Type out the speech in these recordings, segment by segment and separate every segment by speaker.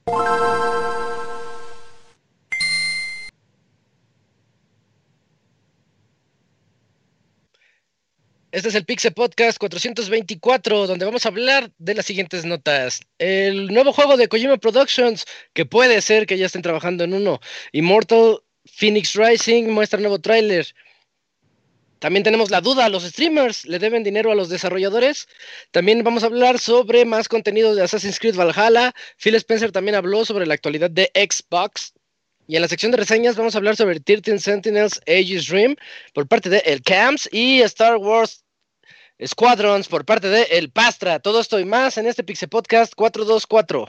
Speaker 1: Este es el Pixel Podcast 424, donde vamos a hablar de las siguientes notas. El nuevo juego de Kojima Productions, que puede ser que ya estén trabajando en uno. Immortal Phoenix Rising muestra nuevo tráiler. También tenemos la duda, ¿los streamers le deben dinero a los desarrolladores? También vamos a hablar sobre más contenido de Assassin's Creed Valhalla. Phil Spencer también habló sobre la actualidad de Xbox. Y en la sección de reseñas vamos a hablar sobre 13 Sentinels Aegis Rim por parte de El Camps y Star Wars Squadrons por parte de El Pastra. Todo esto y más en este Pixel Podcast 424.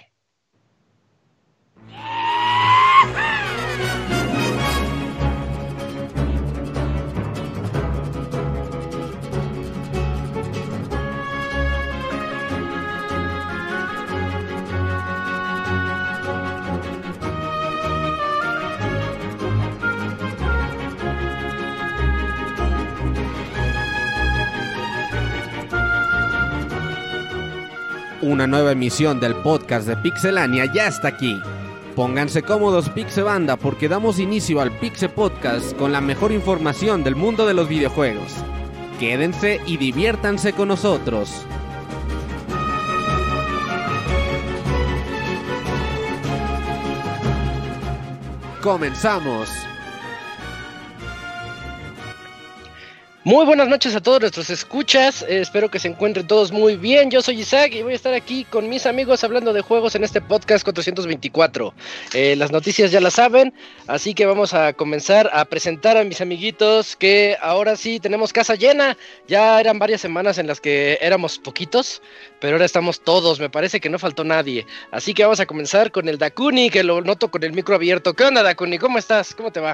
Speaker 2: Una nueva emisión del podcast de Pixelania ya está aquí. Pónganse cómodos, Pixebanda, porque damos inicio al Pixel Podcast con la mejor información del mundo de los videojuegos. Quédense y diviértanse con nosotros. ¡Comenzamos!
Speaker 1: Muy buenas noches a todos nuestros escuchas, espero que se encuentren todos muy bien. Yo soy Isaac y voy a estar aquí con mis amigos hablando de juegos en este podcast 424. Las noticias ya las saben, así que vamos a comenzar a presentar a mis amiguitos que ahora sí tenemos casa llena. Ya eran varias semanas en las que éramos poquitos, pero ahora estamos todos, me parece que no faltó nadie. Así que vamos a comenzar con el Dakuni, que lo noto con el micro abierto. ¿Qué onda, Dakuni? ¿Cómo estás? ¿Cómo te va?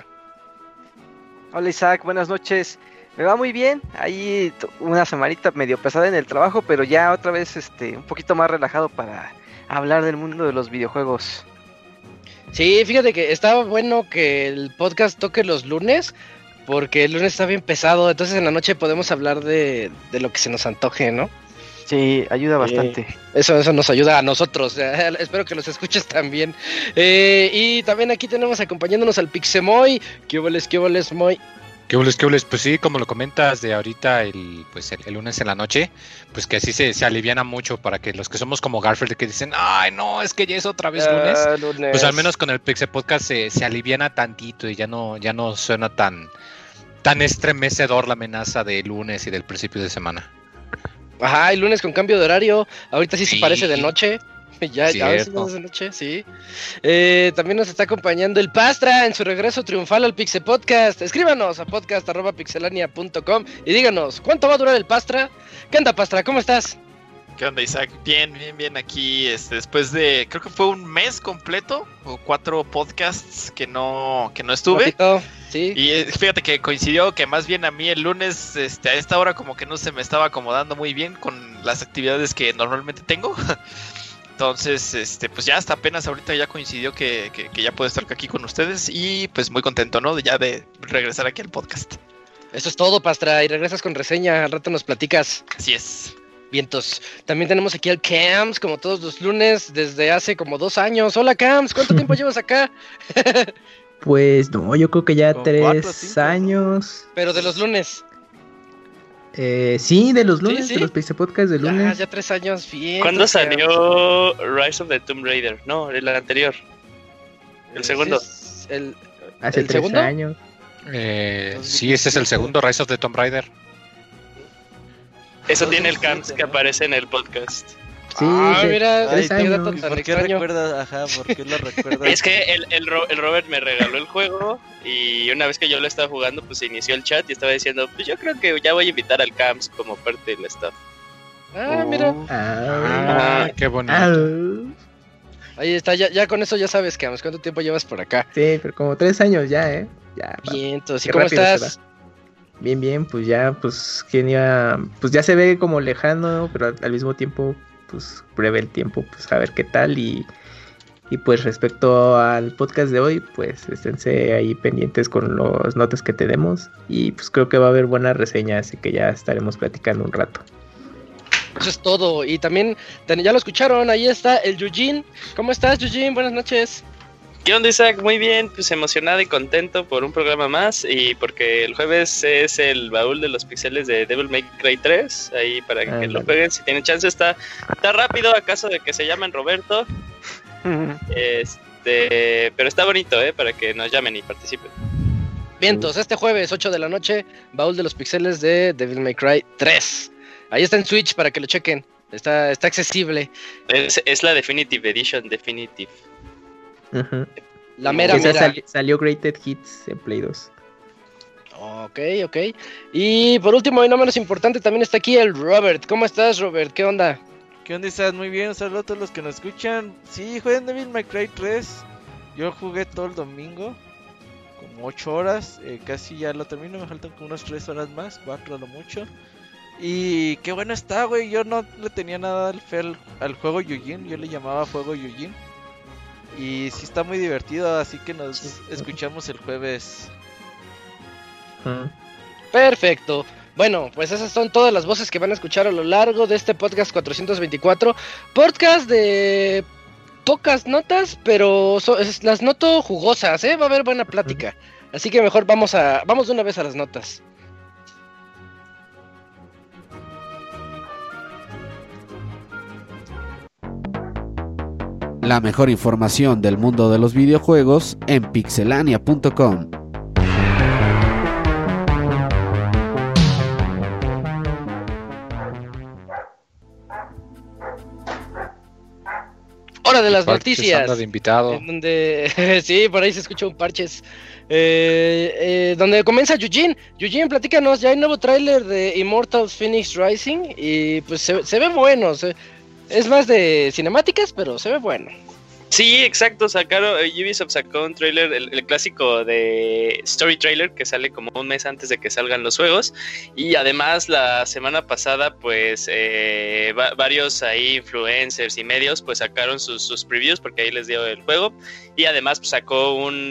Speaker 3: Hola Isaac, buenas noches. Me va muy bien, ahí una semanita medio pesada en el trabajo, pero ya otra vez un poquito más relajado para hablar del mundo de los videojuegos.
Speaker 1: Sí, fíjate que estaba bueno que el podcast toque los lunes, porque el lunes está bien pesado, entonces en la noche podemos hablar de lo que se nos antoje, ¿no?
Speaker 3: Sí, ayuda bastante.
Speaker 1: Eso nos ayuda a nosotros, espero que los escuches también. Y también aquí tenemos acompañándonos al Pixemoy. ¿Qué boles, Moy?
Speaker 4: ¿Qué hules? Pues sí, como lo comentas de ahorita, el lunes en la noche, pues que así se aliviana mucho para que los que somos como Garfield que dicen, ay no, es que ya es otra vez lunes, pues al menos con el Pixel Podcast se aliviana tantito y ya no suena tan estremecedor la amenaza de lunes y del principio de semana.
Speaker 1: Ajá, el lunes con cambio de horario, ahorita sí se parece de noche. Ya a veces no es de noche, sí. También nos está acompañando el Pastra en su regreso triunfal al Pixel Podcast. Escríbanos a podcast@pixelania.com y díganos, ¿cuánto va a durar el Pastra? ¿Qué onda, Pastra? ¿Cómo estás?
Speaker 5: ¿Qué onda, Isaac? Bien aquí, después de, creo que fue un mes completo, o 4 podcasts que no estuve.
Speaker 1: Sí.
Speaker 5: Y fíjate que coincidió que más bien a mí el lunes, a esta hora como que no se me estaba acomodando muy bien con las actividades que normalmente tengo. Entonces, pues ya hasta apenas ahorita ya coincidió que ya puedo estar aquí con ustedes y pues muy contento, ¿no? Ya de regresar aquí al podcast.
Speaker 1: Eso es todo, Pastra, y regresas con reseña, al rato nos platicas.
Speaker 5: Así es.
Speaker 1: Vientos. También tenemos aquí al Camps, como todos los lunes, desde hace como 2 años. Hola, Camps, ¿cuánto tiempo llevas acá?
Speaker 6: Pues no, yo creo que ya 3 años.
Speaker 1: Pero de los lunes.
Speaker 6: Sí, de los lunes,
Speaker 1: ¿Sí?
Speaker 6: de los Pixel Podcast de lunes.
Speaker 1: Ya 3 años, bien.
Speaker 7: ¿Cuándo salió Rise of the Tomb Raider? No, el anterior. El segundo.
Speaker 6: Hace 3 años.
Speaker 4: Sí, ese es el segundo, Rise of the Tomb Raider.
Speaker 7: Eso tiene el Camps que aparece en el podcast.
Speaker 6: Sí,
Speaker 1: mira,
Speaker 6: qué dato
Speaker 1: tan
Speaker 8: ¿Por qué
Speaker 1: extraño.
Speaker 8: recuerdas? Ajá, ¿por qué lo recuerdas?
Speaker 7: Es que el Robert me regaló el juego y una vez que yo lo estaba jugando, pues se inició el chat y estaba diciendo, pues yo creo que ya voy a invitar al Camps como parte del staff.
Speaker 1: Mira.
Speaker 4: Qué bonito.
Speaker 1: Ahí está, ya con eso ya sabes, Camps, ¿cuánto tiempo llevas por acá?
Speaker 6: Sí, pero como 3 años ya, Ya.
Speaker 1: Bien, entonces, ¿y
Speaker 6: Qué
Speaker 1: cómo
Speaker 6: rápido
Speaker 1: estás?
Speaker 6: Bien, pues ya, pues ya se ve como lejano, pero al mismo tiempo, pues breve el tiempo, pues a ver qué tal y pues respecto al podcast de hoy, pues esténse ahí pendientes con los notas que tenemos y pues creo que va a haber buena reseña, así que ya estaremos platicando un rato.
Speaker 1: Eso es todo. Y también, ya lo escucharon, ahí está el Yujin. ¿Cómo estás, Yujin? Buenas noches.
Speaker 7: ¿Qué onda, Isaac? Muy bien, pues emocionado y contento por un programa más y porque el jueves es el baúl de los pixeles de Devil May Cry 3, ahí para que lo jueguen si tienen chance. Está rápido, acaso de que se llamen Roberto. Pero está bonito, para que nos llamen y participen.
Speaker 1: Vientos, este jueves 8 de la noche, baúl de los pixeles de Devil May Cry 3. Ahí está en Switch para que lo chequen. Está accesible.
Speaker 7: Es la Definitive Edition, Definitive.
Speaker 6: Uh-huh.
Speaker 1: La mera.
Speaker 6: Salió Greatest Hits en Play 2.
Speaker 1: Ok. Y por último y no menos importante, también está aquí el Robert. ¿Cómo estás, Robert? ¿Qué onda?
Speaker 8: ¿Qué onda? ¿Estás muy bien? Un saludo a todos los que nos escuchan. Sí, jueguen Devil May Cry 3. Yo jugué todo el domingo, como 8 horas. Casi ya lo termino, me faltan como unas 3 horas más, 4 a lo mucho. Y qué bueno está, güey. Yo no le tenía nada al juego Yujin. Yo le llamaba juego Yujin. Y sí está muy divertido, así que nos escuchamos el jueves.
Speaker 1: Perfecto. Bueno, pues esas son todas las voces que van a escuchar a lo largo de este podcast 424. Podcast de pocas notas, pero las noto jugosas, Va a haber buena plática. Así que mejor vamos de una vez a las notas.
Speaker 2: La mejor información del mundo de los videojuegos en pixelania.com.
Speaker 1: Hora de las noticias.
Speaker 4: De invitado.
Speaker 1: En donde sí, por ahí se escucha un Parches. Donde comienza Yujin. Yujin, platícanos, ya hay nuevo tráiler de Immortals Phoenix Rising y pues se ve bueno. Es más de cinemáticas, pero se ve bueno.
Speaker 7: Sí, exacto, Ubisoft sacó un trailer, el clásico de Story Trailer, que sale como un mes antes de que salgan los juegos. Y además la semana pasada, pues varios ahí influencers y medios pues sacaron sus previews, porque ahí les dio el juego. Y además pues, sacó un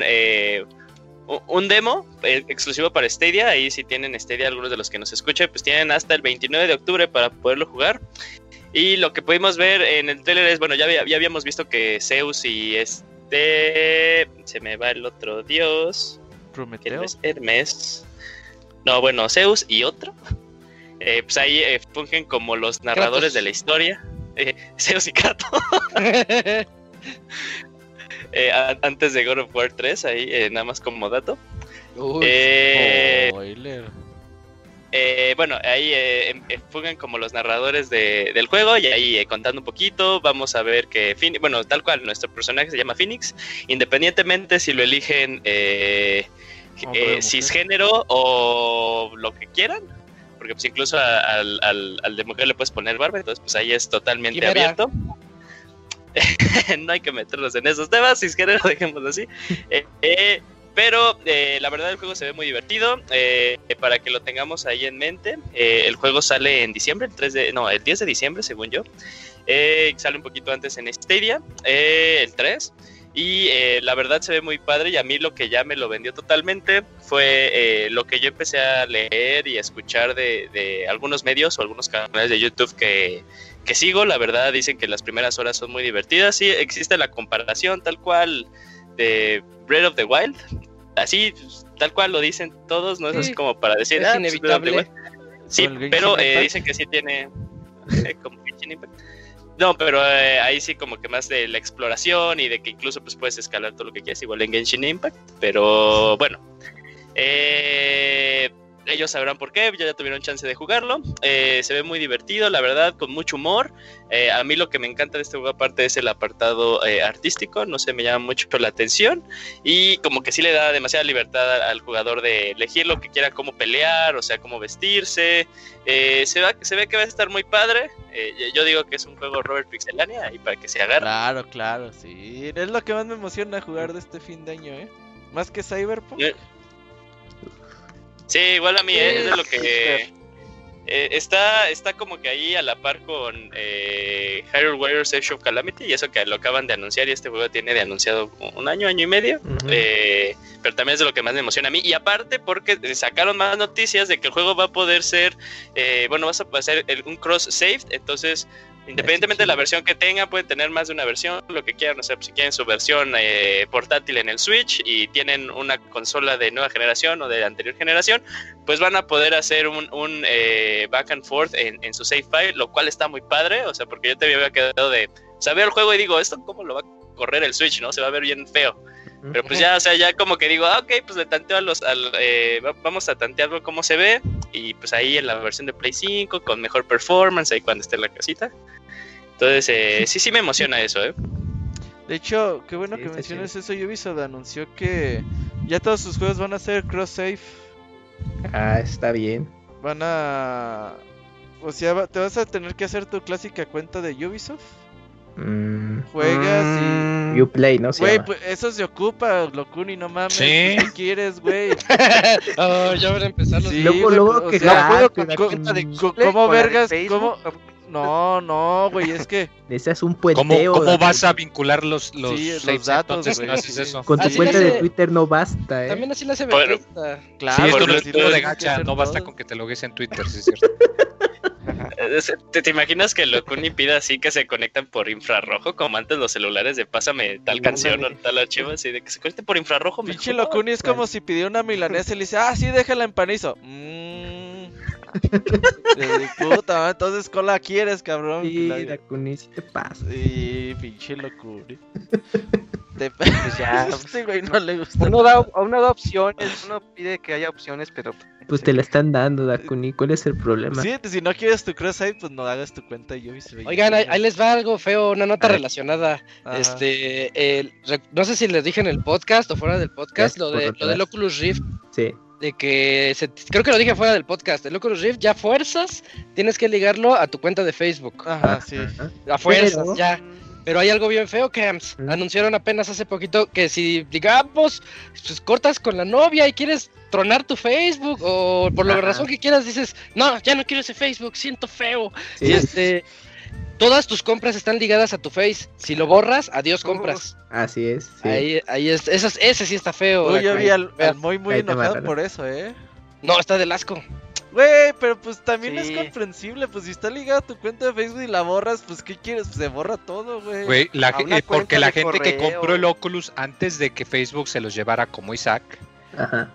Speaker 7: demo exclusivo para Stadia. Ahí si tienen Stadia, algunos de los que nos escuchan, pues tienen hasta el 29 de octubre para poderlo jugar. Y lo que pudimos ver en el trailer es, bueno, ya habíamos visto que Zeus y se me va el otro dios.
Speaker 8: ¿Prometeo?
Speaker 7: Hermes. No, bueno, Zeus y otro. Pues ahí fungen como los narradores Kratos de la historia. Zeus y Kratos. Antes de God of War 3, ahí nada más como dato.
Speaker 8: Spoiler.
Speaker 7: Bueno, ahí fugan como los narradores del juego y ahí contando un poquito, vamos a ver que, bueno, tal cual, nuestro personaje se llama Phoenix, independientemente si lo eligen cisgénero o lo que quieran, porque pues incluso al de mujer le puedes poner barba, entonces pues ahí es totalmente abierto. No hay que meternos en esos temas, cisgénero, dejémoslo así. Pero la verdad el juego se ve muy divertido, para que lo tengamos ahí en mente. El juego sale en diciembre, el 10 de diciembre según yo. Sale un poquito antes en Stadia, el 3. Y la verdad se ve muy padre, y a mí lo que ya me lo vendió totalmente fue lo que yo empecé a leer y a escuchar de algunos medios o algunos canales de YouTube que sigo. La verdad dicen que las primeras horas son muy divertidas. Sí, existe la comparación tal cual de Breath of the Wild, así tal cual lo dicen todos, no es así como para decir
Speaker 1: es inevitable.
Speaker 7: Sí, pero dicen que sí tiene como Genshin Impact. No, pero ahí sí como que más de la exploración y de que incluso pues puedes escalar todo lo que quieras, igual en Genshin Impact, pero bueno, ellos sabrán por qué, ya tuvieron chance de jugarlo. Se ve muy divertido, la verdad, con mucho humor. A mí lo que me encanta de este juego aparte es el apartado artístico, no sé, me llama mucho la atención y como que sí le da demasiada libertad al jugador de elegir lo que quiera, cómo pelear, o sea, cómo vestirse. Se ve que va a estar muy padre. Yo digo que es un juego Robert Pixelania y para que se agarre.
Speaker 8: Claro, sí, es lo que más me emociona jugar de este fin de año, más que Cyberpunk.
Speaker 7: Sí, igual a mí es de lo que Está como que ahí a la par con Hyrule Warriors Age of Calamity, y eso que lo acaban de anunciar, y este juego tiene de anunciado un año y medio. Pero también es de lo que más me emociona a mí, y aparte porque sacaron más noticias de que el juego va a poder ser, vas a hacer un cross-saved, entonces independientemente de la versión que tenga, pueden tener más de una versión, lo que quieran. O sea, si quieren su versión portátil en el Switch y tienen una consola de nueva generación o de anterior generación, pues van a poder hacer un back and forth en su save file, lo cual está muy padre. O sea, porque yo te había quedado de saber el juego y digo, ¿esto cómo lo va a correr el Switch? ¿No? Se va a ver bien feo. Pero pues ya, o sea, ya como que digo, ok, pues le tanteo vamos a tantearlo cómo se ve. Y pues ahí en la versión de Play 5, con mejor performance, ahí cuando esté en la casita. Entonces, sí me emociona eso,
Speaker 8: De hecho, qué bueno que menciones eso. Ubisoft anunció que ya todos sus juegos van a ser cross-save.
Speaker 6: Está bien.
Speaker 8: O sea, te vas a tener que hacer tu clásica cuenta de Ubisoft. Juegas y...
Speaker 6: Uplay, ¿no?
Speaker 8: Güey, pues eso se ocupa, Locuni, no mames.
Speaker 4: ¿Sí?
Speaker 8: ¿Qué quieres, güey?
Speaker 1: Ya van a empezar los...
Speaker 8: Sí,
Speaker 6: luego que
Speaker 8: ¿cómo vergas? No, güey, es que...
Speaker 6: Deseas un puenteo.
Speaker 4: ¿Cómo vas a vincular los
Speaker 8: datos,
Speaker 4: entonces
Speaker 8: güey?
Speaker 4: no haces eso?
Speaker 6: Con tu cuenta de Twitter no basta,
Speaker 1: También así la hace
Speaker 7: Bueno,
Speaker 1: Bethesda.
Speaker 8: Claro,
Speaker 4: Sí, esto
Speaker 8: pero
Speaker 4: no es
Speaker 8: sí
Speaker 4: juego de
Speaker 8: tienes que
Speaker 4: gacha,
Speaker 8: hacer
Speaker 4: no basta
Speaker 8: todo.
Speaker 4: con que te logues en Twitter, sí es cierto.
Speaker 7: ¿Te imaginas que Locuni pida así que se conectan por infrarrojo, como antes los celulares de pásame tal canción o tal archivo, así de que se conecten por infrarrojo?
Speaker 8: Pinche Locuni es como si pidiera una milanesa y le dice, sí, déjala en panizo. Puta, entonces ¿cuál la quieres, cabrón?
Speaker 6: Sí, Locuni, si te pasa.
Speaker 8: Sí, pinche Locuni.
Speaker 3: Pues ya,
Speaker 8: Este güey no le gusta.
Speaker 3: uno da opciones, uno pide que haya opciones, pero...
Speaker 6: Pues te la están dando, Dakuni. ¿Cuál es el problema?
Speaker 8: Sí, si no quieres tu cross-save, pues no hagas tu cuenta de Ubisoft.
Speaker 1: Oigan, ahí les va algo feo, una nota relacionada.
Speaker 8: Ajá.
Speaker 1: No sé si les dije en el podcast o fuera del podcast, lo del Oculus Rift.
Speaker 6: Sí.
Speaker 1: De que creo que lo dije fuera del podcast. El Oculus Rift ya fuerzas tienes que ligarlo a tu cuenta de Facebook.
Speaker 8: Ajá, sí.
Speaker 1: A fuerzas,
Speaker 6: Pero-
Speaker 1: ya. Pero hay algo bien feo, Camps. Anunciaron apenas hace poquito que si, digamos, pues cortas con la novia y quieres tronar tu Facebook o por la razón que quieras dices, no, ya no quiero ese Facebook, siento feo.
Speaker 6: Sí.
Speaker 1: Y todas tus compras están ligadas a tu Face. Si lo borras, adiós compras.
Speaker 6: Así es. Sí.
Speaker 1: Ahí es, ese sí está feo.
Speaker 8: Uy, yo vi al
Speaker 1: Vea.
Speaker 8: muy
Speaker 6: Ahí te
Speaker 8: enojado
Speaker 6: mataron.
Speaker 8: por eso,
Speaker 1: No, está del asco.
Speaker 8: Güey, pero pues también
Speaker 3: Sí.
Speaker 8: es comprensible, pues si está ligada a tu cuenta de Facebook y la borras, pues ¿qué quieres? Pues se borra todo, güey.
Speaker 4: Güey,
Speaker 3: una
Speaker 4: porque
Speaker 3: cuenta
Speaker 4: la
Speaker 3: de
Speaker 4: gente que
Speaker 3: correo.
Speaker 4: compró el Oculus antes de que Facebook se los llevara como Isaac,
Speaker 6: Ajá.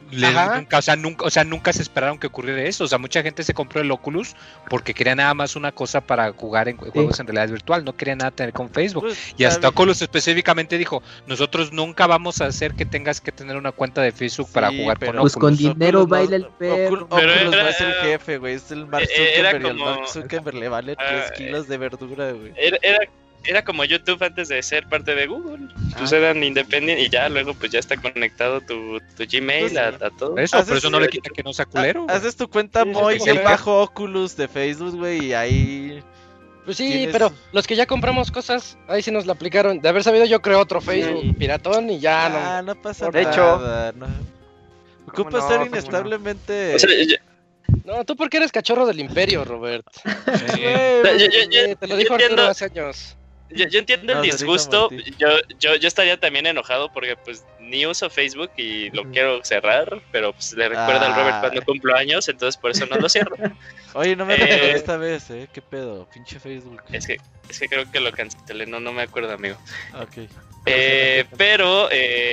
Speaker 4: nunca se esperaron que ocurriera eso. O sea, mucha gente se compró el Oculus porque quería nada más una cosa para jugar en juegos en realidad virtual, no quería nada tener con Facebook.
Speaker 8: Pues,
Speaker 4: Y hasta
Speaker 8: está bien.
Speaker 4: Oculus específicamente dijo, nosotros nunca vamos a hacer que tengas que tener una cuenta de Facebook para
Speaker 8: Sí,
Speaker 4: jugar
Speaker 8: pero
Speaker 4: con
Speaker 6: Pues
Speaker 4: Oculus.
Speaker 6: con dinero
Speaker 8: Oculus
Speaker 6: baila el perro.
Speaker 7: Pero
Speaker 8: Oculus
Speaker 7: era-
Speaker 8: no es el jefe, güey, es el Mark
Speaker 7: era
Speaker 8: Zuckerberg y el
Speaker 7: como-
Speaker 8: Mark Zuckerberg le vale 3 kilos de verdura, güey.
Speaker 7: Era como YouTube antes de ser parte de Google. Pues eran independientes y ya luego pues ya está conectado tu Gmail
Speaker 8: Pues,
Speaker 7: a todo.
Speaker 4: Eso,
Speaker 8: haces-
Speaker 4: pero eso no le quita que no sea culero. güey.
Speaker 8: Haces tu cuenta
Speaker 1: Sí,
Speaker 8: muy
Speaker 1: sí, sí.
Speaker 8: bajo Oculus de Facebook, güey, y ahí...
Speaker 1: Pues sí,
Speaker 8: Tienes-
Speaker 1: pero los que ya compramos cosas, ahí sí nos la aplicaron. De haber sabido, yo creo otro Facebook piratón y ya no.
Speaker 8: no pasa
Speaker 3: De
Speaker 8: nada. No. Ocupa
Speaker 3: no?
Speaker 8: estar
Speaker 3: ¿Cómo no?
Speaker 8: inestablemente...
Speaker 7: O sea,
Speaker 1: No, tú porque eres cachorro del imperio, Robert.
Speaker 4: Sí.
Speaker 8: Güey,
Speaker 1: Te lo dijo
Speaker 7: yo
Speaker 1: Arturo
Speaker 7: entiendo-
Speaker 1: hace años.
Speaker 7: yo entiendo
Speaker 8: No,
Speaker 7: el
Speaker 8: se dijo
Speaker 7: disgusto.
Speaker 8: Martí.
Speaker 7: Yo estaría también enojado porque pues ni uso Facebook y lo quiero cerrar, pero pues le recuerda al Robert cuando cumplo años, entonces por eso no lo cierro.
Speaker 8: Oye, no me recordé esta vez, ¿qué pedo? Pinche Facebook.
Speaker 7: Es que creo que lo cancelé, no me acuerdo, amigo.
Speaker 8: Ok.
Speaker 7: Pero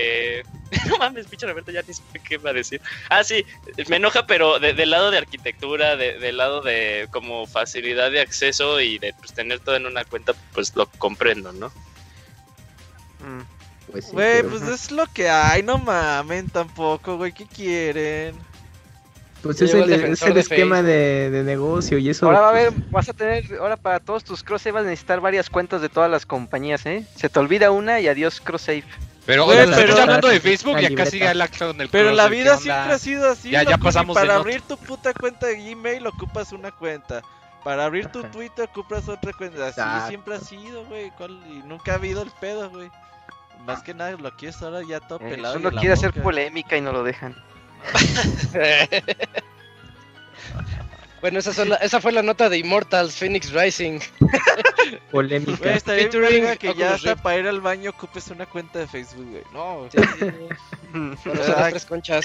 Speaker 7: no mames, pinche Roberto, ya ni sé qué va a decir. Ah, sí, me enoja, pero del lado de arquitectura, del lado de como facilidad de acceso y de pues tener todo en una cuenta, pues lo comprendo, ¿no?
Speaker 6: Pues sí,
Speaker 8: Güey,
Speaker 6: pero-
Speaker 8: pues es lo que hay, no mamen tampoco, güey, ¿qué quieren?
Speaker 6: Pues
Speaker 1: Ya
Speaker 6: es
Speaker 1: llegó el
Speaker 6: el
Speaker 1: defensor de
Speaker 6: esquema de negocio y eso.
Speaker 3: Ahora va a haber,
Speaker 6: pues,
Speaker 3: vas a tener, ahora para todos tus cross-save vas a necesitar varias cuentas de todas las compañías, ¿eh? Se te olvida una y adiós cross-save.
Speaker 4: Pero,
Speaker 8: Güey,
Speaker 4: oye,
Speaker 8: pero-
Speaker 4: estamos hablando de Facebook
Speaker 6: La
Speaker 4: y acá
Speaker 6: libreta.
Speaker 4: sigue el acto en el
Speaker 8: Pero la
Speaker 4: cross,
Speaker 8: vida
Speaker 4: ¿qué onda?
Speaker 8: siempre ha sido así,
Speaker 4: Ya
Speaker 8: loco,
Speaker 4: pasamos
Speaker 8: y
Speaker 4: de
Speaker 8: para
Speaker 4: nota.
Speaker 8: abrir tu puta cuenta de Gmail ocupas una cuenta. Para abrir tu
Speaker 6: Ajá.
Speaker 8: Twitter ocupas otra cuenta. Así
Speaker 6: Exacto.
Speaker 8: siempre ha sido, güey. Y nunca ha habido el pedo, güey. Más que nada lo quieres ahora ya todo pelado. y
Speaker 3: Uno
Speaker 8: en la
Speaker 3: quiere hacer
Speaker 8: boca.
Speaker 3: polémica y no lo dejan.
Speaker 1: Bueno, esa fue la nota de Immortals Phoenix Rising.
Speaker 6: Polémica.
Speaker 8: Güey, está bien
Speaker 1: Featuring
Speaker 8: verga que ya
Speaker 1: Oculus
Speaker 8: hasta
Speaker 1: Rift.
Speaker 8: para ir al baño ocupes una cuenta de Facebook, güey. No,
Speaker 1: Sí. Por eso las 3 conchas.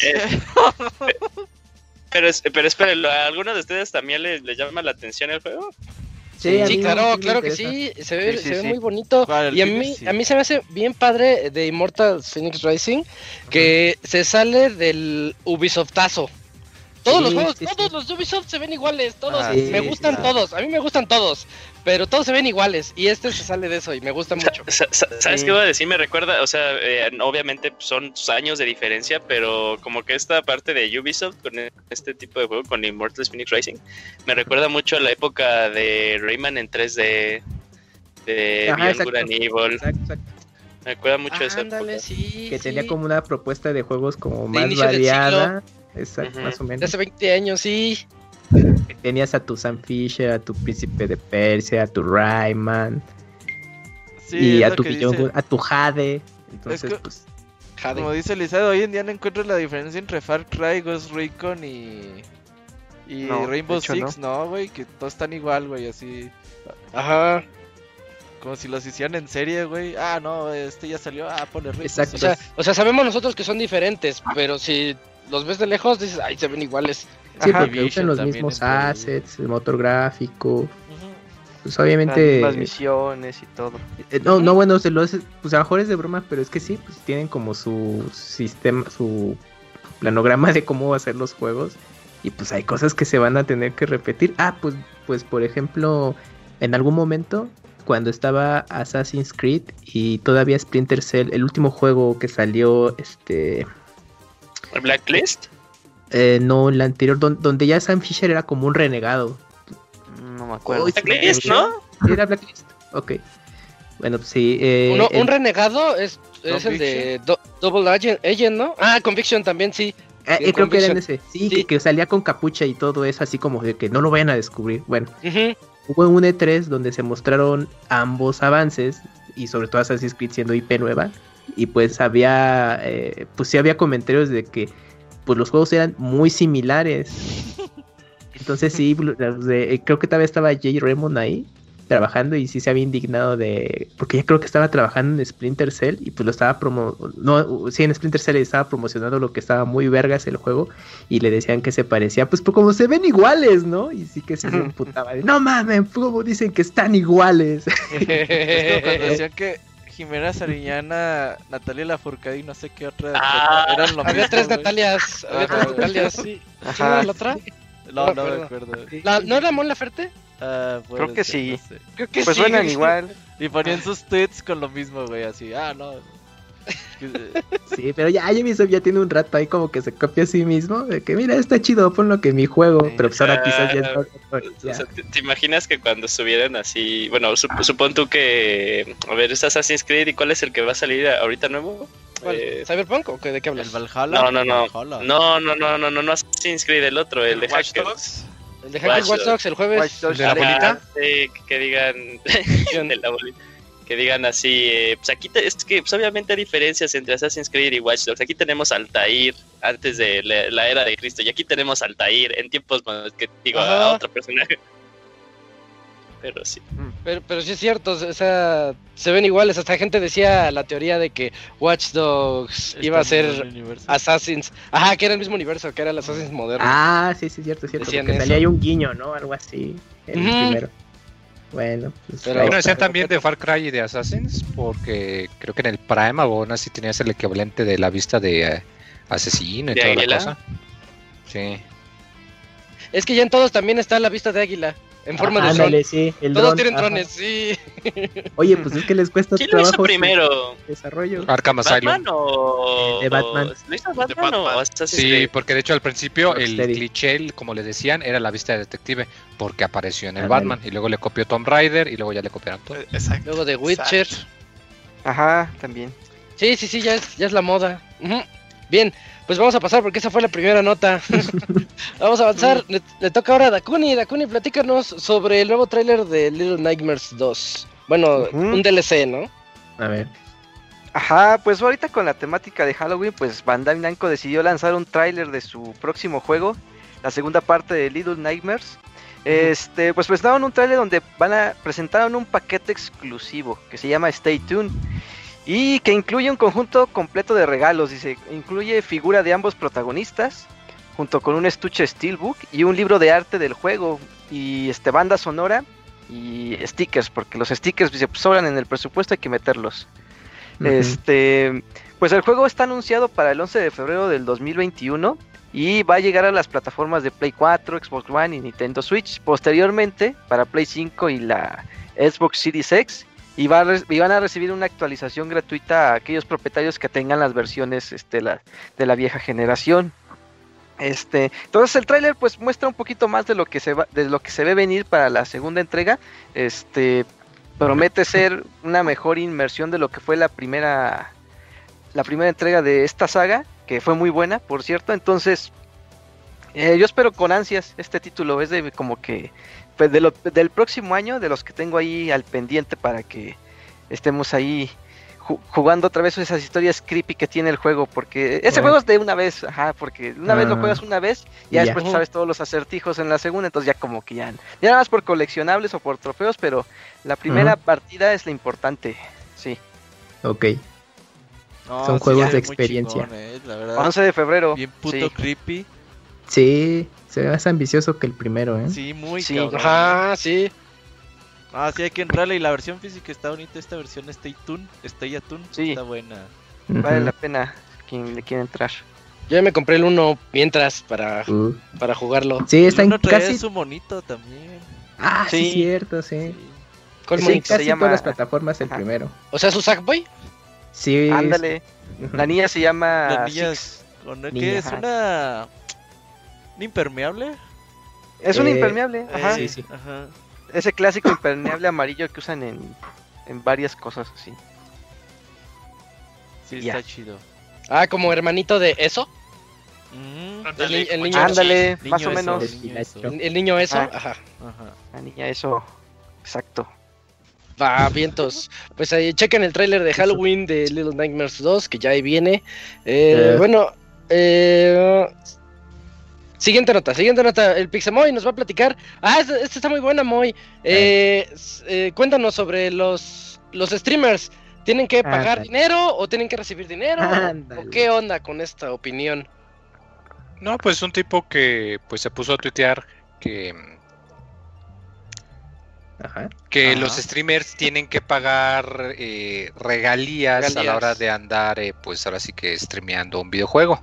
Speaker 7: Pero espérenlo, ¿a alguno de ustedes también le llama la atención el juego?
Speaker 6: Sí, a
Speaker 1: Sí,
Speaker 6: mí
Speaker 1: claro,
Speaker 6: me
Speaker 1: claro que
Speaker 6: interesa.
Speaker 1: sí, se ve,
Speaker 3: Sí,
Speaker 1: se ve
Speaker 3: sí.
Speaker 1: muy bonito.
Speaker 8: Para el
Speaker 1: Y
Speaker 8: Phoenix, sí.
Speaker 1: a mí se me hace bien padre de Immortals Phoenix Rising que se sale del Ubisoftazo. Todos
Speaker 6: Sí,
Speaker 1: los juegos,
Speaker 6: sí,
Speaker 1: todos
Speaker 6: sí.
Speaker 1: los de Ubisoft se ven iguales, todos.
Speaker 3: Ah,
Speaker 6: sí,
Speaker 1: me gustan
Speaker 3: sí.
Speaker 1: todos, a mí me gustan todos, pero todos se ven iguales y este se sale de eso y me gusta mucho.
Speaker 7: ¿Sabes
Speaker 3: Sí.
Speaker 7: qué voy a decir? Me recuerda, o sea, obviamente son años de diferencia, pero como que esta parte de Ubisoft con este tipo de juego, con Immortals Phoenix Rising, me recuerda mucho a la época de Rayman en 3D, de
Speaker 6: Ajá,
Speaker 7: Beyond
Speaker 6: exacto.
Speaker 7: Good and Evil.
Speaker 6: Exacto.
Speaker 7: Me recuerda mucho a esa
Speaker 1: Ándale,
Speaker 7: época.
Speaker 1: sí.
Speaker 6: Que
Speaker 1: sí.
Speaker 6: tenía como una propuesta de juegos como más
Speaker 1: inicio del
Speaker 6: variada. Exacto,
Speaker 7: Ujú.
Speaker 6: más o
Speaker 1: De
Speaker 6: menos.
Speaker 1: hace 20 años, sí.
Speaker 6: Tenías a tu Sam Fisher, a tu Príncipe de Persia, a tu Rayman
Speaker 8: sí,
Speaker 6: y
Speaker 8: es
Speaker 6: a
Speaker 8: lo
Speaker 6: tu
Speaker 8: que
Speaker 6: Beyond
Speaker 8: dice.
Speaker 6: Good, a tu Jade. Entonces,
Speaker 8: que-
Speaker 6: pues,
Speaker 1: Jade.
Speaker 8: Como dice Lizado, hoy en día no encuentro la diferencia entre Far Cry, Ghost Recon y
Speaker 3: No,
Speaker 8: Rainbow
Speaker 3: de hecho,
Speaker 8: Six, no, güey, que todos están igual, güey, así.
Speaker 1: Ajá.
Speaker 8: Como si los hicieran en serie, güey. Ah, no, este ya salió. Ah, ponle Rainbow
Speaker 6: Exacto.
Speaker 8: Six.
Speaker 1: O sea, sabemos nosotros que son diferentes, pero si los ves de lejos dices, ay, se ven iguales.
Speaker 6: sí,
Speaker 3: Ajá.
Speaker 6: porque usan
Speaker 8: Division
Speaker 6: los
Speaker 8: también
Speaker 6: mismos
Speaker 8: entre ellos.
Speaker 6: assets, el motor gráfico.
Speaker 8: Ujú.
Speaker 6: Pues
Speaker 3: Las
Speaker 6: obviamente.
Speaker 3: mismas misiones y todo.
Speaker 6: No, bueno, se lo hace, pues a lo mejor es de broma, pero es que sí, pues tienen como su sistema, su planograma de cómo hacer los juegos. Y pues hay cosas que se van a tener que repetir. Ah, pues por ejemplo, en algún momento, cuando estaba Assassin's Creed y todavía Splinter Cell, el último juego que salió,
Speaker 7: ¿Blacklist?
Speaker 6: no, el anterior, donde ya Sam Fisher era como un renegado.
Speaker 3: No me acuerdo.
Speaker 6: Uy, sí,
Speaker 7: Blacklist, ¿no?
Speaker 6: Sí, era Blacklist. Ok. Bueno, pues sí.
Speaker 1: Un renegado es el de Double Agent, ¿no? Ah, Conviction también, sí. Sí,
Speaker 6: creo que era en
Speaker 1: Conviction.
Speaker 6: ese. Sí,
Speaker 1: Sí.
Speaker 6: que salía con capucha y todo eso, así como de que no lo vayan a descubrir. Bueno,
Speaker 1: Ujú.
Speaker 6: hubo un E3 donde se mostraron ambos avances y sobre todo Assassin's Creed siendo IP nueva. Y pues había, pues sí había comentarios de que pues los juegos eran muy similares. Entonces sí, creo que todavía estaba Jay Raymond ahí trabajando y sí se había indignado porque ya creo que estaba trabajando en Splinter Cell y pues lo estaba en Splinter Cell estaba promocionando lo que estaba muy vergas el juego y le decían que se parecía, pues como se ven iguales, ¿no? Y sí que se emputaba de, no mames, ¿cómo dicen que están iguales?
Speaker 8: Es como cuando decían que Jimena Sariñana, Natalia Lafourcade y no sé qué otra eran lo
Speaker 1: Había
Speaker 8: mismo,
Speaker 1: 3
Speaker 8: güey.
Speaker 1: Natalias, sí. ¿Quién
Speaker 3: Ajá.
Speaker 1: era la otra?
Speaker 8: No,
Speaker 1: No me
Speaker 8: no me acuerdo.
Speaker 1: ¿No era Mon Laferte?
Speaker 8: Ah, puede
Speaker 3: Creo que
Speaker 8: ser,
Speaker 3: sí.
Speaker 8: no sé.
Speaker 1: Creo que
Speaker 3: Pues
Speaker 1: sí.
Speaker 3: suenan igual.
Speaker 8: Y ponían sus tweets con lo mismo, güey, así. Ah, no.
Speaker 6: Sí, pero ya Ubisoft ya tiene un rato ahí como que se copia a sí mismo, de que mira, está chido, ponlo que en mi juego, pero pues ahora quizás ya es
Speaker 7: O sea, ¿te imaginas que cuando subieran así, bueno, supón tú que, a ver, es Assassin's Creed y cuál es el que va a salir ahorita nuevo?
Speaker 1: ¿Cuál? ¿Cyberpunk o de qué
Speaker 8: ¿El
Speaker 1: hablas?
Speaker 8: Valhalla?
Speaker 7: No, Assassin's Creed, el otro, el de
Speaker 5: Watch
Speaker 7: Hackers.
Speaker 5: Dogs.
Speaker 1: El de Hackers Watch Dogs el jueves.
Speaker 3: Watch Dogs.
Speaker 4: ¿De la bolita?
Speaker 7: Que digan de la bolita. Que digan así, pues aquí es que pues obviamente hay diferencias entre Assassin's Creed y Watch Dogs. Aquí tenemos a Altair antes de la era de Cristo y aquí tenemos a Altair en tiempos más que digo
Speaker 1: Ajá.
Speaker 7: a otro personaje. Pero sí.
Speaker 1: Pero sí es cierto, o sea, se ven iguales. Hasta gente decía la teoría de que Watch Dogs iba a ser Assassin's. Ajá, que era el mismo universo, que era el Assassin's moderno.
Speaker 6: Ah, sí, cierto,
Speaker 1: Decían
Speaker 6: porque
Speaker 1: eso.
Speaker 6: salía ahí un guiño, ¿no? Algo así, en el
Speaker 1: Ujú.
Speaker 6: primero. Bueno, pues
Speaker 1: Pero
Speaker 6: ahí
Speaker 4: Bueno,
Speaker 6: está.
Speaker 4: decían también de Far Cry y de Assassins, porque creo que en el Prime aún así tenías el equivalente de la vista de asesino y
Speaker 7: ¿De
Speaker 4: toda
Speaker 7: águila?
Speaker 4: la cosa. Sí.
Speaker 1: Es que ya en todos también está la vista de águila, en forma de dron.
Speaker 6: Ándale, sí, el
Speaker 1: Todos
Speaker 6: dron,
Speaker 1: tienen
Speaker 6: ajá.
Speaker 1: drones, sí.
Speaker 6: Oye, pues es que les cuesta
Speaker 7: ¿Quién lo hizo
Speaker 6: trabajo
Speaker 7: primero?
Speaker 6: su desarrollo.
Speaker 4: Arkham Asylum.
Speaker 7: ¿Batman o...?
Speaker 6: De Batman.
Speaker 7: ¿Lo hizo Batman o Assassin's
Speaker 4: Sí,
Speaker 7: Creed?
Speaker 4: porque de hecho al principio el
Speaker 6: Rocksteady.
Speaker 4: cliché, como le decían, era la vista de detective, porque apareció en el
Speaker 6: Ándale.
Speaker 4: Batman, y luego le copió Tomb Raider, y luego ya le copiaron todo.
Speaker 5: Exacto.
Speaker 1: Luego de Witcher.
Speaker 5: Exacto.
Speaker 3: Ajá, también.
Speaker 1: Sí, ya es la moda. Ujú. Bien, pues vamos a pasar porque esa fue la primera nota. Vamos a avanzar. Le toca ahora a Dakuni. Dakuni, platícanos sobre el nuevo tráiler de Little Nightmares 2. Bueno,
Speaker 3: Ujú.
Speaker 1: un DLC, ¿no?
Speaker 6: A ver.
Speaker 3: Ajá, pues ahorita con la temática de Halloween, pues Bandai Namco decidió lanzar un tráiler de su próximo juego, la segunda parte de Little Nightmares. Pues presentaron un trailer donde presentaron un paquete exclusivo que se llama Stay Tuned y que incluye un conjunto completo de regalos. Dice, incluye figura de ambos protagonistas junto con un estuche Steelbook y un libro de arte del juego y banda sonora y stickers, porque los stickers pues, sobran en el presupuesto, hay que meterlos. Pues el juego está anunciado para el 11 de febrero del 2021 y va a llegar a las plataformas de Play 4, Xbox One y Nintendo Switch. Posteriormente para Play 5 y la Xbox Series X, y van a recibir una actualización gratuita a aquellos propietarios que tengan las versiones de la vieja generación. Entonces el tráiler pues muestra un poquito más de lo que se ve venir para la segunda entrega. Promete ser una mejor inmersión de lo que fue la primera entrega de esta saga, que fue muy buena, por cierto. Entonces yo espero con ansias este título. Es de como que pues, del próximo año, de los que tengo ahí al pendiente para que estemos ahí jugando otra vez esas historias creepy que tiene el juego, porque ese juego es de una vez, porque una vez lo juegas una vez y ya después sabes todos los acertijos en la segunda, entonces ya como que ya nada más por coleccionables o por trofeos, pero la primera partida es la importante, sí.
Speaker 6: Ok. Son juegos de experiencia.
Speaker 8: Chingón, la verdad.
Speaker 3: 11 de febrero.
Speaker 8: Bien puto creepy.
Speaker 6: Sí, se ve más ambicioso que el primero,
Speaker 8: Sí, muy
Speaker 3: cabrón.
Speaker 1: Ajá, sí.
Speaker 8: Sí, hay que entrarle. Y la versión física está bonita. Esta versión Stay Tuned, está buena.
Speaker 3: Vale la pena quien le quiera entrar.
Speaker 1: Yo ya me compré el 1 mientras para jugarlo.
Speaker 6: Sí, está en
Speaker 8: casi su monito también.
Speaker 6: Sí, cierto, sí.
Speaker 1: ¿Cuál
Speaker 6: sí,
Speaker 1: monito?
Speaker 6: casi todas las plataformas el primero.
Speaker 1: O sea, su Sackboy.
Speaker 6: Sí.
Speaker 3: Ándale. La niña se llama
Speaker 8: La niña ¿qué es? ¿Un impermeable?
Speaker 3: Es un impermeable. Ajá.
Speaker 6: Sí.
Speaker 8: Ajá.
Speaker 3: Ese clásico impermeable amarillo que usan en varias cosas así.
Speaker 8: Sí, está chido.
Speaker 1: Como hermanito de eso.
Speaker 5: El
Speaker 1: niño.
Speaker 3: Ándale,
Speaker 8: niño
Speaker 3: más o
Speaker 8: eso,
Speaker 3: menos.
Speaker 1: El niño eso. Ajá.
Speaker 3: La niña eso. Exacto.
Speaker 1: Va, vientos. Pues ahí chequen el tráiler de Halloween de Little Nightmares 2, que ya ahí viene. Siguiente nota. El Pixemoy nos va a platicar. Esta está muy buena, Moy. Cuéntanos sobre los streamers. ¿Tienen que pagar dinero o tienen que recibir dinero? ¿O qué onda con esta opinión?
Speaker 4: No, pues un tipo que pues se puso a tuitear que los streamers tienen que pagar regalías a la hora de andar, pues ahora sí que streameando un videojuego.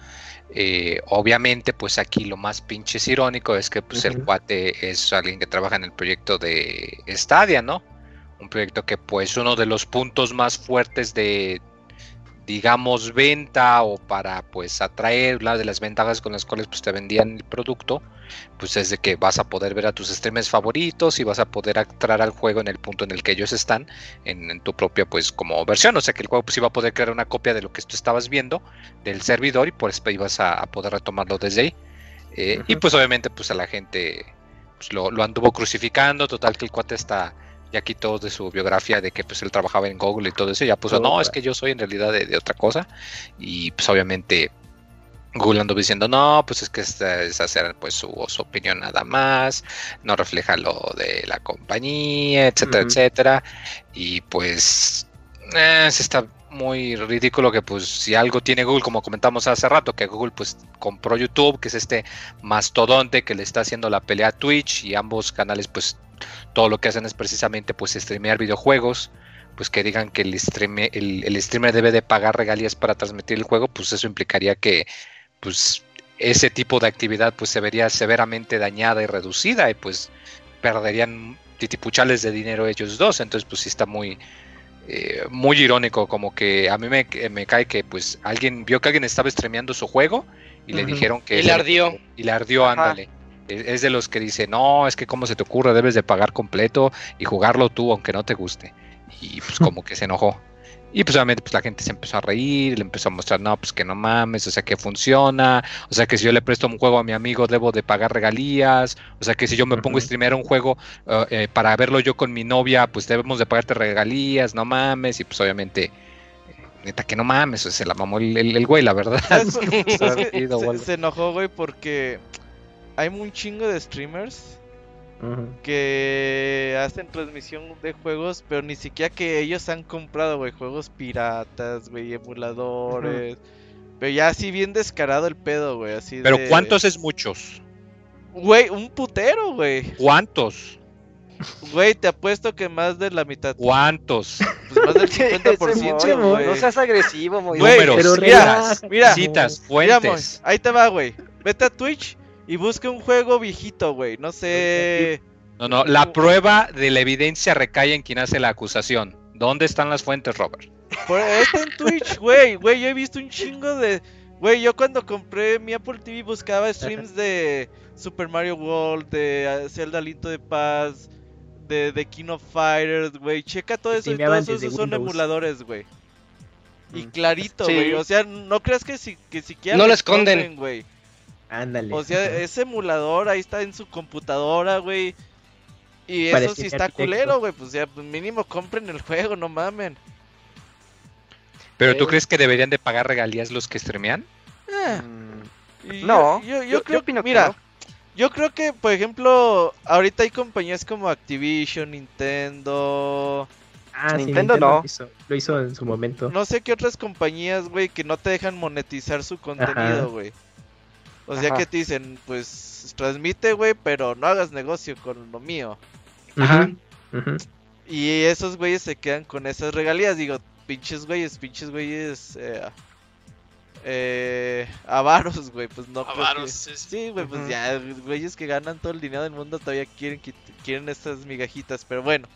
Speaker 4: Obviamente, pues aquí lo más pinches irónico es que pues el cuate es alguien que trabaja en el proyecto de Stadia, ¿no? Un proyecto que pues uno de los puntos más fuertes de, digamos, venta o para pues atraer, una de las ventajas con las cuales pues te vendían el producto, pues es de que vas a poder ver a tus streamers favoritos y vas a poder entrar al juego en el punto en el que ellos están en tu propia pues como versión, o sea que el juego pues iba a poder crear una copia de lo que tú estabas viendo del servidor y pues ibas a poder retomarlo desde ahí. Y pues obviamente pues a la gente pues, lo anduvo crucificando, total que el cuate está ya quitó de su biografía de que pues él trabajaba en Google y todo eso, ya puso, no, es que yo soy en realidad de otra cosa, y pues obviamente Google anduvo diciendo, no, pues es que esta es hacer pues su opinión nada más, no refleja lo de la compañía, etcétera, etcétera, y pues está muy ridículo que pues si algo tiene Google, como comentamos hace rato, que Google pues compró YouTube, que es este mastodonte que le está haciendo la pelea a Twitch, y ambos canales pues todo lo que hacen es precisamente pues streamear videojuegos, pues que digan que el streamer debe de pagar regalías para transmitir el juego, pues eso implicaría que pues ese tipo de actividad pues se vería severamente dañada y reducida y pues perderían titipuchales de dinero ellos dos. Entonces pues sí está muy irónico, como que a mí me cae que pues alguien vio que alguien estaba streameando su juego y le dijeron que...
Speaker 1: Y le ardió.
Speaker 4: Ándale. Es de los que dice, no, es que cómo se te ocurre, debes de pagar completo y jugarlo tú aunque no te guste. Y pues como que se enojó. Y pues obviamente pues la gente se empezó a reír, le empezó a mostrar, no, pues que no mames, o sea que funciona, o sea que si yo le presto un juego a mi amigo debo de pagar regalías, o sea que si yo me pongo a streamear un juego para verlo yo con mi novia, pues debemos de pagarte regalías, no mames, y pues obviamente... Neta que no mames, se la mamó el güey, la verdad.
Speaker 8: Se enojó, güey, porque hay un chingo de streamers que hacen transmisión de juegos, pero ni siquiera que ellos han comprado, güey, juegos piratas, güey, emuladores. Pero ya así bien descarado el pedo, güey, así
Speaker 4: Pero ¿cuántos es muchos?
Speaker 8: Güey, un putero, güey.
Speaker 4: ¿Cuántos?
Speaker 8: Güey, te apuesto que más de la mitad.
Speaker 4: ¿Cuántos?
Speaker 8: Pues más del 50%, güey.
Speaker 3: No seas agresivo, Moy.
Speaker 4: Números,
Speaker 8: pero
Speaker 4: mira, citas, fuentes.
Speaker 8: Mira, ahí te va, güey. Vete a Twitch y busca un juego viejito, güey. No sé.
Speaker 4: No, la prueba de la evidencia recae en quien hace la acusación. ¿Dónde están las fuentes, Robert?
Speaker 8: Está en Twitch, güey. Güey, yo he visto un chingo de... Güey, yo cuando compré mi Apple TV buscaba streams de Super Mario World, de Zelda Link to the Past, de King of Fighters, güey. Checa todo eso y todos esos son emuladores, güey. Y clarito, güey. O sea, no creas que siquiera...
Speaker 1: No lo esconden,
Speaker 8: güey.
Speaker 6: Ándale.
Speaker 8: O sea, ese emulador ahí está en su computadora, güey. Y eso sí está culero, güey. Pues ya, mínimo compren el juego, no mamen.
Speaker 4: ¿Pero tú crees que deberían de pagar regalías los que streamean?
Speaker 3: No,
Speaker 8: yo creo,
Speaker 3: opino que
Speaker 8: mira,
Speaker 3: no.
Speaker 8: Yo creo que, por ejemplo, ahorita hay compañías como Activision, Nintendo...
Speaker 3: Nintendo no.
Speaker 6: Lo hizo en su momento.
Speaker 8: No sé qué otras compañías, güey, que no te dejan monetizar su contenido, güey. O sea que te dicen, pues, transmite, güey, pero no hagas negocio con lo mío.
Speaker 6: Ajá.
Speaker 8: Y esos güeyes se quedan con esas regalías, digo, pinches güeyes, avaros, güey, pues no.
Speaker 5: Avaros,
Speaker 8: sí, güey, pues ya, güeyes que ganan todo el dinero del mundo todavía quieren estas migajitas, pero bueno.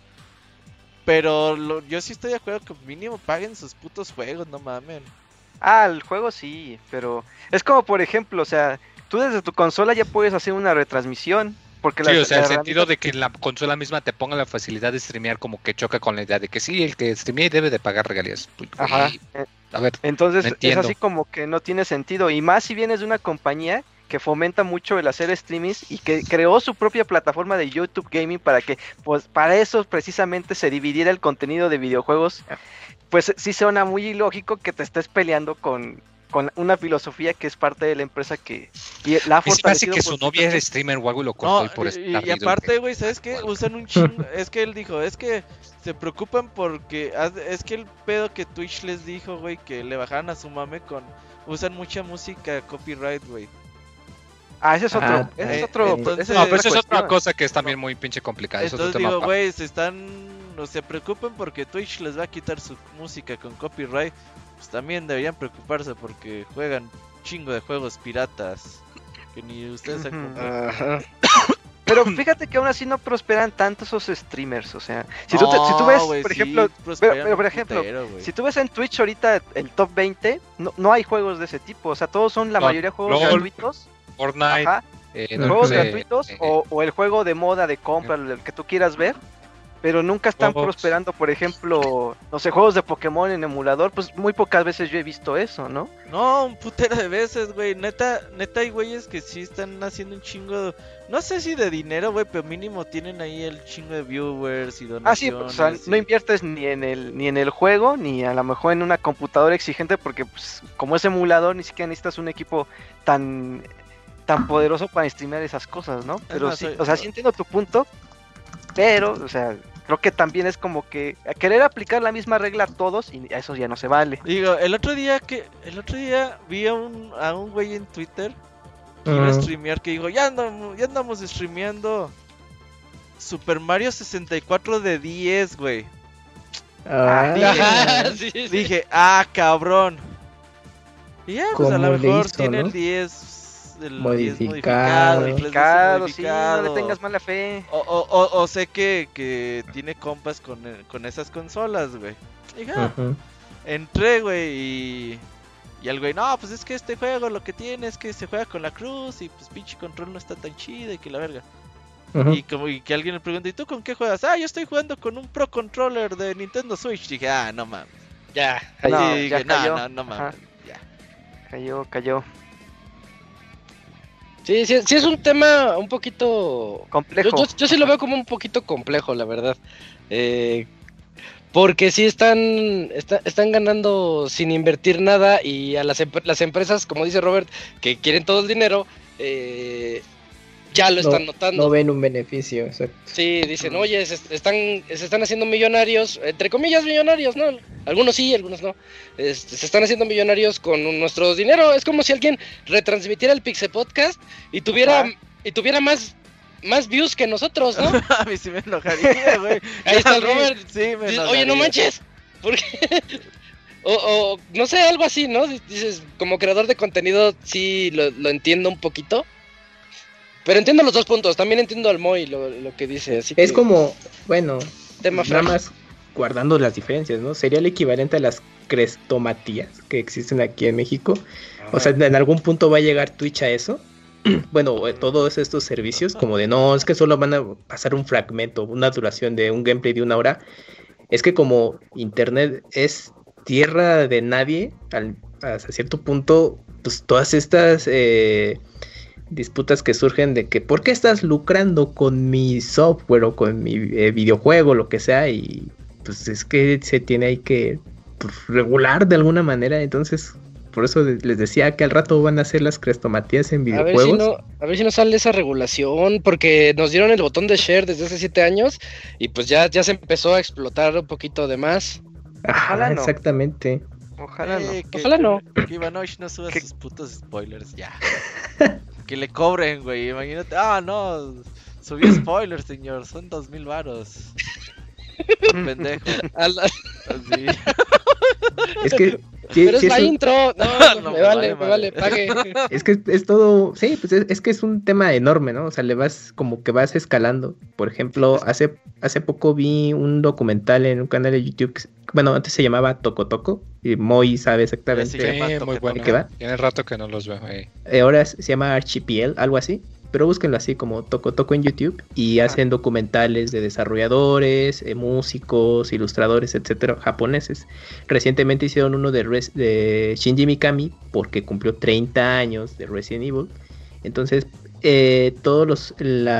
Speaker 8: Pero yo sí estoy de acuerdo que mínimo paguen sus putos juegos, no mamen.
Speaker 3: El juego sí, pero es como por ejemplo, o sea, tú desde tu consola ya puedes hacer una retransmisión. Porque
Speaker 4: sí, o sea, el sentido de que la consola misma te ponga la facilidad de streamear como que choca con la idea de que sí, el que streamea debe de pagar regalías.
Speaker 3: Ajá.
Speaker 4: A ver,
Speaker 3: entonces es así como que no tiene sentido. Y más si vienes de una compañía que fomenta mucho el hacer streamings y que creó su propia plataforma de YouTube Gaming para que, pues, para eso precisamente se dividiera el contenido de videojuegos. Pues sí suena muy ilógico que te estés peleando con una filosofía que es parte de la empresa que la ha fortalecido.
Speaker 4: Es que su novia es streamer o algo y lo cortó y por eso.
Speaker 8: Y aparte, güey, ¿sabes qué? Usan un chingo. Es que él dijo, es que se preocupan porque es que el pedo que Twitch les dijo, güey, que le bajaran a su mame usan mucha música copyright, güey.
Speaker 3: Ese es otro. Ese es otro.
Speaker 8: Entonces,
Speaker 4: pero eso es otra cosa que es también muy pinche complicada.
Speaker 8: Entonces digo, güey, no se preocupen porque Twitch les va a quitar su música con copyright. Pues también deberían preocuparse porque juegan chingo de juegos piratas que ni ustedes han comprado.
Speaker 3: Pero fíjate que aún así no prosperan tanto esos streamers, o sea, si tú ves,
Speaker 8: wey,
Speaker 3: por ejemplo, si tú ves en Twitch ahorita el top 20, no hay juegos de ese tipo, o sea, todos son la mayoría juegos gratuitos.
Speaker 4: Fortnite,
Speaker 3: juegos gratuitos o el juego de moda de compra, el que tú quieras ver. Pero nunca están prosperando, por ejemplo, no sé, juegos de Pokémon en emulador, pues muy pocas veces yo he visto eso, ¿no?
Speaker 8: No, un putero de veces, güey, neta hay güeyes que sí están haciendo un chingo, no sé si de dinero, güey, pero mínimo tienen ahí el chingo de viewers y donaciones.
Speaker 3: Sí, pues, o sea, no inviertes ni en el juego, ni a lo mejor en una computadora exigente, porque pues como es emulador, ni siquiera necesitas un equipo tan poderoso para streamear esas cosas, ¿no? Pero sí, o sea, sí entiendo tu punto, pero, o sea, creo que también es como que querer aplicar la misma regla a todos y a eso ya no se vale.
Speaker 8: Digo, el otro día vi a un güey en Twitter que iba a streamear que dijo, ya andamos streameando Super Mario 64 de 10, güey. Dije, cabrón. Y ya, pues a lo mejor tiene el 10
Speaker 3: modificado, sí, no le tengas mala fe.
Speaker 8: O sé que tiene compas con esas consolas, güey. Entré, güey, y el güey, no, pues es que este juego lo que tiene es que se juega con la cruz y pues pinche control no está tan chido y que la verga. Y que alguien le pregunta, ¿y tú con qué juegas? Yo estoy jugando con un Pro Controller de Nintendo Switch. Dije, no mames.
Speaker 1: Ya
Speaker 8: No mames. Ya.
Speaker 3: Cayó.
Speaker 1: Sí, es un tema un poquito
Speaker 3: complejo.
Speaker 1: Yo sí lo veo como un poquito complejo, la verdad. Porque sí están ganando sin invertir nada y a las empresas, como dice Robert, que quieren todo el dinero, ya lo están notando.
Speaker 6: No ven un beneficio, exacto.
Speaker 1: Sí, dicen, oye, se están haciendo millonarios, entre comillas millonarios, ¿no? Algunos sí, algunos no. Se están haciendo millonarios con nuestro dinero. Es como si alguien retransmitiera el Pixel Podcast y tuviera más views que nosotros, ¿no?
Speaker 8: A mí sí me enojaría, güey.
Speaker 1: Ahí está el Robert.
Speaker 8: Sí, me enojaría.
Speaker 1: Oye, no manches. ¿Por qué? O no sé, algo así, ¿no? Dices, como creador de contenido sí lo entiendo un poquito. Pero entiendo los dos puntos, también entiendo al Moy lo que dice. Así
Speaker 6: es
Speaker 1: que,
Speaker 6: como, bueno,
Speaker 1: tema
Speaker 6: nada más guardando las diferencias, ¿no? Sería el equivalente a las crestomatías que existen aquí en México. Ajá. O sea, en algún punto va a llegar Twitch a eso. Bueno, todos estos servicios, como de no, es que solo van a pasar un fragmento, una duración de un gameplay de 1 hora. Es que como internet es tierra de nadie, hasta cierto punto, pues todas estas disputas que surgen de que ¿por qué estás lucrando con mi software o con mi videojuego, lo que sea? Y pues es que se tiene ahí que regular de alguna manera. Entonces por eso les decía que al rato van a hacer las crestomatías en videojuegos.
Speaker 1: A ver si no sale esa regulación, porque nos dieron el botón de share desde hace 7 años y pues ya se empezó a explotar un poquito de más.
Speaker 6: Ojalá no. Exactamente.
Speaker 3: Ojalá no.
Speaker 1: Ojalá no.
Speaker 8: Que Ivanovich no suba sus putos spoilers ya. Que le cobren, güey. Imagínate. Ah, no. Subí spoilers, señor. Son 2,000 varos. Pendejo. Así.
Speaker 6: Es que
Speaker 1: pero es la intro. No, me vale, pague.
Speaker 6: Es que es todo, sí, pues es que es un tema enorme, ¿no? O sea, vas escalando. Por ejemplo, hace poco vi un documental en un canal de YouTube que, bueno, antes se llamaba Toco Toco, y Moy sabe exactamente
Speaker 4: muy bueno.
Speaker 6: ¿Qué va?
Speaker 4: Tiene rato que no los veo ahí.
Speaker 6: Ahora se llama Archipiel, algo así. Pero búsquenlo así como Toco Toco en YouTube y hacen documentales de desarrolladores, músicos, ilustradores, etcétera, japoneses. Recientemente hicieron uno de Shinji Mikami porque cumplió 30 años de Resident Evil. Entonces, todos los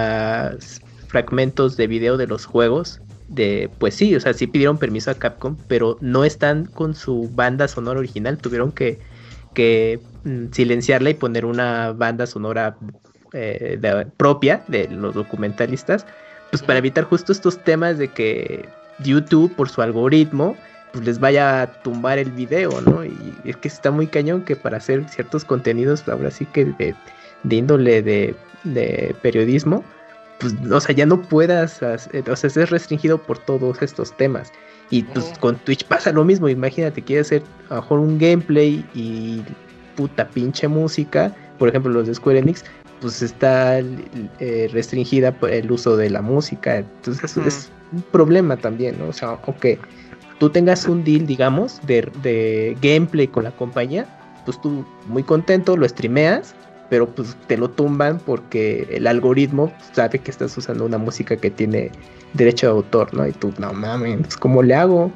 Speaker 6: fragmentos de video de los juegos, pues sí, o sea, sí pidieron permiso a Capcom, pero no están con su banda sonora original. Tuvieron que silenciarla y poner una banda sonora propia de los documentalistas, pues para evitar justo estos temas de que YouTube por su algoritmo pues les vaya a tumbar el video, ¿no? Y es que está muy cañón que para hacer ciertos contenidos ahora sí que de índole de periodismo, pues o sea ya no puedas, o sea es restringido por todos estos temas. Y pues con Twitch pasa lo mismo. Imagínate, quieres hacer a lo mejor un gameplay y puta pinche música, por ejemplo los de Square Enix, pues está restringida por el uso de la música. Entonces es un problema también, ¿no? O sea, aunque tú tengas un deal, digamos, de gameplay con la compañía, pues tú muy contento lo streameas, pero pues te lo tumban porque el algoritmo sabe que estás usando una música que tiene derecho de autor, ¿no? Y tú, no mames, pues ¿cómo le hago?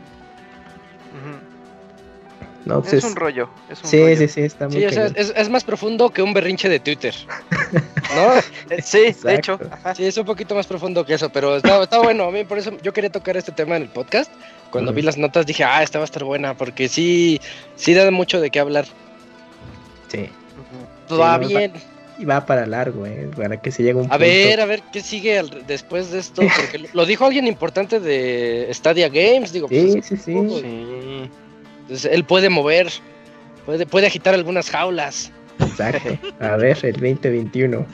Speaker 6: No, pues
Speaker 3: es un rollo.
Speaker 6: Sí, está muy
Speaker 1: sí, o sea, es más profundo que un berrinche de Twitter, ¿no?
Speaker 3: Sí, exacto. De hecho.
Speaker 1: Ajá. Sí, es un poquito más profundo que eso, pero está bueno. A mí por eso yo quería tocar este tema en el podcast. Cuando vi las notas dije, esta va a estar buena, porque sí da mucho de qué hablar.
Speaker 6: Sí.
Speaker 1: Va bien.
Speaker 6: Y va para largo, para que se llegue a un punto.
Speaker 1: A ver, ¿qué sigue después de esto? Porque lo dijo alguien importante de Stadia Games, digo.
Speaker 6: Sí,
Speaker 1: pues,
Speaker 6: sí.
Speaker 1: Entonces él puede mover, puede agitar algunas jaulas.
Speaker 6: Exacto. A ver, el 2021.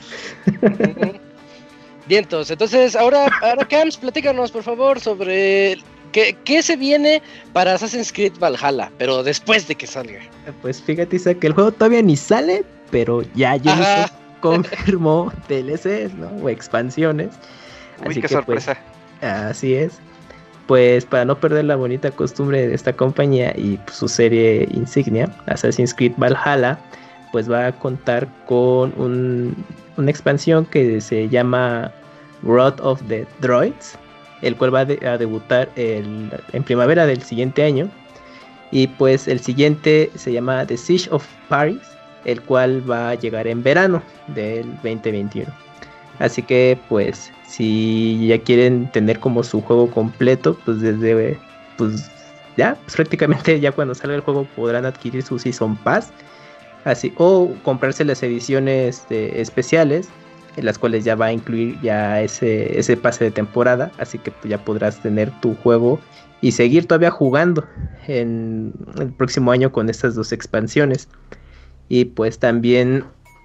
Speaker 1: Vientos. Entonces, ahora Camps, platícanos, por favor, sobre qué se viene para Assassin's Creed Valhalla, pero después de que salga.
Speaker 6: Pues fíjate, Isaac, que el juego todavía ni sale, pero ya Ubisoft confirmó DLCs, ¿no? O expansiones.
Speaker 3: Uy, qué sorpresa.
Speaker 6: Pues, así es. Pues para no perder la bonita costumbre de esta compañía y pues, su serie insignia, Assassin's Creed Valhalla, pues va a contar con una expansión que se llama Wrath of the Droids, el cual va a debutar en primavera del siguiente año. Y pues el siguiente se llama The Siege of Paris, el cual va a llegar en verano del 2021. Así que pues si ya quieren tener como su juego completo, pues prácticamente ya cuando salga el juego podrán adquirir su Season Pass, así, o comprarse las ediciones especiales, en las cuales ya va a incluir ya ese pase de temporada, así que pues, ya podrás tener tu juego y seguir todavía jugando en el próximo año con estas 2 expansiones. Y pues también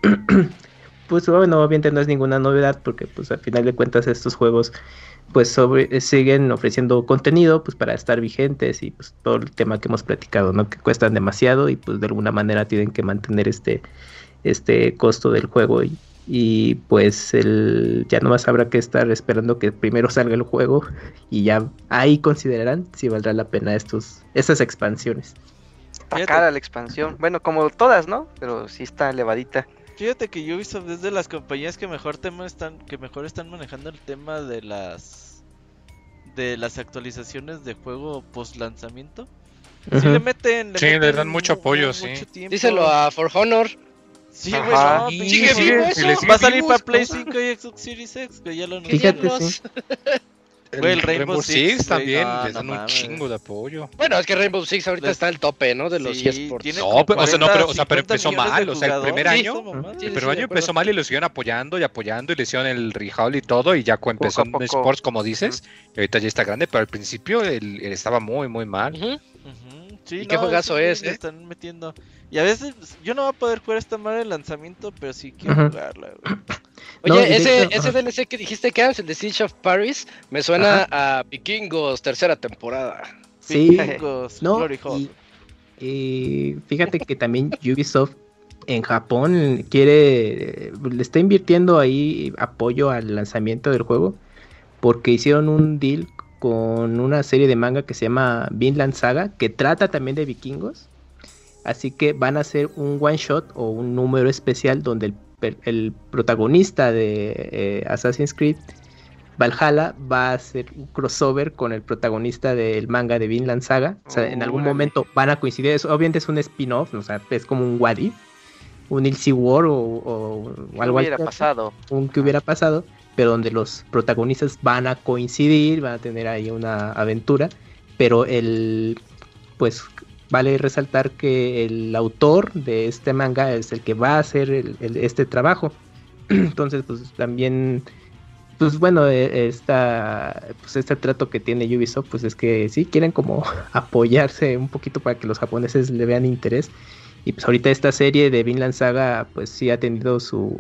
Speaker 6: pues bueno, obviamente no es ninguna novedad porque pues al final de cuentas estos juegos pues siguen ofreciendo contenido pues para estar vigentes y pues todo el tema que hemos platicado, ¿no? Que cuestan demasiado y pues de alguna manera tienen que mantener este costo del juego y pues ya nomás habrá que estar esperando que primero salga el juego y ya ahí considerarán si valdrá la pena estas expansiones.
Speaker 3: Está cara la expansión, bueno, como todas, ¿no? Pero sí está elevadita.
Speaker 8: Fíjate que Ubisoft es de las compañías que mejor están manejando el tema de las actualizaciones de juego post lanzamiento. Sí le meten,
Speaker 4: le dan mucho apoyo, sí.
Speaker 1: Díselo a For Honor.
Speaker 8: Sí, güey, no,
Speaker 1: sigue vivo eso.
Speaker 8: Va a salir para Play 5 y Xbox Series X, que ya lo anunciaron.
Speaker 6: Fíjate, sí.
Speaker 8: Güey, el Rainbow Six
Speaker 4: también les dan un chingo de apoyo.
Speaker 1: Bueno, es que Rainbow Six ahorita está al tope, ¿no? De los eSports.
Speaker 4: No, pero empezó mal, o sea, el primer año empezó mal y lo siguieron apoyando y le hicieron el rehaul y todo y ya empezó en eSports, como dices, y ahorita ya está grande, pero al principio él estaba muy, muy mal.
Speaker 8: Sí,
Speaker 1: ¿y qué juegazo es?
Speaker 8: Están metiendo. Y a veces yo no voy a poder jugar esta madre de lanzamiento, pero sí quiero jugarla, güey.
Speaker 1: Oye, ese DLC que dijiste que es el de Siege of Paris, me suena a Vikingos, 3ª temporada.
Speaker 6: Sí,
Speaker 8: Vikingos, Glory Hall.
Speaker 6: Y fíjate que también Ubisoft en Japón le está invirtiendo ahí apoyo al lanzamiento del juego, porque hicieron un deal con una serie de manga que se llama Vinland Saga, que trata también de vikingos. Así que van a hacer un one shot o un número especial donde el protagonista de Assassin's Creed Valhalla va a hacer un crossover con el protagonista del manga de Vinland Saga. O sea, en algún momento van a coincidir. Obviamente es un spin-off, o sea, es como un what if, un Ilse War o algo
Speaker 3: hubiera pasado.
Speaker 6: Un que hubiera pasado, pero donde los protagonistas van a coincidir, van a tener ahí una aventura, pero pues vale resaltar que el autor de este manga es el que va a hacer este trabajo. Entonces, pues también, pues bueno, este trato que tiene Ubisoft, pues es que sí quieren como apoyarse un poquito para que los japoneses le vean interés. Y pues ahorita esta serie de Vinland Saga, pues sí ha tenido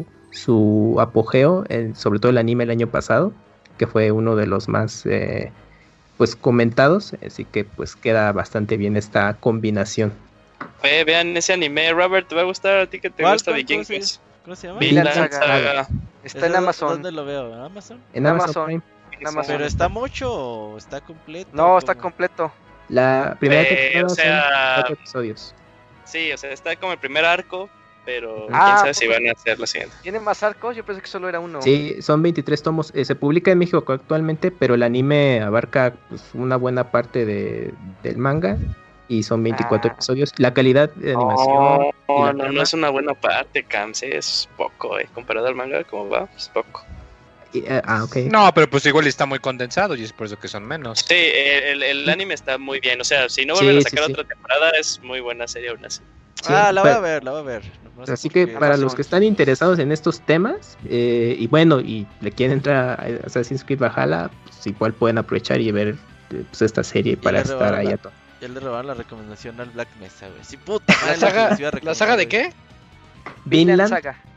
Speaker 6: su apogeo, sobre todo el anime el año pasado, que fue uno de los más pues comentados, así que pues queda bastante bien esta combinación.
Speaker 7: Vean ese anime, Robert, te va a gustar a ti que te gusta Vikings.
Speaker 8: ¿Cómo se llama?
Speaker 7: Vinland Saga.
Speaker 3: Está en Amazon.
Speaker 8: ¿Dónde lo veo? ¿En Amazon?
Speaker 6: En Amazon Prime.
Speaker 8: ¿Pero está mucho o está completo?
Speaker 3: No, está completo.
Speaker 6: La primera temporada
Speaker 7: son
Speaker 6: 4 episodios.
Speaker 7: Sí, o sea, está como el primer arco, pero quién sabe si van a hacer la siguiente.
Speaker 3: ¿Tiene más arcos? Yo pensé que solo era uno.
Speaker 6: Sí, son 23 tomos. Se publica en México actualmente, pero el anime abarca pues, una buena parte del manga y son 24 episodios. La calidad de animación...
Speaker 7: No es una buena parte, Kamse, es poco, comparado al manga, ¿cómo va? Es poco.
Speaker 6: Okay.
Speaker 4: No, pero pues igual está muy condensado y es por eso que son menos.
Speaker 7: Sí, el anime está muy bien, o sea, si no vuelven a sacar otra temporada es muy buena serie aún así.
Speaker 8: Sí, la voy a ver. No
Speaker 6: así que para los que están interesados en estos temas y bueno, y le quieren entrar a Assassin's Creed Valhalla, pues igual pueden aprovechar y ver pues, esta serie para estar ahí a todo.
Speaker 8: Ya le robaron la recomendación al Black Mesa, güey. Sí, puta.
Speaker 1: ¿La saga de qué?
Speaker 6: Vinland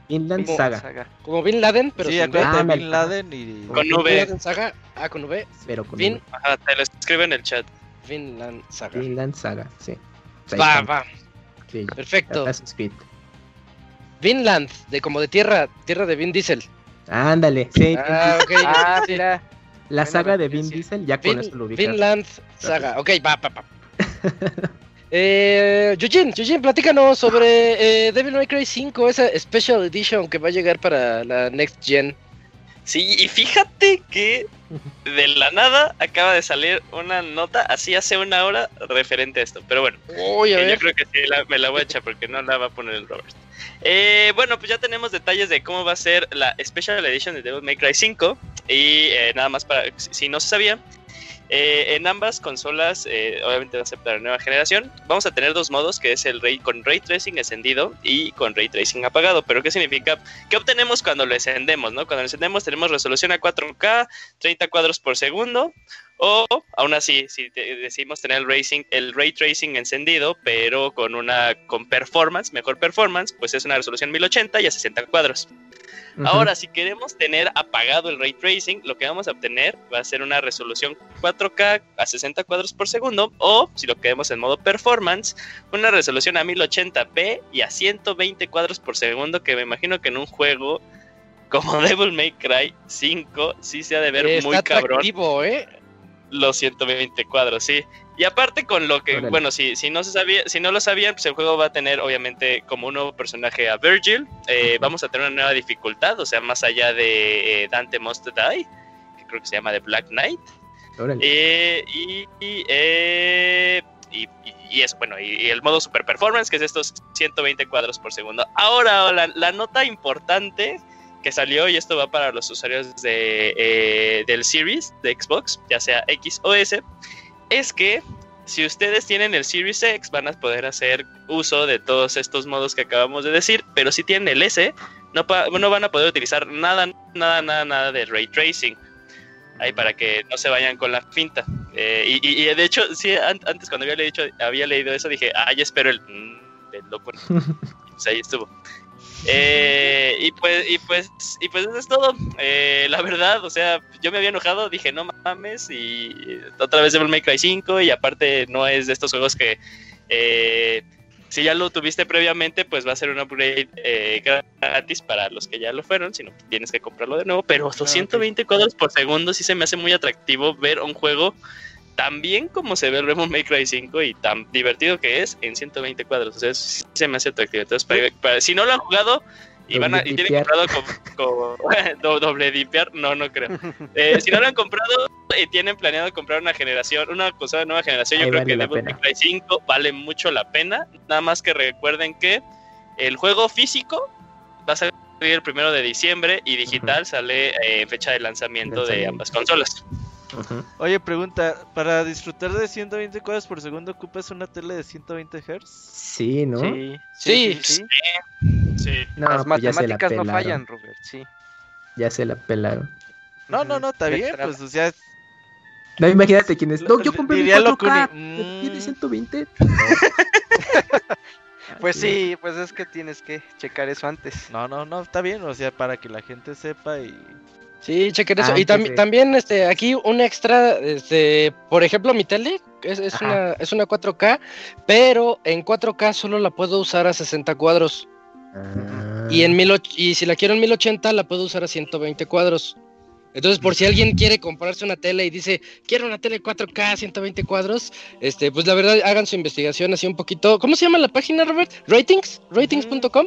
Speaker 6: Saga.
Speaker 1: Como Bin Laden, pero
Speaker 8: sí, acuérdate, Bin Laden y...
Speaker 7: Con V.
Speaker 1: Saga, con V.
Speaker 6: Pero con
Speaker 1: V.
Speaker 7: Ajá, te lo escribo en el chat.
Speaker 1: Vinland Saga,
Speaker 6: sí.
Speaker 1: Va.
Speaker 6: Sí,
Speaker 1: perfecto.
Speaker 6: Creed.
Speaker 1: Vinland, como de tierra de Vin Diesel.
Speaker 6: Ándale, sí.
Speaker 1: Okay.
Speaker 3: Mira.
Speaker 6: La saga de Vin Diesel, ya con eso lo ubicas.
Speaker 1: Vinland Saga, ok, va. Eugene, platícanos sobre Devil May Cry 5, esa Special Edition que va a llegar para la Next Gen.
Speaker 7: Sí, y fíjate que de la nada acaba de salir una nota, así hace una hora, referente a esto. Pero bueno, yo creo que sí me la voy a echar porque no la va a poner el Robert. Bueno, pues ya tenemos detalles de cómo va a ser la Special Edition de Devil May Cry 5. Y nada más para, si no se sabía, En ambas consolas, obviamente va a aceptar la nueva generación. Vamos a tener 2 modos, que es el con Ray Tracing encendido y con Ray Tracing apagado. ¿Pero qué significa? ¿Qué obtenemos cuando lo encendemos, no? Cuando lo encendemos tenemos resolución a 4K, 30 cuadros por segundo. O, aún así, si decidimos tener el Ray Tracing encendido, pero con performance, mejor performance, pues es una resolución 1080 y a 60 cuadros. Ahora, si queremos tener apagado el Ray Tracing, lo que vamos a obtener va a ser una resolución 4K a 60 cuadros por segundo, o, si lo queremos en modo performance, una resolución a 1080p y a 120 cuadros por segundo, que me imagino que en un juego como Devil May Cry 5 sí se ha de ver muy cabrón. Los 120 cuadros, sí. Y aparte con lo que, bueno, si no lo sabían, pues el juego va a tener obviamente como un nuevo personaje a Virgil. Vamos a tener una nueva dificultad, o sea, más allá de Dante Must Die, que creo que se llama The Black Knight. Y eso, bueno, y el modo Super Performance, que es estos 120 cuadros por segundo. Ahora, la nota importante que salió, y esto va para los usuarios del Series de Xbox, ya sea X o S, es que si ustedes tienen el Series X van a poder hacer uso de todos estos modos que acabamos de decir, pero si tienen el S no van a poder utilizar nada de Ray Tracing, ahí para que no se vayan con la finta. Y de hecho, sí, antes cuando había leído eso dije, ya espero el loco. Pues ahí estuvo. Y pues eso es todo. La verdad, o sea, yo me había enojado, dije no mames, y otra vez Devil May Cry 5, y aparte no es de estos juegos que si ya lo tuviste previamente, pues va a ser un upgrade gratis para los que ya lo fueron, sino que tienes que comprarlo de nuevo. Pero 120 cuadros por segundo sí se me hace muy atractivo ver un juego tan bien como se ve el Devil May Cry 5 y tan divertido que es en 120 cuadros. O sea, sí se me hace atractivo. Entonces, para si no lo han jugado y tienen comprado como doble dipear, no creo. Si no lo han comprado y tienen planeado comprar una consola de nueva generación, yo creo que Devil May Cry 5 vale mucho la pena. Nada más que recuerden que el juego físico va a salir el 1 de diciembre y digital sale en fecha de lanzamiento de ambas consolas.
Speaker 8: Oye, pregunta, ¿para disfrutar de 120 cuadros por segundo ocupas una tele de 120 Hz?
Speaker 6: Sí, ¿no?
Speaker 3: Sí.
Speaker 6: No,
Speaker 3: las
Speaker 6: pues
Speaker 3: matemáticas no fallan, Robert, sí.
Speaker 6: Ya se la pelaron.
Speaker 8: No, está bien, pues, o sea...
Speaker 6: No, imagínate quién es. No, yo compré mi 4K. ¿Tiene 120?
Speaker 3: Pues sí, pues es que tienes que checar eso antes.
Speaker 8: No, está bien, o sea, para que la gente sepa y...
Speaker 1: Sí, chequen eso. Y también aquí un extra, por ejemplo, mi tele es una 4K, pero en 4K solo la puedo usar a 60 cuadros. Y si la quiero en 1080 la puedo usar a 120 cuadros. Entonces, por si alguien quiere comprarse una tele y dice, quiero una tele 4K, 120 cuadros, pues la verdad, hagan su investigación así un poquito. ¿Cómo se llama la página, Robert? ¿Ratings.com?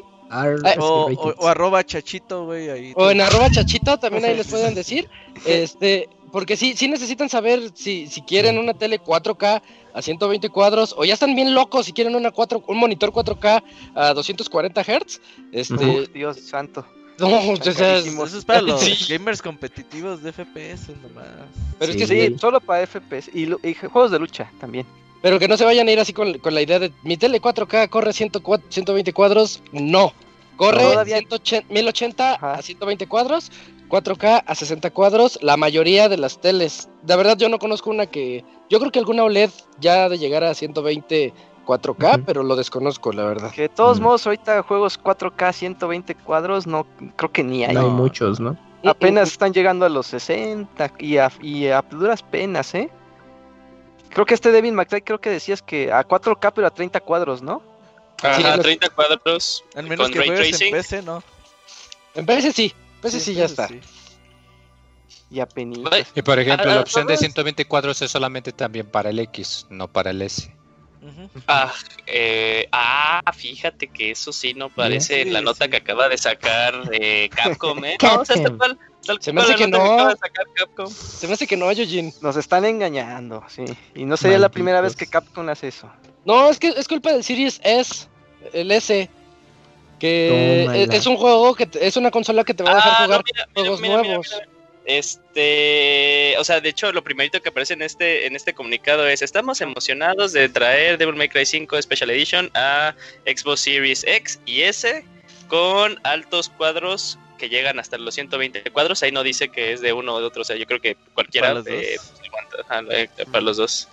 Speaker 8: O @chachito, güey, ahí.
Speaker 1: O en @chachito, también ahí les pueden decir. Porque sí necesitan saber si quieren una tele 4K a 120 cuadros, o ya están bien locos si quieren un monitor 4K a 240 Hz.
Speaker 3: Dios santo.
Speaker 1: No,
Speaker 8: eso es para los gamers competitivos de FPS nomás.
Speaker 3: Pero es que sí, solo para FPS y juegos de lucha también.
Speaker 1: Pero que no se vayan a ir así con la idea de mi tele 4K corre 120 cuadros. No, corre 1080 a 120 cuadros, 4K a 60 cuadros, la mayoría de las teles. De verdad yo no conozco una que... Yo creo que alguna OLED ya ha de llegar a 120 4K, pero lo desconozco, la verdad.
Speaker 3: Que de todos modos, ahorita juegos 4K 120 cuadros, no creo que ni hay.
Speaker 6: No hay muchos, ¿no?
Speaker 3: Apenas están llegando a los 60 y a duras penas, ¿eh? Creo que Devil May Cry, creo que decías que a 4K, pero a 30 cuadros, ¿no?
Speaker 7: Sí, a 30 cuadros.
Speaker 8: Al menos con que Ray Tracing. En PC, ¿no?
Speaker 1: En PC sí. PC ya está.
Speaker 3: Sí. Y apenas.
Speaker 4: Y por ejemplo, la opción de 120 cuadros es solamente también para el X, no para el S.
Speaker 7: Fíjate que eso sí no parece la nota que acaba de sacar Capcom, ¿eh? No, o sea,
Speaker 1: se me hace que no. Se me hace que no, Yojin.
Speaker 3: Nos están engañando, sí. Y no sería la primera vez que Capcom hace eso.
Speaker 1: No, es que es culpa del Series S, el S. Que es un juego que es una consola que te va a dejar jugar juegos nuevos.
Speaker 7: O sea, de hecho, lo primerito que aparece en este comunicado es: estamos emocionados de traer Devil May Cry 5 Special Edition a Xbox Series X y S con altos cuadros que llegan hasta los 120 cuadros. Ahí no dice que es de uno o de otro, o sea, yo creo que cualquiera para los dos.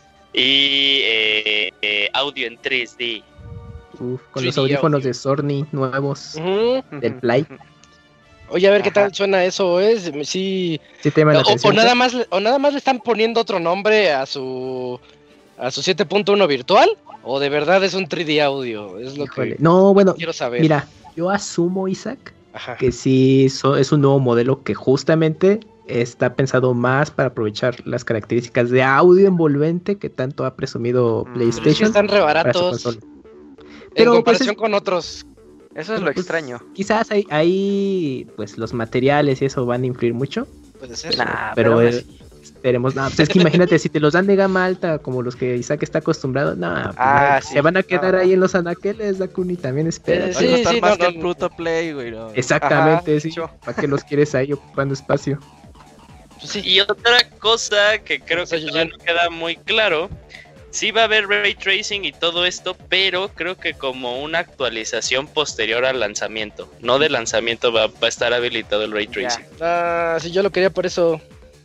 Speaker 7: Y audio en 3D.
Speaker 6: Con los audífonos de Sony nuevos del Play.
Speaker 1: Oye, a ver qué tal suena eso, sí te llama la atención. O nada más le están poniendo otro nombre a su 7.1 virtual, o de verdad es un 3D audio, es lo que quiero saber.
Speaker 6: Mira, yo asumo, Isaac, que sí es un nuevo modelo que justamente está pensado más para aprovechar las características de audio envolvente que tanto ha presumido PlayStation.
Speaker 1: Sí, están re baratos en comparación con otros.
Speaker 3: Eso es lo extraño.
Speaker 6: Quizás ahí pues los materiales y eso van a influir mucho.
Speaker 1: Puede ser.
Speaker 6: Pero esperemos. Pues es que imagínate, si te los dan de gama alta como los que Isaac está acostumbrado, se van a quedar ahí en los anaqueles, Dakuni, también espera.
Speaker 8: Va a costar más que el Pluto Play, güey. No.
Speaker 6: Exactamente, sí. ¿Para qué los quieres ahí ocupando espacio?
Speaker 7: Sí. Y otra cosa que creo que todavía no queda muy claro. Sí va a haber Ray Tracing y todo esto, pero creo que como una actualización posterior al lanzamiento. No de lanzamiento va a estar habilitado el Ray Tracing.
Speaker 1: Sí, yo lo quería por eso.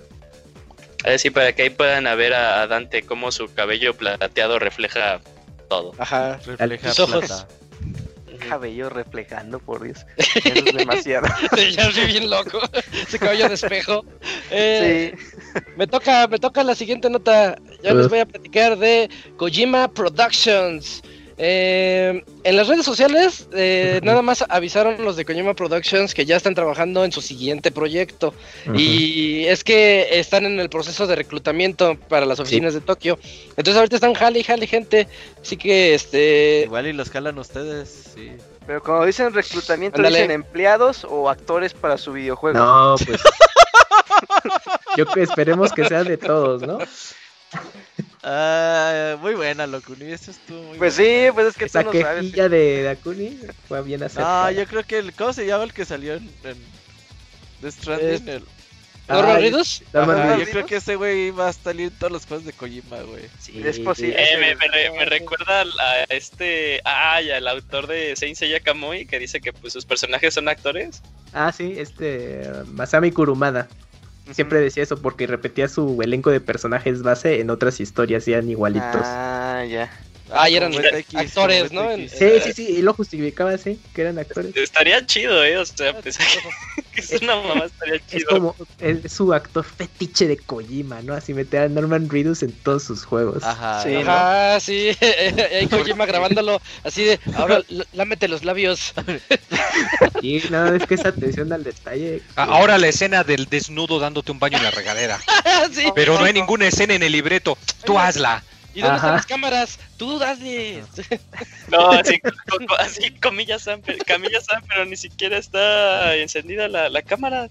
Speaker 7: Sí, para que ahí puedan ver a Dante cómo su cabello plateado refleja todo.
Speaker 1: Ajá,
Speaker 8: refleja
Speaker 1: tus ojos.
Speaker 3: Cabello reflejando, por Dios. Eso es demasiado.
Speaker 1: Ya soy bien loco. Ese cabello de espejo. Sí. Me toca la siguiente nota. Ya les voy a platicar de Kojima Productions. En las redes sociales nada más avisaron los de Kojima Productions que ya están trabajando en su siguiente proyecto. Y es que están en el proceso de reclutamiento para las oficinas de Tokio. Entonces ahorita están jale gente. Así que
Speaker 8: igual y los jalan ustedes, sí.
Speaker 3: Pero como dicen reclutamiento, ¿dicen empleados o actores para su videojuego?
Speaker 6: No, pues yo que esperemos que sea de todos, ¿no?
Speaker 8: Muy buena, Locuni, eso estuvo muy
Speaker 3: pues
Speaker 8: buena.
Speaker 3: Sí, pues es que
Speaker 6: esa
Speaker 3: tú no sabes.
Speaker 6: quejilla de Dakuni fue bien acertada.
Speaker 8: Yo creo que ¿cómo se llama el que salió en Death Stranding?
Speaker 1: ¿Norman Reedus?
Speaker 8: Yo creo que ese güey va a salir en todos los juegos de Kojima, güey.
Speaker 3: Sí, es posible.
Speaker 7: Me recuerda a al autor de Saint Seiya Kamui, que dice que pues sus personajes son actores.
Speaker 6: Sí, Masami Kurumada. Siempre decía eso porque repetía su elenco de personajes base en otras historias, eran igualitos.
Speaker 3: Ya.
Speaker 1: Y eran actores, ¿no?
Speaker 6: Sí, y lo justificaba así, que eran actores.
Speaker 7: Estaría chido, o sea, pues, es una mamá, estaría chido.
Speaker 6: Es como es su actor fetiche de Kojima, ¿no? Así meter a Norman Reedus en todos sus juegos.
Speaker 1: Ajá, sí, hay Kojima grabándolo así de, ahora lámete los labios.
Speaker 6: Sí, no, es que esa atención al detalle.
Speaker 4: Ahora la escena del desnudo dándote un baño en la regadera.
Speaker 1: Sí.
Speaker 4: Pero no hay ninguna escena en el libreto, tú hazla.
Speaker 1: ¿Y dónde están las cámaras? Tú dale.
Speaker 7: No, así Camilla San, pero ni siquiera está encendida la cámara.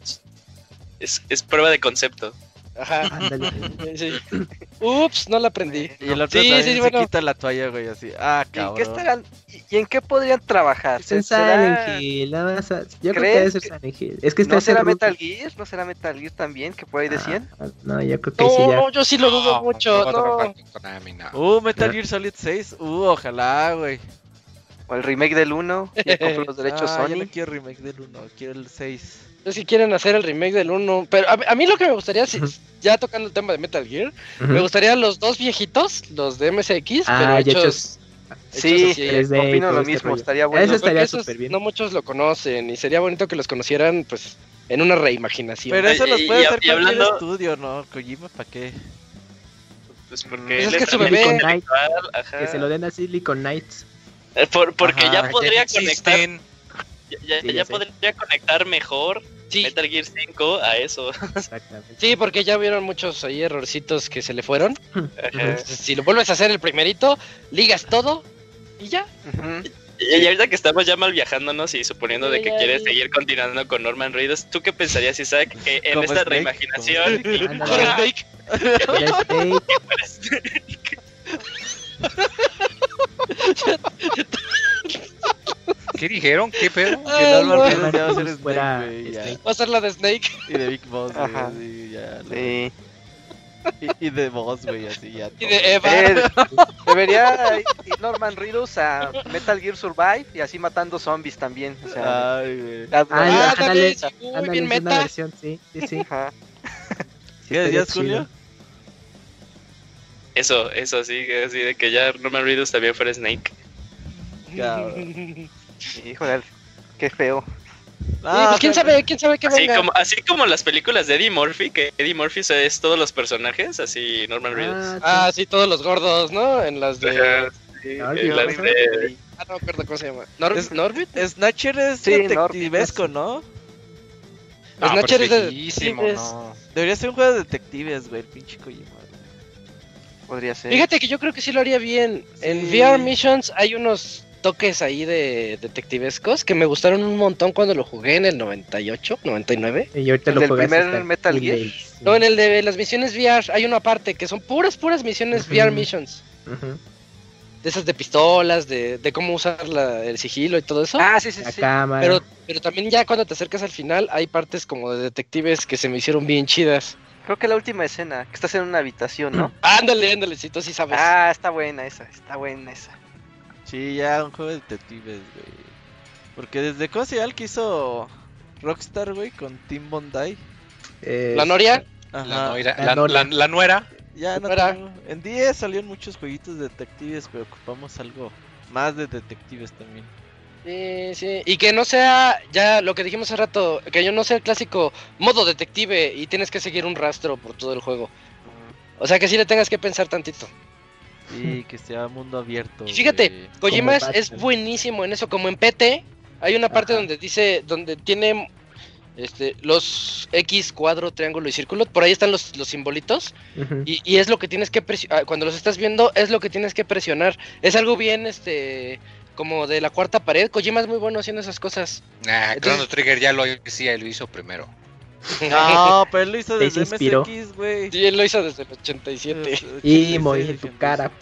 Speaker 7: Es prueba de concepto.
Speaker 1: Ajá. Sí. Ups, no la aprendí.
Speaker 8: Y el otro se quita la toalla, güey, así. Cabrón.
Speaker 3: ¿Y en qué podrían trabajar?
Speaker 6: Es Silent Hill, yo creo que debe ser Silent Hill. Es que
Speaker 3: ¿No será Metal Gear? ¿No será Metal Gear también, que por ahí decían?
Speaker 6: No, yo creo que sí ya.
Speaker 1: No, yo sí lo dudo mucho,
Speaker 8: Metal Gear Solid 6, ojalá, güey.
Speaker 3: O el remake del 1, ya compró los derechos Sony.
Speaker 8: Yo no quiero remake del 1, quiero el 6.
Speaker 1: Es que quieren hacer el remake del 1, pero a mí lo que me gustaría, ya tocando el tema de Metal Gear, me gustaría los dos viejitos, los de MSX, pero hechos
Speaker 3: sí, opino lo mismo, estaría bueno.
Speaker 6: Eso estaría súper bien.
Speaker 1: No muchos lo conocen y sería bonito que los conocieran pues en una reimaginación.
Speaker 8: Pero eso los puede hacer cualquier estudio, ¿no? Kojima, ¿para qué?
Speaker 7: Pues porque
Speaker 1: es que su bebé
Speaker 6: que se lo den a Silicon Knights.
Speaker 7: Porque ya podría conectar. Ya podría conectar mejor Metal Gear 5 a eso.
Speaker 6: Exactamente.
Speaker 1: Sí, porque ya vieron muchos ahí errorcitos que se le fueron. Entonces, si lo vuelves a hacer el primerito, ligas todo y ya.
Speaker 7: Y ahorita que estamos ya mal viajándonos y suponiendo de que quieres seguir continuando con Norman Reedus, ¿tú qué pensarías, Isaac, que en esta reimaginación
Speaker 4: ¿Qué dijeron? ¿Qué pedo?
Speaker 8: Que Norman Reedus ya va a ser
Speaker 6: Fuera
Speaker 8: Snake, güey. Ya.
Speaker 1: Va a ser la de Snake.
Speaker 8: Y de Big Boss, güey.
Speaker 3: Ajá.
Speaker 8: Así, ya,
Speaker 3: Sí.
Speaker 8: y de Boss, güey, así ya.
Speaker 1: Y
Speaker 8: todo.
Speaker 1: de Eva.
Speaker 3: Debería ir Norman Reedus a Metal Gear Survive y así matando zombies también. O sea,
Speaker 8: Ay, güey.
Speaker 1: Ah,
Speaker 6: ándale,
Speaker 1: sí, muy
Speaker 6: ándale,
Speaker 1: bien
Speaker 6: es una
Speaker 1: meta.
Speaker 6: versión, sí.
Speaker 3: ajá.
Speaker 8: ¿Qué decías,
Speaker 6: estaría
Speaker 8: Julio?
Speaker 7: Eso, así de que ya Norman Reedus también fuera Snake.
Speaker 8: Cabrón.
Speaker 3: Híjole, qué feo.
Speaker 8: Ah,
Speaker 1: ¿Quién sabe qué venga?
Speaker 7: Así como las películas de Eddie Murphy, que Eddie Murphy es todos los personajes, así Norman Reedus.
Speaker 1: Sí, todos los gordos, ¿no? En las de...
Speaker 7: Ajá,
Speaker 6: No,
Speaker 7: en las de-
Speaker 1: no me acuerdo cómo se llama. ¿Norbit?
Speaker 8: Snatcher es
Speaker 3: Sí,
Speaker 8: detectivesco, ¿no?
Speaker 4: No,
Speaker 1: Snatcher
Speaker 4: pero
Speaker 1: es de
Speaker 4: viejísimo,
Speaker 1: detectives.
Speaker 4: no.
Speaker 8: Debería ser un juego de detectives, güey, el pinche Kojima. Güey.
Speaker 3: Podría ser.
Speaker 1: Fíjate que yo creo que sí lo haría bien. En
Speaker 8: Sí.
Speaker 1: VR Missions hay unos toques ahí de detectivescos que me gustaron un montón cuando lo jugué en el 98, 99.
Speaker 6: Y ahorita
Speaker 3: ¿El
Speaker 6: lo
Speaker 3: del
Speaker 6: juegas
Speaker 3: primer
Speaker 6: hasta
Speaker 3: Metal
Speaker 6: Full
Speaker 3: Gear?
Speaker 6: Day, sí.
Speaker 1: No, en el de las misiones VR hay una parte que son puras misiones
Speaker 6: Ujú.
Speaker 1: VR Missions.
Speaker 6: Ujú.
Speaker 1: De esas de pistolas, de cómo usar el sigilo y todo eso.
Speaker 3: Ah, sí, sí,
Speaker 6: La
Speaker 3: sí.
Speaker 6: cámara.
Speaker 1: Pero también ya cuando te acercas al final hay partes como de detectives que se me hicieron bien chidas.
Speaker 3: Creo que la última escena, que estás en una habitación, ¿no?
Speaker 1: Ándale, si tú sí sabes.
Speaker 3: Ah, está buena esa, está buena esa.
Speaker 8: Sí, ya un juego de detectives, güey. Porque desde ¿cómo se llama el que hizo Rockstar, güey? Con Tim Bondi.
Speaker 1: La Noria.
Speaker 8: Ajá.
Speaker 4: La nuera.
Speaker 8: Ya no
Speaker 1: Fuera.
Speaker 8: tengo- En 10 salieron muchos jueguitos de detectives, pero ocupamos algo más de detectives también.
Speaker 1: Sí. Y que no sea, ya lo que dijimos hace rato, que yo no sea el clásico modo detective y tienes que seguir un rastro por todo el juego. O sea que sí le tengas que pensar tantito.
Speaker 8: Sí, que sea mundo abierto.
Speaker 1: Y fíjate,
Speaker 8: güey.
Speaker 1: Kojima
Speaker 6: Como
Speaker 1: es
Speaker 6: Batman.
Speaker 1: buenísimo en eso, como en PT, hay una parte
Speaker 6: Ajá.
Speaker 1: donde dice, donde tiene los X, cuadro, triángulo y círculo, por ahí están los simbolitos,
Speaker 6: Ujú.
Speaker 1: y es lo que tienes que presionar, cuando los estás viendo, es lo que tienes que presionar. Es algo bien, como de la cuarta pared. Kojima es muy bueno haciendo esas cosas.
Speaker 4: Nah,
Speaker 1: Entonces-
Speaker 4: Chrono Trigger ya lo decía, lo hizo primero.
Speaker 8: No, pero él lo hizo
Speaker 6: Te
Speaker 8: desde
Speaker 6: inspiró.
Speaker 8: MSX, güey.
Speaker 1: Sí, él lo hizo desde el 87.
Speaker 6: Y Moy en tu cara.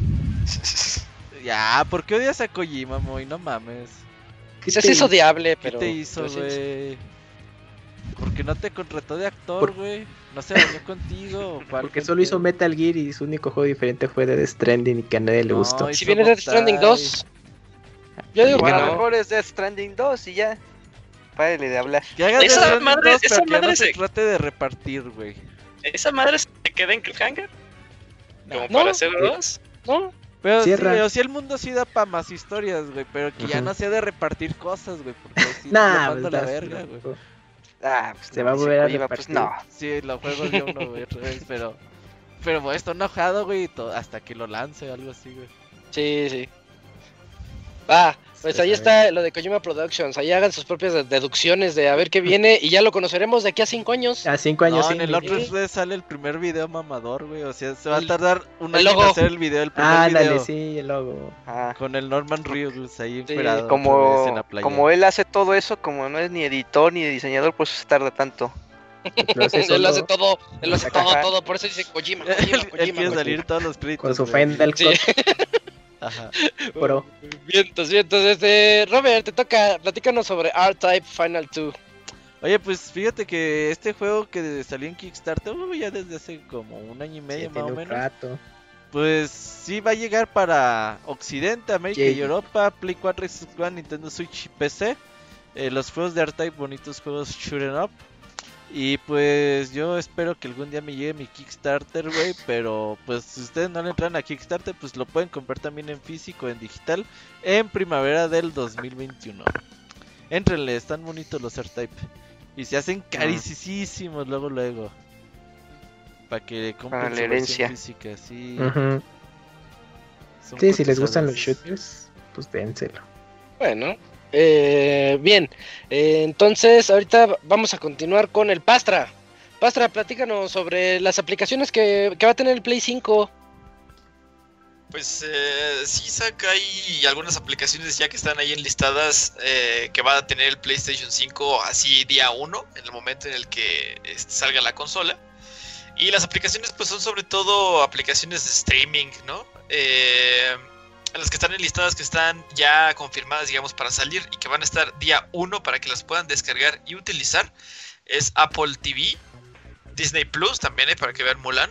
Speaker 8: Ya, ¿por qué odias a Kojima, Moy? No mames.
Speaker 6: ¿Qué
Speaker 1: Se
Speaker 6: te
Speaker 1: hizo odiable,
Speaker 8: ¿Qué
Speaker 1: pero...
Speaker 8: te hizo,
Speaker 1: pero sí.
Speaker 8: güey? ¿Por qué no te contrató de actor,
Speaker 6: Por-
Speaker 8: güey? ¿No se bañó contigo? ¿O cuál
Speaker 6: Porque
Speaker 8: fue
Speaker 6: solo
Speaker 8: el
Speaker 6: hizo
Speaker 8: pedo?
Speaker 6: Metal Gear y su único juego diferente fue Death Stranding y que a nadie le
Speaker 8: No,
Speaker 6: gustó.
Speaker 8: hizo
Speaker 1: Si viene Death Stranding
Speaker 8: Boktai.
Speaker 1: 2, yo digo que
Speaker 3: Bueno, a lo
Speaker 1: no.
Speaker 3: mejor es Death Stranding 2 y ya. Párele de hablar.
Speaker 8: Que haga
Speaker 7: Esa
Speaker 8: Death Stranding
Speaker 7: madre-
Speaker 8: 2,
Speaker 7: esa
Speaker 8: pero que
Speaker 7: madre
Speaker 8: no se
Speaker 7: se-
Speaker 8: trate de repartir, güey.
Speaker 7: ¿Esa madre se queda en Cliffhanger? ¿Como
Speaker 1: No.
Speaker 7: para hacer dos?
Speaker 1: ¿No?
Speaker 8: Pero sí,
Speaker 6: Cierra.
Speaker 8: pero sí el mundo sí da pa' más historias, güey. Pero que ya
Speaker 6: Ujú.
Speaker 8: no sea de repartir cosas, güey. Porque sí
Speaker 6: Nah,
Speaker 8: lo mando a la
Speaker 6: pues,
Speaker 8: verga, güey.
Speaker 3: Ah, pues
Speaker 6: Se
Speaker 3: no,
Speaker 6: va a
Speaker 3: dice
Speaker 6: volver a
Speaker 3: Kojima, pues
Speaker 6: repartir.
Speaker 3: no.
Speaker 8: Sí, lo juego yo uno, güey, otra vez, pero... Pero güey, está enojado, güey, hasta que lo lance o algo así, güey.
Speaker 1: Sí. Va, pues
Speaker 6: Se
Speaker 1: ahí
Speaker 6: sabe.
Speaker 1: está lo de Kojima Productions. Ahí hagan sus propias deducciones de a ver qué viene y ya lo conoceremos de aquí a 5 años.
Speaker 6: A 5 años
Speaker 8: No,
Speaker 6: sí.
Speaker 8: en el
Speaker 6: me-
Speaker 8: otro red sale el primer video mamador, güey. O sea, se va a
Speaker 1: El-
Speaker 8: tardar un
Speaker 1: el
Speaker 8: año en
Speaker 1: logo.
Speaker 8: hacer el video, el primer
Speaker 6: Ah,
Speaker 8: video.
Speaker 6: dale, sí, el logo.
Speaker 3: Ah,
Speaker 8: Con el Norman Reedus ahí
Speaker 1: Sí,
Speaker 8: encuerado otra vez en la playa.
Speaker 3: como él hace todo eso, como no es ni editor ni diseñador, pues se tarda tanto.
Speaker 6: Lo hace
Speaker 1: Él
Speaker 6: solo
Speaker 1: lo hace todo,
Speaker 3: Ajá.
Speaker 1: todo, por eso dice Kojima,
Speaker 8: Él quiere
Speaker 1: Kojima.
Speaker 8: salir todos los créditos.
Speaker 6: con su
Speaker 8: güey.
Speaker 6: Final
Speaker 1: Sí.
Speaker 6: Cut
Speaker 8: Ajá.
Speaker 6: Pro.
Speaker 1: Vientos. Robert, te toca, platícanos sobre R-Type Final 2.
Speaker 8: Oye, pues fíjate que este juego que salió en Kickstarter, ya desde hace como un año y medio
Speaker 6: Sí,
Speaker 8: más
Speaker 6: tiene
Speaker 8: o
Speaker 6: un
Speaker 8: menos.
Speaker 6: rato.
Speaker 8: Pues sí va a llegar para Occidente, América y
Speaker 6: Yay.
Speaker 8: Europa, Play 4, Xbox One, Nintendo Switch y PC. Los juegos de R-Type, bonitos juegos shooting up. Y pues yo espero que algún día me llegue mi Kickstarter, güey. Pero pues si ustedes no le entran a Kickstarter, pues lo pueden comprar también en físico, en digital, en primavera del 2021. Éntrenle, están bonitos los R-Type. Y se hacen carísimos luego. Para que compren
Speaker 3: Para la
Speaker 8: su
Speaker 3: herencia.
Speaker 8: versión física, sí.
Speaker 6: Ujú.
Speaker 8: Son
Speaker 6: Sí, si les gustan los
Speaker 8: cotizadas.
Speaker 6: shooters, pues dénselo.
Speaker 1: Bueno, bien. Entonces, ahorita vamos a continuar con el Pastra. Pastra, platícanos sobre las aplicaciones que va a tener el Play 5.
Speaker 5: Pues sí, saca hay algunas aplicaciones ya que están ahí enlistadas que va a tener el PlayStation 5 así día 1, en el momento en el que salga la consola. Y las aplicaciones pues son sobre todo aplicaciones de streaming, ¿no? las que están enlistadas, que están ya confirmadas, digamos, para salir y que van a estar día 1 para que las puedan descargar y utilizar, es Apple TV, Disney Plus también, para que vean Mulan.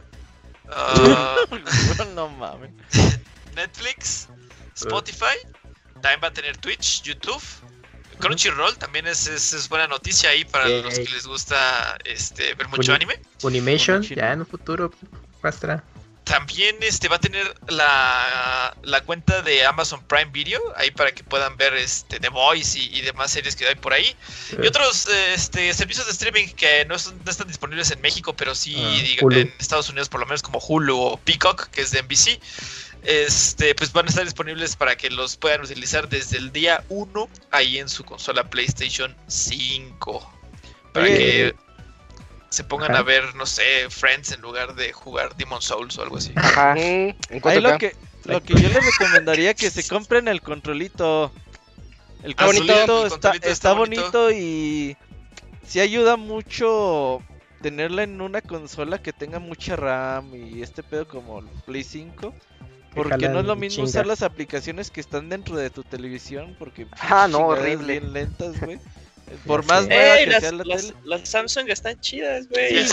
Speaker 8: No mames.
Speaker 5: Netflix, Spotify, también va a tener Twitch, YouTube, Crunchyroll, también es buena noticia ahí para los que les gusta ver mucho anime.
Speaker 6: Funimation, ya en un futuro pasará.
Speaker 5: También va a tener la cuenta de Amazon Prime Video ahí para que puedan ver The Voice y demás series que hay por ahí. Y otros servicios de streaming que no están disponibles en México, pero sí en Estados Unidos, por lo menos, como Hulu o Peacock, que es de NBC. Pues van a estar disponibles para que los puedan utilizar desde el día 1 ahí en su consola PlayStation 5. Para que se pongan a ver, no sé, Friends en lugar de jugar Demon's Souls o algo así.
Speaker 3: Ajá.
Speaker 8: Ahí lo que yo les recomendaría que se compren el controlito. El controlito está bonito y sí ayuda mucho tenerla en una consola que tenga mucha RAM y pedo como el Play 5. Porque no es lo mismo usar las aplicaciones que están dentro de tu televisión, porque
Speaker 3: no, horrible,
Speaker 8: bien lentas, güey. Por más nueva que sea la tele.
Speaker 7: Las Samsung están chidas, güey.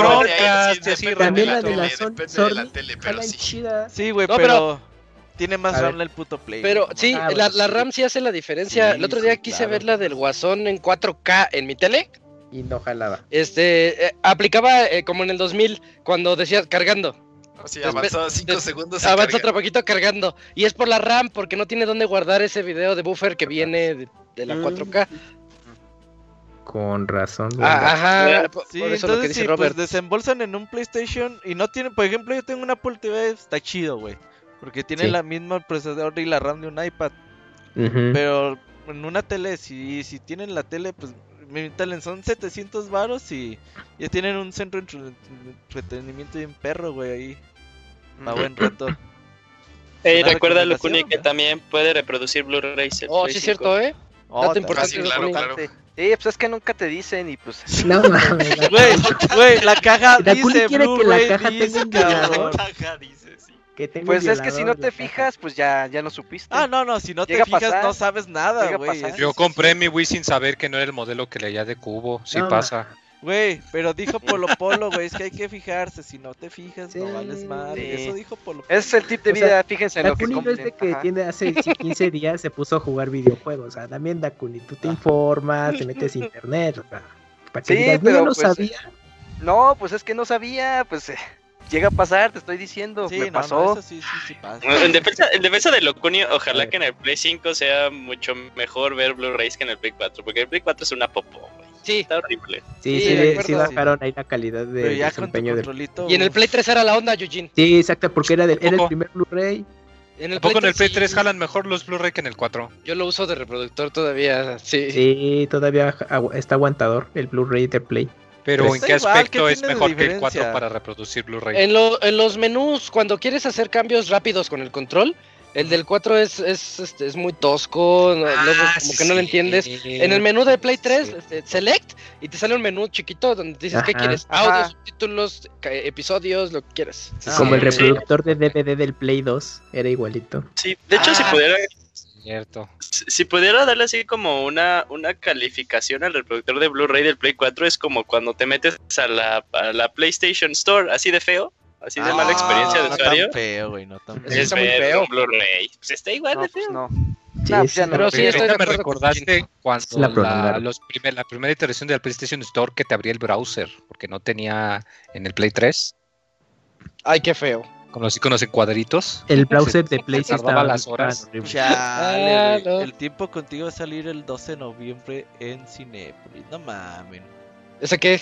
Speaker 6: También la de la Sony
Speaker 5: pero
Speaker 6: sí chida.
Speaker 8: Sí, güey, pero tiene más RAM el puto Play.
Speaker 1: Pero sí, la RAM sí hace la diferencia. El otro día quise ver la del Guasón en 4K en mi tele
Speaker 6: y no jalaba.
Speaker 1: Aplicaba como en el 2000 cuando decía cargando.
Speaker 5: Sí, avanzaba 5 segundos.
Speaker 1: Avanza otro poquito cargando. Y es por la RAM, porque no tiene dónde guardar ese video de buffer que viene de la 4K.
Speaker 6: Con razón.
Speaker 1: Ajá.
Speaker 8: Sí,
Speaker 1: por eso
Speaker 8: entonces
Speaker 1: lo que dice Robert.
Speaker 8: Pues desembolsan en un PlayStation y no tienen, por ejemplo, yo tengo un Apple TV, está chido, güey. Porque tiene la misma procesador y la RAM de un iPad. Pero en una tele, si tienen la tele, pues son 700 varos y ya tienen un centro de entretenimiento bien perro, güey, ahí. A buen rato.
Speaker 7: Recuerda, Lucuni, que también puede reproducir Blu-rays.
Speaker 1: Sí, es cierto, Dato importante.
Speaker 5: Claro.
Speaker 3: Sí, pues es que nunca te dicen y pues...
Speaker 6: No mames.
Speaker 8: Güey, la caja dice
Speaker 6: quiere que la caja
Speaker 8: dice,
Speaker 6: tenga un
Speaker 5: La caja dice, sí.
Speaker 3: Pues es que si no te fijas, pues ya no supiste.
Speaker 8: No, si no te fijas no sabes nada, güey.
Speaker 4: Yo compré mi Wii sin saber que no era el modelo que leía de cubo, sí pasa.
Speaker 8: Güey, pero dijo Polo Polo, güey, es que hay que fijarse, si no te fijas no vales madre, eso dijo Polo Polo.
Speaker 3: Es el tip de vida, fíjense en lo que compren.
Speaker 6: Es que tiene hace 15 días se puso a jugar videojuegos, o sea, también Dakuni, tú te informas, te metes a internet, o sea, para que digas,
Speaker 3: pero
Speaker 6: yo no
Speaker 3: pues,
Speaker 6: sabía.
Speaker 3: No, pues es que no sabía, pues llega a pasar, te estoy diciendo, me pasó.
Speaker 8: Eso sí pasa.
Speaker 7: En defensa de Locuni, ojalá que en el Play 5 sea mucho mejor ver Blu-rays que en el Play 4, porque el Play 4 es una popó, güey.
Speaker 1: Sí.
Speaker 7: Está horrible.
Speaker 6: Sí, bajaron ahí la calidad de desempeño
Speaker 8: del...
Speaker 1: Y en el Play 3 era la onda, Eugene.
Speaker 6: Sí, exacto, porque era el primer Blu-ray.
Speaker 4: ¿Tampoco en el Play 3 jalan mejor los Blu-ray que en el 4?
Speaker 1: Yo lo uso de reproductor todavía, sí.
Speaker 6: Sí, todavía está aguantador el Blu-ray de Play.
Speaker 4: Pero ¿en qué aspecto es mejor que el 4 para reproducir Blu-ray?
Speaker 1: En los menús, cuando quieres hacer cambios rápidos con el control, el del 4 es muy tosco, luego como que no lo entiendes. En el menú de Play 3, Select, y te sale un menú chiquito donde dices qué quieres. Audio, subtítulos, episodios, lo que quieras.
Speaker 6: Como el reproductor de DVD del Play 2, era igualito.
Speaker 7: Sí, de hecho, si pudiera...
Speaker 4: Cierto.
Speaker 7: Si pudiera darle así como una calificación al reproductor de Blu-ray del Play 4, es como cuando te metes a la PlayStation Store, así de feo. Así de mala experiencia de usuario.
Speaker 8: No tan feo, güey, no tan feo.
Speaker 7: Es
Speaker 1: muy feo.
Speaker 7: Un Blu-ray. Pues está igual de feo.
Speaker 3: Pues no.
Speaker 1: Pero sí, estoy de acuerdo.
Speaker 4: Me recordaste cuando
Speaker 6: la
Speaker 4: la primera iteración de la PlayStation Store que te abría el browser, porque no tenía en el Play 3.
Speaker 1: Ay, qué feo.
Speaker 4: Con los iconos en cuadritos.
Speaker 6: El browser de Play sí
Speaker 4: tardaba las horas.
Speaker 8: Chale,
Speaker 1: no.
Speaker 8: El tiempo contigo va a salir el 12 de noviembre en Cinépolis. No mames.
Speaker 1: ¿Ese qué?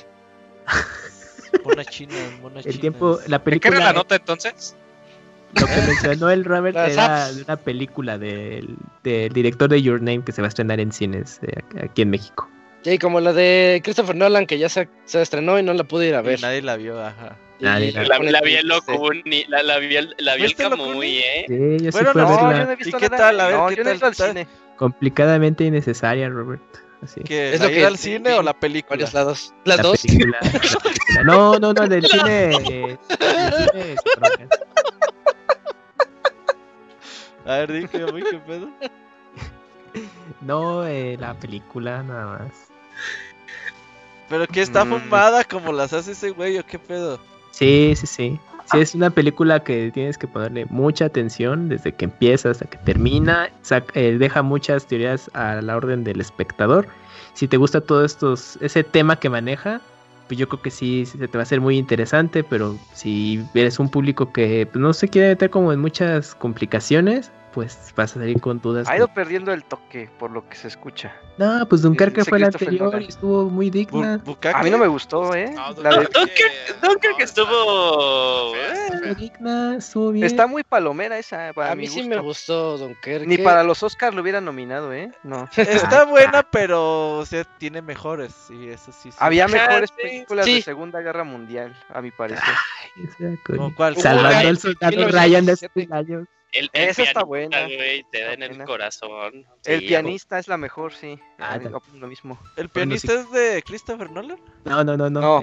Speaker 8: Mona china.
Speaker 6: El tiempo, la
Speaker 4: ¿Qué
Speaker 6: película.
Speaker 4: era la nota entonces?
Speaker 6: Lo que mencionó el Robert
Speaker 1: Las
Speaker 6: era
Speaker 1: apps.
Speaker 6: de una película del director de Your Name que se va a estrenar en cines aquí en México.
Speaker 1: Sí, como la de Christopher Nolan, que ya se estrenó y no la pude ir a ver.
Speaker 8: Nadie la vio, ajá.
Speaker 7: La vi el Locuni, la vi el Camuy,
Speaker 6: Sí, yo sí
Speaker 8: Bueno,
Speaker 6: fui a
Speaker 8: no,
Speaker 6: verla.
Speaker 3: yo no he visto
Speaker 8: ¿Y qué
Speaker 3: nada.
Speaker 8: tal? A ver,
Speaker 3: No,
Speaker 8: ¿qué
Speaker 3: yo no he
Speaker 8: tal
Speaker 3: ido al
Speaker 8: está?
Speaker 3: cine.
Speaker 6: Complicadamente innecesaria, Robert. Así.
Speaker 8: ¿Qué?
Speaker 1: Es
Speaker 8: ¿La
Speaker 1: lo que
Speaker 8: ida al
Speaker 1: sí,
Speaker 8: cine
Speaker 1: sí.
Speaker 8: o la película?
Speaker 1: Varios lados. Las
Speaker 6: La
Speaker 1: dos.
Speaker 6: película. No, del cine.
Speaker 8: A ver, dije, güey, ¿qué pedo?
Speaker 6: No, la película nada más.
Speaker 8: ¿Pero qué está fumada como las hace ese güey o qué pedo?
Speaker 6: Sí. Sí, es una película que tienes que ponerle mucha atención desde que empieza hasta que termina. Deja muchas teorías a la orden del espectador. Si te gusta todo ese tema que maneja, pues yo creo que sí se te va a hacer muy interesante. Pero si eres un público que pues, no se quiere meter como en muchas complicaciones, pues vas a salir con dudas.
Speaker 3: Ha ido perdiendo el toque por lo que se escucha.
Speaker 6: No, pues Dunkerque
Speaker 3: Ese
Speaker 6: fue la
Speaker 3: Christopher
Speaker 6: anterior
Speaker 3: Nolan.
Speaker 6: y estuvo muy digna.
Speaker 3: A mí no me gustó,
Speaker 5: No,
Speaker 7: Dunkirk estuvo...
Speaker 6: Estuvo digna, estuvo bien.
Speaker 3: Está muy palomera esa. Para
Speaker 1: A mí
Speaker 3: mi
Speaker 1: sí
Speaker 3: gusto.
Speaker 1: me gustó Dunkerque.
Speaker 3: Ni para los Oscars lo hubieran nominado, No.
Speaker 8: Está buena, pero o sea, tiene mejores. Sí, eso sí.
Speaker 3: Había
Speaker 7: Ajá,
Speaker 3: mejores
Speaker 7: sí.
Speaker 3: películas
Speaker 1: Sí.
Speaker 3: de Segunda Guerra Mundial, a mi parecer.
Speaker 8: ¿Cómo cuál?
Speaker 6: Salvando al soldado Ryan de
Speaker 1: 1917.
Speaker 6: sus años.
Speaker 7: El
Speaker 3: Esa está
Speaker 7: pianista,
Speaker 3: buena.
Speaker 7: güey, te da en
Speaker 3: Está
Speaker 7: el
Speaker 3: buena.
Speaker 7: corazón.
Speaker 3: El
Speaker 7: Sí,
Speaker 3: pianista es la mejor, sí.
Speaker 6: Ah,
Speaker 3: Yo opino lo mismo.
Speaker 8: ¿El pianista es de Christopher Nolan?
Speaker 6: No.
Speaker 3: No.
Speaker 7: No,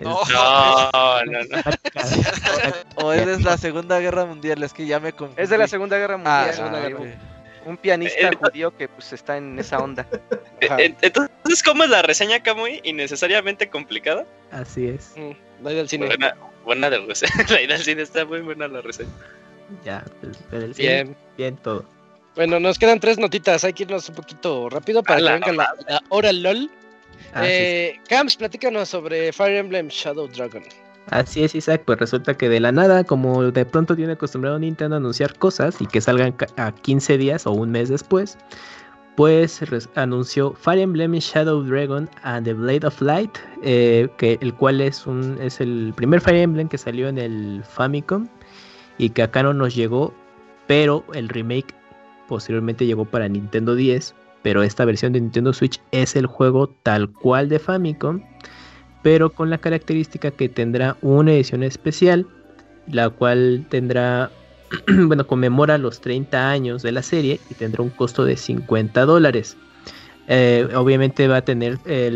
Speaker 8: ¿O es de la Segunda Guerra Mundial? Es que ya me confundí.
Speaker 3: Es de la Segunda Guerra Mundial.
Speaker 8: Ah, Segunda Guerra
Speaker 3: ok.
Speaker 8: Mundial.
Speaker 3: Un pianista judío que pues está en esa onda.
Speaker 7: Entonces, ¿cómo es la reseña, Kamui? ¿Innecesariamente complicada?
Speaker 6: Así es.
Speaker 1: La ida al cine.
Speaker 7: Buena de reseña. La ida al cine está muy buena la reseña.
Speaker 6: Ya, pues, pero el cine, bien todo.
Speaker 1: Bueno, nos quedan 3 notitas. Hay que irnos un poquito rápido para que venga la hora LOL. Camps, platícanos sobre Fire Emblem Shadow Dragon.
Speaker 6: Así es, Isaac, pues resulta que de la nada, como de pronto tiene acostumbrado Nintendo a anunciar cosas y que salgan a 15 días o un mes después, pues anunció Fire Emblem Shadow Dragon and the Blade of Light, que el cual es el primer Fire Emblem que salió en el Famicom y que acá no nos llegó, pero el remake posteriormente llegó para Nintendo 10, pero esta versión de Nintendo Switch es el juego tal cual de Famicom, pero con la característica que tendrá una edición especial, la cual tendrá, conmemora los 30 años de la serie y tendrá un costo de $50. Obviamente va a tener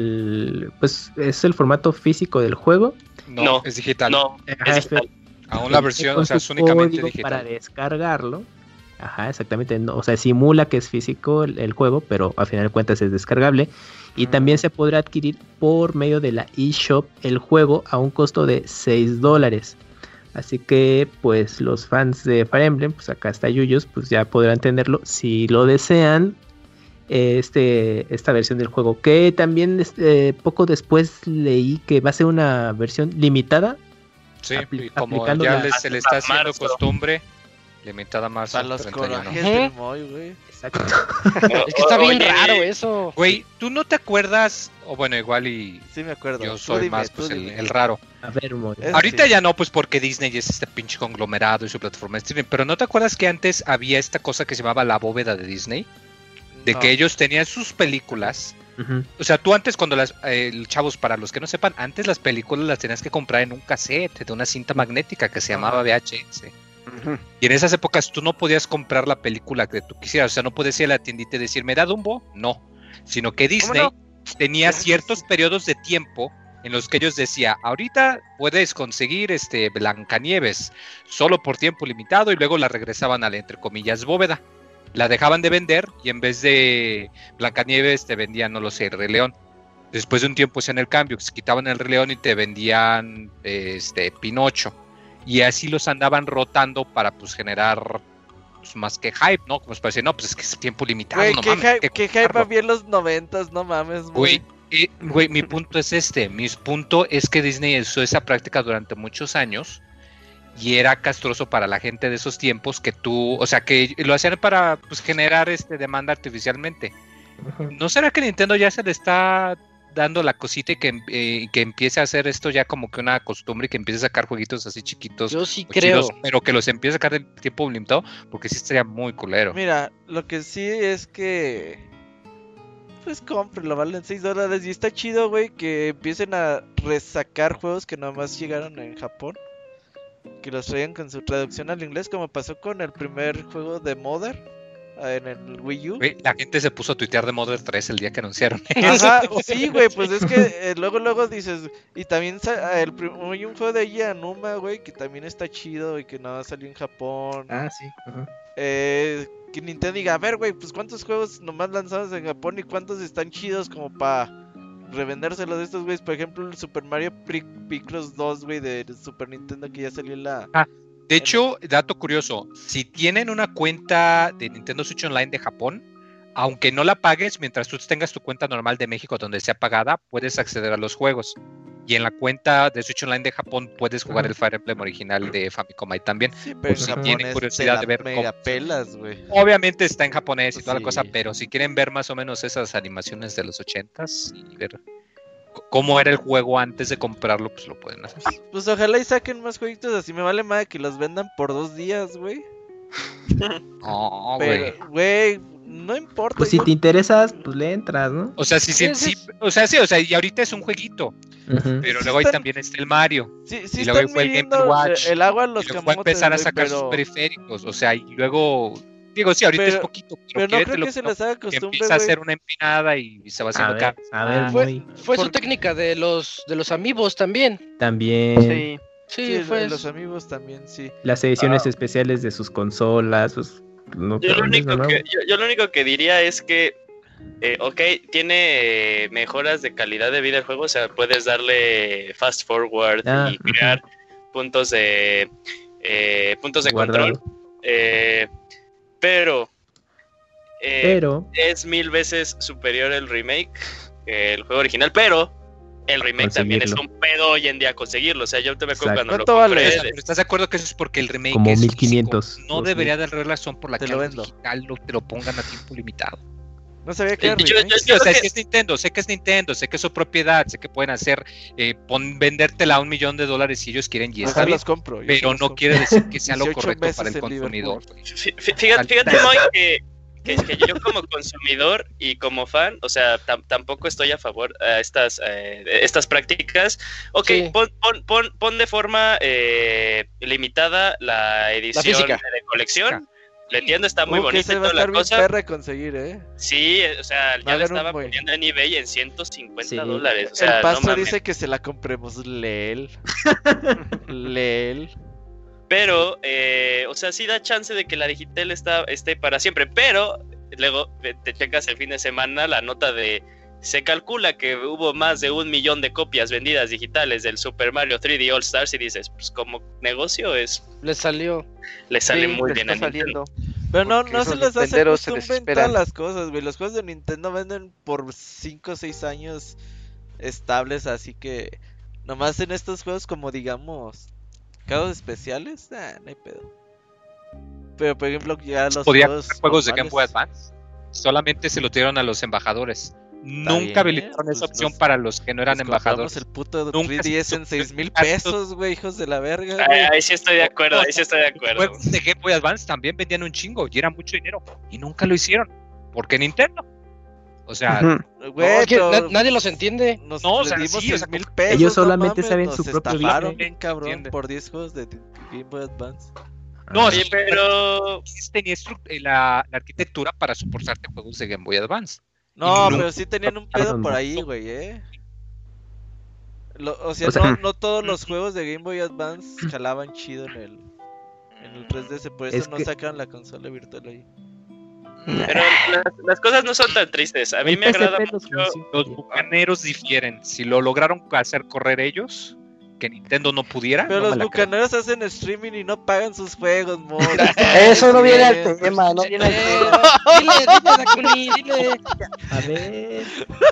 Speaker 6: es el formato físico del juego.
Speaker 4: No, es digital.
Speaker 7: No, es digital.
Speaker 4: Aún la versión,
Speaker 6: con
Speaker 4: o sea,
Speaker 6: su
Speaker 4: es únicamente
Speaker 6: código
Speaker 4: digital.
Speaker 6: para descargarlo. Ajá, exactamente. O sea, simula que es físico el juego, pero a final de cuentas es descargable. Y también se podrá adquirir por medio de la eShop el juego a un costo de $6. Así que, pues, los fans de Fire Emblem, pues acá está Yuyos, pues ya podrán tenerlo si lo desean. Esta versión del juego, que también poco después leí que va a ser una versión limitada.
Speaker 4: Sí, y como
Speaker 6: aplicando
Speaker 4: ya
Speaker 6: la-
Speaker 4: se le está haciendo
Speaker 7: marzo.
Speaker 4: costumbre, limitada a marzo.
Speaker 8: A los
Speaker 4: 31.
Speaker 8: corajes
Speaker 1: Ujú.
Speaker 8: del Moy, güey.
Speaker 6: Exacto.
Speaker 1: Es que está bien
Speaker 7: Oye,
Speaker 1: raro eso.
Speaker 4: Güey, ¿tú no te acuerdas? O bueno, igual y
Speaker 8: Sí me acuerdo.
Speaker 4: yo
Speaker 8: Tú
Speaker 4: soy
Speaker 8: dime,
Speaker 4: más
Speaker 8: tú
Speaker 4: pues
Speaker 8: dime.
Speaker 4: el raro.
Speaker 6: A ver, Moy.
Speaker 8: Es-
Speaker 4: Ahorita
Speaker 8: sí.
Speaker 4: ya no, pues porque Disney es este pinche conglomerado y su plataforma de streaming. Pero ¿no te acuerdas que antes había esta cosa que se llamaba la bóveda de Disney? De
Speaker 8: No.
Speaker 4: que ellos tenían sus películas.
Speaker 6: Ujú.
Speaker 4: O sea, tú antes cuando chavos, para los que no sepan, antes las películas las tenías que comprar en un cassette de una cinta magnética que se llamaba VHS.
Speaker 3: Ujú.
Speaker 4: Y en esas épocas tú no podías comprar la película que tú quisieras. O sea, no podías ir a la tiendita y decir, ¿me da Dumbo? No. Sino que Disney
Speaker 3: no?
Speaker 4: tenía ciertos periodos de tiempo en los que ellos decía, ahorita puedes conseguir Blancanieves solo por tiempo limitado, y luego la regresaban a la, entre comillas, bóveda. La dejaban de vender y en vez de Blancanieves te vendían, no lo sé, el Rey León. Después de un tiempo hacían el cambio, se quitaban el Rey León y te vendían Pinocho. Y así los andaban rotando para pues generar pues, más que hype, ¿no? Como se parece, no, pues es que es tiempo limitado,
Speaker 8: Güey,
Speaker 4: no
Speaker 8: ¿qué
Speaker 4: mames, hay que
Speaker 8: hype
Speaker 4: comprarlo.
Speaker 8: había en los 90s? No mames,
Speaker 4: Güey, mi punto es mi punto es que Disney usó esa práctica durante muchos años y era castroso para la gente de esos tiempos que o sea, que lo hacían para pues generar demanda artificialmente. ¿No será que Nintendo ya se le está dando la cosita y que empiece a hacer esto ya como que una costumbre y que empiece a sacar jueguitos así chiquitos?
Speaker 1: Yo sí
Speaker 4: o
Speaker 1: creo.
Speaker 4: chidos, pero que los empiece a sacar del tiempo limitado, porque sí estaría muy culero.
Speaker 8: Mira, lo que sí es que pues cómprelo, valen $6 y está chido, güey, que empiecen a resacar juegos que nomás llegaron en Japón, que los traigan con su traducción al inglés, como pasó con el primer juego de Mother en el Wii U.
Speaker 4: Güey, la gente se puso a tuitear de Mother 3 el día que anunciaron.
Speaker 8: Ajá, sí, güey, pues es que luego dices, y también hay un juego de ella, Numa, güey, que también está chido y que nada salió en Japón.
Speaker 6: Ah, sí.
Speaker 8: Que que Nintendo diga, a ver, güey, pues cuántos juegos nomás lanzados en Japón y cuántos están chidos como para revendérselos de estos güeyes. Por ejemplo, el Super Mario Picross 2, güey, de Super Nintendo que ya salió en la...
Speaker 4: De hecho, dato curioso, si tienen una cuenta de Nintendo Switch Online de Japón, aunque no la pagues, mientras tú tengas tu cuenta normal de México donde sea pagada, puedes acceder a los juegos. Y en la cuenta de Switch Online de Japón puedes jugar el Fire Emblem original de Famicom ahí también.
Speaker 8: Sí, pero
Speaker 4: si tienen curiosidad de ver
Speaker 8: mega pelas, güey.
Speaker 4: Obviamente está en japonés y toda la
Speaker 8: Sí.
Speaker 4: cosa, pero si quieren ver más o menos esas animaciones de los 80s y ver cómo era el juego antes de comprarlo, pues lo pueden hacer.
Speaker 8: Pues ojalá y saquen más jueguitos así. Me vale madre que los vendan por 2 días, güey.
Speaker 4: No, güey.
Speaker 8: Pero, güey, no importa.
Speaker 6: Pues si te interesas, pues le entras, ¿no?
Speaker 4: O sea, sí, y ahorita es un jueguito,
Speaker 6: Ujú.
Speaker 4: pero
Speaker 8: Sí
Speaker 4: luego ahí
Speaker 8: están-
Speaker 4: también está el Mario.
Speaker 8: Sí,
Speaker 4: Y luego
Speaker 8: están
Speaker 4: fue el Game
Speaker 8: midiendo
Speaker 4: Watch,
Speaker 8: el agua en los
Speaker 4: Y luego va a
Speaker 8: camotes,
Speaker 4: empezar a
Speaker 8: güey,
Speaker 4: sacar
Speaker 8: pero...
Speaker 4: sus periféricos, o sea, y luego, digo, sí, ahorita es poquito,
Speaker 8: Pero no
Speaker 4: quiérete
Speaker 8: creo
Speaker 4: lo
Speaker 8: que se
Speaker 4: no,
Speaker 8: les haga
Speaker 4: que
Speaker 8: costumbre,
Speaker 4: empieza a
Speaker 8: güey.
Speaker 4: hacer una empinada y se va haciendo cada vez
Speaker 6: A ver,
Speaker 4: más.
Speaker 1: Fue su
Speaker 8: Por-
Speaker 1: técnica de los amiibos también.
Speaker 6: también
Speaker 3: Sí.
Speaker 1: Sí,
Speaker 8: Sí,
Speaker 1: fue
Speaker 8: los amigos también, sí.
Speaker 6: las ediciones especiales de sus consolas, pues no
Speaker 7: Yo lo,
Speaker 6: creo que es
Speaker 7: único
Speaker 6: nuevo.
Speaker 7: que, yo lo único que diría es que, ok, tiene mejoras de calidad de vida el juego, o sea, puedes darle fast forward y crear puntos de
Speaker 6: Guardado.
Speaker 7: control, pero
Speaker 6: Pero
Speaker 7: es 1000 veces superior el remake que el juego original, pero el remake también es un pedo hoy en día conseguirlo, o sea, yo te me acuerdo
Speaker 6: Exacto.
Speaker 7: cuando lo
Speaker 8: ¿Cuánto vale?
Speaker 7: compré,
Speaker 4: Pero ¿estás de acuerdo que eso es porque el remake
Speaker 6: Como
Speaker 4: es
Speaker 6: 1500,
Speaker 4: físico? No
Speaker 6: 2000.
Speaker 4: debería de razón por la
Speaker 8: Te
Speaker 4: que
Speaker 8: lo
Speaker 4: algo
Speaker 8: vendo.
Speaker 4: digital te lo pongan a tiempo limitado.
Speaker 8: No sabía que era
Speaker 7: Yo-
Speaker 8: remake.
Speaker 4: Sí, o sea,
Speaker 7: creo
Speaker 4: es
Speaker 7: que-
Speaker 4: que es Nintendo, sé que es su propiedad, sé que pueden hacer, vendértela a $1,000,000 si ellos quieren y está
Speaker 8: Ojalá
Speaker 4: bien,
Speaker 8: los compro. yo
Speaker 4: pero
Speaker 8: los
Speaker 4: no
Speaker 8: compro.
Speaker 4: quiere decir que sea lo
Speaker 8: 18
Speaker 4: correcto
Speaker 8: veces
Speaker 4: para el
Speaker 8: en
Speaker 4: consumidor.
Speaker 7: Fíjate Moy, que yo como consumidor y como fan, o sea, tampoco estoy a favor a estas prácticas. Ok,
Speaker 1: Sí.
Speaker 7: pon de forma limitada la edición
Speaker 1: física.
Speaker 7: de colección. Lo entiendo, está muy
Speaker 8: Que
Speaker 7: bonita
Speaker 8: se
Speaker 7: y
Speaker 8: va a
Speaker 7: toda la
Speaker 8: estar bien
Speaker 7: cosa.
Speaker 8: perra de conseguir,
Speaker 7: Sí, o sea, ya
Speaker 8: Hagan
Speaker 7: la
Speaker 8: un
Speaker 7: estaba
Speaker 8: buen.
Speaker 7: poniendo en eBay en $150.
Speaker 6: Sí.
Speaker 7: O sea,
Speaker 8: El pasto
Speaker 7: no mames.
Speaker 8: dice que se la compremos. Leel. Leel.
Speaker 7: Pero, o sea, sí da chance de que la digital esté para siempre, pero luego te checas el fin de semana la nota de... Se calcula que hubo más de 1 millón de copias vendidas digitales del Super Mario 3D All Stars y dices, pues como negocio
Speaker 1: Le salió.
Speaker 7: le sale
Speaker 3: Sí,
Speaker 7: muy
Speaker 3: le
Speaker 7: bien a
Speaker 3: está
Speaker 7: Nintendo.
Speaker 3: saliendo.
Speaker 8: Pero no
Speaker 3: Porque
Speaker 8: se
Speaker 3: esos
Speaker 8: les hace
Speaker 3: nintenderos se
Speaker 8: costumbre en
Speaker 3: desesperan.
Speaker 8: todas las cosas, güey. Los juegos de Nintendo venden por 5 o 6 años estables, así que nomás en estos juegos como digamos casos especiales, no hay pedo. Pero por ejemplo ya los
Speaker 4: Podía
Speaker 8: juegos
Speaker 4: comprar juegos de Game Boy
Speaker 8: normales-
Speaker 4: Advance, solamente se lo dieron a los embajadores.
Speaker 8: Está
Speaker 4: Nunca
Speaker 8: bien,
Speaker 4: habilitaron
Speaker 8: pues
Speaker 4: esa opción
Speaker 8: nos-
Speaker 4: para los que no eran
Speaker 8: Nos compramos
Speaker 4: embajadores.
Speaker 8: el puto
Speaker 4: Nunca
Speaker 8: 3DS
Speaker 4: se
Speaker 8: en 6,000
Speaker 4: gastos.
Speaker 8: pesos, güey, hijos de la verga, güey.
Speaker 7: Ahí sí estoy de acuerdo, ahí sí estoy de acuerdo.
Speaker 4: Juegos de Game Boy Advance también vendían un chingo y era mucho dinero y nunca lo hicieron. ¿Por qué Nintendo? O sea,
Speaker 3: Ujú.
Speaker 8: Güey,
Speaker 1: No, es que
Speaker 8: pero
Speaker 1: nadie los entiende.
Speaker 8: nos
Speaker 4: No, o
Speaker 8: les
Speaker 4: sea,
Speaker 8: dimos
Speaker 4: sí, o sea,
Speaker 8: 6,000 pesos.
Speaker 6: ellos
Speaker 8: no
Speaker 6: solamente
Speaker 8: mames,
Speaker 6: saben
Speaker 8: nos
Speaker 6: su propio
Speaker 8: estafaron
Speaker 6: bien.
Speaker 8: bien cabrón
Speaker 4: Entiende.
Speaker 8: por 10 juegos de Game Boy Advance.
Speaker 4: no,
Speaker 7: Oye,
Speaker 4: sí,
Speaker 7: pero
Speaker 4: tenía la arquitectura para soportarte juegos de Game Boy Advance.
Speaker 8: No,
Speaker 4: nunca
Speaker 8: pero sí tenían un pedo
Speaker 6: Perdón,
Speaker 8: por
Speaker 6: no.
Speaker 8: ahí, güey, O sea,
Speaker 6: O sea,
Speaker 8: no todos los juegos de Game Boy Advance jalaban chido en el 3DS, por eso
Speaker 6: Es
Speaker 8: no
Speaker 6: que-
Speaker 8: sacaron la consola virtual ahí.
Speaker 7: Pero las cosas no son tan tristes. A mí
Speaker 6: El
Speaker 7: me agrada
Speaker 6: PSP los
Speaker 7: mucho.
Speaker 6: funciona
Speaker 4: Los
Speaker 6: bien.
Speaker 4: bucaneros difieren. Si lo lograron hacer correr ellos, que Nintendo no pudiera.
Speaker 8: Pero
Speaker 4: no
Speaker 8: los
Speaker 4: me la creo.
Speaker 8: bucaneros hacen streaming y no pagan sus juegos, mo.
Speaker 3: Eso no viene al tema, no viene al tema.
Speaker 1: Dile, Dakuni, dile.
Speaker 6: A ver.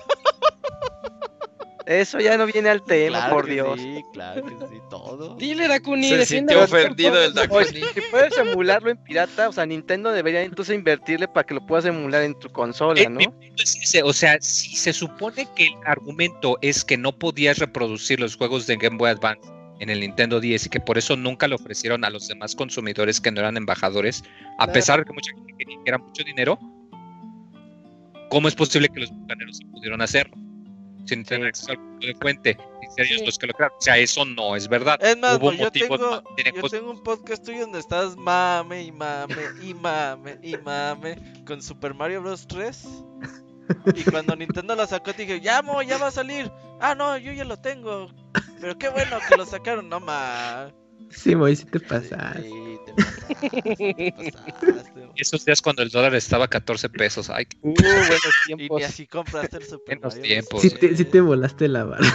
Speaker 3: Eso ya no viene al tema,
Speaker 8: Claro
Speaker 3: por
Speaker 8: que
Speaker 3: Dios.
Speaker 8: Sí, claro que sí, todo.
Speaker 1: Dile, Dakuni.
Speaker 5: Se
Speaker 1: defiende
Speaker 5: sintió
Speaker 1: a-
Speaker 5: ofendido el Dakuni.
Speaker 3: Oye, si puedes emularlo en pirata, o sea, Nintendo debería entonces invertirle para que lo puedas emular en tu consola,
Speaker 4: Mi
Speaker 3: ¿no?
Speaker 4: punto es ese, o sea, si se supone que el argumento es que no podías reproducir los juegos de Game Boy Advance en el Nintendo 10 y que por eso nunca lo ofrecieron a los demás consumidores que no eran embajadores, a
Speaker 8: Claro.
Speaker 4: pesar de que mucha gente quería que era mucho dinero, ¿cómo es posible que los bucaneros sí pudieron hacerlo? Sin tener acceso al punto de fuente, sin ser ellos los que lo crearon. O sea, eso no es verdad.
Speaker 8: Es más,
Speaker 4: Hubo
Speaker 8: pues, yo
Speaker 4: motivos, tiene
Speaker 8: yo
Speaker 4: cosas-
Speaker 8: tengo un podcast tuyo donde estás mame y mame y mame y mame con Super Mario Bros 3. Y cuando Nintendo lo sacó te dije, ya mo, ya va a salir. Ah, no, yo ya lo tengo. Pero qué bueno que lo sacaron, no ma.
Speaker 6: Sí, Moy, sí te pasaste.
Speaker 8: Sí, te pasaste.
Speaker 4: Esos días cuando el dólar estaba a 14 pesos. Ay,
Speaker 1: buenos
Speaker 8: Y
Speaker 1: tiempos.
Speaker 8: ni así compraste el Super
Speaker 4: Buenos
Speaker 8: Mario.
Speaker 4: tiempos.
Speaker 6: Sí te volaste la barra.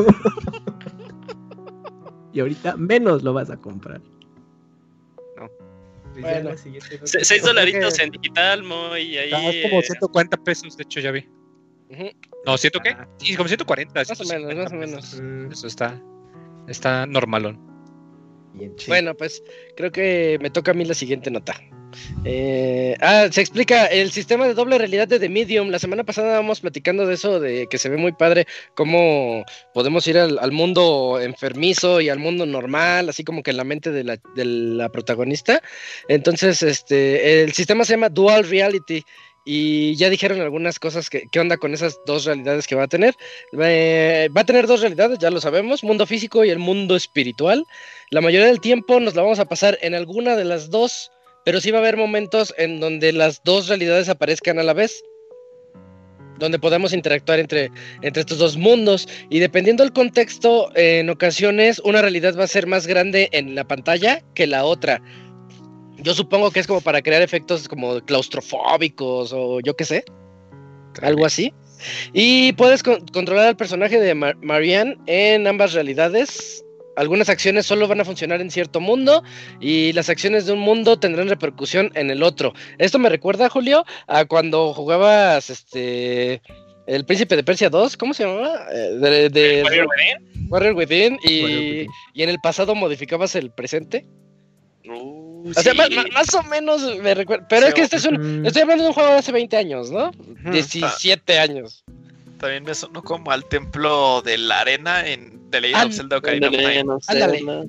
Speaker 6: Y ahorita menos lo vas a comprar.
Speaker 3: No.
Speaker 6: Pues
Speaker 1: Bueno.
Speaker 6: ya la siguiente nota.
Speaker 7: 6 dolaritos en digital, Moy. Ahí,
Speaker 4: está como 140 pesos, de hecho, ya vi.
Speaker 1: Ujú.
Speaker 4: No, ¿100 qué? Sí, como 140.
Speaker 1: Más o menos,
Speaker 4: 150
Speaker 1: más o menos.
Speaker 4: pesos. Eso está normalón.
Speaker 6: Bien, sí.
Speaker 1: Bueno, pues creo que me toca a mí la siguiente nota. Se explica el sistema de doble realidad de The Medium. La semana pasada estábamos platicando de eso, de que se ve muy padre cómo podemos ir al mundo enfermizo y al mundo normal, así como que en la mente de la protagonista. Entonces, el sistema se llama Dual Reality. Y ya dijeron algunas cosas qué onda con esas dos realidades que va a tener. Va a tener dos realidades, ya lo sabemos, mundo físico y el mundo espiritual. La mayoría del tiempo nos la vamos a pasar en alguna de las dos, pero sí va a haber momentos en donde las dos realidades aparezcan a la vez, donde podemos interactuar entre estos dos mundos. Y dependiendo del contexto, en ocasiones una realidad va a ser más grande en la pantalla que la otra. Yo supongo que es como para crear efectos como claustrofóbicos o yo qué sé, algo así. Y puedes controlar al personaje de Marianne en ambas realidades. Algunas acciones solo van a funcionar en cierto mundo y las acciones de un mundo tendrán repercusión en el otro. Esto me recuerda, Julio, a cuando jugabas el Príncipe de Persia 2, ¿cómo se llamaba? Warrior Within y en el pasado modificabas el presente. O sea, más o menos me recuerda. Pero sí, es que estoy hablando de un juego de hace 20 años, ¿no? 17 años.
Speaker 5: También me sonó como al templo de la arena en The Legend of Zelda Ocarina of Time.
Speaker 1: Ándale.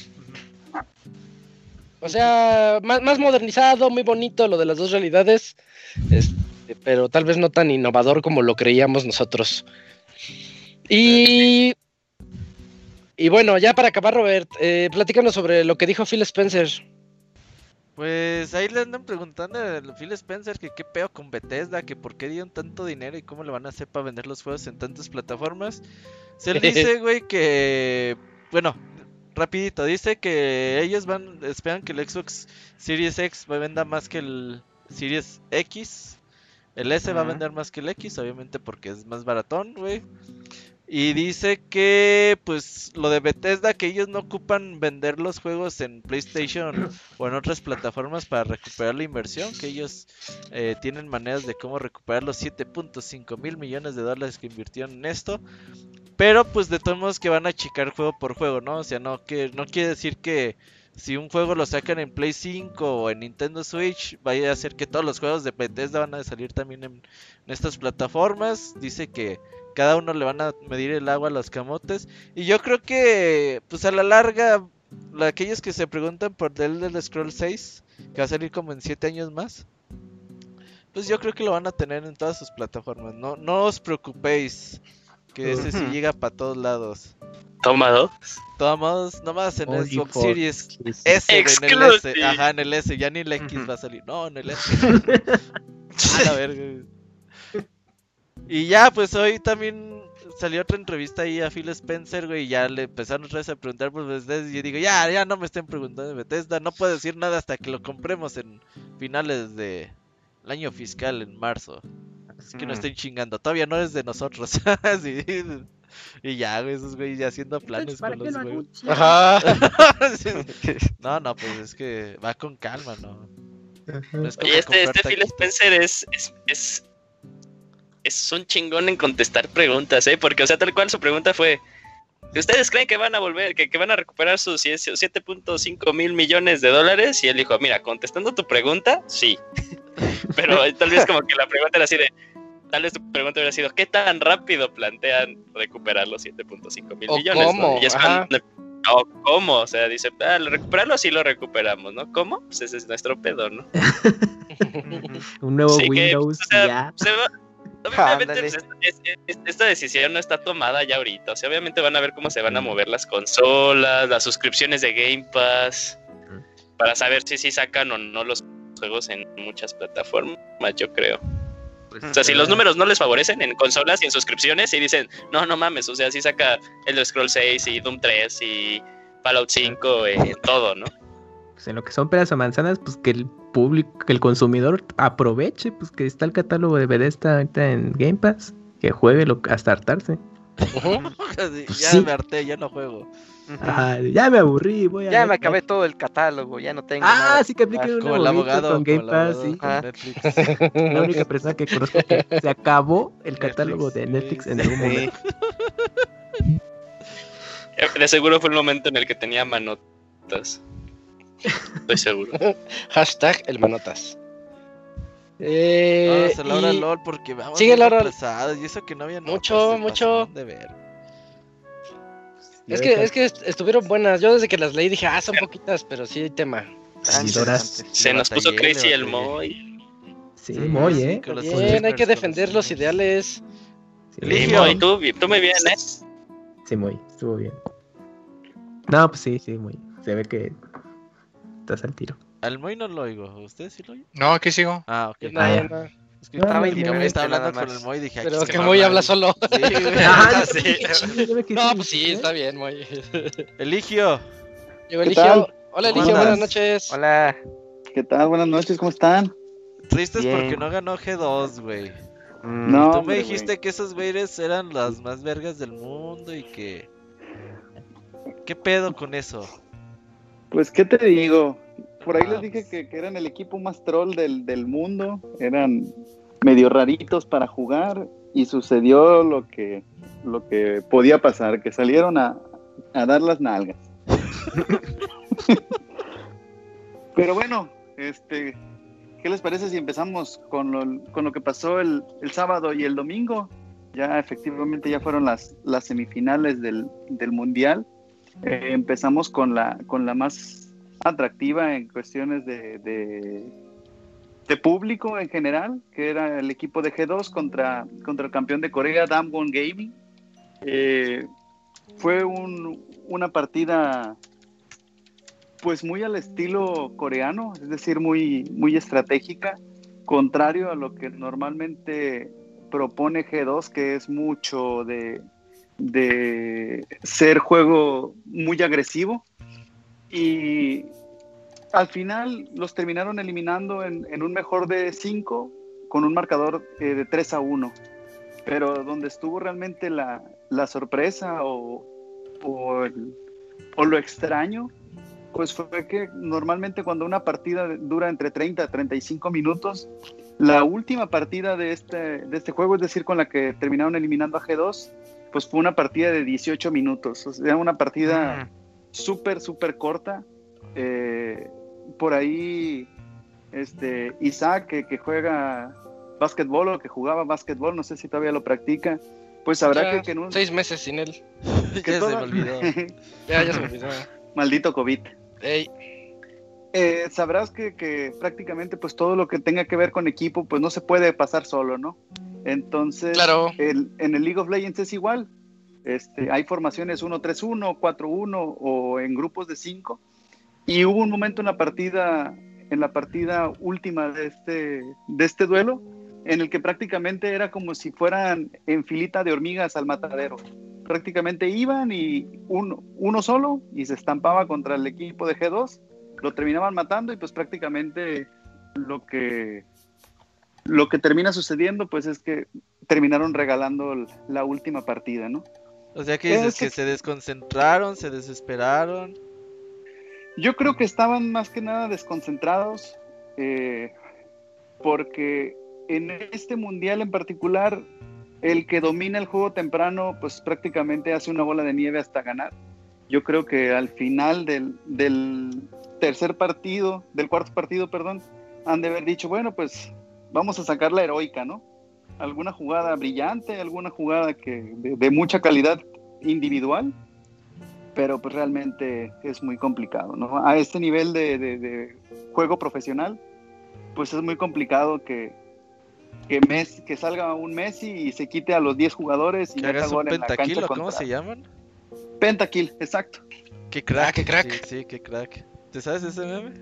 Speaker 1: O sea, más modernizado, muy bonito lo de las dos realidades, pero tal vez no tan innovador como lo creíamos nosotros. Y bueno, ya para acabar, Robert, platícanos sobre lo que dijo Phil Spencer.
Speaker 8: Pues ahí le andan preguntando a Phil Spencer que qué pedo con Bethesda, que por qué dieron tanto dinero y cómo le van a hacer para vender los juegos en tantas plataformas. Se le dice, güey, que... Bueno, rapidito, dice que ellos esperan que el Xbox Series X venda más que el Series X. El S va a vender más que el X, obviamente porque es más baratón, güey. Y dice que, pues, lo de Bethesda, que ellos no ocupan vender los juegos en PlayStation o en otras plataformas para recuperar la inversión, que ellos tienen maneras de cómo recuperar los 7.5 mil millones de dólares que invirtieron en esto. Pero, pues, de todos modos que van a achicar juego por juego, ¿no? O sea, no quiere decir que si un juego lo sacan en Play 5 o en Nintendo Switch, vaya a ser que todos los juegos de Bethesda van a salir también en estas plataformas. Dice que cada uno le van a medir el agua a los camotes. Y yo creo que, pues a la larga, aquellos que se preguntan por The Elder Scrolls 6, que va a salir como en 7 años más, pues yo creo que lo van a tener en todas sus plataformas. No os preocupéis, que ese sí llega para todos lados.
Speaker 7: Toma dos.
Speaker 8: Tomamos nomás en
Speaker 6: Holy
Speaker 8: Xbox
Speaker 6: fuck.
Speaker 8: Series S, en el S. Ajá, en el S, ya ni el X va a salir. No, en el S. A la verga. Y ya, pues hoy también salió otra entrevista ahí a Phil Spencer, güey, y ya le empezaron otra vez a preguntar por Bethesda, y yo digo, ya no me estén preguntando de Bethesda, no puedo decir nada hasta que lo compremos en finales del año fiscal, en marzo. Así que no estén chingando, todavía no es de nosotros. Sí. Y ya, güey, esos güeyes ya haciendo planes con los juegos.
Speaker 1: Ajá.
Speaker 8: No, pues es que va con calma, ¿no? No es como
Speaker 7: Y este
Speaker 8: comprar
Speaker 7: Phil
Speaker 8: taquitos.
Speaker 7: Spencer es un chingón en contestar preguntas, porque, o sea, tal cual su pregunta fue: ¿ustedes creen que van a volver, que van a recuperar sus 7.5 mil millones de dólares? Y él dijo, mira, contestando tu pregunta, sí. Pero tal vez como que la pregunta era así de... Tal vez tu pregunta hubiera sido, ¿qué tan rápido plantean recuperar los 7.5 mil millones?
Speaker 1: ¿Cómo?
Speaker 7: ¿No? Y es ¿cómo? O sea, dice, recuperarlo sí lo recuperamos, ¿no? ¿Cómo? Pues ese es nuestro pedo, ¿no?
Speaker 6: Un nuevo
Speaker 7: Sí, que,
Speaker 6: Windows,
Speaker 7: o sea,
Speaker 6: ya.
Speaker 7: obviamente,
Speaker 3: Ándale.
Speaker 7: pues, esta decisión no está tomada ya ahorita. O sea, obviamente van a ver cómo se van a mover las consolas, las suscripciones de Game Pass, para saber si sí sacan o no los juegos en muchas plataformas, yo creo. O sea, si los números no les favorecen en consolas y en suscripciones y dicen, no mames, o sea, si saca Elder Scrolls 6 y Doom 3 y Fallout 5, todo, ¿no?
Speaker 6: Pues en lo que son peras o manzanas, pues que el público, que el consumidor aproveche, pues que está el catálogo de Bethesda ahorita en Game Pass, que juegue hasta hartarse.
Speaker 8: Ya
Speaker 6: sí.
Speaker 8: me harté, ya no juego.
Speaker 6: Ya me aburrí,
Speaker 3: ya me acabé todo el catálogo, ya no tengo nada.
Speaker 6: Sí que apliquen un
Speaker 8: como el abogado
Speaker 6: con Game Pass, sí.
Speaker 8: con Netflix.
Speaker 6: La única persona que conozco que se acabó el catálogo de Netflix en algún momento.
Speaker 7: De seguro fue el momento en el que tenía manotas. Estoy seguro.
Speaker 1: Hashtag el manotas.
Speaker 8: Vamos a la hora LOL porque vamos
Speaker 1: sigue la hora
Speaker 8: atrasados y eso que no había
Speaker 1: mucho.
Speaker 8: De ver.
Speaker 1: Es que estuvieron buenas. Yo desde que las leí dije, son poquitas, pero sí hay tema.
Speaker 7: Se nos puso crazy el Moy.
Speaker 6: Sí, Moy,
Speaker 1: Bien, hay que defender los ideales.
Speaker 7: Sí, Moy, tú muy bien,
Speaker 6: Sí, Moy, estuvo bien. No, pues sí, Moy. Se ve que estás al tiro.
Speaker 8: Al Moy no lo oigo, ¿ustedes sí lo oyen?
Speaker 4: No, aquí sigo.
Speaker 8: Ah, ok.
Speaker 1: No.
Speaker 8: Es que estaba hablando con el Moy y dije,
Speaker 1: pero que Moy habla solo.
Speaker 8: Sí,
Speaker 1: no, pues sí, está bien, Moy.
Speaker 8: Eligio.
Speaker 1: Llegó Eligio. Hola, Eligio, buenas noches.
Speaker 3: Hola.
Speaker 9: ¿Qué tal? Buenas noches, ¿cómo están?
Speaker 8: Tristes porque no ganó G2, güey.
Speaker 9: No,
Speaker 8: tú me dijiste que esos güeyes eran las más vergas del mundo y que... ¿Qué pedo con eso?
Speaker 9: Pues, ¿qué te digo? Por ahí les dije que eran el equipo más troll del mundo. Eran medio raritos para jugar y sucedió lo que podía pasar, que salieron a dar las nalgas. Pero bueno, ¿qué les parece si empezamos con lo que pasó el sábado y el domingo? Ya efectivamente ya fueron las semifinales del Mundial. Empezamos con la más atractiva en cuestiones de público en general, que era el equipo de G2 contra el campeón de Corea, Damwon Gaming. Fue una partida pues muy al estilo coreano, es decir, muy, muy estratégica, contrario a lo que normalmente propone G2, que es mucho de ser juego muy agresivo, y al final los terminaron eliminando en un mejor de 5 con un marcador de 3-1, pero donde estuvo realmente la sorpresa o lo extraño, pues fue que normalmente cuando una partida dura entre 30 a 35 minutos, la última partida de este juego, es decir, con la que terminaron eliminando a G2, pues fue una partida de 18 minutos, o sea, una partida súper corta. Por ahí Isaac, que juega básquetbol o que jugaba básquetbol, no sé si todavía lo practica, pues sabrá que en un...
Speaker 1: 6 meses sin él.
Speaker 8: Ya se me olvidó.
Speaker 1: ya se me olvidó.
Speaker 9: Maldito COVID.
Speaker 1: Ey.
Speaker 9: Sabrás que prácticamente pues todo lo que tenga que ver con equipo pues no se puede pasar solo, ¿no? Entonces,
Speaker 1: claro.
Speaker 9: En el League of Legends es igual. Hay formaciones 1-3-1, 4-1 o en grupos de 5. Y hubo un momento en la partida última de este duelo en el que prácticamente era como si fueran en filita de hormigas al matadero. Prácticamente iban y uno solo y se estampaba contra el equipo de G2, lo terminaban matando y pues prácticamente lo que termina sucediendo pues es que terminaron regalando la última partida, ¿no?
Speaker 8: O sea que dices que se desconcentraron, se desesperaron.
Speaker 9: Yo creo que estaban más que nada desconcentrados, porque en este mundial en particular, el que domina el juego temprano, pues prácticamente hace una bola de nieve hasta ganar. Yo creo que al final del cuarto partido, han de haber dicho, bueno, pues vamos a sacar la heroica, ¿no? Alguna jugada brillante, alguna jugada de mucha calidad individual, pero pues realmente es muy complicado, ¿no? A este nivel de juego profesional, pues es muy complicado que salga un Messi y se quite a los 10 jugadores y
Speaker 8: que hagas
Speaker 9: gol
Speaker 8: un
Speaker 9: en la cancha
Speaker 8: pentakill,
Speaker 9: contra...
Speaker 8: ¿cómo se llaman?
Speaker 9: Pentakill, exacto.
Speaker 8: Qué crack.
Speaker 1: Qué crack.
Speaker 8: Sí, qué crack. ¿Te sabes ese meme?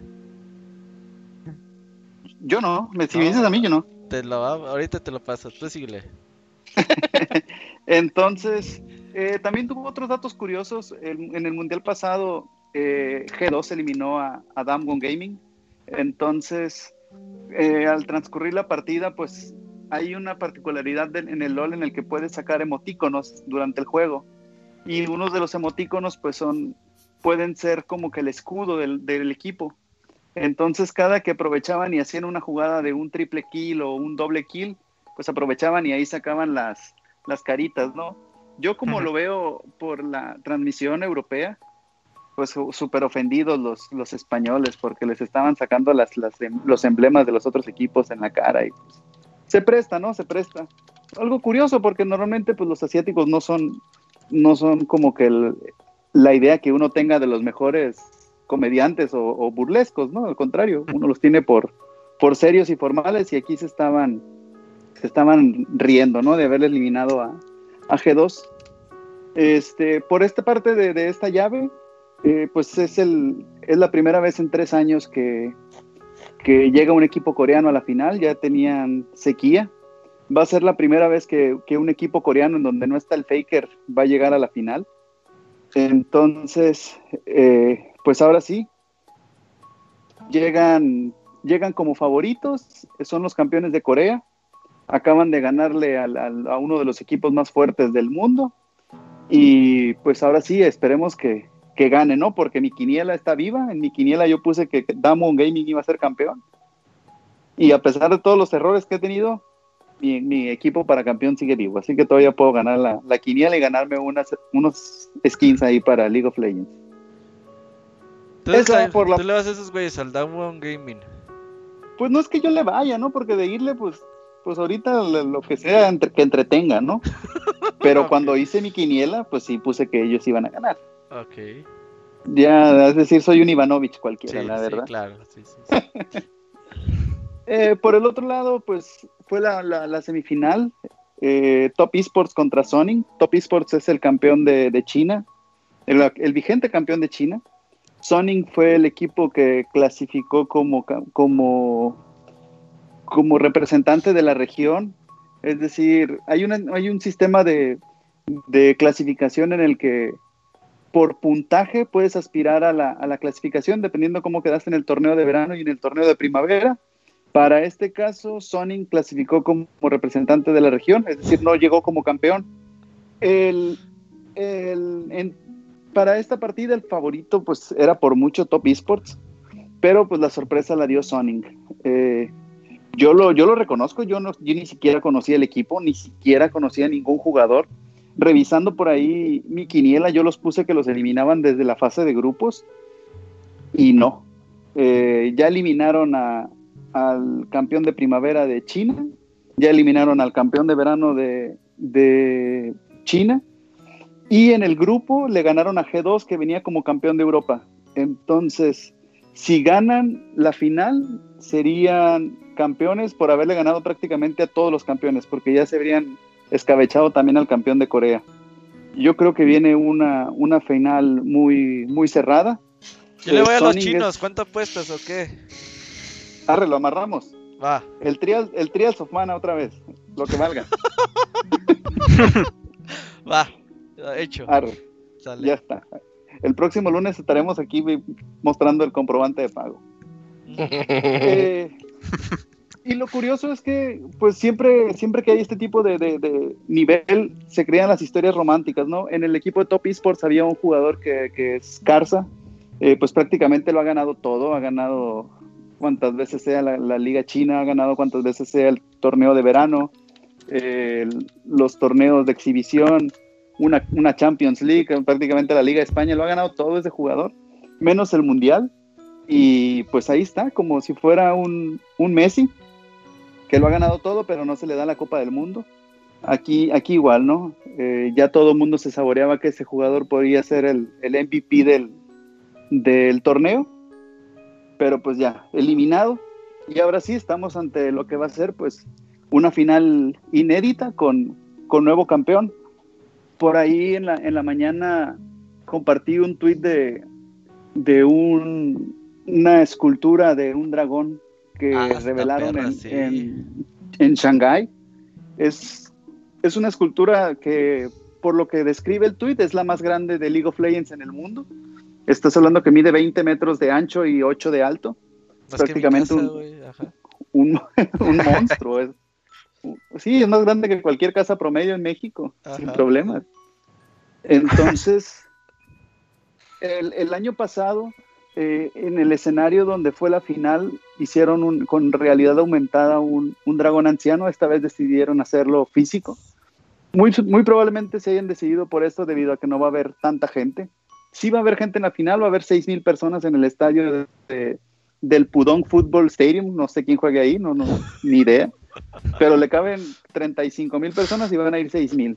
Speaker 9: Yo no, si me dices a mí, yo no.
Speaker 8: Ahorita te lo paso, tú síguele.
Speaker 9: Entonces, También tuvo otros datos curiosos. En el mundial pasado, G2 eliminó a Damwon Gaming. Entonces, al transcurrir la partida, pues hay una particularidad en el LoL en el que puedes sacar emotíconos durante el juego. Y unos de los emotíconos, pues pueden ser como que el escudo del equipo. Entonces, cada que aprovechaban y hacían una jugada de un triple kill o un doble kill, pues aprovechaban y ahí sacaban las caritas, ¿no? Yo como lo veo por la transmisión europea, pues súper ofendidos los españoles porque les estaban sacando los emblemas de los otros equipos en la cara y pues, se presta, ¿no? Se presta. Algo curioso porque normalmente pues los asiáticos no son como que la idea que uno tenga de los mejores comediantes o burlescos, ¿no? Al contrario, uno los tiene por serios y formales y aquí se estaban riendo, ¿no? De haber eliminado a G2. Por esta parte de esta llave, pues es la primera vez en 3 años que llega un equipo coreano a la final. Ya tenían sequía. Va a ser la primera vez que un equipo coreano en donde no está el Faker va a llegar a la final. Entonces, pues ahora sí, llegan como favoritos, son los campeones de Corea, acaban de ganarle a uno de los equipos más fuertes del mundo, y pues ahora sí, esperemos que gane, ¿no? Porque mi quiniela está viva. En mi quiniela yo puse que Damwon Gaming iba a ser campeón, y a pesar de todos los errores que he tenido, mi equipo para campeón sigue vivo, así que todavía puedo ganar la quiniela y ganarme unos skins ahí para League of Legends.
Speaker 8: Tú le vas a esos güeyes al Damwon Gaming.
Speaker 9: Pues no es que yo le vaya, ¿no? Porque de irle, pues ahorita lo que sea que entretenga, ¿no? Pero okay. Cuando hice mi quiniela, pues sí puse que ellos iban a ganar.
Speaker 8: Ok.
Speaker 9: Ya, es decir, soy un Ivanovich cualquiera, sí, la verdad.
Speaker 8: Sí, claro, sí.
Speaker 9: Por el otro lado, pues fue la semifinal, Top Esports contra Sonic. Top Esports es el campeón de China, el vigente campeón de China. Sonic fue el equipo que clasificó como representante de la región. Es decir, hay un sistema de clasificación en el que por puntaje puedes aspirar a la clasificación dependiendo cómo quedaste en el torneo de verano y en el torneo de primavera. Para este caso, Sonic clasificó como representante de la región, es decir, no llegó como campeón. Para esta partida el favorito pues era por mucho Top Esports, pero pues la sorpresa la dio Sonic. Yo lo reconozco, yo ni siquiera conocía el equipo, ni siquiera conocía a ningún jugador. Revisando por ahí mi quiniela, yo los puse que los eliminaban desde la fase de grupos, y no. Ya eliminaron al campeón de primavera de China, ya eliminaron al campeón de verano de China, y en el grupo le ganaron a G2, que venía como campeón de Europa. Entonces, si ganan la final, serían campeones por haberle ganado prácticamente a todos los campeones, porque ya se habrían escabechado también al campeón de Corea. Yo creo que viene una final muy, muy cerrada.
Speaker 8: Yo le voy a los chinos, ¿cuánto apuestas o qué?
Speaker 9: Arre, lo amarramos.
Speaker 8: Va.
Speaker 9: El Trials of Mana otra vez, lo que valga.
Speaker 8: Va, hecho.
Speaker 9: Arre, sale. Ya está. El próximo lunes estaremos aquí mostrando el comprobante de pago. Y lo curioso es que pues siempre que hay este tipo de nivel se crean las historias románticas, ¿no? En el equipo de Top Esports había un jugador que es Karza, pues prácticamente lo ha ganado todo, ha ganado cuantas veces sea la Liga China, ha ganado cuantas veces sea el torneo de verano, los torneos de exhibición, una Champions League, prácticamente la Liga de España, lo ha ganado todo ese jugador, menos el Mundial, y pues ahí está, como si fuera un Messi, que lo ha ganado todo, pero no se le da la Copa del Mundo. Aquí igual, ¿no? Ya todo el mundo se saboreaba que ese jugador podría ser el MVP del torneo, pero pues ya, eliminado, y ahora sí estamos ante lo que va a ser pues una final inédita con nuevo campeón. Por ahí en la mañana compartí un tuit de una escultura de un dragón que revelaron en Shanghái. Es una escultura que por lo que describe el tweet, es la más grande de League of Legends en el mundo. Estás hablando que mide 20 metros de ancho y 8 de alto. Es prácticamente un monstruo. Sí, es más grande que cualquier casa promedio en México, sin problemas. Entonces, el año pasado, en el escenario donde fue la final, hicieron con realidad aumentada un dragón anciano. Esta vez decidieron hacerlo físico. Muy probablemente se hayan decidido por esto debido a que no va a haber tanta gente. Sí va a haber gente en la final, va a haber 6,000 personas en el estadio del Pudong Football Stadium. No sé quién juegue ahí, no ni idea. Pero le caben 35,000 personas y van a ir 6,000.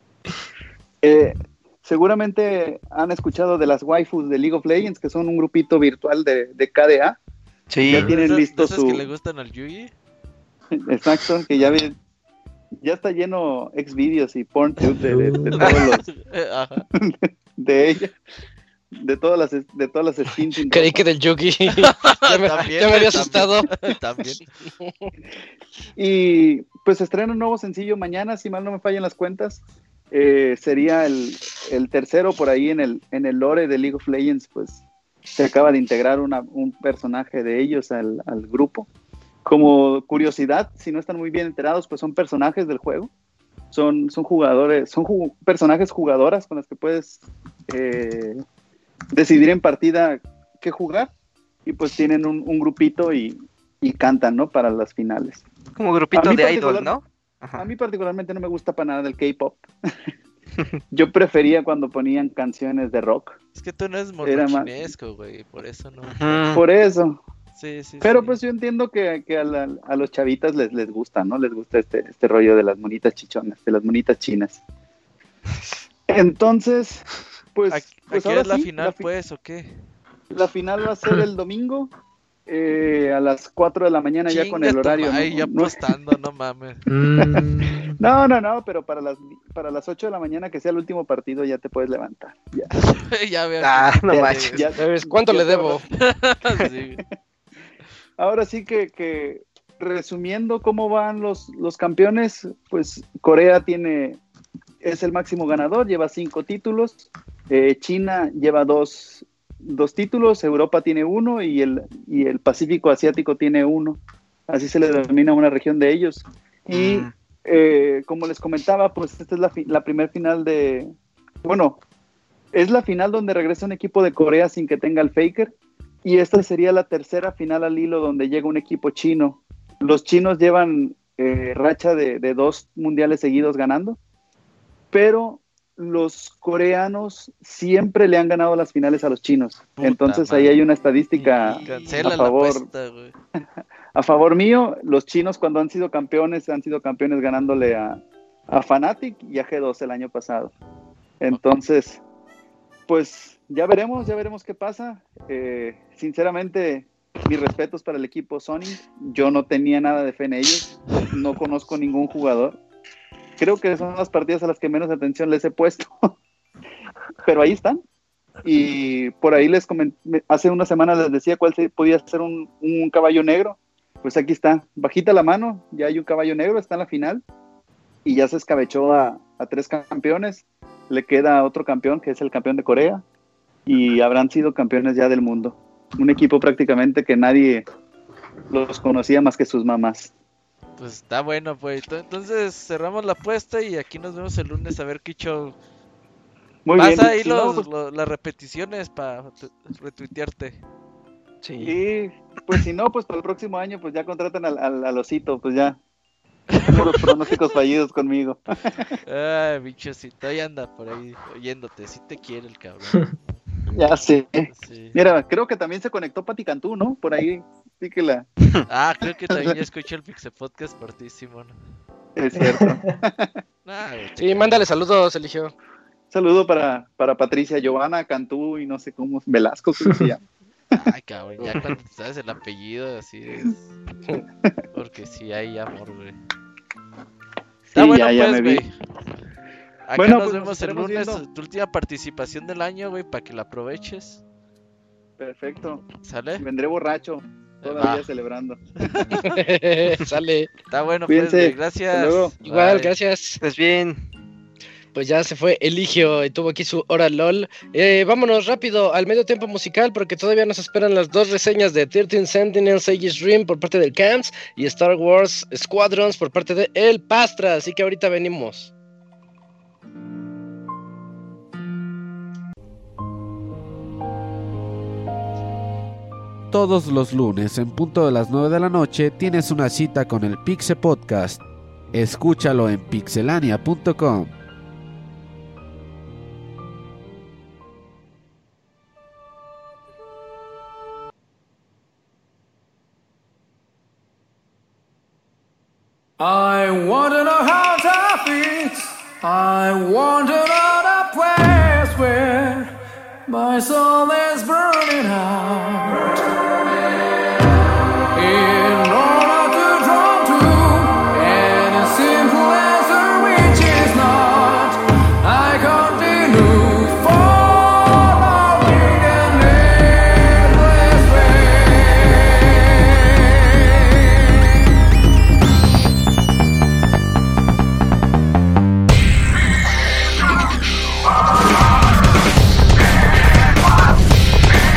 Speaker 9: Seguramente han escuchado de las waifus de League of Legends, que son un grupito virtual de KDA.
Speaker 3: Sí.
Speaker 9: Ya tienen listo
Speaker 8: ¿Esas que le gustan al Yugi?
Speaker 9: Exacto, que ya está lleno Xvideos y PornTube de todos los de ella, de todas las skins.
Speaker 1: Creí que del Yugi. ya me había asustado.
Speaker 8: También.
Speaker 9: Y pues estrena un nuevo sencillo mañana, si mal no me fallan las cuentas. Sería el tercero por ahí en el lore de League of Legends. Pues se acaba de integrar un personaje de ellos al grupo. Como curiosidad, si no están muy bien enterados, pues son personajes del juego. Son jugadores, personajes jugadoras con las que puedes decidir en partida qué jugar. Y pues tienen un grupito y cantan, ¿no? Para las finales.
Speaker 3: Como grupito de idol, ¿no?
Speaker 9: Ajá. A mí particularmente no me gusta para nada el K-pop. Yo prefería cuando ponían canciones de rock.
Speaker 8: Es que tú no eres monochinesco, güey, por eso no.
Speaker 9: Por eso.
Speaker 8: Sí.
Speaker 9: Pero pues yo entiendo que a los chavitas les gusta, ¿no? Les gusta este rollo de las monitas chichonas, de las monitas chinas. Entonces, pues...
Speaker 8: ¿Aquí
Speaker 9: ahora
Speaker 8: es la
Speaker 9: sí,
Speaker 8: final, pues, o qué?
Speaker 9: La final va a ser el domingo. A las 4 de la mañana. Chinga, ya con el horario.
Speaker 8: Ahí ya apostando, no mames.
Speaker 9: No, pero para las 8 de la mañana, que sea el último partido, ya te puedes levantar.
Speaker 8: Ya veo.
Speaker 3: No manches.
Speaker 1: ¿Cuánto le debo?
Speaker 8: Sí.
Speaker 9: Ahora sí que resumiendo cómo van los campeones, pues Corea es el máximo ganador, lleva 5 títulos. China lleva 2 títulos, Europa tiene 1 y el Pacífico Asiático tiene 1. Así se le denomina una región de ellos. Y como les comentaba, pues esta es la primer final es la final donde regresa un equipo de Corea sin que tenga el Faker, y esta sería la tercera final al hilo donde llega un equipo chino. Los chinos llevan racha de 2 mundiales seguidos ganando, pero los coreanos siempre le han ganado las finales a los chinos. Entonces ahí hay una estadística a favor mío. Los chinos, cuando han sido campeones ganándole a Fnatic y a G2 el año pasado. Entonces, pues ya veremos qué pasa. Sinceramente, mis respetos para el equipo Sony. Yo no tenía nada de fe en ellos, no conozco ningún jugador. Creo que son las partidas a las que menos atención les he puesto. Pero ahí están. Y por ahí les comenté, hace unas semanas les decía cuál podía ser un caballo negro. Pues aquí está, bajita la mano, ya hay un caballo negro, está en la final. Y ya se escabechó a 3 campeones. Le queda otro campeón, que es el campeón de Corea. Y habrán sido campeones ya del mundo. Un equipo prácticamente que nadie los conocía más que sus mamás.
Speaker 8: Pues está bueno, pues. Entonces cerramos la apuesta y aquí nos vemos el lunes a ver qué show.
Speaker 9: Muy bien.
Speaker 8: Pasa ahí las repeticiones para retuitearte.
Speaker 9: Sí. Y pues si no, pues para el próximo año pues ya contratan al osito, pues ya. Los pronósticos fallidos conmigo.
Speaker 8: Ay, bichocito, ahí anda por ahí oyéndote. Si te quiere el cabrón.
Speaker 9: Ya sé. Sí. Mira, creo que también se conectó Pati Cantú, ¿no? Por ahí, píquela.
Speaker 8: Creo que también ya escuché el Pixel Podcast por ti, Simón.
Speaker 9: Es cierto.
Speaker 1: Sí, mándale saludos, Eligio.
Speaker 9: Saludo para Patricia Giovanna Cantú y no sé cómo, Velasco, ¿cómo se llama?
Speaker 8: Ay, cabrón, ya cuando sabes el apellido, así es. Porque sí hay amor, güey. Está
Speaker 9: sí,
Speaker 8: bueno,
Speaker 9: ya
Speaker 8: pues,
Speaker 9: güey.
Speaker 8: Acá nos vemos el lunes, tu última participación del año, güey, para que la aproveches.
Speaker 9: Perfecto.
Speaker 8: ¿Sale?
Speaker 9: Vendré borracho, todavía celebrando.
Speaker 1: Sale.
Speaker 8: Está bueno,
Speaker 9: cuídense.
Speaker 8: Pues, güey, gracias.
Speaker 1: Igual, gracias.
Speaker 3: Pues bien.
Speaker 1: pues ya se fue Eligio y tuvo aquí su hora LOL. Vámonos rápido al medio tiempo musical porque todavía nos esperan las 2 reseñas de 13 Sentinels Aegis Rim por parte del Camps y Star Wars Squadrons por parte de El Pastra, así que ahorita venimos.
Speaker 2: Todos los lunes en punto de las 9 de la noche tienes una cita con el Pixel Podcast. Escúchalo en pixelania.com.
Speaker 10: I want to know how to fix. I want to know the place where my soul is burning out. In order to draw to any simple answer which is not, I continue following an endless way.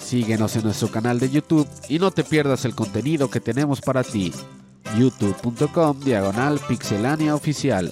Speaker 2: Síguenos en nuestro canal de YouTube y no te pierdas el contenido que tenemos para ti. youtube.com/Pixelania Oficial.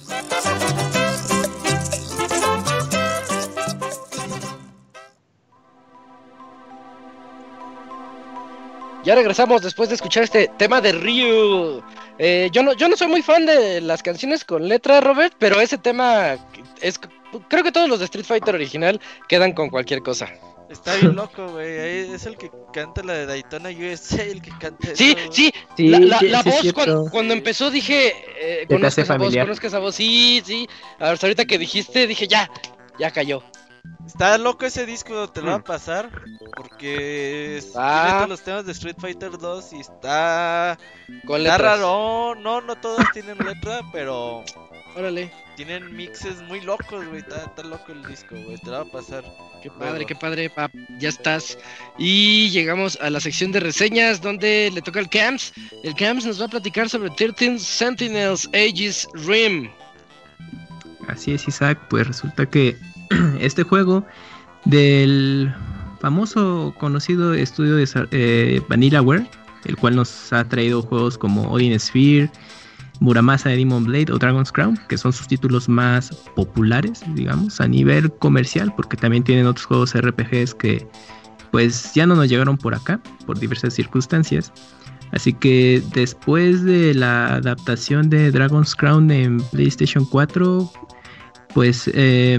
Speaker 1: Ya regresamos después de escuchar este tema de Ryu. Yo no soy muy fan de las canciones con letra, Robert, pero ese tema creo que todos los de Street Fighter original quedan con cualquier cosa.
Speaker 8: Está bien loco, güey. Es el que canta la de Daytona USA, el que canta
Speaker 1: Sí,
Speaker 8: eso,
Speaker 1: sí.
Speaker 6: Sí,
Speaker 1: La
Speaker 6: sí,
Speaker 1: voz cuando empezó dije, conozco esa voz, sí. Ahorita que dijiste, dije, ya cayó.
Speaker 8: Está loco ese disco, te lo va a pasar. Porque tiene todos los temas de Street Fighter 2 y está raro. No todos tienen letra, pero
Speaker 1: órale.
Speaker 8: Tienen mixes muy locos, güey. Está loco el disco, güey. Te lo va a pasar.
Speaker 1: Qué padre, pap. Ya estás. Y llegamos a la sección de reseñas donde le toca al Camps. El Camps nos va a platicar sobre 13 Sentinels Aegis Rim.
Speaker 6: Así es, Isaac. Pues resulta que este juego del famoso conocido estudio de Vanillaware, el cual nos ha traído juegos como Odin Sphere, Muramasa de Demon Blade o Dragon's Crown, que son sus títulos más populares, digamos, a nivel comercial, porque también tienen otros juegos RPGs que pues ya no nos llegaron por acá, por diversas circunstancias. Así que después de la adaptación de Dragon's Crown en PlayStation 4, pues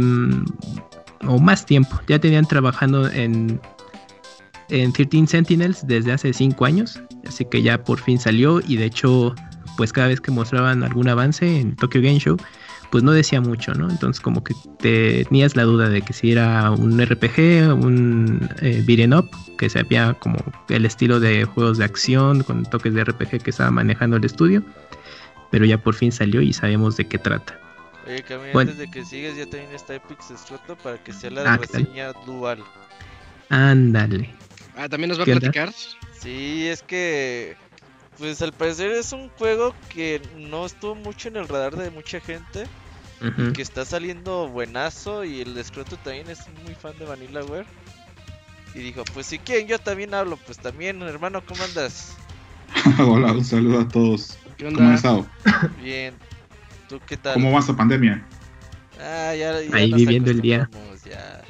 Speaker 6: o más tiempo, ya tenían trabajando en 13 Sentinels desde hace 5 años, así que ya por fin salió. Y de hecho, pues cada vez que mostraban algún avance en Tokyo Game Show, pues no decía mucho, ¿no? Entonces como que tenías la duda de que si era un RPG, un beat'em up, que se había como el estilo de juegos de acción con toques de RPG que estaba manejando el estudio, pero ya por fin salió y sabemos de qué trata.
Speaker 8: Oye, Camila, bueno, antes de que sigas, ya también está Epic Stroto para que sea la reseña dual.
Speaker 6: Ándale.
Speaker 1: ¿También nos va a platicar?
Speaker 8: Sí, es que pues al parecer es un juego que no estuvo mucho en el radar de mucha gente, y que está saliendo buenazo, y el Scroto también es muy fan de Vanillaware. Y dijo, pues si quieren yo también hablo, pues también, hermano, ¿cómo andas?
Speaker 11: Hola, un saludo a todos.
Speaker 1: ¿Qué onda?
Speaker 11: ¿Cómo han estado?
Speaker 8: Bien. ¿Tú qué tal?
Speaker 11: ¿Cómo va esta pandemia?
Speaker 8: Ya
Speaker 6: ahí viviendo el día.
Speaker 8: Ya.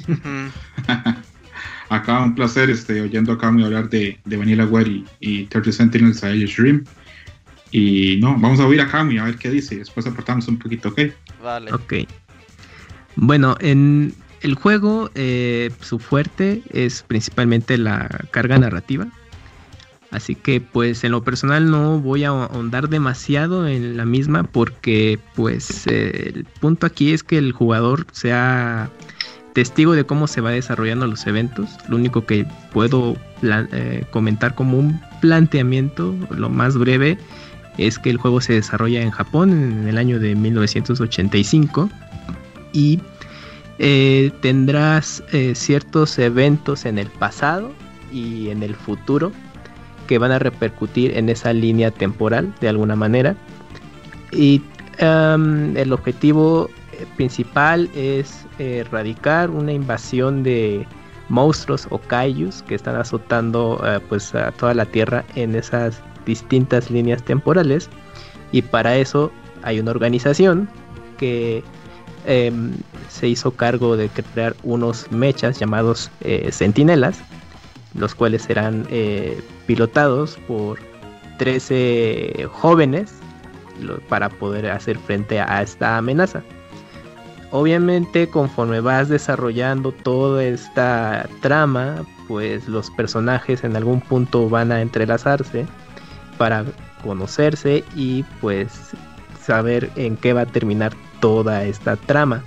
Speaker 11: Acá un placer oyendo a Camu hablar de Vanillaware y 13 Sentinels Aegis Rim. Y no, vamos a oír a Camu a ver qué dice. Después apartamos un poquito, ¿ok?
Speaker 8: Vale.
Speaker 6: Ok. Bueno, en el juego su fuerte es principalmente la carga narrativa. Así que pues en lo personal no voy a ahondar demasiado en la misma, porque pues el punto aquí es que el jugador sea testigo de cómo se va desarrollando los eventos. Lo único que puedo comentar como un planteamiento, lo más breve, es que el juego se desarrolla en Japón en el año de 1985 y tendrás ciertos eventos en el pasado y en el futuro que van a repercutir en esa línea temporal de alguna manera. Y el objetivo principal es erradicar una invasión de monstruos o kaijus que están azotando pues a toda la tierra en esas distintas líneas temporales. Y para eso hay una organización que se hizo cargo de crear unos mechas llamados centinelas, los cuales serán pilotados por 13 jóvenes para poder hacer frente a esta amenaza. Obviamente, conforme vas desarrollando toda esta trama, pues los personajes en algún punto van a entrelazarse para conocerse y pues saber en qué va a terminar toda esta trama.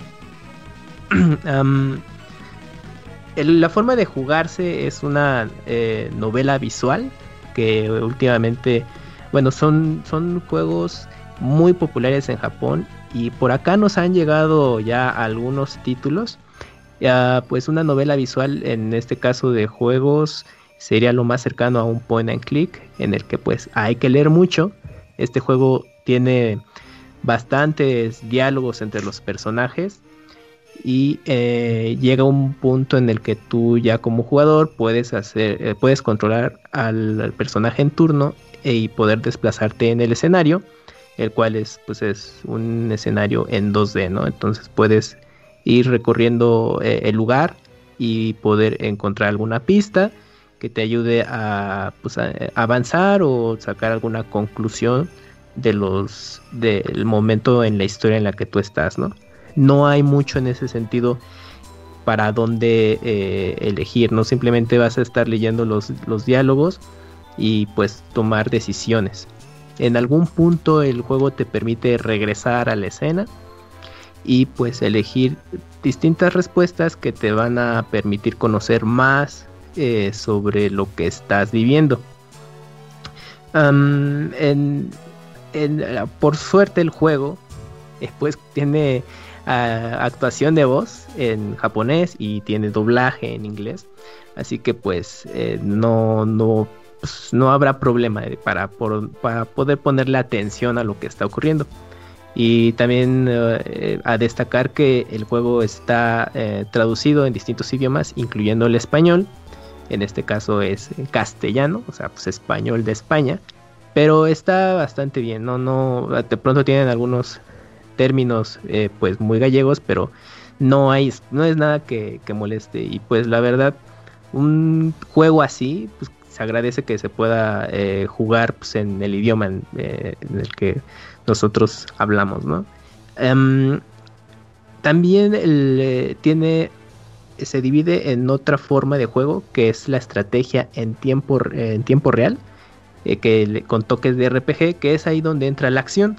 Speaker 6: La forma de jugarse es una novela visual que últimamente, bueno, son juegos muy populares en Japón, y por acá nos han llegado ya algunos títulos. Pues una novela visual en este caso de juegos sería lo más cercano a un point and click, en el que pues hay que leer mucho. Este juego tiene bastantes diálogos entre los personajes y llega un punto en el que tú ya como jugador puedes controlar al personaje en turno y poder desplazarte en el escenario, el cual es un escenario en 2D, ¿no? Entonces puedes ir recorriendo el lugar y poder encontrar alguna pista que te ayude a avanzar o sacar alguna conclusión del momento en la historia en la que tú estás, ¿no? No hay mucho en ese sentido para dónde elegir, ¿no? Simplemente vas a estar leyendo los diálogos y pues tomar decisiones. En algún punto el juego te permite regresar a la escena y pues elegir distintas respuestas que te van a permitir conocer más sobre lo que estás viviendo. Por suerte el juego pues tiene actuación de voz en japonés y tiene doblaje en inglés, así que pues no habrá problema para poder ponerle atención a lo que está ocurriendo. Y también a destacar que el juego está traducido en distintos idiomas, incluyendo el español. En este caso es castellano, o sea, pues español de España, pero está bastante bien. No, de pronto tienen algunos términos pues muy gallegos, pero no es nada que moleste. Y pues la verdad, un juego así pues se agradece que se pueda jugar pues, en el idioma en el que nosotros hablamos, ¿no? También se divide en otra forma de juego, que es la estrategia en tiempo real, con toques de RPG, que es ahí donde entra la acción.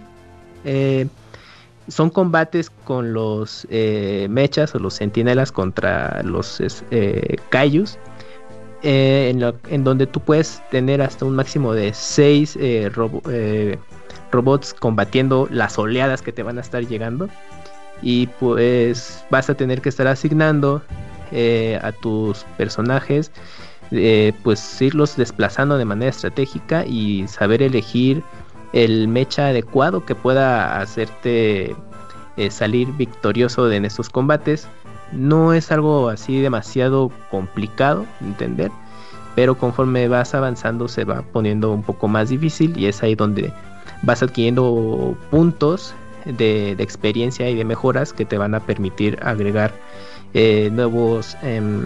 Speaker 6: Son combates con los mechas o los centinelas contra los kaijus, en donde tú puedes tener hasta un máximo de 6 robots combatiendo las oleadas que te van a estar llegando, y pues vas a tener que estar asignando a tus personajes, pues irlos desplazando de manera estratégica y saber elegir el mecha adecuado que pueda hacerte salir victorioso en estos combates. No es algo así demasiado complicado de entender, pero conforme vas avanzando se va poniendo un poco más difícil, y es ahí donde vas adquiriendo puntos de experiencia y de mejoras que te van a permitir agregar nuevos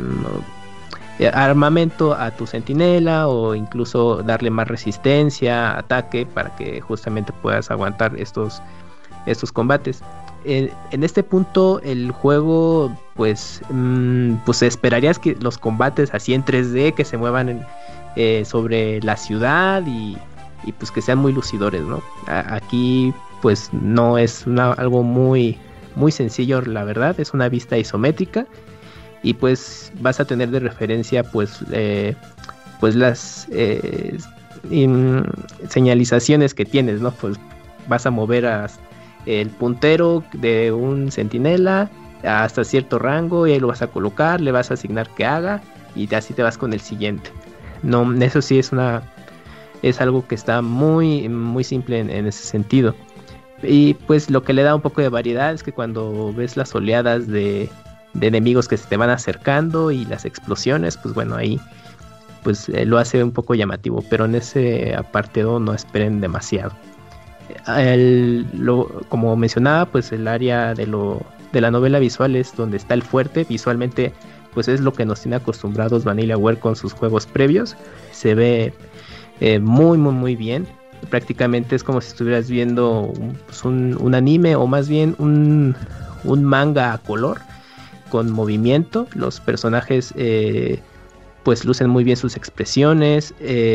Speaker 6: armamento a tu centinela, o incluso darle más resistencia, ataque, para que justamente puedas aguantar estos combates. En este punto el juego pues esperarías que los combates así en 3D que se muevan sobre la ciudad y pues que sean muy lucidores, ¿no? Aquí pues no es algo muy muy sencillo, la verdad. Es una vista isométrica y pues vas a tener de referencia pues las señalizaciones que tienes, ¿no? Pues vas a mover el puntero de un centinela hasta cierto rango y ahí lo vas a colocar, le vas a asignar que haga y así te vas con el siguiente. No, eso sí es algo que está muy muy simple en ese sentido. Y pues lo que le da un poco de variedad es que cuando ves las oleadas de enemigos que se te van acercando y las explosiones, pues bueno, ahí pues lo hace un poco llamativo, pero en ese apartado no esperen demasiado. Como mencionaba, pues el área de la novela visual es donde está el fuerte. Visualmente pues es lo que nos tiene acostumbrados Vanillaware con sus juegos previos. Se ve muy muy muy bien. Prácticamente es como si estuvieras viendo un anime, o más bien un manga a color con movimiento. Los personajes pues lucen muy bien sus expresiones,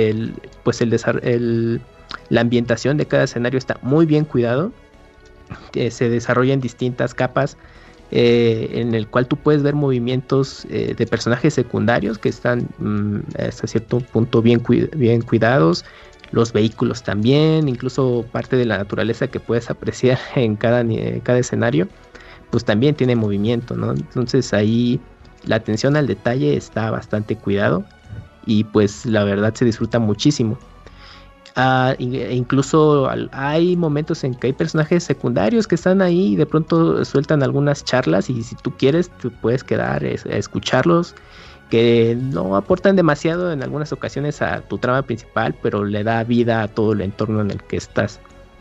Speaker 6: la ambientación de cada escenario está muy bien cuidado, se desarrolla en distintas capas, en el cual tú puedes ver movimientos de personajes secundarios que están hasta cierto punto bien cuidados. Los vehículos también, incluso parte de la naturaleza que puedes apreciar en cada escenario, pues también tiene movimiento, ¿no? Entonces ahí la atención al detalle está bastante cuidado y pues la verdad se disfruta muchísimo. Incluso hay momentos en que hay personajes secundarios que están ahí y de pronto sueltan algunas charlas y si tú quieres te puedes quedar a escucharlos, que no aportan demasiado en algunas ocasiones a tu trama principal, pero le da vida a todo el entorno en el que estás.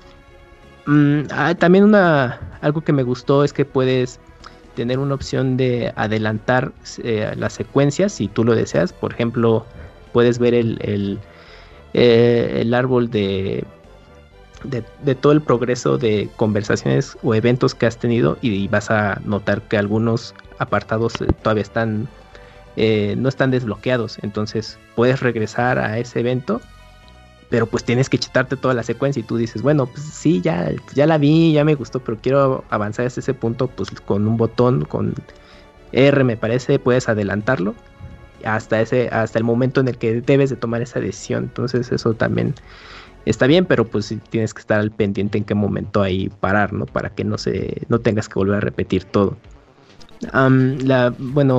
Speaker 6: También algo que me gustó es que puedes tener una opción de adelantar las secuencias si tú lo deseas. Por ejemplo, puedes ver el árbol de todo el progreso de conversaciones o eventos que has tenido y vas a notar que algunos apartados todavía no están desbloqueados, entonces puedes regresar a ese evento, pero pues tienes que chetarte toda la secuencia y tú dices, bueno, pues sí, ya la vi, ya me gustó, pero quiero avanzar hasta ese punto, pues con un botón, con R me parece, puedes adelantarlo hasta el momento en el que debes de tomar esa decisión. Entonces eso también está bien, pero pues sí tienes que estar al pendiente en qué momento ahí parar, ¿no? Para que no tengas que volver a repetir todo. La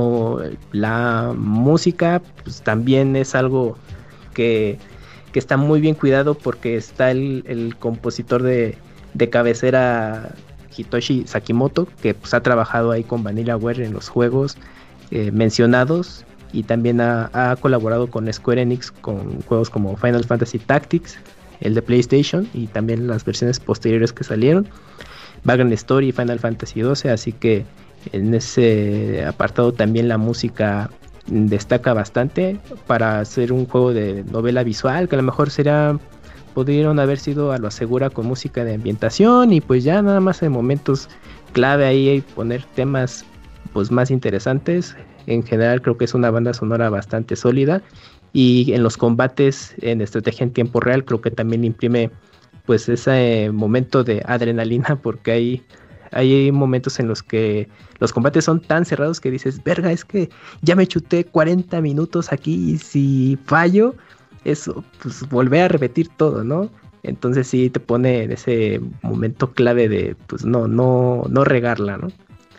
Speaker 6: música pues también es algo que está muy bien cuidado, porque está el compositor de cabecera, Hitoshi Sakimoto, que pues ha trabajado ahí con VanillaWare en los juegos mencionados, y también ha colaborado con Square Enix con juegos como Final Fantasy Tactics, el de PlayStation, y también las versiones posteriores que salieron, Vagrant Story y Final Fantasy XII, así que en ese apartado también la música destaca bastante para hacer un juego de novela visual, que a lo mejor pudieron haber sido a lo segura con música de ambientación y pues ya nada más en momentos clave ahí poner temas pues más interesantes. En general creo que es una banda sonora bastante sólida, y en los combates en estrategia en tiempo real creo que también imprime pues ese momento de adrenalina, porque hay momentos en los que los combates son tan cerrados que dices, verga, es que ya me chuté 40 minutos aquí y si fallo, eso, pues volver a repetir todo, ¿no? Entonces sí te pone en ese momento clave de pues no regarla, ¿no?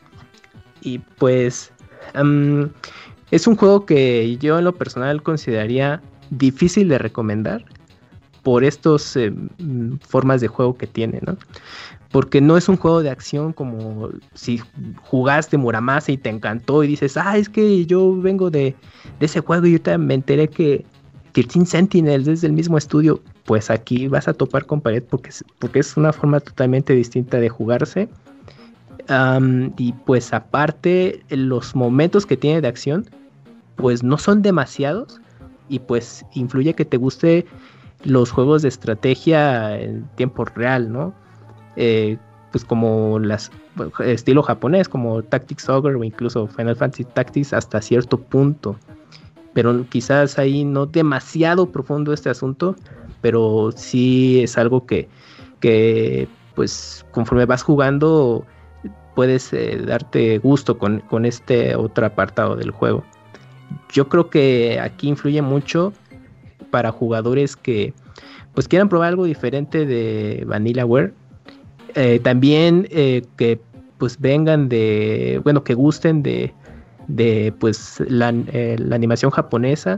Speaker 6: Y pues es un juego que yo en lo personal consideraría difícil de recomendar por estos formas de juego que tiene, ¿no? Porque no es un juego de acción como si jugaste Muramasa y te encantó y dices, es que yo vengo de ese juego y ahorita me enteré que 13 Sentinels es del mismo estudio. Pues aquí vas a topar con pared porque es una forma totalmente distinta de jugarse. Y pues aparte los momentos que tiene de acción pues no son demasiados, y pues influye que te guste los juegos de estrategia en tiempo real, ¿no? Pues como estilo japonés, como Tactics Ogre o incluso Final Fantasy Tactics hasta cierto punto, pero quizás ahí no demasiado profundo este asunto, pero sí es algo que pues conforme vas jugando puedes darte gusto con este otro apartado del juego. Yo creo que aquí influye mucho para jugadores que pues quieran probar algo diferente de VanillaWare. También que pues vengan que gusten de pues la animación japonesa,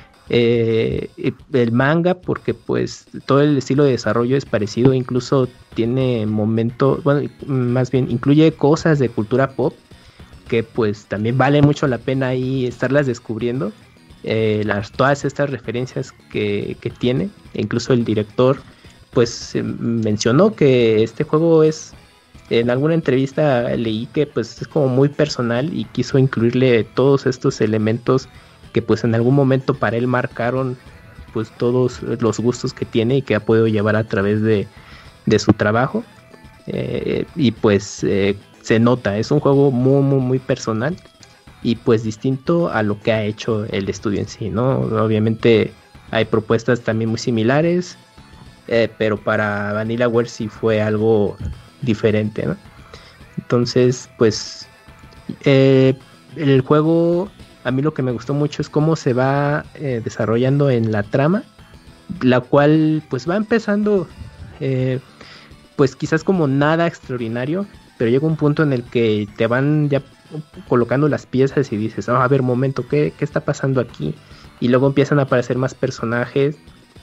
Speaker 6: el manga, porque pues todo el estilo de desarrollo es parecido, incluso tiene momentos, más bien incluye cosas de cultura pop que pues también vale mucho la pena ahí estarlas descubriendo. Todas estas referencias que tiene, incluso el director pues mencionó que este juego en alguna entrevista leí que pues es como muy personal y quiso incluirle todos estos elementos que pues en algún momento para él marcaron pues todos los gustos que tiene y que ha podido llevar a través de su trabajo, y pues se nota, es un juego muy muy muy personal y pues distinto a lo que ha hecho el estudio en sí, ¿no? Obviamente hay propuestas también muy similares, pero para VanillaWare sí fue algo diferente, ¿no? Entonces pues el juego, a mí lo que me gustó mucho es cómo se va desarrollando en la trama, la cual pues va empezando pues quizás como nada extraordinario, pero llega un punto en el que te van ya colocando las piezas y dices, a ver, momento, ¿qué está pasando aquí? Y luego empiezan a aparecer más personajes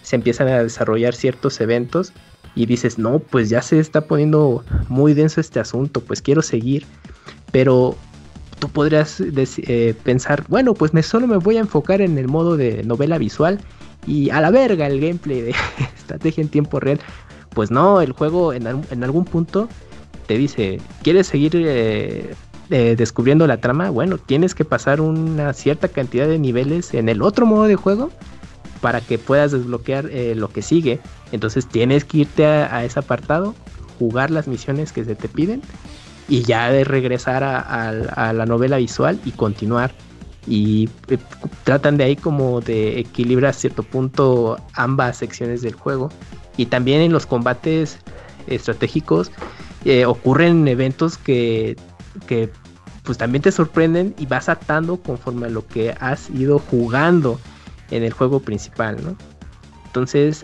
Speaker 6: se empiezan a desarrollar ciertos eventos y dices, no, pues ya se está poniendo muy denso este asunto, pues quiero seguir. Pero tú podrías pensar, bueno, pues solo me voy a enfocar en el modo de novela visual y a la verga el gameplay de estrategia en tiempo real. Pues no, el juego en algún punto te dice, ¿quieres seguir descubriendo la trama? Bueno, tienes que pasar una cierta cantidad de niveles en el otro modo de juego para que puedas desbloquear lo que sigue. Entonces tienes que irte a ese apartado, jugar las misiones que se te piden y ya de regresar a la novela visual y continuar. Y tratan de ahí como de equilibrar a cierto punto ambas secciones del juego. Y también en los combates estratégicos ocurren eventos que pues también te sorprenden y vas atando conforme a lo que has ido jugando en el juego principal, ¿no? Entonces,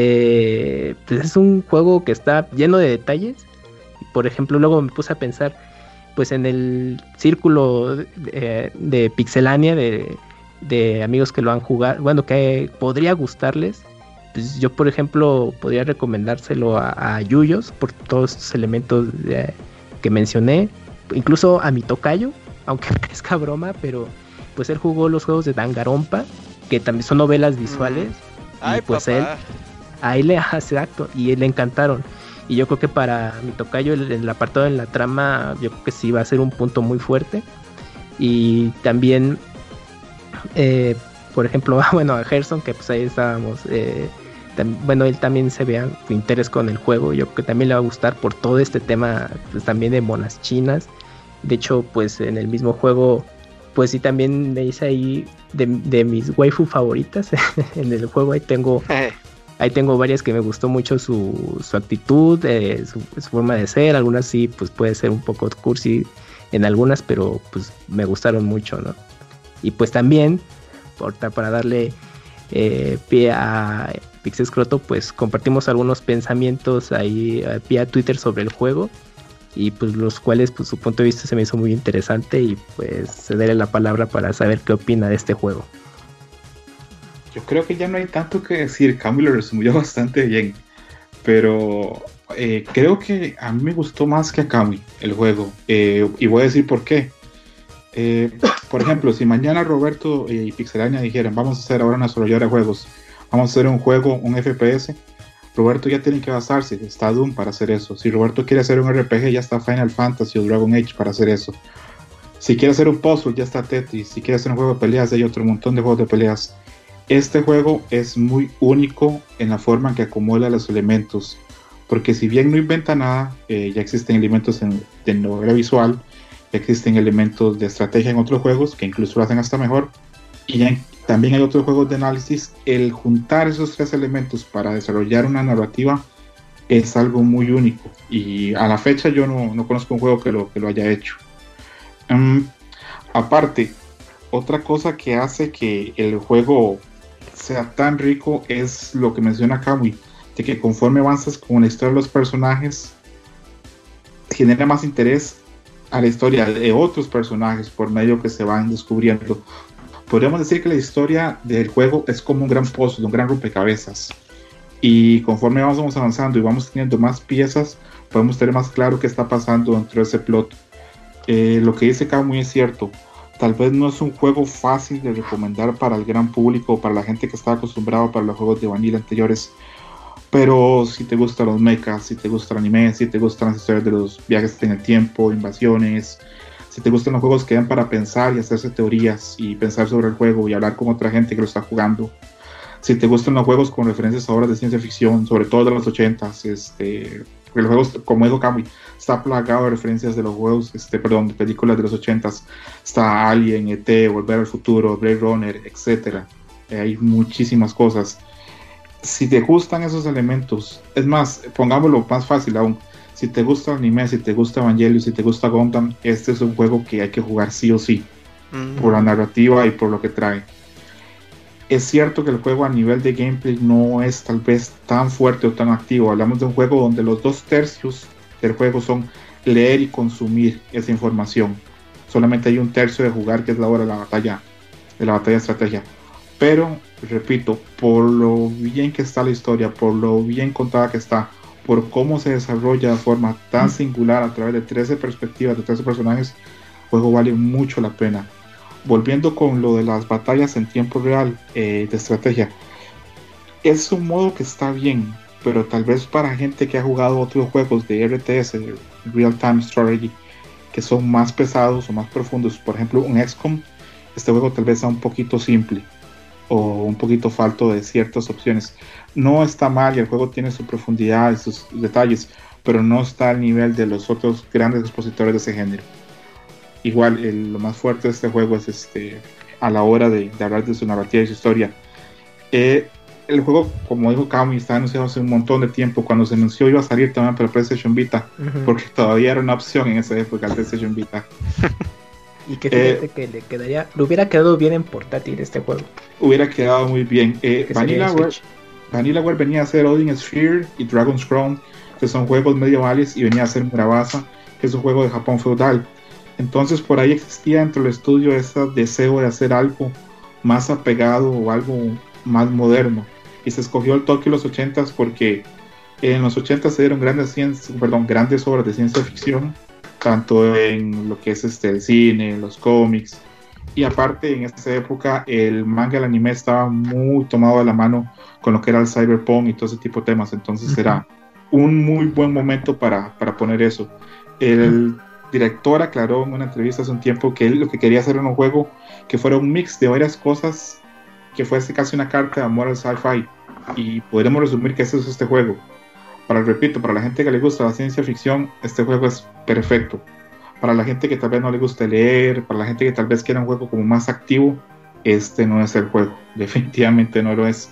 Speaker 6: pues es un juego que está lleno de detalles. Por ejemplo, luego me puse a pensar, pues en el círculo de Pixelania, de amigos que lo han jugado, bueno, que podría gustarles. Pues yo, por ejemplo, podría recomendárselo a Yuyos por todos estos elementos que mencioné. Incluso a mi tocayo, aunque parezca broma, pero pues él jugó los juegos de Danganronpa, que también son novelas visuales.
Speaker 8: Ay,
Speaker 6: y pues
Speaker 8: papá.
Speaker 6: a él exacto, y le encantaron. Y yo creo que para mi tocayo el apartado en la trama, yo creo que sí va a ser un punto muy fuerte. Y también, por ejemplo, bueno, a Gerson, que pues ahí estábamos, bueno, él también se vea interés con el juego. Yo creo que también le va a gustar por todo este tema, pues también de monas chinas. De hecho, pues en el mismo juego, pues sí, también me hice ahí de mis waifu favoritas. En el juego ahí tengo varias que me gustó mucho su actitud, su forma de ser. Algunas sí, pues puede ser un poco cursi en algunas, pero pues me gustaron mucho, ¿no? Y pues también, para darle pie a Pixescroto, pues compartimos algunos pensamientos ahí vía Twitter sobre el juego, y pues los cuales, pues su punto de vista se me hizo muy interesante, y pues cederle la palabra para saber qué opina de este juego.
Speaker 11: Yo creo que ya no hay tanto que decir. Camu lo resumió bastante bien, pero creo que a mí me gustó más que a Camu el juego, y voy a decir por qué. Por ejemplo, si mañana Roberto y Pixelania dijeran, vamos a hacer ahora una desarrolladora de juegos, vamos a hacer un juego, un FPS, Roberto ya tiene que basarse, está Doom para hacer eso. Si Roberto quiere hacer un RPG, ya está Final Fantasy o Dragon Age para hacer eso. Si quiere hacer un puzzle, ya está Tetris. Si quiere hacer un juego de peleas, hay otro montón de juegos de peleas. Este juego es muy único en la forma en que acumula los elementos, porque si bien no inventa nada, ya existen elementos de novela visual, ya existen elementos de estrategia en otros juegos que incluso lo hacen hasta mejor, y también hay otros juegos de análisis. El juntar esos tres elementos para desarrollar una narrativa es algo muy único, y a la fecha yo no conozco un juego que lo haya hecho. Aparte, otra cosa que hace que el juego sea tan rico es lo que menciona Kamui, de que conforme avanzas con la historia de los personajes, genera más interés a la historia de otros personajes por medio que se van descubriendo. Podríamos decir que la historia del juego es como un gran puzzle, un gran rompecabezas, y conforme vamos avanzando y vamos teniendo más piezas, podemos tener más claro qué está pasando dentro de ese plot. Lo que dice Kamui es cierto. Tal vez no es un juego fácil de recomendar para el gran público o para la gente que está acostumbrada para los juegos de vanilla anteriores, pero si te gustan los mechas, si te gusta el anime, si te gustan las historias de los viajes en el tiempo, invasiones, si te gustan los juegos que dan para pensar y hacerse teorías y pensar sobre el juego y hablar con otra gente que lo está jugando, si te gustan los juegos con referencias a obras de ciencia ficción, sobre todo de los 80s, el juego, como dijo Kamui, está plagado de referencias de los juegos, de películas de los 80s. Está Alien, ET, Volver al Futuro, Blade Runner, etc. Hay muchísimas cosas. Si te gustan esos elementos, es más, pongámoslo más fácil aún, si te gusta el anime, si te gusta Evangelion, si te gusta Gundam, este es un juego que hay que jugar sí o sí, por la narrativa y por lo que trae. Es cierto que el juego a nivel de gameplay no es tal vez tan fuerte o tan activo. Hablamos de un juego donde los 2/3 del juego son leer y consumir esa información. Solamente hay 1/3 de jugar, que es la hora de la batalla estrategia. Pero, repito, por lo bien que está la historia, por lo bien contada que está, por cómo se desarrolla de forma tan singular a través de 13 perspectivas, de 13 personajes, el juego vale mucho la pena. Volviendo con lo de las batallas en tiempo real de estrategia, es un modo que está bien, pero tal vez para gente que ha jugado otros juegos de RTS, Real Time Strategy, que son más pesados o más profundos, por ejemplo un XCOM, este juego tal vez sea un poquito simple o un poquito falto de ciertas opciones. No está mal y el juego tiene su profundidad y sus detalles, pero no está al nivel de los otros grandes expositores de ese género. Igual, lo más fuerte de este juego es a la hora de hablar de su narrativa y su historia. El juego, como dijo Cami, está anunciado hace un montón de tiempo. Cuando se anunció iba a salir también para PlayStation Vita, porque todavía era una opción en esa época el PlayStation Vita.
Speaker 6: Y que fíjate que le hubiera quedado bien en portátil este juego.
Speaker 11: Hubiera quedado muy bien. Vanillaware venía a hacer Odin Sphere y Dragon's Crown, que son juegos medievales, y venía a hacer Murabasa, que es un juego de Japón feudal. Entonces por ahí existía dentro del estudio ese deseo de hacer algo más apegado o algo más moderno, y se escogió el toque de los 80s porque en los 80s se dieron grandes obras de ciencia ficción, tanto en lo que es el cine, los cómics, y aparte en esa época el manga y el anime estaba muy tomado de la mano con lo que era el cyberpunk y todo ese tipo de temas. Entonces era un muy buen momento para poner eso. El director aclaró en una entrevista hace un tiempo que él lo que quería hacer era un juego que fuera un mix de varias cosas, que fuese casi una carta de amor al sci-fi, y podremos resumir que eso es este juego. Para la gente que le gusta la ciencia ficción, este juego es perfecto. Para la gente que tal vez no le guste leer, para la gente que tal vez quiera un juego como más activo, este no es el juego, definitivamente no lo es.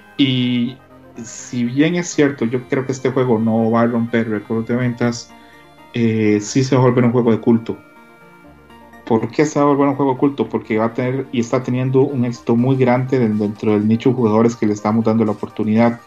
Speaker 11: Y si bien es cierto, yo creo que este juego no va a romper récords de ventas, sí se va a volver un juego de culto. ¿Por qué se va a volver un juego de culto? Porque va a tener y está teniendo un éxito muy grande dentro del nicho de jugadores que le estamos dando la oportunidad.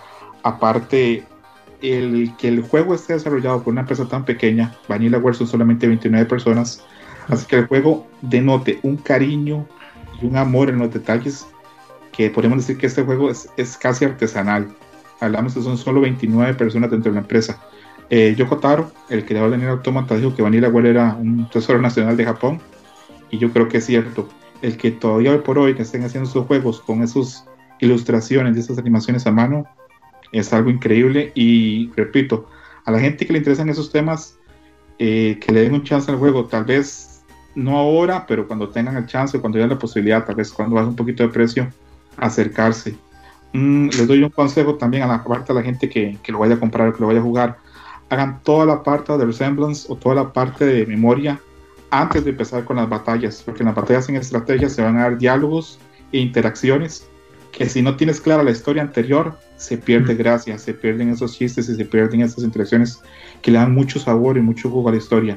Speaker 11: Aparte, el que el juego esté desarrollado por una empresa tan pequeña, Vanillaware son solamente 29 personas, hace que el juego denote un cariño y un amor en los detalles, que podemos decir que este juego es casi artesanal. Hablamos que son solo 29 personas dentro de la empresa. Yoko Taro, el creador de Nier Automata, dijo que Vanillaware era un tesoro nacional de Japón, y yo creo que es cierto. El que todavía hoy por hoy que estén haciendo sus juegos con esas ilustraciones y esas animaciones a mano es algo increíble. Y repito, a la gente que le interesan esos temas, que le den un chance al juego, tal vez no ahora, pero cuando tengan el chance, cuando haya la posibilidad, tal vez cuando baje un poquito de precio, acercarse. Les doy un consejo también a la parte de la gente que lo vaya a comprar o que lo vaya a jugar: hagan toda la parte de resemblance o toda la parte de memoria antes de empezar con las batallas, porque en las batallas en estrategia se van a dar diálogos e interacciones que si no tienes clara la historia anterior, se pierde gracia, se pierden esos chistes y se pierden esas interacciones que le dan mucho sabor y mucho jugo a la historia.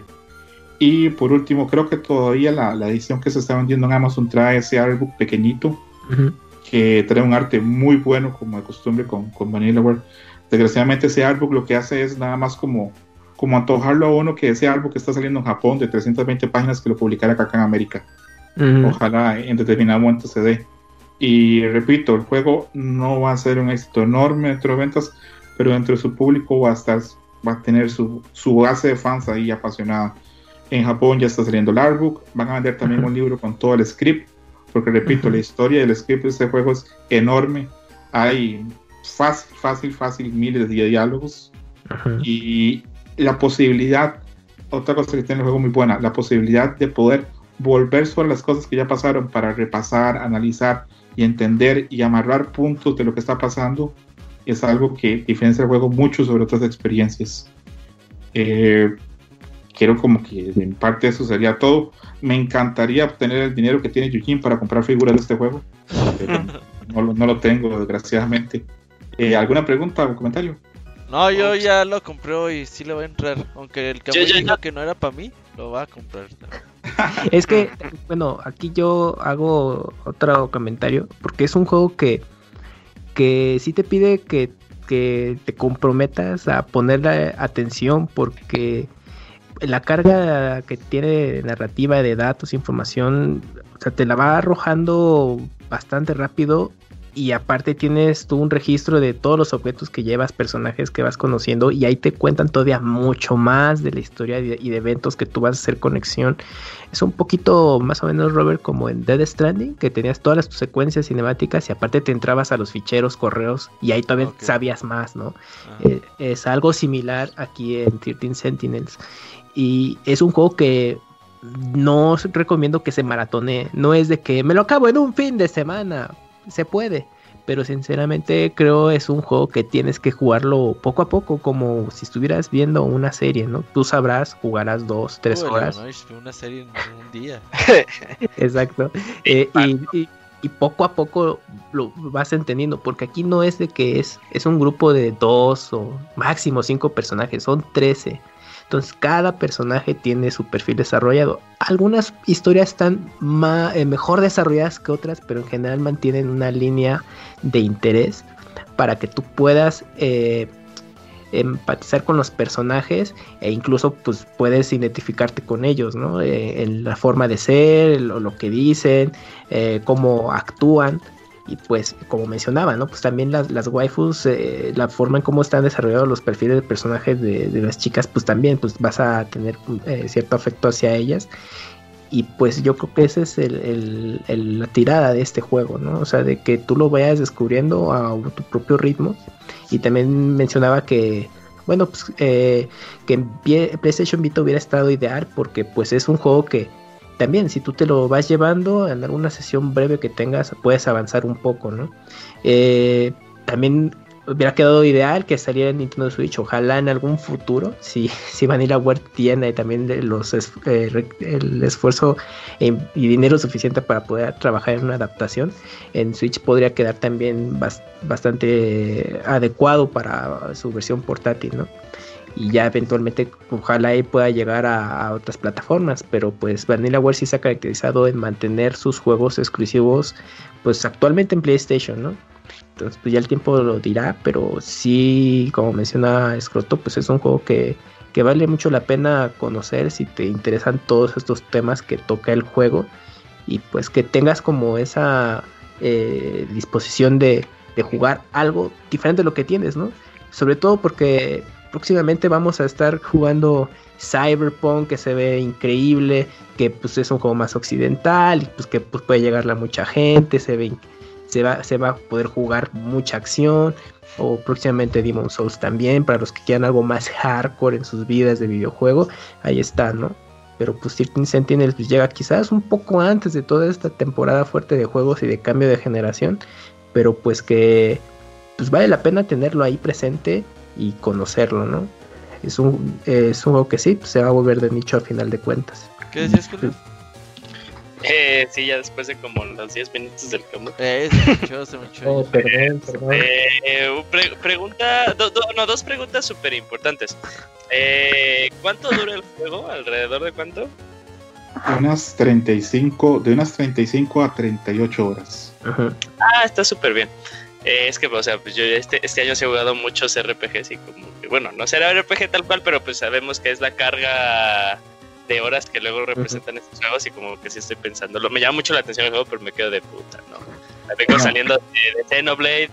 Speaker 11: Y por último, creo que todavía la edición que se está vendiendo en Amazon trae ese artbook pequeñito, que trae un arte muy bueno, como de costumbre con Vanillaware. Desgraciadamente ese artbook lo que hace es nada más como antojarlo a uno que ese artbook que está saliendo en Japón de 320 páginas, que lo publicara acá en América. Ojalá en determinado momento se dé. Y repito, el juego no va a ser un éxito enorme dentro de ventas, pero dentro de su público va a tener su base de fans ahí apasionada. En Japón ya está saliendo el artbook, van a vender también un libro con todo el script, porque repito, la historia del script de este juego es enorme. Hay fácil miles de diálogos, y la posibilidad, otra cosa que tiene el juego muy buena, la posibilidad de poder volver sobre las cosas que ya pasaron para repasar, analizar y entender y amarrar puntos de lo que está pasando, es algo que diferencia el juego mucho sobre otras experiencias. Quiero como que en parte eso sería todo. Me encantaría obtener el dinero que tiene Yujin para comprar figuras de este juego, pero no lo tengo, desgraciadamente. ¿Alguna pregunta o comentario?
Speaker 8: No, yo ya lo compré y sí le va a entrar, aunque el que dijo que no era para mí, lo va a comprar.
Speaker 6: Es que, bueno, aquí yo hago otro comentario, porque es un juego que sí te pide que te comprometas a ponerle atención, porque la carga que tiene narrativa de datos, información, o sea, te la va arrojando bastante rápido. Y aparte tienes tú un registro de todos los objetos que llevas, personajes que vas conociendo, y ahí te cuentan todavía mucho más de la historia y de eventos que tú vas a hacer conexión. Es un poquito más o menos, Robert, como en Death Stranding, que tenías todas tus secuencias cinemáticas y aparte te entrabas a los ficheros, correos, y ahí todavía sabías más, ¿no? Es algo similar aquí en 13 Sentinels. Y es un juego que no os recomiendo que se maratone. No es de que me lo acabo en un fin de semana. Se puede, pero sinceramente creo es un juego que tienes que jugarlo poco a poco, como si estuvieras viendo una serie, ¿no? Tú sabrás, jugarás 2-3 horas.
Speaker 8: Una serie en un día.
Speaker 6: Exacto. Y poco a poco lo vas entendiendo, porque aquí no es de que es un grupo de 2 o máximo 5 personajes, son 13. Entonces cada personaje tiene su perfil desarrollado. Algunas historias están mejor desarrolladas que otras, pero en general mantienen una línea de interés para que tú puedas empatizar con los personajes e incluso pues puedes identificarte con ellos, ¿no? En la forma de ser, lo que dicen, cómo actúan. Y pues como mencionaba, ¿no? Pues también las waifus, la forma en cómo están desarrollados los perfiles de personajes de las chicas, pues también pues vas a tener cierto afecto hacia ellas. Y pues yo creo que esa es la tirada de este juego, ¿no? O sea, de que tú lo vayas descubriendo a tu propio ritmo. Y también mencionaba que, bueno, pues que en PlayStation Vita hubiera estado ideal, porque pues es un juego que también, si tú te lo vas llevando en alguna sesión breve que tengas, puedes avanzar un poco, ¿no? También hubiera quedado ideal que saliera en Nintendo Switch. Ojalá en algún futuro, si Vanilla Ware tiene también el esfuerzo y dinero suficiente para poder trabajar en una adaptación, en Switch podría quedar también bastante adecuado para su versión portátil, ¿no? Y ya eventualmente ojalá ahí pueda llegar a otras plataformas, pero pues Vanillaware sí se ha caracterizado en mantener sus juegos exclusivos pues actualmente en PlayStation, ¿no? Entonces pues ya el tiempo lo dirá, pero sí, como menciona Scroto, pues es un juego que vale mucho la pena conocer si te interesan todos estos temas que toca el juego, y pues que tengas como esa disposición de jugar algo diferente de lo que tienes, ¿no? Sobre todo porque próximamente vamos a estar jugando Cyberpunk, que se ve increíble, que pues es un juego más occidental y pues que pues, puede llegarle a mucha gente, se va a poder jugar mucha acción, o próximamente Demon's Souls también, para los que quieran algo más hardcore en sus vidas de videojuego, ahí está, ¿no? Pero pues 13 Sentinels pues, llega quizás un poco antes de toda esta temporada fuerte de juegos y de cambio de generación, pero pues que pues vale la pena tenerlo ahí presente y conocerlo, ¿no? Es un juego que sí, pues se va a volver de nicho a final de cuentas.
Speaker 8: ¿Qué decías, Julio?
Speaker 7: Sí, ya después de como los 10 minutos del cambio.
Speaker 8: Se me echó.
Speaker 7: Perdón. Dos preguntas súper importantes. ¿Cuánto dura el juego? ¿Alrededor de cuánto?
Speaker 11: De unas 35 a 38 horas.
Speaker 6: Ajá.
Speaker 7: Está súper bien. Es que, o sea, pues yo este año sí he jugado muchos RPGs y como que, bueno, no será RPG tal cual, pero pues sabemos que es la carga de horas que luego representan estos juegos, y como que sí estoy pensando, me llama mucho la atención el juego, pero me quedo de puta, ¿no? Vengo saliendo de Xenoblade,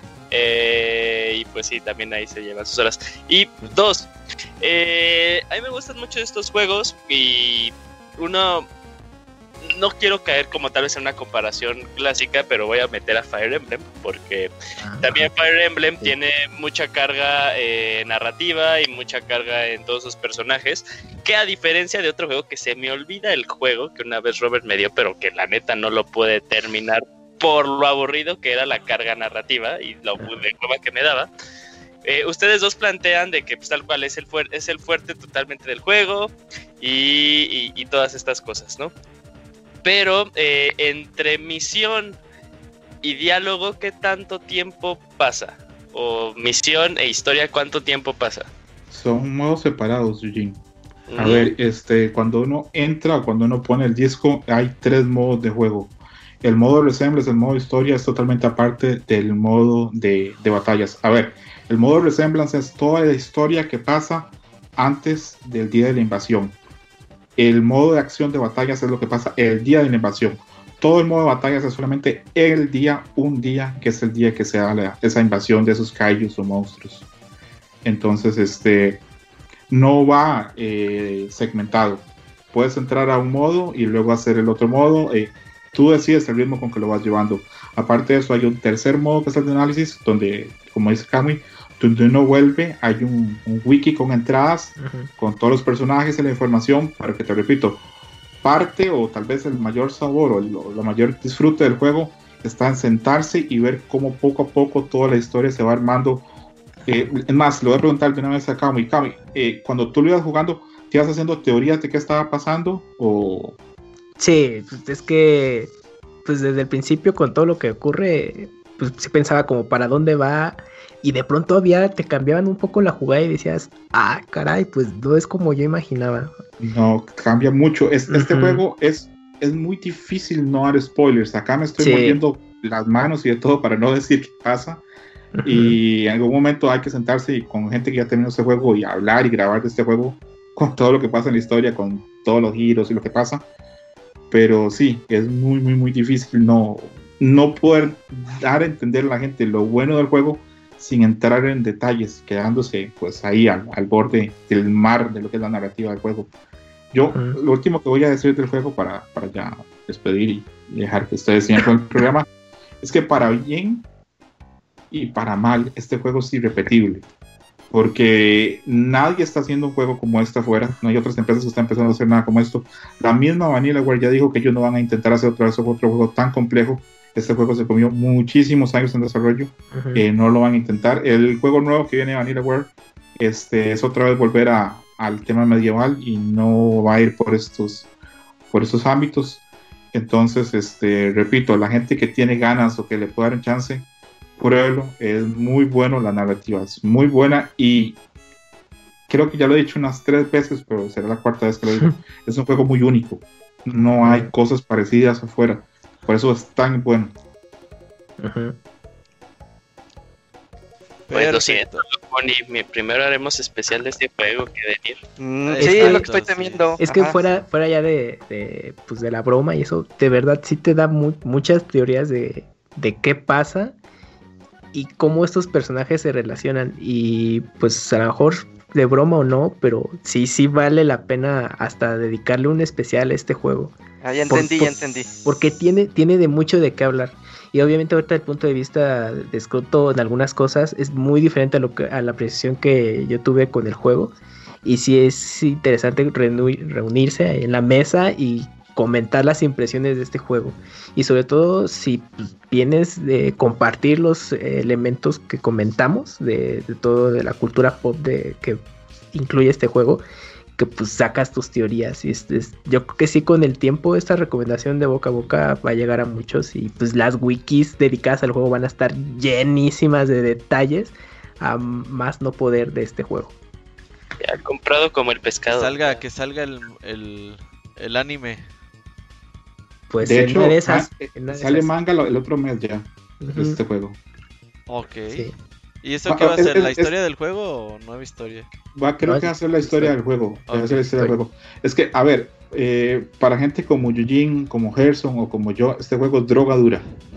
Speaker 7: y pues sí, también ahí se llevan sus horas. Y dos, a mí me gustan mucho estos juegos, y uno, no quiero caer como tal vez en una comparación clásica, pero voy a meter a Fire Emblem, porque también Fire Emblem tiene mucha carga narrativa y mucha carga en todos sus personajes, que a diferencia de otro juego que se me olvida el juego, que una vez Robert me dio, pero que la neta no lo pude terminar por lo aburrido que era la carga narrativa y lo de hueva que me daba. Ustedes dos plantean de que pues, tal cual es el fuerte totalmente del juego y todas estas cosas, ¿no? Pero entre misión y diálogo, ¿qué tanto tiempo pasa? O misión e historia, ¿cuánto tiempo pasa?
Speaker 11: Son modos separados, Eugene. A ver, cuando uno entra o cuando uno pone el disco, hay 3 modos de juego. El modo Resemblance, el modo historia, es totalmente aparte del modo de batallas. A ver, el modo Resemblance es toda la historia que pasa antes del día de la invasión. El modo de acción de batallas es lo que pasa el día de la invasión. Todo el modo de batallas es solamente un día, que es el día que se da esa invasión de esos kaijus o monstruos. Entonces, no va segmentado. Puedes entrar a un modo y luego hacer el otro modo. Tú decides el ritmo con que lo vas llevando. Aparte de eso, hay un tercer modo que es el de análisis, donde, como dice Kamui, donde uno vuelve, hay un wiki con entradas, con todos los personajes y la información, para que, te repito, parte o tal vez el mayor sabor o la mayor disfrute del juego está en sentarse y ver cómo poco a poco toda la historia se va armando. Es más, le voy a preguntar de una vez a Kamui, cuando tú lo ibas jugando, ¿te ibas haciendo teorías de qué estaba pasando? O...
Speaker 6: Sí, pues es que pues desde el principio con todo lo que ocurre, pues sí pensaba como para dónde va, y de pronto te cambiaban un poco la jugada y decías, caray, pues no es como yo imaginaba.
Speaker 11: No, cambia mucho. Este juego es muy difícil no dar spoilers. Acá me estoy mordiendo las manos y de todo para no decir qué pasa. Y en algún momento hay que sentarse y con gente que ya terminó este juego y hablar y grabar de este juego con todo lo que pasa en la historia, con todos los giros y lo que pasa. Pero sí, es muy, muy, muy difícil no poder dar a entender a la gente lo bueno del juego sin entrar en detalles, quedándose pues ahí al borde del mar de lo que es la narrativa del juego. Yo, lo último que voy a decir del juego para ya despedir y dejar que ustedes sigan con el programa, es que para bien y para mal, este juego es irrepetible. Porque nadie está haciendo un juego como este afuera, no hay otras empresas que están empezando a hacer nada como esto. La misma Vanillaware ya dijo que ellos no van a intentar hacer otra vez otro juego tan complejo. Este juego se comió muchísimos años en desarrollo, no lo van a intentar. El juego nuevo que viene de Vanillaware es otra vez volver al tema medieval y no va a ir por estos ámbitos. Entonces, repito, la gente que tiene ganas o que le pueda dar un chance, pruébelo, es muy bueno, la narrativa es muy buena y creo que ya lo he dicho unas 3 veces, pero será la 4ª vez que lo digo. Es un juego muy único, no hay cosas parecidas afuera, por eso es tan bueno.
Speaker 7: Pues lo siento, Pony, primero haremos especial de este juego que venir.
Speaker 3: Sí, es lo que estoy temiendo.
Speaker 6: Es que fuera ya de la broma y eso, de verdad sí te da muchas teorías de qué pasa y cómo estos personajes se relacionan, y pues a lo mejor de broma o no, pero sí vale la pena hasta dedicarle un especial a este juego.
Speaker 3: Ya entendí.
Speaker 6: Porque tiene de mucho de qué hablar. Y obviamente ahorita el punto de vista de Scroto en algunas cosas es muy diferente a la apreciación que yo tuve con el juego. Y sí es interesante reunirse en la mesa y comentar las impresiones de este juego. Y sobre todo si vienes de compartir los elementos que comentamos de todo de la cultura pop que incluye este juego, que pues sacas tus teorías. Y yo creo que sí, con el tiempo esta recomendación de boca a boca va a llegar a muchos, y pues las wikis dedicadas al juego van a estar llenísimas de detalles a más no poder de este juego.
Speaker 7: Ya comprado como el pescado.
Speaker 8: Que salga el anime.
Speaker 6: Pues
Speaker 11: de hecho,
Speaker 6: sale
Speaker 11: manga el otro mes ya de este juego.
Speaker 8: Ok.
Speaker 6: Sí.
Speaker 8: ¿Y eso qué va a ser? ¿La historia del juego o nueva historia?
Speaker 11: Creo que va a ser la historia del juego. Es que, a ver, para gente como Eugene, como Gerson o como yo, este juego es droga dura.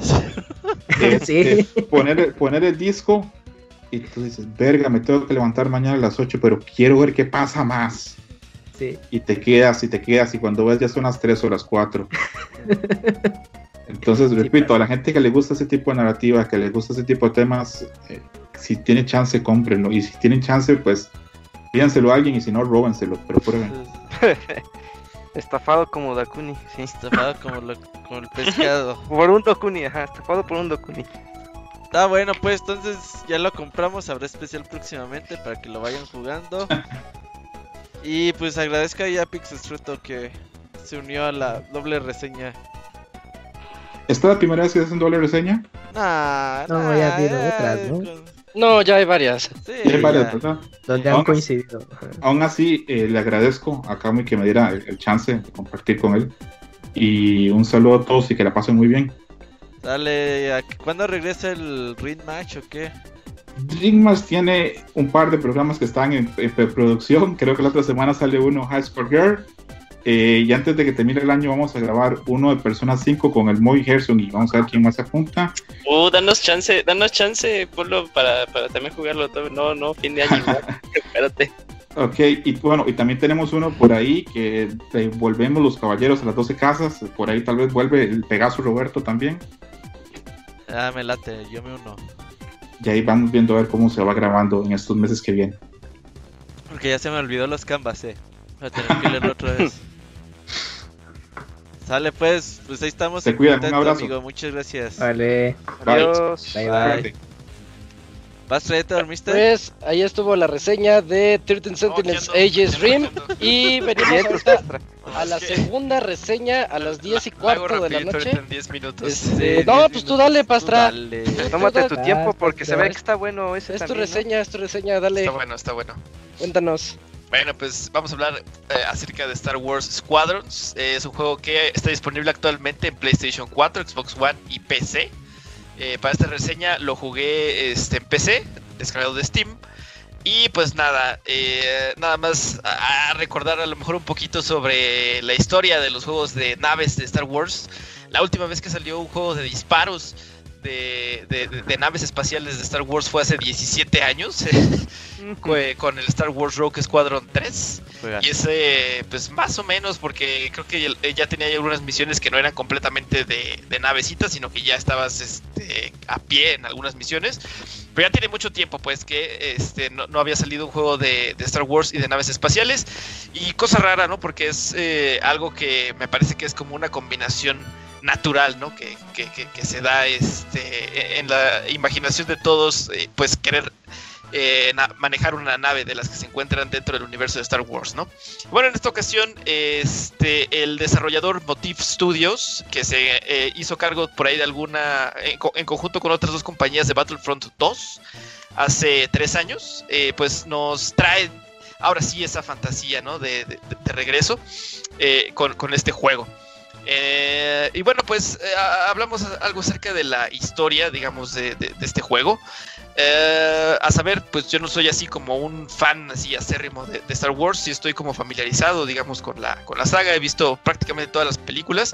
Speaker 11: Poner el disco y tú dices, verga, me tengo que levantar mañana a las 8, pero quiero ver qué pasa más.
Speaker 6: Sí.
Speaker 11: Y te quedas, y cuando ves ya son las 3 o las 4. Entonces, repito, a la gente que le gusta ese tipo de narrativa, que le gusta ese tipo de temas, si tiene chance, cómprenlo. Y si tienen chance, pues pídanselo a alguien, y si no, róbenselo, pero prueben.
Speaker 3: Estafado como Dakuni, sí.
Speaker 8: Estafado como el pescado.
Speaker 3: Por un Dokuni, estafado por un Dokuni.
Speaker 8: Está bueno, pues entonces ya lo compramos, habrá especial próximamente para que lo vayan jugando. Y pues agradezco a Pixelstruto que se unió a la doble reseña.
Speaker 11: ¿Esta es la primera vez que hacen doble reseña?
Speaker 6: No, ya ha habido otras, ¿no?
Speaker 1: No, ya hay varias.
Speaker 8: Sí,
Speaker 11: hay varias, ¿verdad?
Speaker 6: Donde han coincidido.
Speaker 11: Aún así, le agradezco a Kamui que me diera el chance de compartir con él. Y un saludo a todos y que la pasen muy bien.
Speaker 8: Dale, ¿cuándo regresa el Ring Match o qué?
Speaker 11: DreamWorks tiene un par de programas que están en preproducción. Creo que la otra semana sale uno, High Score Girl. Y antes de que termine el año vamos a grabar uno de Persona 5 con el Moy Gerson y vamos a ver quién más se apunta.
Speaker 7: Danos chance, Polo, para también jugarlo. No, fin de año. Espérate.
Speaker 11: Ok, y bueno, y también tenemos uno por ahí que volvemos los caballeros a las 12 casas. Por ahí tal vez vuelve el Pegaso Roberto también.
Speaker 8: Me late, yo me uno.
Speaker 11: Y ahí vamos viendo a ver cómo se va grabando en estos meses que vienen.
Speaker 8: Porque ya se me olvidó los canvas, voy a tener que leerlo otra vez. Sale pues ahí estamos.
Speaker 11: Te cuidan, un abrazo.
Speaker 8: Amigo, muchas gracias.
Speaker 6: Vale.
Speaker 3: Adiós.
Speaker 6: Bye.
Speaker 8: ¿Vas, Fred? ¿Te dormiste?
Speaker 1: Pues ahí estuvo la reseña de 13 Sentinels Aegis Rim. Y venimos ahorita a la segunda reseña a las 10:15 de la noche.
Speaker 5: En 10 minutos.
Speaker 1: No, pues tú dale, Pastra.
Speaker 3: Tómate tu tiempo porque se ve que está bueno ese
Speaker 1: Es tu
Speaker 3: también,
Speaker 1: reseña, es tu reseña, dale.
Speaker 5: Está bueno.
Speaker 1: Cuéntanos.
Speaker 5: Bueno, pues vamos a hablar acerca de Star Wars Squadrons. Es un juego que está disponible actualmente en PlayStation 4, Xbox One y PC. Para esta reseña lo jugué en PC, descargado de Steam. Y pues nada más a recordar a lo mejor un poquito sobre la historia de los juegos de naves de Star Wars. La última vez que salió un juego de disparos de naves espaciales de Star Wars fue hace 17 años con el Star Wars Rogue Squadron 3. Y ese pues más o menos, porque creo que ya tenía algunas misiones que no eran completamente de navecitas, sino que ya estabas a pie en algunas misiones. Pero ya tiene mucho tiempo pues que no había salido un juego de Star Wars y de naves espaciales. Y cosa rara, ¿no? Porque es algo que me parece que es como una combinación natural, ¿no? Que se da en la imaginación de todos, pues querer manejar una nave de las que se encuentran dentro del universo de Star Wars, ¿no? Bueno, en esta ocasión el desarrollador Motif Studios, que se hizo cargo por ahí de alguna en conjunto con otras dos compañías de Battlefront 2 hace 3 años, pues nos trae ahora sí esa fantasía, ¿no? de regreso con este juego. Y bueno, pues hablamos algo acerca de la historia, digamos, de este juego. A saber, pues yo no soy así como un fan así acérrimo de Star Wars. Sí estoy como familiarizado, digamos, con la saga. He visto prácticamente todas las películas.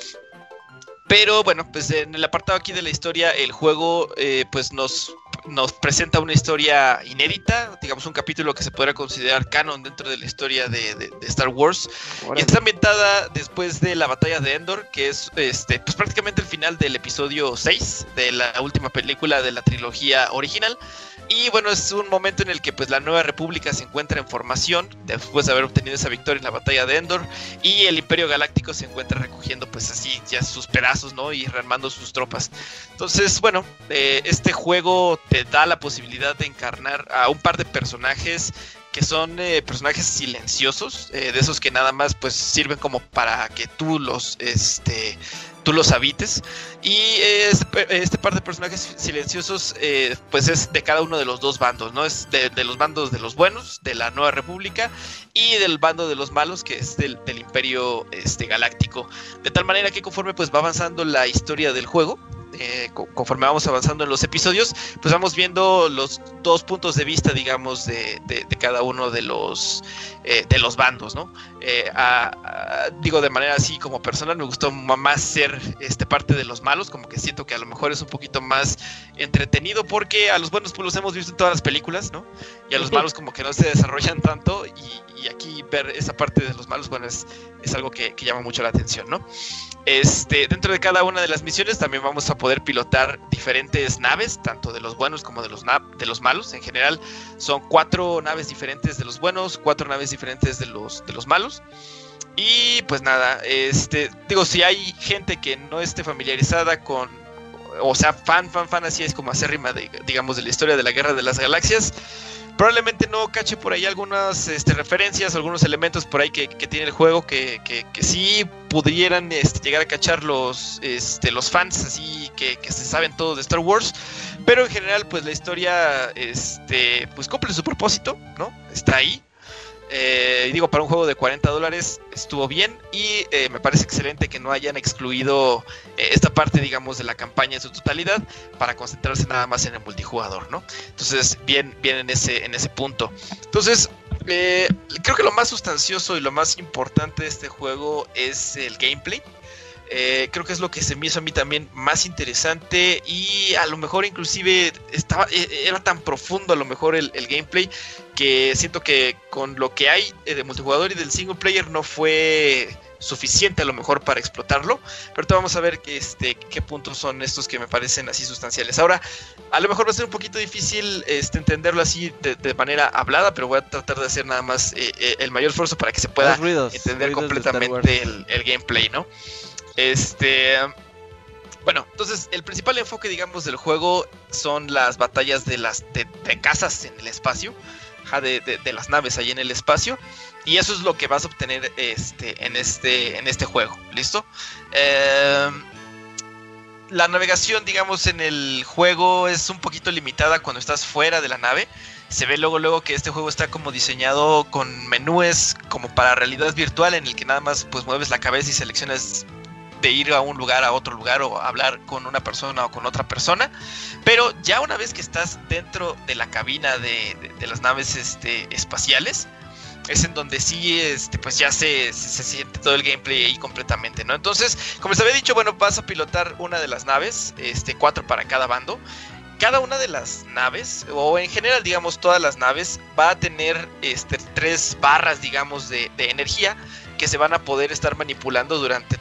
Speaker 5: Pero bueno, pues en el apartado aquí de la historia, el juego pues nos presenta una historia inédita, digamos un capítulo que se podría considerar canon dentro de la historia de Star Wars. Y está ambientada después de la batalla de Endor, que es pues prácticamente el final del episodio 6 de la última película de la trilogía original. Y bueno, es un momento en el que pues la Nueva República se encuentra en formación después de haber obtenido esa victoria en la batalla de Endor, y el Imperio Galáctico se encuentra recogiendo pues así ya sus pedazos, ¿no? Y rearmando sus tropas. Entonces, bueno, este juego te da la posibilidad de encarnar a un par de personajes que son personajes silenciosos, de esos que nada más pues sirven como para que tú los habites. Y este par de personajes silenciosos pues es de cada uno de los dos bandos, ¿no? Es de los bandos de los buenos, de la Nueva República, y del bando de los malos, que es del Imperio Galáctico. De tal manera que conforme pues va avanzando la historia del juego, conforme vamos avanzando en los episodios, pues vamos viendo los dos puntos de vista, digamos, de cada uno de los bandos, ¿no? Digo, de manera así como personal, me gustó más ser parte de los malos, como que siento que a lo mejor es un poquito más entretenido, porque a los buenos pues los hemos visto en todas las películas, ¿no? Y a los malos como que no se desarrollan tanto, y aquí ver esa parte de los malos, bueno, es algo que llama mucho la atención, ¿no? Dentro de cada una de las misiones también vamos a poder pilotar diferentes naves, tanto de los buenos como de los malos. En general son 4 naves diferentes de los buenos, 4 naves diferentes de los malos. Y pues nada, digo, si hay gente que no esté familiarizada con, o sea, fan así es como acérrima digamos, de la historia de la Guerra de las Galaxias, probablemente no cache por ahí algunas referencias, algunos elementos por ahí que tiene el juego que sí pudieran llegar a cachar los fans así que se saben todo de Star Wars. Pero en general pues la historia pues cumple su propósito, ¿no? Está ahí. Digo, para un juego de $40 estuvo bien y me parece excelente que no hayan excluido esta parte, digamos, de la campaña en su totalidad para concentrarse nada más en el multijugador, ¿no? Entonces, bien en ese punto. Entonces, creo que lo más sustancioso y lo más importante de este juego es el gameplay. Creo que es lo que se me hizo a mí también más interesante y a lo mejor inclusive era tan profundo a lo mejor el gameplay que siento que con lo que hay de multijugador y del single player no fue suficiente a lo mejor para explotarlo, pero ahorita vamos a ver qué puntos son estos que me parecen así sustanciales. Ahora, a lo mejor va a ser un poquito difícil entenderlo así de manera hablada, pero voy a tratar de hacer nada más el mayor esfuerzo para que se pueda entender completamente el gameplay, ¿no? Bueno, entonces el principal enfoque, digamos, del juego son las batallas de casas en el espacio, de las naves ahí en el espacio, y eso es lo que vas a obtener en este juego, ¿listo? La navegación, digamos, en el juego es un poquito limitada cuando estás fuera de la nave. Se ve luego que este juego está como diseñado con menús como para realidad virtual, en el que nada más pues mueves la cabeza y seleccionas de ir a un lugar, a otro lugar, o hablar con una persona o con otra persona. Pero ya una vez que estás dentro de la cabina de las naves espaciales, es en donde sí pues ya se siente todo el gameplay ahí completamente, ¿no? Entonces, como les había dicho, bueno, vas a pilotar una de las naves, 4 para cada bando. Cada una de las naves, o en general, digamos, todas las naves, va a tener 3 barras, digamos, de energía que se van a poder estar manipulando durante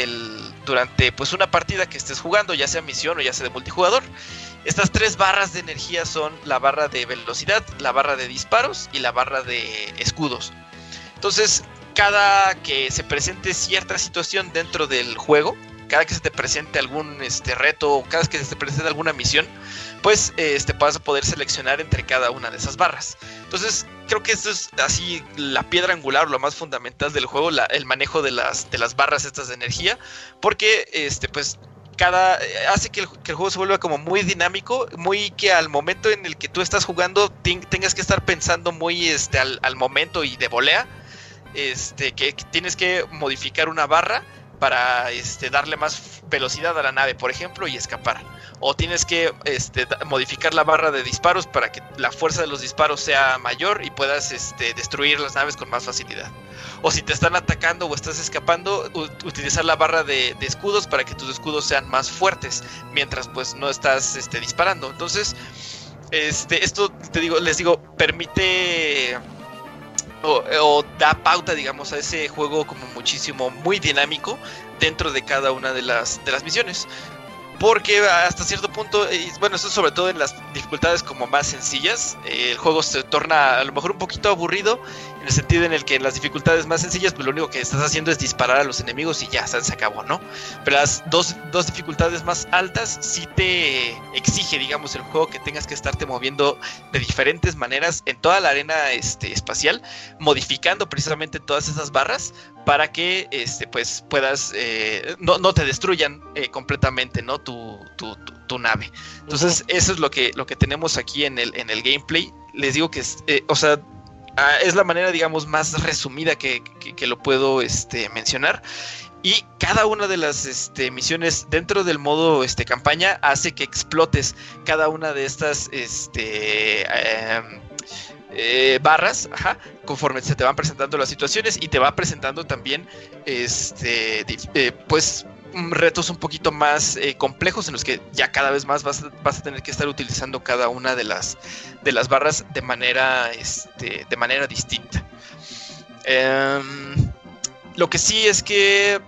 Speaker 5: pues una partida que estés jugando, ya sea misión o ya sea de multijugador. Estas 3 barras de energía son la barra de velocidad, la barra de disparos y la barra de escudos. Entonces, cada que se presente cierta situación dentro del juego, cada que se te presente algún reto, o cada que se te presente alguna misión, pues vas a poder seleccionar entre cada una de esas barras. Entonces, creo que esto es así la piedra angular, lo más fundamental del juego, el manejo de las barras estas de energía, porque pues hace que el juego se vuelva como muy dinámico, muy que al momento en el que tú estás jugando tengas que estar pensando muy al momento y de volea, que tienes que modificar una barra para darle más velocidad a la nave, por ejemplo, y escapar. O tienes que modificar la barra de disparos para que la fuerza de los disparos sea mayor y puedas destruir las naves con más facilidad. O si te están atacando o estás escapando, utilizar la barra de escudos para que tus escudos sean más fuertes mientras pues no estás disparando. Entonces, esto les digo, permite o da pauta, digamos, a ese juego como muy dinámico dentro de cada una de las misiones. Porque hasta cierto punto, bueno, esto sobre todo en las dificultades como más sencillas, el juego se torna a lo mejor un poquito aburrido, en el sentido en el que en las dificultades más sencillas, pues lo único que estás haciendo es disparar a los enemigos y ya, se acabó, ¿no? Pero las dos dificultades más altas sí te exige, digamos, el juego que tengas que estarte moviendo de diferentes maneras en toda la arena espacial, modificando precisamente todas esas barras para que pues puedas no te destruyan completamente, ¿no? Tu nave. Entonces, eso es lo que tenemos aquí en el gameplay. Les digo que es la manera, digamos, más resumida que lo puedo mencionar. Y cada una de las misiones dentro del modo campaña hace que explotes cada una de estas barras, conforme se te van presentando las situaciones, y te va presentando también pues retos un poquito más complejos, en los que ya cada vez más vas a tener que estar utilizando cada una de las barras de manera distinta. Lo que sí es que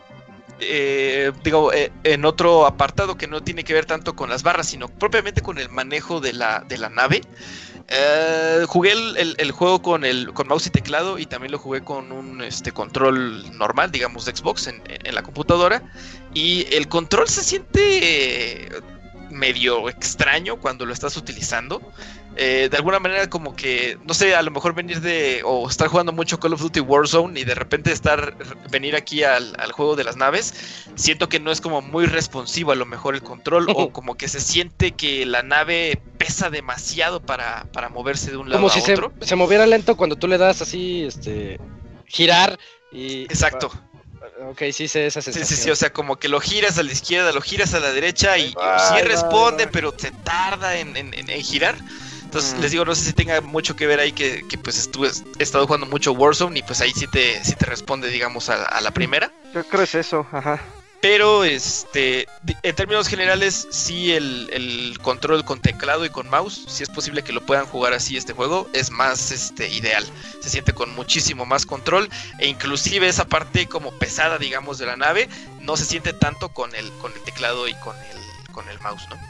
Speaker 5: en otro apartado que no tiene que ver tanto con las barras, sino propiamente con el manejo de la nave, jugué el juego con mouse y teclado, y también lo jugué con un control normal, digamos, de Xbox en la computadora, y el control se siente medio extraño cuando lo estás utilizando. De alguna manera, como que, no sé, a lo mejor o estar jugando mucho Call of Duty Warzone y de repente venir aquí al juego de las naves, siento que no es como muy responsivo a lo mejor el control, o como que se siente que la nave pesa demasiado para moverse de un lado a otro.
Speaker 1: Como si se moviera lento cuando tú le das así, girar y...
Speaker 5: Exacto.
Speaker 1: Ok, sí sé esa sensación.
Speaker 5: Sí, o sea, como que lo giras a la izquierda, lo giras a la derecha y sí responde, pero se tarda en girar. Entonces, les digo, no sé si tenga mucho que ver ahí que pues he estado jugando mucho Warzone y pues ahí sí te responde, digamos, a la primera.
Speaker 3: Yo creo que es eso, ajá.
Speaker 5: Pero, en términos generales, sí el control con teclado y con mouse, si es posible que lo puedan jugar así este juego, es más ideal. Se siente con muchísimo más control e inclusive esa parte como pesada, digamos, de la nave, no se siente tanto con el teclado y con el mouse, ¿no?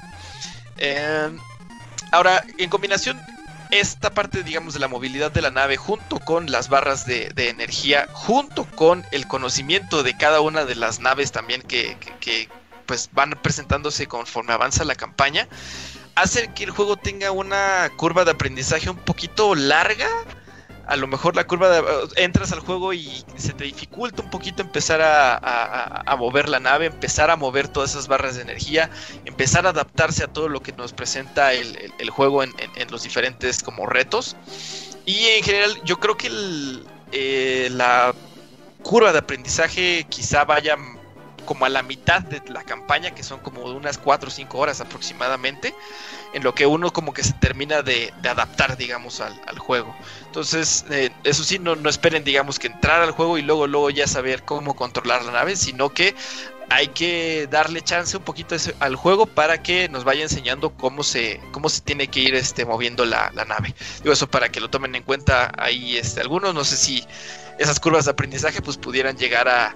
Speaker 5: Ahora, en combinación, esta parte, digamos, de la movilidad de la nave junto con las barras de energía, junto con el conocimiento de cada una de las naves también que pues van presentándose conforme avanza la campaña, hacen que el juego tenga una curva de aprendizaje un poquito larga. A lo mejor la curva entras al juego y se te dificulta un poquito empezar a mover la nave, empezar a mover todas esas barras de energía, empezar a adaptarse a todo lo que nos presenta el juego en los diferentes como retos. Y en general yo creo que la curva de aprendizaje quizá vaya como a la mitad de la campaña, que son como unas 4 o 5 horas aproximadamente, en lo que uno como que se termina de adaptar, digamos, al juego. Entonces, eso sí, no esperen, digamos, que entrar al juego y luego ya saber cómo controlar la nave, sino que hay que darle chance un poquito al juego para que nos vaya enseñando cómo se tiene que ir moviendo la nave. Digo, eso para que lo tomen en cuenta ahí algunos. No sé si esas curvas de aprendizaje pues pudieran llegar a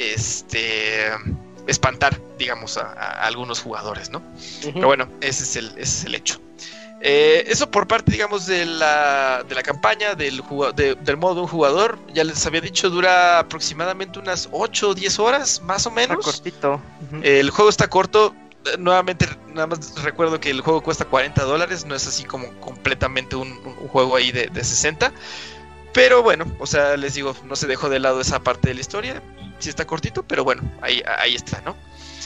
Speaker 5: espantar, digamos, a algunos jugadores, ¿no? Pero bueno, ese es el hecho. Eso por parte, digamos, de la campaña, del modo de un jugador. Ya les había dicho, dura aproximadamente unas 8 o 10 horas, más o menos.
Speaker 3: Está cortito.
Speaker 5: El juego está corto. Nuevamente, nada más recuerdo que el juego cuesta $40. No es así como completamente un juego ahí de 60. Pero bueno, o sea, les digo, no se dejó de lado esa parte de la historia. Sí está cortito, pero bueno, ahí está, ¿no?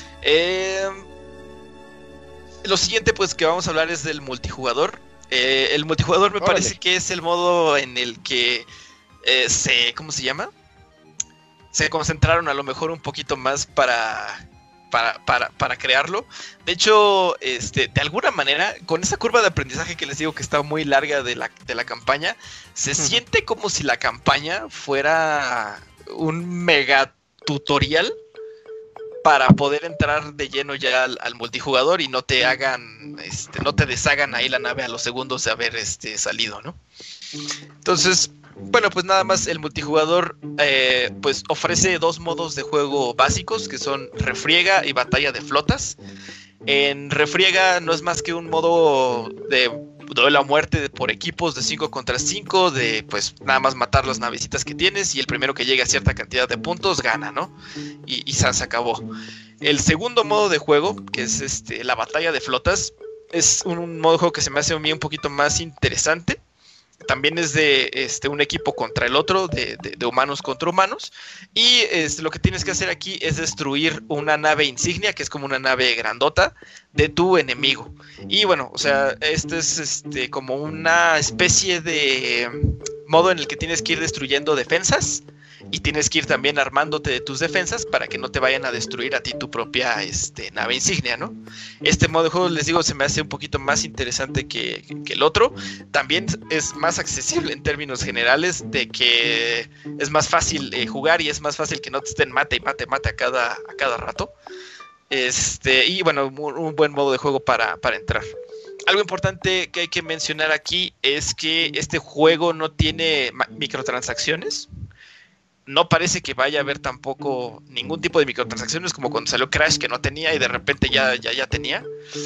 Speaker 5: Lo siguiente pues que vamos a hablar es del multijugador. El multijugador me parece que es el modo en el que ¿cómo se llama? Se concentraron a lo mejor un poquito más para crearlo. De hecho, de alguna manera, con esa curva de aprendizaje que les digo que está muy larga de la campaña, se siente como si la campaña fuera un mega tutorial para poder entrar de lleno ya al multijugador y no te hagan, no te deshagan ahí la nave a los segundos de haber salido, ¿no? Entonces, bueno, pues nada más el multijugador pues ofrece 2 modos de juego básicos, que son refriega y batalla de flotas. En refriega no es más que un modo de duelo a muerte por equipos de 5 contra 5, de pues nada más matar las navecitas que tienes y el primero que llegue a cierta cantidad de puntos gana, ¿no? Y se acabó. El segundo modo de juego, que es la batalla de flotas, es un modo de juego que se me hace a mí un poquito más interesante. También es de un equipo contra el otro, de humanos contra humanos. Y lo que tienes que hacer aquí es destruir una nave insignia, que es como una nave grandota, de tu enemigo. Y bueno, o sea, este es como una especie de modo en el que tienes que ir destruyendo defensas. Y tienes que ir también armándote de tus defensas para que no te vayan a destruir a ti tu propia nave insignia, ¿no? Este modo de juego, les digo, se me hace un poquito más interesante que el otro. También es más accesible en términos generales, de que es más fácil jugar y es más fácil que no te estén mate y mate a cada rato. Y bueno, un buen modo de juego para entrar. Algo importante que hay que mencionar aquí es que este juego no tiene microtransacciones. No parece que vaya a haber tampoco ningún tipo de microtransacciones, como cuando salió Crash, que no tenía y de repente ya tenía.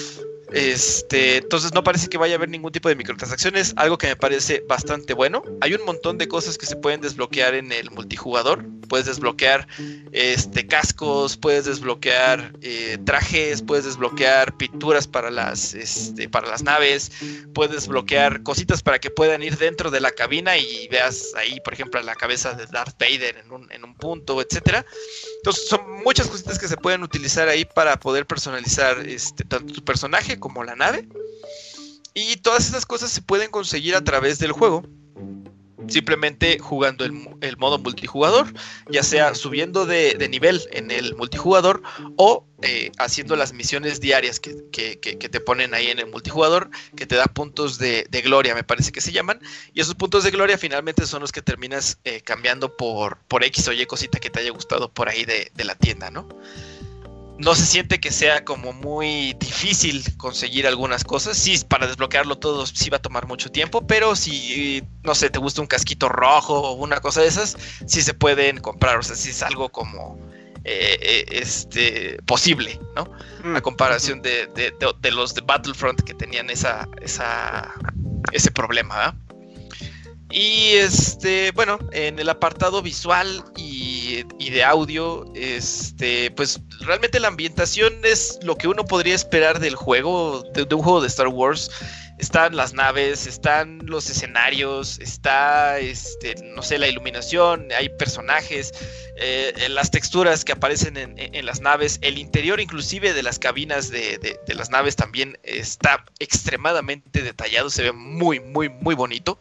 Speaker 5: Entonces no parece que vaya a haber ningún tipo de microtransacciones, algo que me parece bastante bueno. Hay un montón de cosas que se pueden desbloquear en el multijugador. Puedes desbloquear cascos, puedes desbloquear trajes, puedes desbloquear pinturas para las naves, puedes desbloquear cositas para que puedan ir dentro de la cabina y veas ahí, por ejemplo, la cabeza de Darth Vader en un punto, etcétera. Entonces son muchas cositas que se pueden utilizar ahí para poder personalizar tanto tu personaje como la nave. Y todas esas cosas se pueden conseguir a través del juego, simplemente jugando el modo multijugador, ya sea subiendo de nivel en el multijugador o haciendo las misiones diarias que te ponen ahí en el multijugador, que te da puntos de gloria, me parece que se llaman, y esos puntos de gloria finalmente son los que terminas cambiando por X o Y cosita que te haya gustado por ahí de la tienda, ¿no? No se siente que sea como muy difícil conseguir algunas cosas. Sí, para desbloquearlo todo sí va a tomar mucho tiempo, pero si, no sé, te gusta un casquito rojo o una cosa de esas, sí se pueden comprar. O sea, sí es algo como posible, ¿no? A comparación de los de Battlefront que tenían ese problema, ¿verdad? Y bueno, en el apartado visual y de audio, pues realmente la ambientación es lo que uno podría esperar del juego, de un juego de Star Wars. Están las naves, están los escenarios, está, no sé, la iluminación, hay personajes, las texturas que aparecen en las naves, el interior inclusive de las cabinas de las naves también está extremadamente detallado, se ve muy, muy, muy bonito.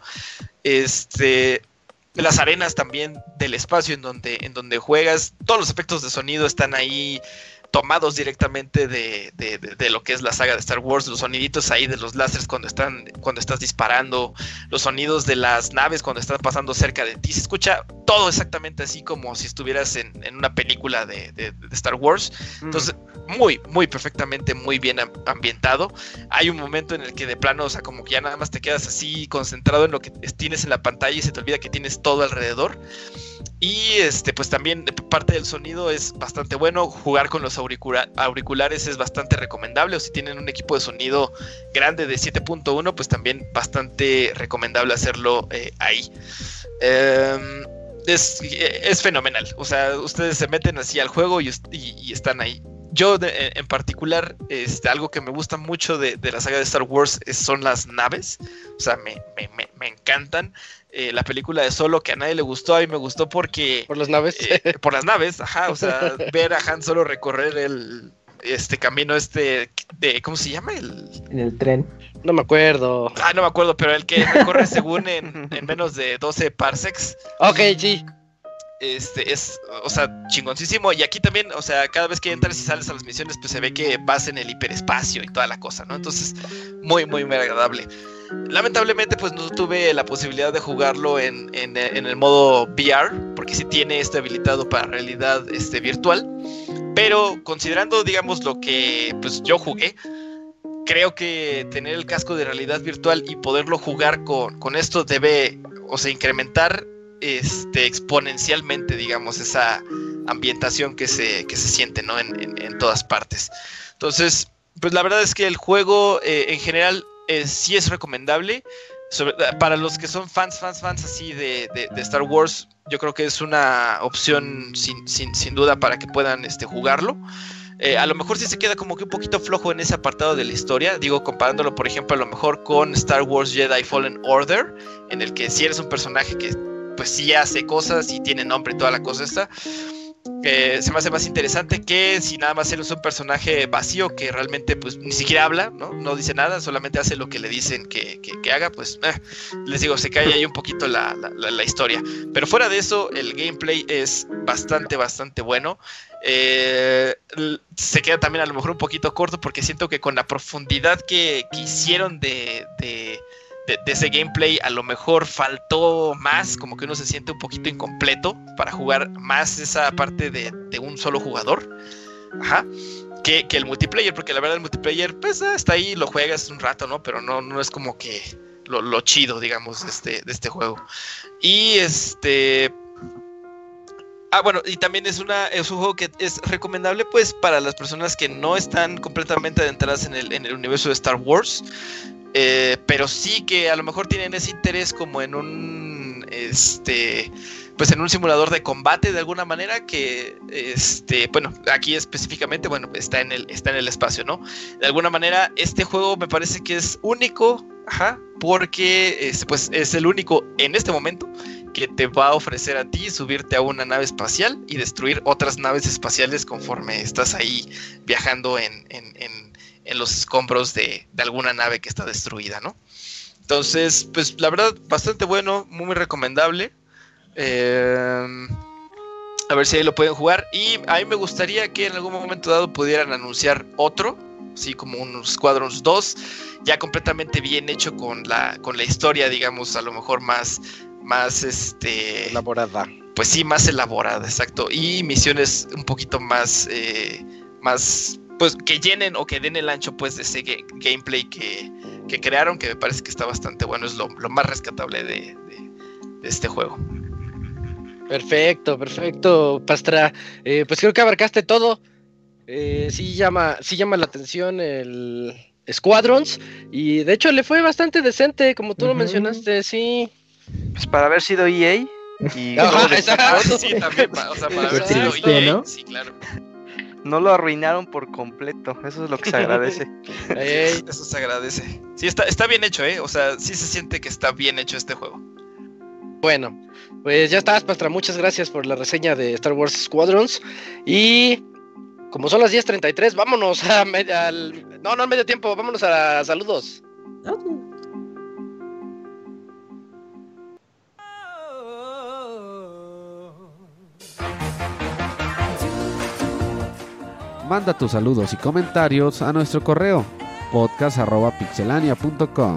Speaker 5: Las arenas también del espacio en donde juegas, todos los efectos de sonido están ahí tomados directamente de lo que es la saga de Star Wars, los soniditos ahí de los láseres cuando estás disparando, los sonidos de las naves cuando estás pasando cerca de ti, se escucha todo exactamente así como si estuvieras en una película de Star Wars. Entonces, muy, muy perfectamente, muy bien ambientado. Hay un momento en el que de plano, o sea, como que ya nada más te quedas así concentrado en lo que tienes en la pantalla y se te olvida que tienes todo alrededor. Y pues también parte del sonido es bastante bueno. Jugar con los auriculares es bastante recomendable, o si tienen un equipo de sonido grande de 7.1, pues también bastante recomendable hacerlo ahí. Es fenomenal, o sea, ustedes se meten así al juego y están ahí. Yo en particular, algo que me gusta mucho de la saga de Star Wars son las naves, o sea, me encantan. La película de Solo, que a nadie le gustó, a mí me gustó porque...
Speaker 1: ¿Por las naves?
Speaker 5: Por las naves, ajá, o sea, ver a Han Solo recorrer el camino de... ¿Cómo se llama?
Speaker 6: En el tren.
Speaker 1: No me acuerdo.
Speaker 5: No me acuerdo, pero el que recorre según en menos de 12 parsecs.
Speaker 1: Ok, sí.
Speaker 5: Es, o sea, chingoncísimo. Y aquí también, o sea, cada vez que entras y sales a las misiones, pues se ve que vas en el hiperespacio y toda la cosa, ¿no? Entonces, muy, muy, muy agradable. Lamentablemente, pues no tuve la posibilidad de jugarlo en el modo VR, porque sí tiene habilitado para realidad virtual. Pero considerando, digamos, lo que pues yo jugué, creo que tener el casco de realidad virtual y poderlo jugar con esto debe, o sea, incrementar exponencialmente, digamos, esa ambientación que se siente, ¿no? En todas partes. Entonces, pues la verdad es que el juego en general sí es recomendable. Para los que son fans así de Star Wars, yo creo que es una opción sin duda para que puedan jugarlo. A lo mejor sí se queda como que un poquito flojo en ese apartado de la historia, digo, comparándolo por ejemplo a lo mejor con Star Wars Jedi Fallen Order, en el que si eres un personaje que pues sí hace cosas y tiene nombre y toda la cosa esta, se me hace más interesante que si nada más eres un personaje vacío que realmente pues ni siquiera habla, no dice nada, solamente hace lo que le dicen que haga, pues les digo, se cae ahí un poquito la historia, pero fuera de eso el gameplay es bastante bueno. Se queda también a lo mejor un poquito corto porque siento que con la profundidad que hicieron de ese gameplay a lo mejor faltó más, como que uno se siente un poquito incompleto para jugar más esa parte de un solo jugador, que el multiplayer, porque la verdad el multiplayer pues está ahí, lo juegas un rato, ¿no? Pero no es como que lo chido, digamos, de este juego. Y bueno, y también es un juego que es recomendable pues para las personas que no están completamente adentradas en el universo de Star Wars, pero sí que a lo mejor tienen ese interés como en un pues en un simulador de combate de alguna manera que bueno, aquí específicamente, bueno, está en el espacio, ¿no? De alguna manera este juego me parece que es único, porque pues es el único en este momento que te va a ofrecer a ti subirte a una nave espacial y destruir otras naves espaciales conforme estás ahí viajando en los escombros de alguna nave que está destruida, ¿no? Entonces, pues la verdad, bastante bueno, muy recomendable. A ver si ahí lo pueden jugar. Y a mí me gustaría que en algún momento dado pudieran anunciar otro, así como un Squadrons 2, ya completamente bien hecho con la historia, digamos, a lo mejor más
Speaker 1: elaborada.
Speaker 5: Pues sí, más elaborada, exacto. Y misiones un poquito más pues que llenen o que den el ancho pues de ese gameplay que crearon, que me parece que está bastante bueno. Es lo más rescatable de este juego.
Speaker 1: Perfecto, Pastra. Pues creo que abarcaste todo. Sí llama la atención el Squadrons. Y de hecho le fue bastante decente, como tú lo mencionaste, sí.
Speaker 3: Pues para haber sido EA. Y
Speaker 1: exacto.
Speaker 5: Sí, también, o sea, para haber sido EA, ¿no? Sí, claro.
Speaker 3: No lo arruinaron por completo. Eso es lo que se agradece.
Speaker 5: Eso se agradece. Sí, está bien hecho, O sea, sí se siente que está bien hecho este juego.
Speaker 1: Bueno, pues ya estás, Pastra. Muchas gracias por la reseña de Star Wars Squadrons. Y como son las 10:33, vámonos a no al medio tiempo, vámonos a saludos.
Speaker 2: Manda tus saludos y comentarios a nuestro correo podcast@pixelania.com.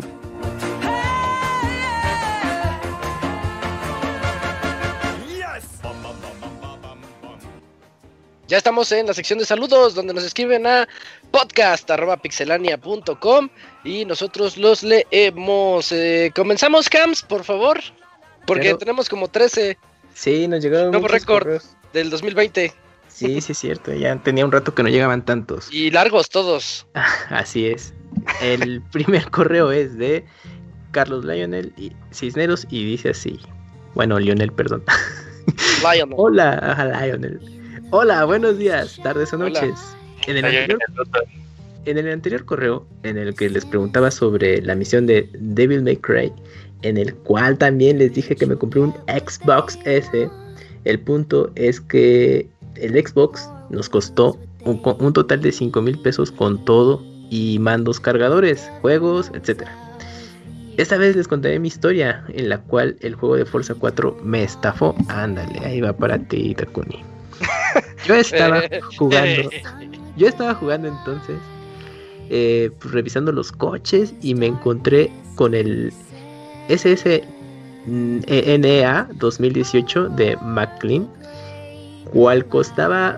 Speaker 1: Ya estamos en la sección de saludos, donde nos escriben a podcast@pixelania.com y nosotros los leemos. Comenzamos, Cams, por favor, porque tenemos como 13.
Speaker 6: Sí, nos llegaron
Speaker 1: nuevo récord
Speaker 6: correos
Speaker 1: del 2020.
Speaker 6: Sí, es cierto, ya tenía un rato que no llegaban tantos.
Speaker 1: Y largos todos.
Speaker 6: Así es. El primer correo es de Carlos Lionel y Cisneros y dice así. Bueno, Lionel, perdón.
Speaker 1: Lionel.
Speaker 6: Hola, Lionel. Hola, buenos días, tardes o noches. En el anterior correo, en el que les preguntaba sobre la misión de Devil May Cry, en el cual también les dije que me compré un Xbox S, el punto es que el Xbox nos costó un total de 5,000 pesos con todo y mandos, cargadores, juegos, etc. Esta vez les contaré mi historia en la cual el juego de Forza 4 me estafó. Ándale, ahí va para ti, Takuni. Yo estaba jugando entonces, pues, revisando los coches y me encontré con el SSNA 2018 de McLean, cual costaba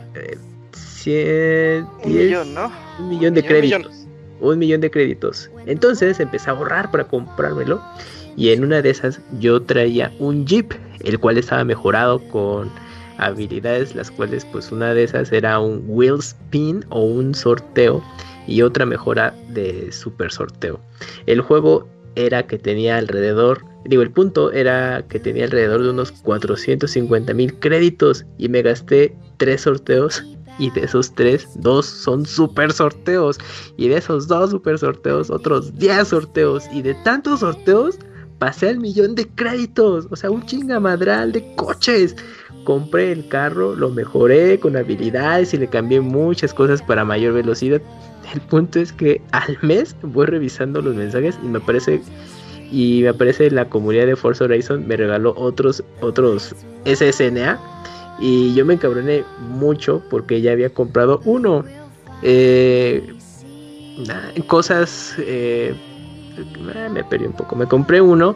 Speaker 6: 1 millón de créditos. 1 millón de créditos. Entonces empecé a ahorrar para comprármelo. Y en una de esas yo traía un Jeep, el cual estaba mejorado con habilidades, las cuales pues una de esas era un wheel spin o un sorteo y otra mejora de super sorteo. El juego era que tenía alrededor, el punto era que tenía alrededor de unos 450,000 créditos y me gasté 3 sorteos. Y de esos 3, 2 son super sorteos. Y de esos 2 super sorteos, otros 10 sorteos. Y de tantos sorteos, pasé al 1,000,000 de créditos. O sea, un chingamadral de coches. Compré el carro, lo mejoré con habilidades y le cambié muchas cosas para mayor velocidad. El punto es que al mes voy revisando los mensajes y me aparece la comunidad de Forza Horizon. Me regaló otros SSNA. Y yo me encabroné mucho porque ya había comprado uno. Cosas... me perdí un poco. Me compré uno,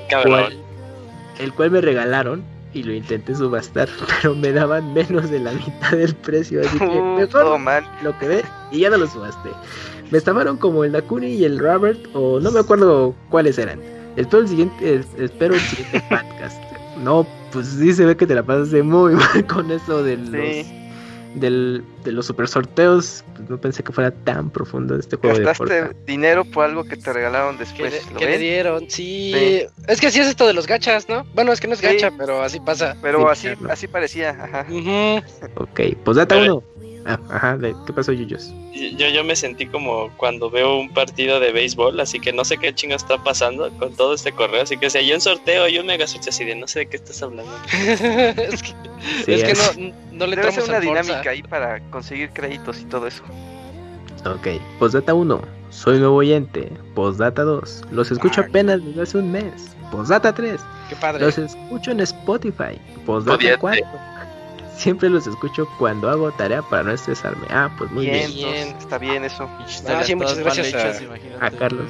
Speaker 6: el cual me regalaron y lo intenté subastar, pero me daban menos de la mitad del precio. Así que mejor lo quedé y ya no lo subasté. Me estafaron como el Dakuni y el Robert, o no me acuerdo cuáles eran. Espero el siguiente podcast. No, pues sí se ve que te la pasaste muy mal con eso de los super sorteos. Pues no pensé que fuera tan profundo este juego.
Speaker 3: Gastaste dinero por algo que te regalaron después.
Speaker 1: Que le dieron, sí. Es que así es esto de los gachas, ¿no? Bueno, es que no es gacha, pero así pasa.
Speaker 3: Pero
Speaker 6: sí,
Speaker 3: así parecía, ajá.
Speaker 1: Uh-huh.
Speaker 6: Ok, pues data 1. Ajá, ¿qué pasó, Yuyos?
Speaker 7: Yo me sentí como cuando veo un partido de béisbol, así que no sé qué chingo está pasando con todo este correo, así que si hay un sorteo y un mega switch así de no sé de qué estás hablando.
Speaker 1: es que no le
Speaker 3: debe ser
Speaker 1: entramos
Speaker 3: una
Speaker 1: al Forza.
Speaker 3: dinámica ahí para conseguir créditos y todo eso.
Speaker 6: Ok, postdata 1, soy nuevo oyente. Postdata 2, los escucho apenas desde hace un mes. Postdata 3,
Speaker 1: Qué padre.
Speaker 6: los escucho en Spotify. Postdata 4, siempre los escucho cuando hago tarea para no estresarme. Ah, pues muy bien.
Speaker 3: Bien, está bien eso.
Speaker 1: Sí, muchas gracias
Speaker 6: A Carlos.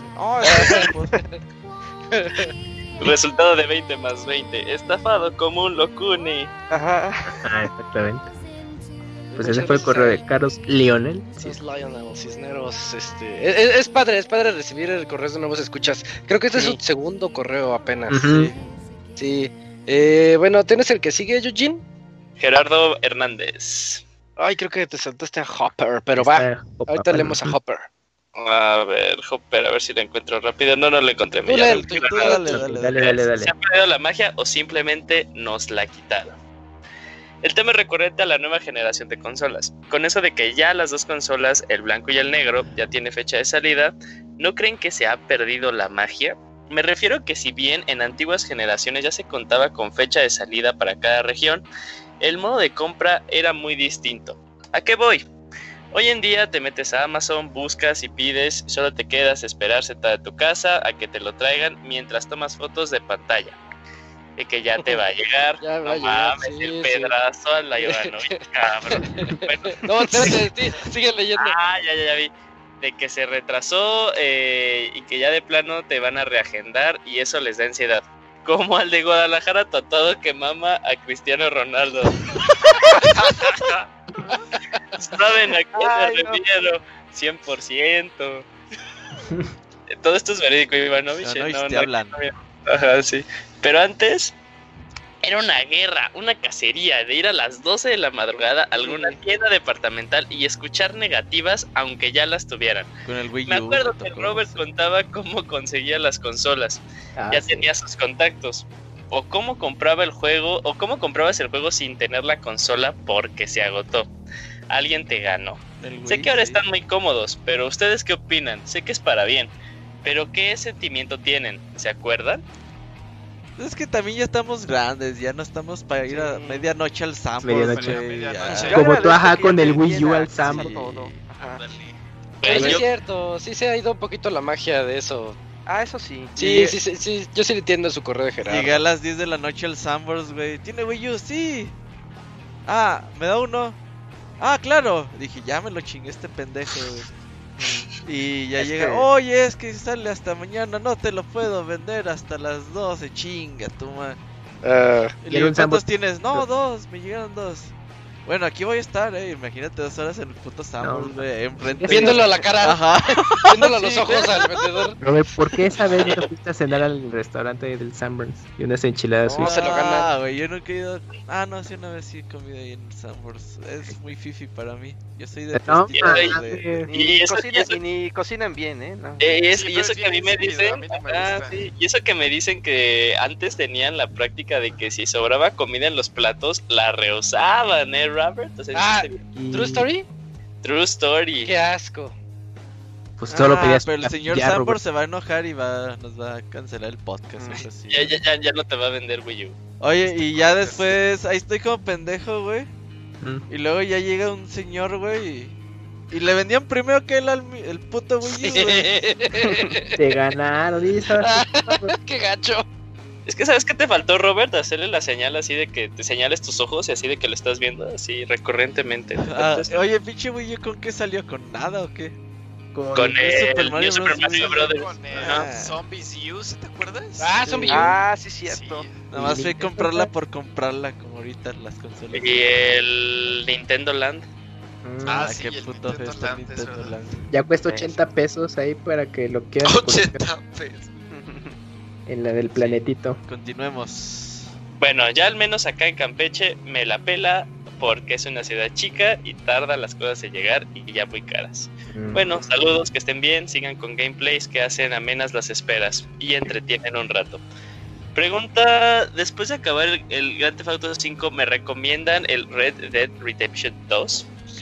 Speaker 7: Resultado de 20 más 20, estafado como un locuni.
Speaker 3: Ajá.
Speaker 6: Ah, exactamente. Pues ese fue el correo de Carlos Lionel.
Speaker 1: Lionel Cisneros. Es padre recibir el correo de nuevos escuchas. Creo que este es su segundo correo apenas.
Speaker 6: Ujú.
Speaker 1: Sí. Bueno, ¿tienes el que sigue, Eugene?
Speaker 7: Gerardo Hernández.
Speaker 1: Ay, creo que te saltaste a Hopper, pero va. Ahorita leemos a Hopper.
Speaker 7: A ver, Hopper, a ver si lo encuentro rápido. No lo encontré.
Speaker 1: Tú
Speaker 6: Dale.
Speaker 7: ¿Se ha perdido la magia o simplemente nos la quitaron? El tema es recurrente a la nueva generación de consolas. Con eso de que ya las dos consolas, el blanco y el negro, ya tiene fecha de salida, ¿no creen que se ha perdido la magia? Me refiero a que si bien en antiguas generaciones ya se contaba con fecha de salida para cada región, el modo de compra era muy distinto. ¿A qué voy? Hoy en día te metes a Amazon, buscas y pides, solo te quedas a esperar sentada en tu casa a que te lo traigan mientras tomas fotos de pantalla. De que ya te va a llegar,
Speaker 1: Ya va a
Speaker 7: no
Speaker 1: llegar,
Speaker 7: mames,
Speaker 1: sí,
Speaker 7: el pedazo a la Ivanovic, cabrón. Bueno.
Speaker 1: No, espérate, sigue leyendo.
Speaker 7: Ya vi. De que se retrasó y que ya de plano te van a reagendar y eso les da ansiedad. Como al de Guadalajara tatuado que mama a Cristiano Ronaldo. ¿Saben a qué me refiero? 100%. Todo esto es verídico, Ivanovich. Ajá, sí. Pero antes era una guerra, una cacería de ir a las 12 de la madrugada a alguna tienda departamental y escuchar negativas aunque ya las tuvieran.
Speaker 8: Con el Wii U,
Speaker 7: me acuerdo que Robert contaba cómo conseguía las consolas. Ya tenía sus contactos. O cómo compraba el juego, o cómo comprabas el juego sin tener la consola porque se agotó. Alguien te ganó. Sé que ahora están muy cómodos, pero ¿ustedes qué opinan? Sé que es para bien, pero ¿qué sentimiento tienen? ¿Se acuerdan?
Speaker 8: Es que también ya estamos grandes, ya no estamos para ir a medianoche al Sambo.
Speaker 6: Medianoche. Como tú, ajá, con el Wii U al Sambo.
Speaker 1: Pero es cierto, sí se ha ido un poquito la magia de eso.
Speaker 3: Ah, eso sí.
Speaker 1: Sí, yo sí entiendo su correo de Gerardo.
Speaker 8: Llegué a las 10 de la noche al Sambors, güey. ¿Tiene Wii U? Sí. Ah, ¿me da uno? Ah, claro. Dije, ya me lo chingué este pendejo, güey. Y ya llega, oye, es que sale hasta mañana, no te lo puedo vender hasta las 12, chinga tu madre. Y le digo, ¿cuántos tienes? No, 2, me llegaron 2. Bueno, aquí voy a estar, imagínate 2 horas en el puto Sambors, güey, enfrente.
Speaker 1: Viéndolo a la cara,
Speaker 8: ajá.
Speaker 1: Viéndolo a los ojos al vendedor.
Speaker 6: Robert, ¿por qué esa vez no fuiste a cenar al restaurante del Sanborns y unas enchiladas?
Speaker 1: No, se lo gana.
Speaker 8: Güey, yo nunca he ido. Ah, no, sí, una vez sí he comido ahí en Sanborns. Es muy fifi para mí. Yo soy de
Speaker 3: ni cocinan bien, ¿no?
Speaker 7: Y eso que a mí me dicen, y eso que me dicen que antes tenían la práctica de que si sobraba comida en los platos, la reusaban, Robert? O sea,
Speaker 1: ¿True story?
Speaker 7: True story.
Speaker 1: Qué asco.
Speaker 6: Pues solo pedías.
Speaker 8: Pero el señor Sambor se va a enojar y nos va a cancelar el podcast. Así.
Speaker 7: Ya no te va a vender Wii U.
Speaker 8: Oye, y ya después, ahí estoy como pendejo, güey. Y luego ya llega un señor, güey, y le vendían primero que él el puto Wii U, güey.
Speaker 6: Te ganaron,
Speaker 1: qué gacho.
Speaker 7: Es que, ¿sabes qué te faltó, Robert? Hacerle la señal así de que te señales tus ojos y así de que lo estás viendo así recurrentemente.
Speaker 8: Oye, pinche Wii U, ¿con qué salió? ¿Con nada o qué?
Speaker 7: Con el Super Mario Brothers.
Speaker 5: Con Zombies U, ¿te acuerdas?
Speaker 1: Zombies U.
Speaker 3: Sí, cierto.
Speaker 8: Nada más fui a comprarla por comprarla, como ahorita las consolas.
Speaker 7: Y el Nintendo Land.
Speaker 8: Qué puto gesto Nintendo Land.
Speaker 6: Ya cuesta 80 pesos ahí para que lo quieran.
Speaker 5: 80 pesos.
Speaker 6: En la del planetito.
Speaker 8: Continuemos.
Speaker 7: Bueno, ya al menos acá en Campeche me la pela porque es una ciudad chica y tarda las cosas en llegar y ya muy caras. Bueno, saludos, que estén bien, sigan con gameplays que hacen amenas las esperas y entretienen un rato. Pregunta, después de acabar el Grand Theft Auto 5, ¿me recomiendan el Red Dead Redemption 2?
Speaker 1: Sí.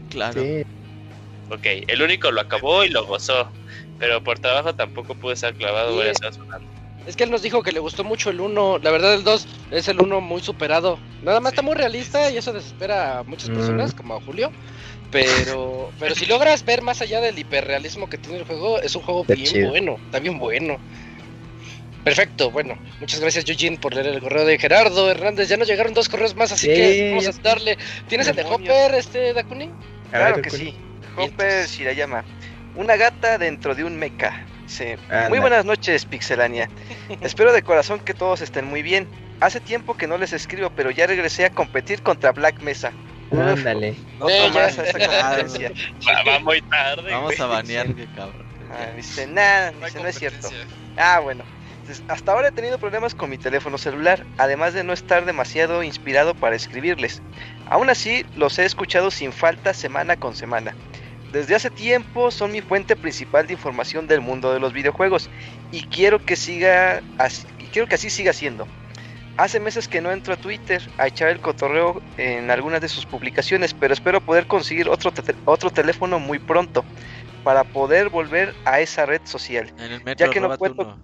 Speaker 8: Claro.
Speaker 6: Sí.
Speaker 7: Ok, el único lo acabó y lo gozó. Pero por trabajo tampoco pude estar clavado varias horas jugando.
Speaker 1: Es que él nos dijo que le gustó mucho el 1. La verdad, el 2 es el 1 muy superado. Nada más está muy realista y eso desespera a muchas personas, como a Julio. Pero si logras ver más allá del hiperrealismo que tiene el juego, es un juego
Speaker 6: Está
Speaker 1: bien
Speaker 6: chido.
Speaker 1: bueno. Está bien bueno. Perfecto, bueno, muchas gracias Eugene por leer el correo de Gerardo Hernández. Ya nos llegaron 2 correos más, así que vamos a darle. ¿Tienes el de Hopper, Dakuni?
Speaker 3: Claro que sí. Hopper Shirayama. Una gata dentro de un mecha. Dice, muy buenas noches, Pixelania. Espero de corazón que todos estén muy bien. Hace tiempo que no les escribo, pero ya regresé a competir contra Black Mesa.
Speaker 6: Ándale.
Speaker 3: No tomas a esa competencia.
Speaker 7: Va muy tarde.
Speaker 8: Vamos
Speaker 7: güey.
Speaker 8: a banear, qué cabrón.
Speaker 3: Dice, nada, no es cierto. Bueno. Hasta ahora he tenido problemas con mi teléfono celular, además de no estar demasiado inspirado para escribirles. Aún así, los he escuchado sin falta semana con semana. Desde hace tiempo son mi fuente principal de información del mundo de los videojuegos y quiero que así siga siendo. Hace meses que no entro a Twitter a echar el cotorreo en algunas de sus publicaciones, pero espero poder conseguir otro teléfono muy pronto para poder volver a esa red social.
Speaker 8: En el metro,
Speaker 3: ya que no cuento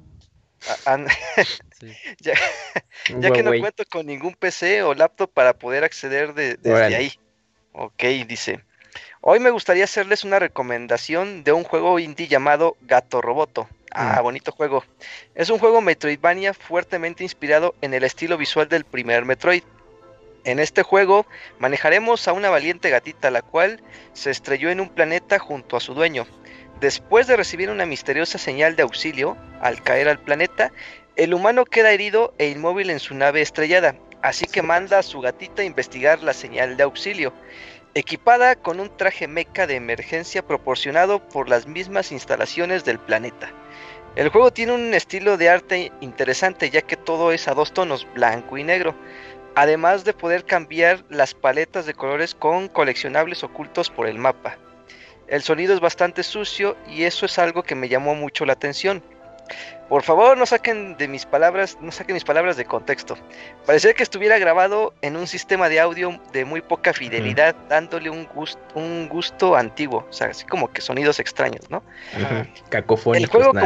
Speaker 3: ya que no cuento con ningún PC o laptop para poder acceder desde ahí. Ok, dice. Hoy me gustaría hacerles una recomendación de un juego indie llamado Gato Roboto. Bonito juego. Es un juego Metroidvania fuertemente inspirado en el estilo visual del primer Metroid. En este juego manejaremos a una valiente gatita, la cual se estrelló en un planeta junto a su dueño. Después de recibir una misteriosa señal de auxilio, al caer al planeta, el humano queda herido e inmóvil en su nave estrellada, así que manda a su gatita a investigar la señal de auxilio, equipada con un traje mecha de emergencia proporcionado por las mismas instalaciones del planeta. El juego tiene un estilo de arte interesante, ya que todo es a 2 tonos, blanco y negro, además de poder cambiar las paletas de colores con coleccionables ocultos por el mapa. El sonido es bastante sucio y eso es algo que me llamó mucho la atención. Por favor, no saquen mis palabras de contexto. Parecía que estuviera grabado en un sistema de audio de muy poca fidelidad, dándole un gusto antiguo, o sea, así como que sonidos extraños, ¿no?
Speaker 6: Cacofónicos.
Speaker 3: El juego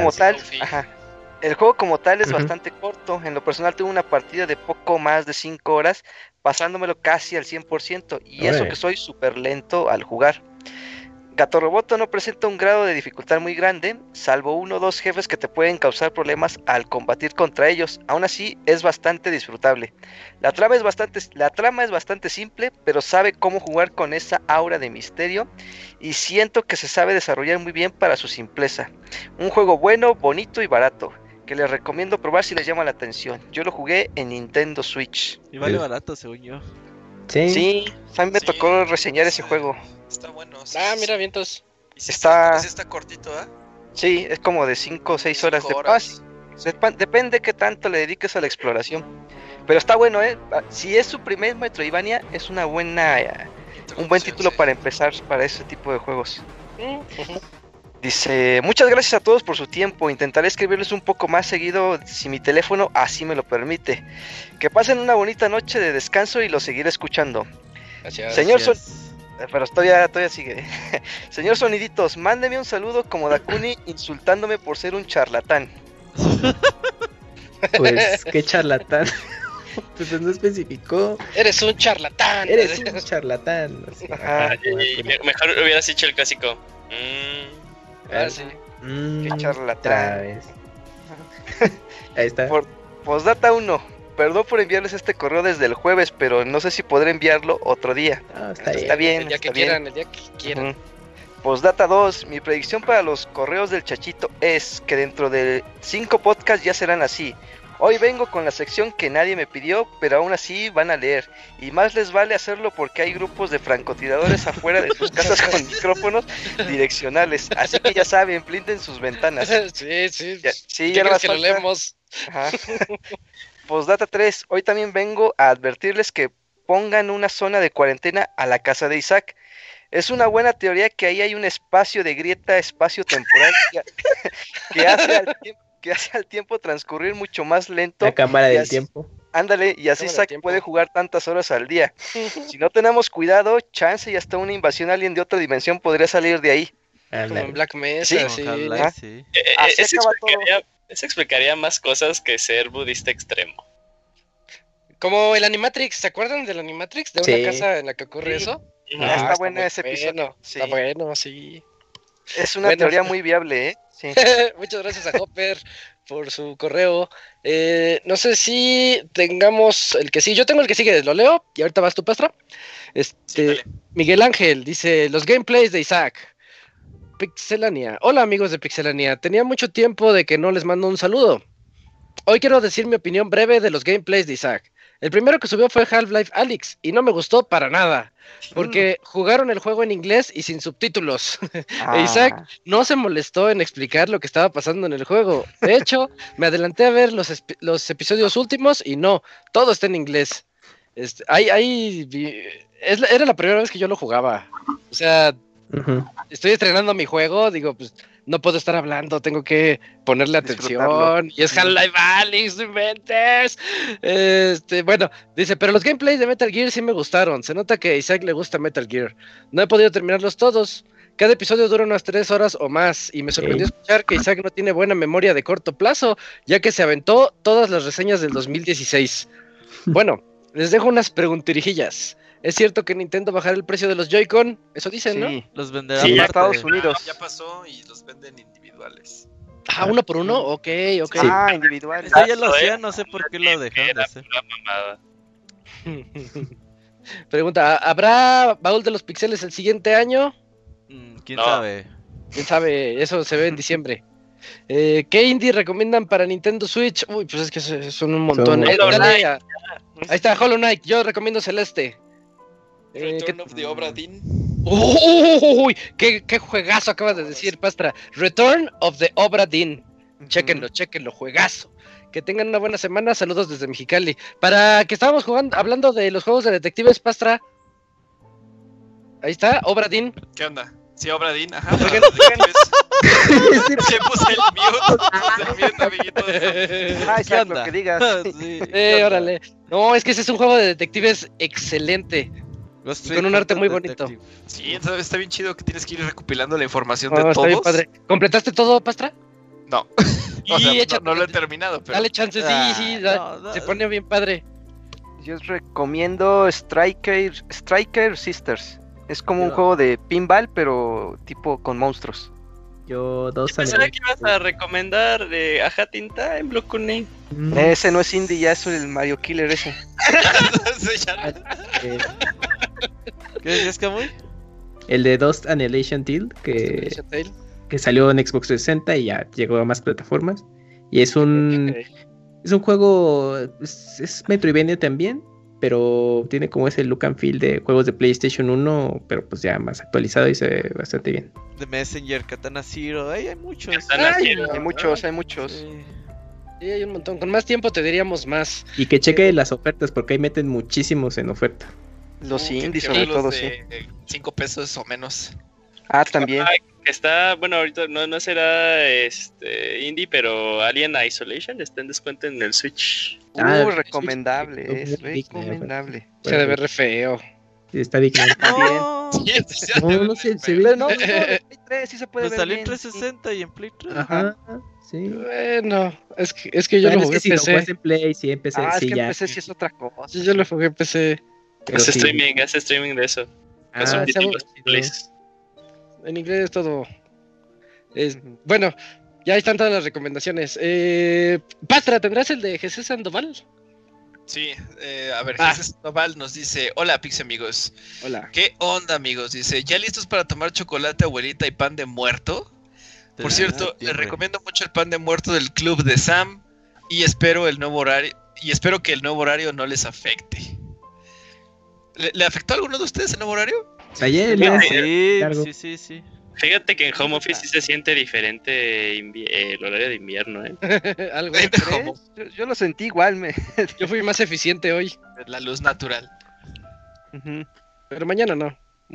Speaker 3: como tal es bastante corto. En lo personal tuve una partida de poco más de 5 horas, pasándomelo casi al 100%, y eso que soy súper lento al jugar. Gato Roboto no presenta un grado de dificultad muy grande, salvo 1 o 2 jefes que te pueden causar problemas al combatir contra ellos. Aún así, es bastante disfrutable. La trama es bastante simple, pero sabe cómo jugar con esa aura de misterio, y siento que se sabe desarrollar muy bien para su simpleza. Un juego bueno, bonito y barato, que les recomiendo probar si les llama la atención. Yo lo jugué en Nintendo Switch.
Speaker 8: Y vale barato, según yo.
Speaker 3: Sí, a mí me tocó reseñar ese juego.
Speaker 5: Está bueno.
Speaker 1: Mira, vientos.
Speaker 3: Está
Speaker 5: cortito, ¿eh?
Speaker 3: Sí, es como de 5 o 6 horas de paz. Depende qué tanto le dediques a la exploración. Pero está bueno, si es su primer Metroidvania, es un buen título para empezar para ese tipo de juegos. Dice, muchas gracias a todos por su tiempo. Intentaré escribirles un poco más seguido si mi teléfono así me lo permite. Que pasen una bonita noche de descanso y lo seguiré escuchando.
Speaker 1: Gracias.
Speaker 3: Señor pero todavía sigue. Señor Soniditos, mándeme un saludo como Dakuni insultándome por ser un charlatán.
Speaker 6: Pues, qué charlatán. Pues no especificó.
Speaker 1: Eres un charlatán.
Speaker 6: Eres un charlatán.
Speaker 7: Mejor hubieras hecho el clásico.
Speaker 1: Sí.
Speaker 3: Qué charlatán.
Speaker 6: Ahí está.
Speaker 3: Postdata 1. Perdón por enviarles este correo desde el jueves, pero no sé si podré enviarlo otro día. Está bien.
Speaker 1: El día que quieran.
Speaker 3: Postdata 2. Mi predicción para los correos del Chachito es que dentro de 5 podcasts ya serán así. Hoy vengo con la sección que nadie me pidió, pero aún así van a leer. Y más les vale hacerlo porque hay grupos de francotiradores afuera de sus casas con micrófonos direccionales. Así que ya saben, blinden sus ventanas.
Speaker 1: Sí, ya lo leemos.
Speaker 3: Postdata 3. Hoy también vengo a advertirles que pongan una zona de cuarentena a la casa de Isaac. Es una buena teoría que ahí hay un espacio de grieta espacio-temporal que hace al tiempo transcurrir mucho más lento.
Speaker 6: La cámara del tiempo.
Speaker 3: Ándale, y así Zack puede jugar tantas horas al día. Si no tenemos cuidado, chance y hasta una invasión alien de otra dimensión podría salir de ahí.
Speaker 1: Como en Black Mesa, sí.
Speaker 7: Eso explicaría más cosas que ser budista extremo.
Speaker 1: Como el Animatrix, ¿se acuerdan del Animatrix? De una casa en la que ocurre eso.
Speaker 3: Está bueno ese episodio.
Speaker 1: Está bueno, sí.
Speaker 3: Es una teoría muy viable, ¿eh? Sí.
Speaker 1: Muchas gracias a Hopper por su correo. No sé si tengamos el que sí. Yo tengo el que sigue, lo leo. Y ahorita vas tú, Pastra. Miguel Ángel dice: los gameplays de Isaac. Pixelania. Hola, amigos de Pixelania. Tenía mucho tiempo de que no les mando un saludo. Hoy quiero decir mi opinión breve de los gameplays de Isaac. El primero que subió fue Half-Life Alyx y no me gustó para nada, porque jugaron el juego en inglés y sin subtítulos. E Isaac no se molestó en explicar lo que estaba pasando en el juego. De hecho, me adelanté a ver los episodios últimos y no, todo está en inglés. Era la primera vez que yo lo jugaba. O sea, estoy estrenando mi juego, digo, pues no puedo estar hablando, tengo que ponerle atención. Y es Half-Life Alyx, no inventes. Bueno, dice, pero los gameplays de Metal Gear sí me gustaron. Se nota que a Isaac le gusta Metal Gear. No he podido terminarlos todos. Cada episodio dura unas 3 horas o más. Y me sorprendió escuchar que Isaac no tiene buena memoria de corto plazo, ya que se aventó todas las reseñas del 2016. Bueno, les dejo unas preguntirijillas. ¿Es cierto que Nintendo bajará el precio de los Joy-Con? Eso dicen, ¿no?
Speaker 8: Los venderán
Speaker 3: en Estados Unidos.
Speaker 5: Ya pasó y los venden individuales.
Speaker 1: ¿Uno por uno? Ok.
Speaker 3: Sí. Individuales.
Speaker 8: Eso ya lo hacían, no sé por qué lo dejaron de hacer.
Speaker 1: Pregunta, ¿habrá baúl de los pixeles el siguiente año?
Speaker 8: ¿Quién sabe?
Speaker 1: ¿Quién sabe? Eso se ve en diciembre. ¿Qué indie recomiendan para Nintendo Switch? Uy, pues es que son un montón. Ahí está, Hollow Knight. Yo recomiendo Celeste.
Speaker 5: Return of the Obra Dinn.
Speaker 1: Uy, qué juegazo acabas de decir, Pastra. Return of the Obra Dinn. Chéquenlo, juegazo. Que tengan una buena semana. Saludos desde Mexicali. Para que estábamos hablando de los juegos de detectives, Pastra. Ahí está, Obra Dinn.
Speaker 5: ¿Qué onda? Sí, Obra Dinn, ajá.
Speaker 1: ¿Por qué
Speaker 5: Se puse el mute, amiguitos.
Speaker 3: ¿Qué onda? Lo que digas.
Speaker 8: Sí.
Speaker 1: Órale. No, es que ese es un juego de detectives excelente. Con un arte muy bonito.
Speaker 5: Sí, está bien chido que tienes que ir recopilando la información
Speaker 1: de
Speaker 5: todos.
Speaker 1: Está bien padre. ¿Completaste todo, Pastra?
Speaker 5: No. No lo he terminado, pero...
Speaker 1: Dale chance, sí. Se pone bien padre.
Speaker 3: Yo os recomiendo Striker Sisters. Es como un juego de pinball, pero tipo con monstruos.
Speaker 6: Yo
Speaker 7: pensaba que ibas a recomendar de Hat in Time, Blue Cunning.
Speaker 3: Ese no es indie, ya es el Mario Killer ese.
Speaker 8: ¿Qué decías, Camuy?
Speaker 6: El de Dust Annihilation Tale, que salió en Xbox 360 y ya llegó a más plataformas. Y es un juego, es Metroidvania también, pero tiene como ese look and feel de juegos de PlayStation 1, pero pues ya más actualizado y se ve bastante bien.
Speaker 8: The Messenger, Katana Zero, hay muchos.
Speaker 3: Hay muchos.
Speaker 1: Sí, hay un montón. Con más tiempo te diríamos más.
Speaker 6: Y que cheque las ofertas, porque ahí meten muchísimos en oferta.
Speaker 3: Los indies, sobre todo, sí.
Speaker 5: 5 pesos o menos.
Speaker 3: También.
Speaker 7: Está, bueno, ahorita no será indie, pero Alien Isolation está en descuento en el Switch.
Speaker 3: Recomendable, es recomendable.
Speaker 1: Se debe re feo.
Speaker 6: Sí, está digno.
Speaker 3: No sé, se ve. No, en Play 3 sí se puede ver
Speaker 8: salió
Speaker 3: bien.
Speaker 8: En 360 y en Play 3.
Speaker 6: Ajá, sí.
Speaker 1: Bueno, es que yo lo jugué en PC.
Speaker 6: Si lo juegas en Play, sí, en PC.
Speaker 3: Es que en PC sí es otra cosa.
Speaker 1: Yo lo jugué en PC.
Speaker 7: Hace streaming de eso.
Speaker 1: En inglés todo. Bueno, ya están todas las recomendaciones. Pastra, ¿tendrás el de Jesús Sandoval?
Speaker 5: Sí, Jesús Sandoval nos dice: hola, Pix amigos.
Speaker 1: Hola.
Speaker 5: ¿Qué onda, amigos? Dice: ¿ya listos para tomar chocolate, abuelita y pan de muerto? Por cierto, les recomiendo mucho el pan de muerto del club de Sam y espero que el nuevo horario no les afecte. ¿Le afectó a alguno de ustedes el nuevo horario?
Speaker 6: Ayer,
Speaker 8: sí.
Speaker 7: Fíjate que en home office sí se siente diferente el horario de invierno,
Speaker 1: Algo.
Speaker 3: Yo lo sentí igual,
Speaker 1: Yo fui más eficiente hoy.
Speaker 5: La luz natural.
Speaker 1: Pero mañana no.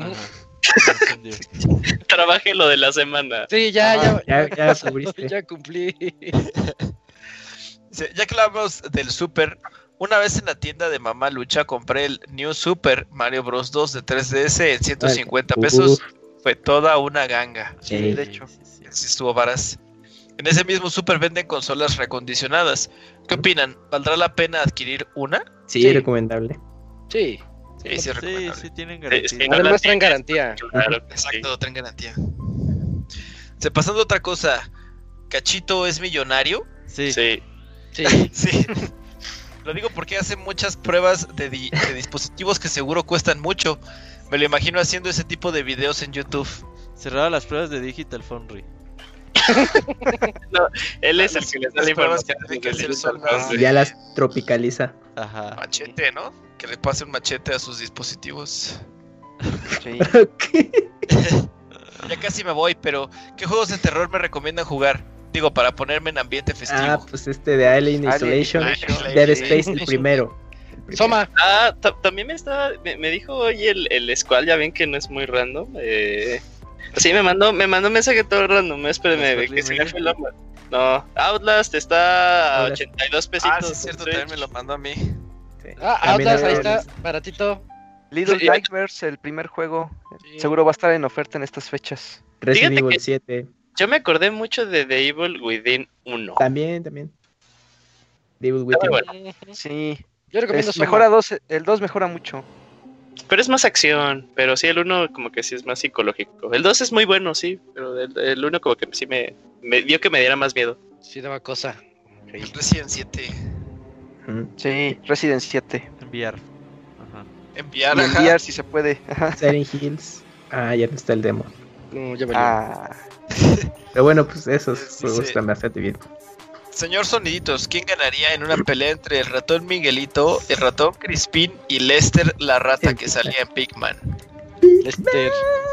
Speaker 7: Trabaje lo de la semana.
Speaker 1: Sí, ya
Speaker 6: cubriste.
Speaker 1: Ya cumplí.
Speaker 5: Ya que hablamos del Super, Una vez en la tienda de Mamá Lucha compré el New Super Mario Bros. 2 de 3DS en 150 pesos. Fue toda una ganga.
Speaker 3: Sí, de hecho.
Speaker 5: Sí estuvo varas. En ese mismo Super venden consolas recondicionadas. ¿Qué opinan? ¿Valdrá la pena adquirir una?
Speaker 6: Sí, recomendable.
Speaker 1: Sí.
Speaker 5: Sí, recomendable.
Speaker 8: Sí, tienen garantía.
Speaker 1: Además traen garantía.
Speaker 7: Claro,
Speaker 5: exacto, traen garantía. Pasando a otra cosa. ¿Cachito es millonario?
Speaker 8: Sí.
Speaker 7: Sí.
Speaker 5: Sí. Lo digo porque hace muchas pruebas de dispositivos que seguro cuestan mucho. Me lo imagino haciendo ese tipo de videos en YouTube.
Speaker 8: Cerraba las pruebas de Digital Foundry.
Speaker 7: No, él es el que le sale
Speaker 5: pruebas que tiene que hacer son
Speaker 6: ya las tropicaliza.
Speaker 8: Ajá.
Speaker 5: Machete, ¿no? Que le pase un machete a sus dispositivos.
Speaker 3: Sí.
Speaker 5: Ya casi me voy, pero ¿qué juegos de terror me recomiendan jugar? Digo, para ponerme en ambiente festivo.
Speaker 6: Pues de Alien Isolation, Dead Space, el primero.
Speaker 1: Soma.
Speaker 7: También me dijo hoy el Squall, ya ven que no es muy random. Sí, me mandó un mensaje todo random, espérenme, que se me fue el nombre. No, Outlast está a 82 pesitos.
Speaker 5: Sí, es cierto, también me lo mandó a mí.
Speaker 3: Sí.
Speaker 1: Outlast, ahí está, baratito.
Speaker 3: Little Nightmares, el primer juego, seguro va a estar en oferta en estas fechas.
Speaker 6: Resident Evil 7.
Speaker 7: Yo me acordé mucho de The Evil Within 1.
Speaker 6: También. The Evil Within.
Speaker 7: Bueno.
Speaker 3: Sí.
Speaker 1: Yo recomiendo
Speaker 3: mejora 2, el 2 mejora mucho.
Speaker 7: Pero es más acción, pero sí, el 1 como que sí es más psicológico. El 2 es muy bueno, sí, pero el 1 como que sí me dio que me diera más miedo.
Speaker 1: Sí, daba cosa.
Speaker 5: Resident 7.
Speaker 3: Sí, Resident 7.
Speaker 8: Enviar.
Speaker 3: Enviar si se puede.
Speaker 6: Silent Hills. Ya no está el demo.
Speaker 1: No, ya me
Speaker 6: Pero bueno, pues esos juegos están bastante bien.
Speaker 5: Señor Soniditos, ¿quién ganaría en una pelea entre el ratón Miguelito, el ratón Crispín y Lester, la rata que salía en Pigman?
Speaker 1: Lester.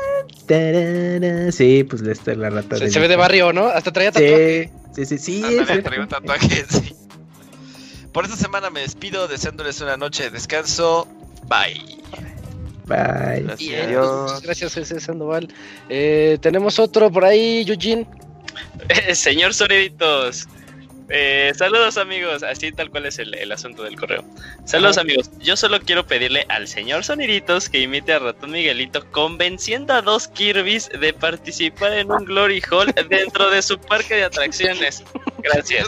Speaker 6: Sí, pues Lester, la rata.
Speaker 1: Se ve de barrio, ¿no? Hasta traía tatuaje.
Speaker 6: Sí.
Speaker 5: Traía un tatuaje, sí. Por esta semana me despido deseándoles una noche de descanso. Bye.
Speaker 8: Gracias.
Speaker 3: Adiós.
Speaker 1: Gracias, José Sandoval. Tenemos otro por ahí, Eugene.
Speaker 7: Señor Soniditos. Saludos amigos, así tal cual es el asunto del correo. Saludos amigos, yo solo quiero pedirle al señor Soniditos que imite a Ratón Miguelito convenciendo a 2 Kirby's de participar en un Glory Hall dentro de su parque de atracciones. Gracias.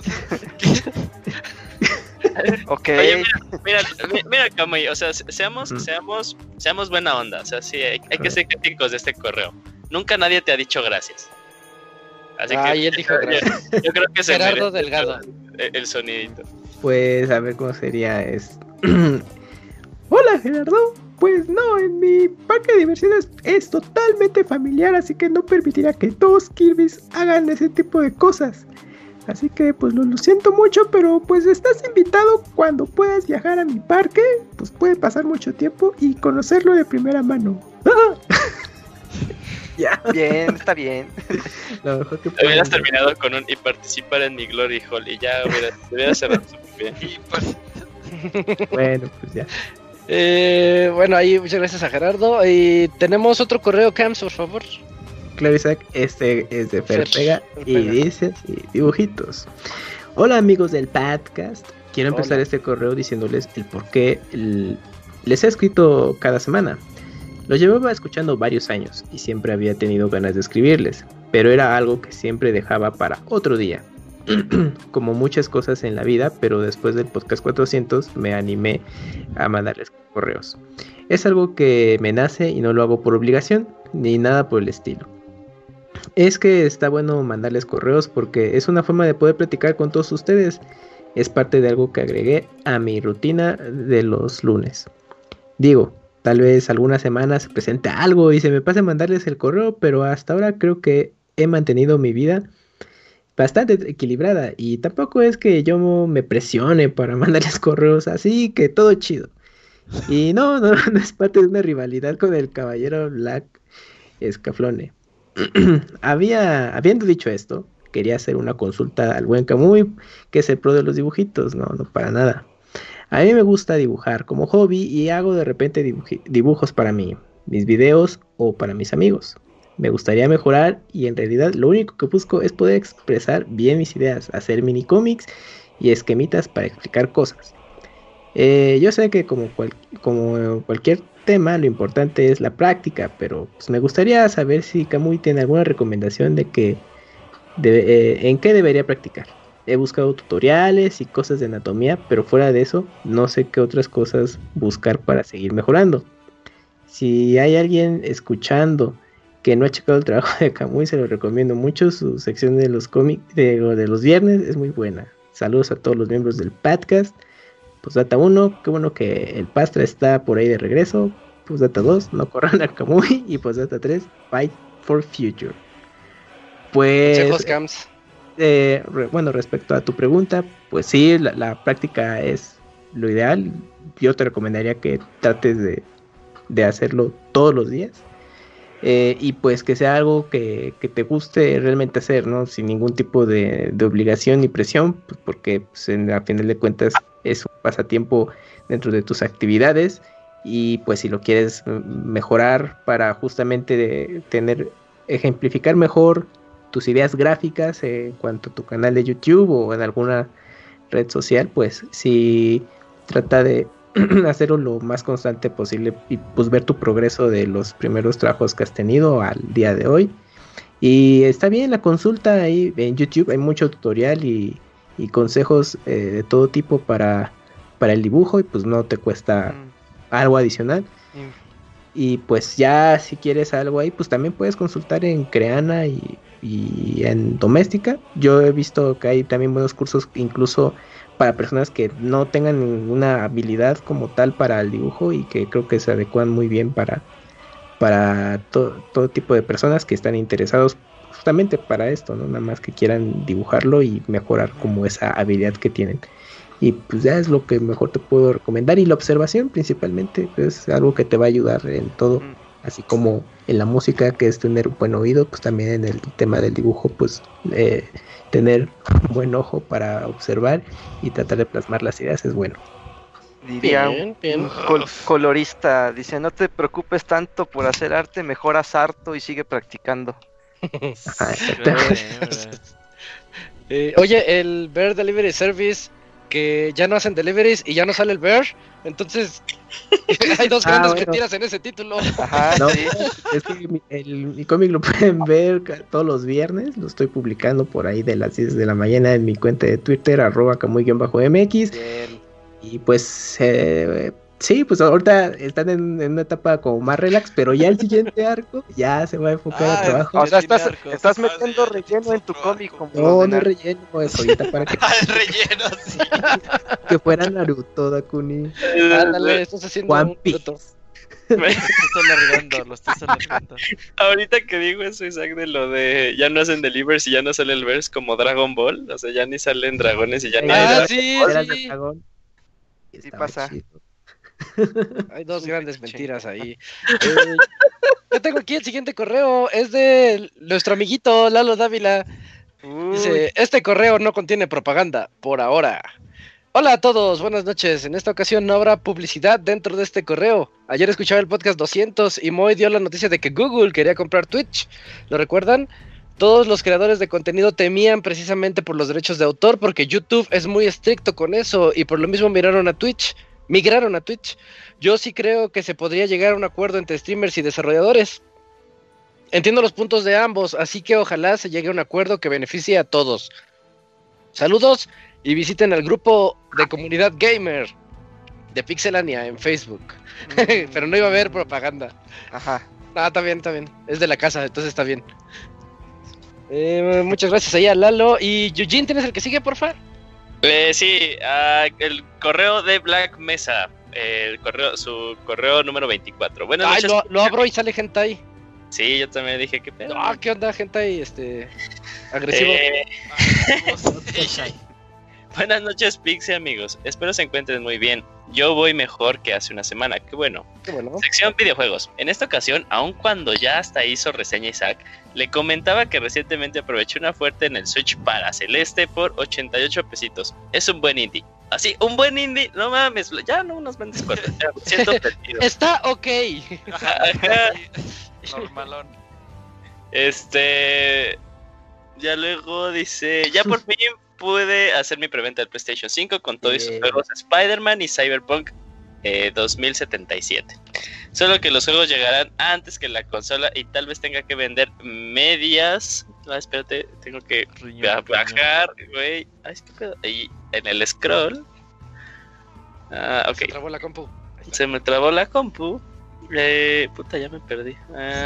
Speaker 3: Ok.
Speaker 7: Oye, mira Kamui, o sea, seamos buena onda, o sea, sí, hay que ser críticos de este correo. Nunca nadie te ha dicho gracias. Así que
Speaker 1: él dijo gracias.
Speaker 7: Yo creo que se
Speaker 1: Gerardo Delgado.
Speaker 7: El sonidito.
Speaker 6: Pues a ver cómo sería Hola Gerardo. Pues no, en mi parque de diversiones es totalmente familiar, así que no permitirá que 2 Kirby's hagan ese tipo de cosas. Así que pues lo siento mucho, pero pues estás invitado cuando puedas viajar a mi parque. Pues puede pasar mucho tiempo y conocerlo de primera mano.
Speaker 3: Ya. Bien, está bien.
Speaker 6: Lo mejor que
Speaker 7: hubieras terminado con un y participar en mi Glory Hall y ya hubiera cerrado súper bien.
Speaker 6: Bueno, pues ya.
Speaker 1: Bueno, ahí muchas gracias a Gerardo. Y tenemos otro correo, Cams, por favor.
Speaker 6: Claro, Isaac, este es de Ferpega y dice así, dibujitos. Hola amigos del podcast. Quiero empezar este correo diciéndoles el por qué les he escrito cada semana. Lo llevaba escuchando varios años y siempre había tenido ganas de escribirles, pero era algo que siempre dejaba para otro día. Como muchas cosas en la vida, pero después del podcast 400 me animé a mandarles correos. Es algo que me nace y no lo hago por obligación, ni nada por el estilo. Es que está bueno mandarles correos porque es una forma de poder platicar con todos ustedes. Es parte de algo que agregué a mi rutina de los lunes. Digo, tal vez algunas semanas se presente algo y se me pase mandarles el correo, pero hasta ahora creo que he mantenido mi vida bastante equilibrada y tampoco es que yo me presione para mandarles correos, así que todo chido. Y no es parte de una rivalidad con el caballero Black Escaflone. Habiendo dicho esto, quería hacer una consulta al buen Kamui, que es el pro de los dibujitos. No para nada. A mí me gusta dibujar como hobby y hago de repente dibujos para mis videos o para mis amigos. Me gustaría mejorar y en realidad lo único que busco es poder expresar bien mis ideas, hacer mini cómics y esquemitas para explicar cosas. Yo sé que como cualquier tema, lo importante es la práctica, pero pues, me gustaría saber si Kamui tiene alguna recomendación de que en qué debería practicar. He buscado tutoriales y cosas de anatomía, pero fuera de eso, no sé qué otras cosas buscar para seguir mejorando. Si hay alguien escuchando que no ha checado el trabajo de Kamui, se lo recomiendo mucho. Su sección de los cómics de los viernes es muy buena. Saludos a todos los miembros del podcast. Postdata 1, qué bueno que el Pastra está por ahí de regreso. Postdata 2, no corran a Kamui. Y Postdata 3, Fight for Future. Pues, bueno, respecto a tu pregunta, pues sí, la práctica es lo ideal. Yo te recomendaría que trates de hacerlo todos los días. Y pues que sea algo que te guste realmente hacer, ¿no? Sin ningún tipo de obligación ni presión, pues porque pues, a final de cuentas es un pasatiempo dentro de tus actividades. Y pues si lo quieres mejorar para justamente ejemplificar mejor tus ideas gráficas en cuanto a tu canal de YouTube o en alguna red social, pues sí trata de hacerlo lo más constante posible y pues ver tu progreso de los primeros trabajos que has tenido al día de hoy. Y está bien la consulta ahí en YouTube, hay mucho tutorial y consejos de todo tipo para el dibujo y pues no te cuesta algo adicional. Y pues ya si quieres algo ahí, pues también puedes consultar en Creana y en Doméstica. Yo he visto que hay también buenos cursos incluso para personas que no tengan ninguna habilidad como tal para el dibujo y que creo que se adecuan muy bien para todo tipo de personas que están interesados justamente para esto, ¿no? Nada más que quieran dibujarlo y mejorar como esa habilidad que tienen. Y pues ya es lo que mejor te puedo recomendar. Y la observación principalmente es algo que te va a ayudar en todo. Así como en la música, que es tener un buen oído, pues también en el tema del dibujo, pues tener un buen ojo para observar y tratar de plasmar las ideas es bueno.
Speaker 3: Diría un colorista, dice, no te preocupes tanto por hacer arte, mejor haz harto y sigue practicando.
Speaker 1: Oye, el Bear Delivery Service, que ya no hacen deliveries y ya no sale el Bear, entonces hay dos grandes mentiras en ese título.
Speaker 6: Ajá, no, sí. Es que mi cómic lo pueden ver todos los viernes, lo estoy publicando por ahí de las 10 de la mañana en mi cuenta de Twitter, @Kamui_MX. Bien. Y pues sí, pues ahorita están en una etapa como más relax, pero ya el siguiente arco ya se va a enfocar al trabajo.
Speaker 3: O sea, estás metiendo relleno en tu cómic.
Speaker 6: No relleno, es ahorita para que
Speaker 5: relleno, sí.
Speaker 6: Que fuera Naruto, Dakuni.
Speaker 1: Ándale, estás haciendo
Speaker 6: One Piece.
Speaker 5: Lo estás alargando. Ahorita que digo eso, Isaac, de lo de ya no hacen delivers y ya no sale el verse como Dragon Ball, o sea, ya ni salen dragones y ya no
Speaker 1: sí.
Speaker 3: Sí pasa.
Speaker 1: Hay dos grandes mentiras ahí. Yo tengo aquí el siguiente correo, es de nuestro amiguito Lalo Dávila. Dice, este correo no contiene propaganda, por ahora. Hola a todos, buenas noches. En esta ocasión no habrá publicidad dentro de este correo. Ayer escuchaba el podcast 200 y Moy dio la noticia de que Google quería comprar Twitch. ¿Lo recuerdan? Todos los creadores de contenido temían precisamente por los derechos de autor, porque YouTube es muy estricto con eso y por lo mismo migraron a Twitch. Yo sí creo que se podría llegar a un acuerdo entre streamers y desarrolladores. Entiendo los puntos de ambos, así que ojalá se llegue a un acuerdo que beneficie a todos. Saludos y visiten al grupo de comunidad gamer de Pixelania en Facebook. Pero no iba a haber propaganda.
Speaker 3: Ajá.
Speaker 1: Ah, está bien. Es de la casa, entonces está bien. Muchas gracias ahí a Lalo. Y Eugene, ¿tienes el que sigue, porfa?
Speaker 7: Sí, el correo de Black Mesa. Su correo número 24. Buenas noches.
Speaker 1: Lo abro y sale hentai.
Speaker 7: Sí, yo también dije que pedo.
Speaker 1: ¿Qué onda, hentai agresivo?
Speaker 7: Buenas noches, Pixie amigos. Espero se encuentren muy bien. Yo voy mejor que hace una semana. Qué bueno. Sección videojuegos. En esta ocasión, aun cuando ya hasta hizo reseña Isaac, le comentaba que recientemente aproveché una oferta en el Switch para Celeste por 88 pesitos. Es un buen indie. Así, un buen indie. No mames, ya no nos vendes cuerda. Siento perdido.
Speaker 1: Está ok.
Speaker 5: Normalón.
Speaker 7: Ya luego dice, ya por fin pude hacer mi preventa del PlayStation 5 con todos sus juegos Spider-Man y Cyberpunk 2077. Solo que los juegos llegarán antes que la consola y tal vez tenga que vender medias. Espérate, tengo que bajar, güey. Ay, qué pedo. Ahí en el scroll. Ok.
Speaker 1: Se trabó la compu.
Speaker 7: Se me trabó la compu. Puta, ya me perdí.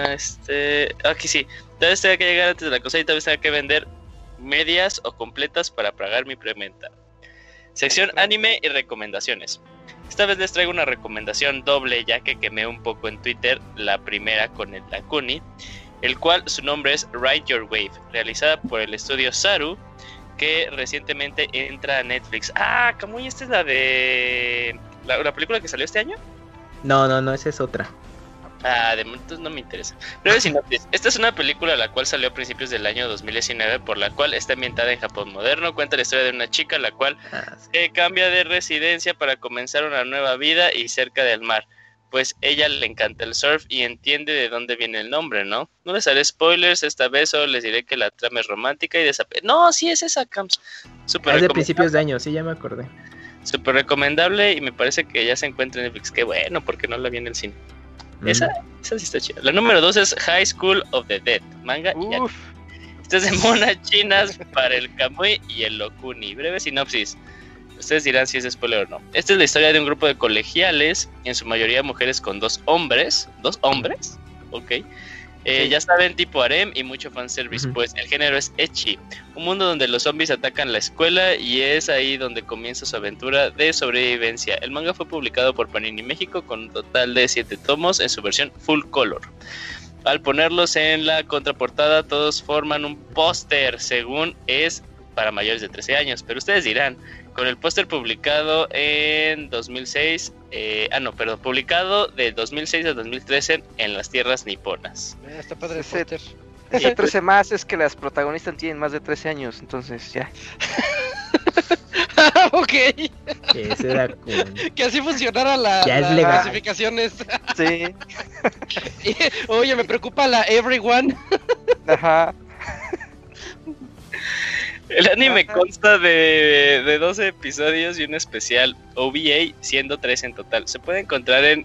Speaker 7: Aquí sí. Tal vez tenga que llegar antes de la consola y tal vez tenga que vender medias o completas para pagar mi preventa. Sección anime y recomendaciones. Esta vez les traigo una recomendación doble, ya que quemé un poco en Twitter la primera con el Takuni, el cual su nombre es Ride Your Wave, realizada por el estudio Saru, que recientemente entra a Netflix. Kamui, esta es la de la película que salió este año.
Speaker 6: No, esa es otra.
Speaker 7: De momento no me interesa. Breve sinopsis. Esta es una película la cual salió a principios del año 2019, por la cual está ambientada en Japón moderno. Cuenta la historia de una chica la cual cambia de residencia para comenzar una nueva vida y cerca del mar. Pues ella le encanta el surf y entiende de dónde viene el nombre, ¿no? No les haré spoilers esta vez, solo les diré que la trama es romántica y No, sí es esa, Cams.
Speaker 6: Es de principios de año, sí, ya me acordé.
Speaker 7: Súper recomendable y me parece que ya se encuentra en Netflix. Qué bueno, porque no la vi en el cine. Esa sí está chida. La número 2 es High School of the Dead, manga y anime. Esta es de monas chinas para el Kamui y el Lokuni. Breve sinopsis. Ustedes dirán si es spoiler o no. Esta es la historia de un grupo de colegiales, en su mayoría mujeres con dos hombres. ¿Dos hombres? Ok. Ya saben, tipo harem y mucho fanservice, pues el género es ecchi, un mundo donde los zombies atacan la escuela y es ahí donde comienza su aventura de sobrevivencia. El manga fue publicado por Panini México con un total de 7 tomos en su versión full color. Al ponerlos en la contraportada, todos forman un póster, según es para mayores de 13 años, pero ustedes dirán, con el póster publicado en 2006, publicado de 2006 a 2013 en las tierras niponas.
Speaker 1: Está padre el póster.
Speaker 3: Ese 13 más es que las protagonistas tienen más de 13 años, entonces ya.
Speaker 1: Ok.
Speaker 6: Ese era cool.
Speaker 1: Que así funcionaran las clasificaciones.
Speaker 3: Sí.
Speaker 1: Oye, me preocupa la Everyone.
Speaker 3: Ajá.
Speaker 7: El anime consta de 12 episodios y un especial OVA, siendo 3 en total. Se puede encontrar en...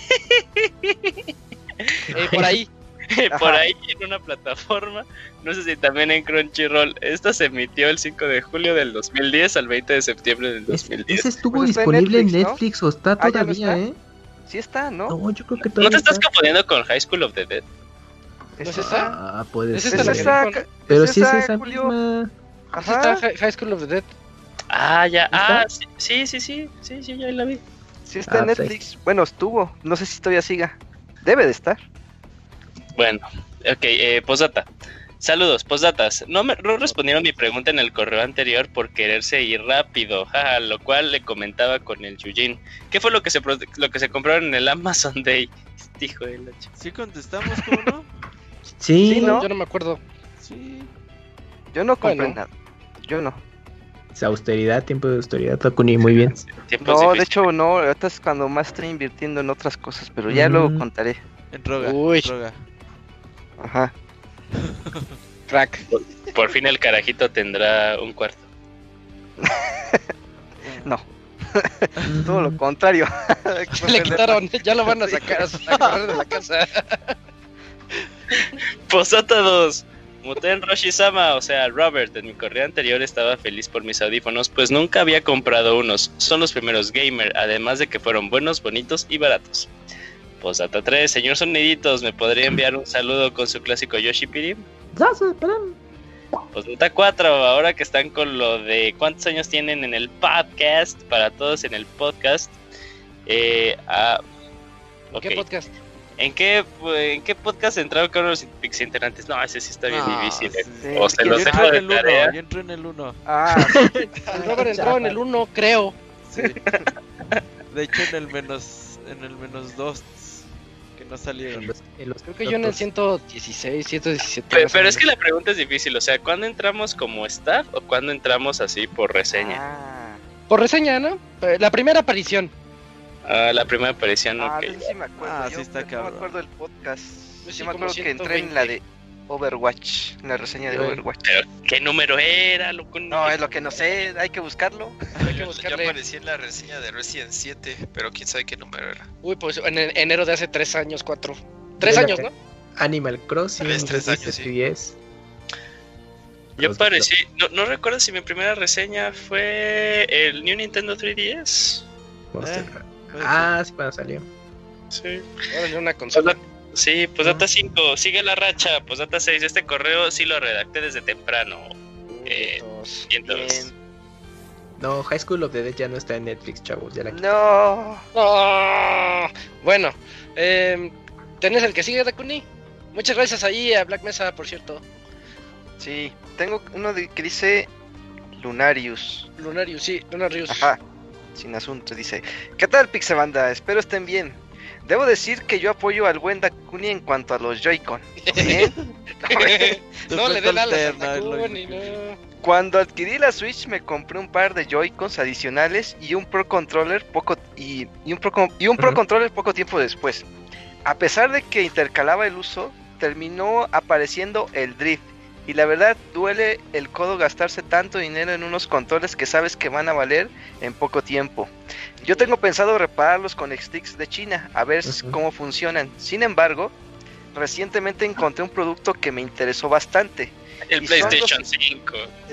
Speaker 1: por ahí.
Speaker 7: Por ahí en una plataforma. No sé si también en Crunchyroll. Esta se emitió el 5 de julio del 2010 al 20 de septiembre del 2010.
Speaker 6: ¿Ese estuvo disponible en Netflix, ¿no? O está todavía,
Speaker 3: está? Sí está, ¿no?
Speaker 6: No, yo creo que todavía
Speaker 7: ¿No te estás confundiendo con High School of the Dead?
Speaker 1: ¿No es esa?
Speaker 6: Puede ser.
Speaker 3: Pero
Speaker 6: sí es esa misma...
Speaker 1: Está High School of the Dead.
Speaker 7: Ya. Sí, ya la vi.
Speaker 3: Sí está en Netflix. Bueno, estuvo. No sé si todavía siga. Debe de estar.
Speaker 7: Bueno, ok, postdata. Saludos, postdatas. No respondieron mi pregunta en el correo anterior por quererse ir rápido, lo cual le comentaba con el Yujin. ¿Qué fue lo que se compraron en el Amazon Day? Hijo de la chica.
Speaker 8: ¿Sí contestamos, cómo no?
Speaker 6: Sí,
Speaker 3: ¿no?
Speaker 1: Yo no me acuerdo.
Speaker 8: Sí.
Speaker 3: Yo no compré nada. Yo no.
Speaker 6: Tiempo de austeridad, Takuni, muy bien.
Speaker 3: No, de hecho no, ahorita es cuando más estoy invirtiendo en otras cosas, pero ya luego contaré.
Speaker 8: En droga.
Speaker 3: Ajá.
Speaker 1: Crack.
Speaker 7: Por fin el carajito tendrá un cuarto.
Speaker 3: No. Todo lo contrario.
Speaker 1: Le quitaron, ya lo van a sacar a correr de la casa.
Speaker 7: Posata 2. Muten Roshi-sama, o sea, Robert, en mi correo anterior estaba feliz por mis audífonos, pues nunca había comprado unos. Son los primeros gamer, además de que fueron buenos, bonitos y baratos. Posdata 3, señor Soniditos, ¿me podría enviar un saludo con su clásico Yoshi Piri? Posdata 4, ahora que están con lo de cuántos años tienen en el podcast, para todos en el podcast.
Speaker 1: ¿Qué podcast?
Speaker 7: ¿En qué podcast entraron con los pixinterantes? No, ese sí está bien difícil.
Speaker 8: Sí.
Speaker 7: O se los dejo de tarea.
Speaker 8: Yo entré en el 1.
Speaker 1: Robert entró en el 1, creo.
Speaker 8: Sí. De hecho en el menos 2 que no salieron.
Speaker 1: Creo que yo en el 116, 117.
Speaker 7: Pero es que la pregunta es difícil, o sea, ¿cuándo entramos como staff o cuándo entramos así por reseña?
Speaker 1: Por reseña, ¿no? La primera aparición.
Speaker 7: La primera aparición, ok.
Speaker 3: Sí me acuerdo.
Speaker 8: Sí está cabrón.
Speaker 3: No me acuerdo del podcast.
Speaker 1: Yo
Speaker 3: sí me acuerdo que entré en la de Overwatch, la reseña de Overwatch.
Speaker 7: ¿Pero qué número era, loco?
Speaker 3: No, es lo que no sé, hay que buscarlo.
Speaker 5: Yo aparecí en la reseña de Resident 7, pero quién sabe qué número era.
Speaker 1: Uy, pues en enero de hace 3 años, 4. 3 años, ¿no?
Speaker 6: Animal Crossing,
Speaker 5: 3 años, sí.
Speaker 7: Yo aparecí, no recuerdo si mi primera reseña fue el New Nintendo 3DS.
Speaker 6: Sí, cuando salió.
Speaker 7: Sí.
Speaker 1: Bueno, una consola.
Speaker 7: Sí, pues Data 5, sigue la racha, pues Data 6, este correo sí lo redacté desde temprano. Entonces...
Speaker 6: No, High School of the Dead ya no está en Netflix, chavos, ya la quité.
Speaker 3: No.
Speaker 1: Bueno, ¿tenés el que sigue, Dakuni? Muchas gracias ahí a Black Mesa, por cierto.
Speaker 3: Sí, tengo uno que dice Lunarius.
Speaker 1: Lunarius.
Speaker 3: Ajá, sin asunto, dice: ¿qué tal, Pixebanda? Espero estén bien. Debo decir que yo apoyo al buen Dakuni en cuanto a los Joy-Con. ¿Bien?
Speaker 1: No le den alas a Dakuni, no.
Speaker 3: Cuando adquirí la Switch me compré un par de Joy-Cons adicionales y un Pro Controller poco tiempo después. A pesar de que intercalaba el uso, terminó apareciendo el drift. Y la verdad duele el codo gastarse tanto dinero en unos controles que sabes que van a valer en poco tiempo. Yo tengo pensado repararlos con sticks de China, a ver cómo funcionan. Sin embargo, recientemente encontré un producto que me interesó bastante.
Speaker 7: El PlayStation 5.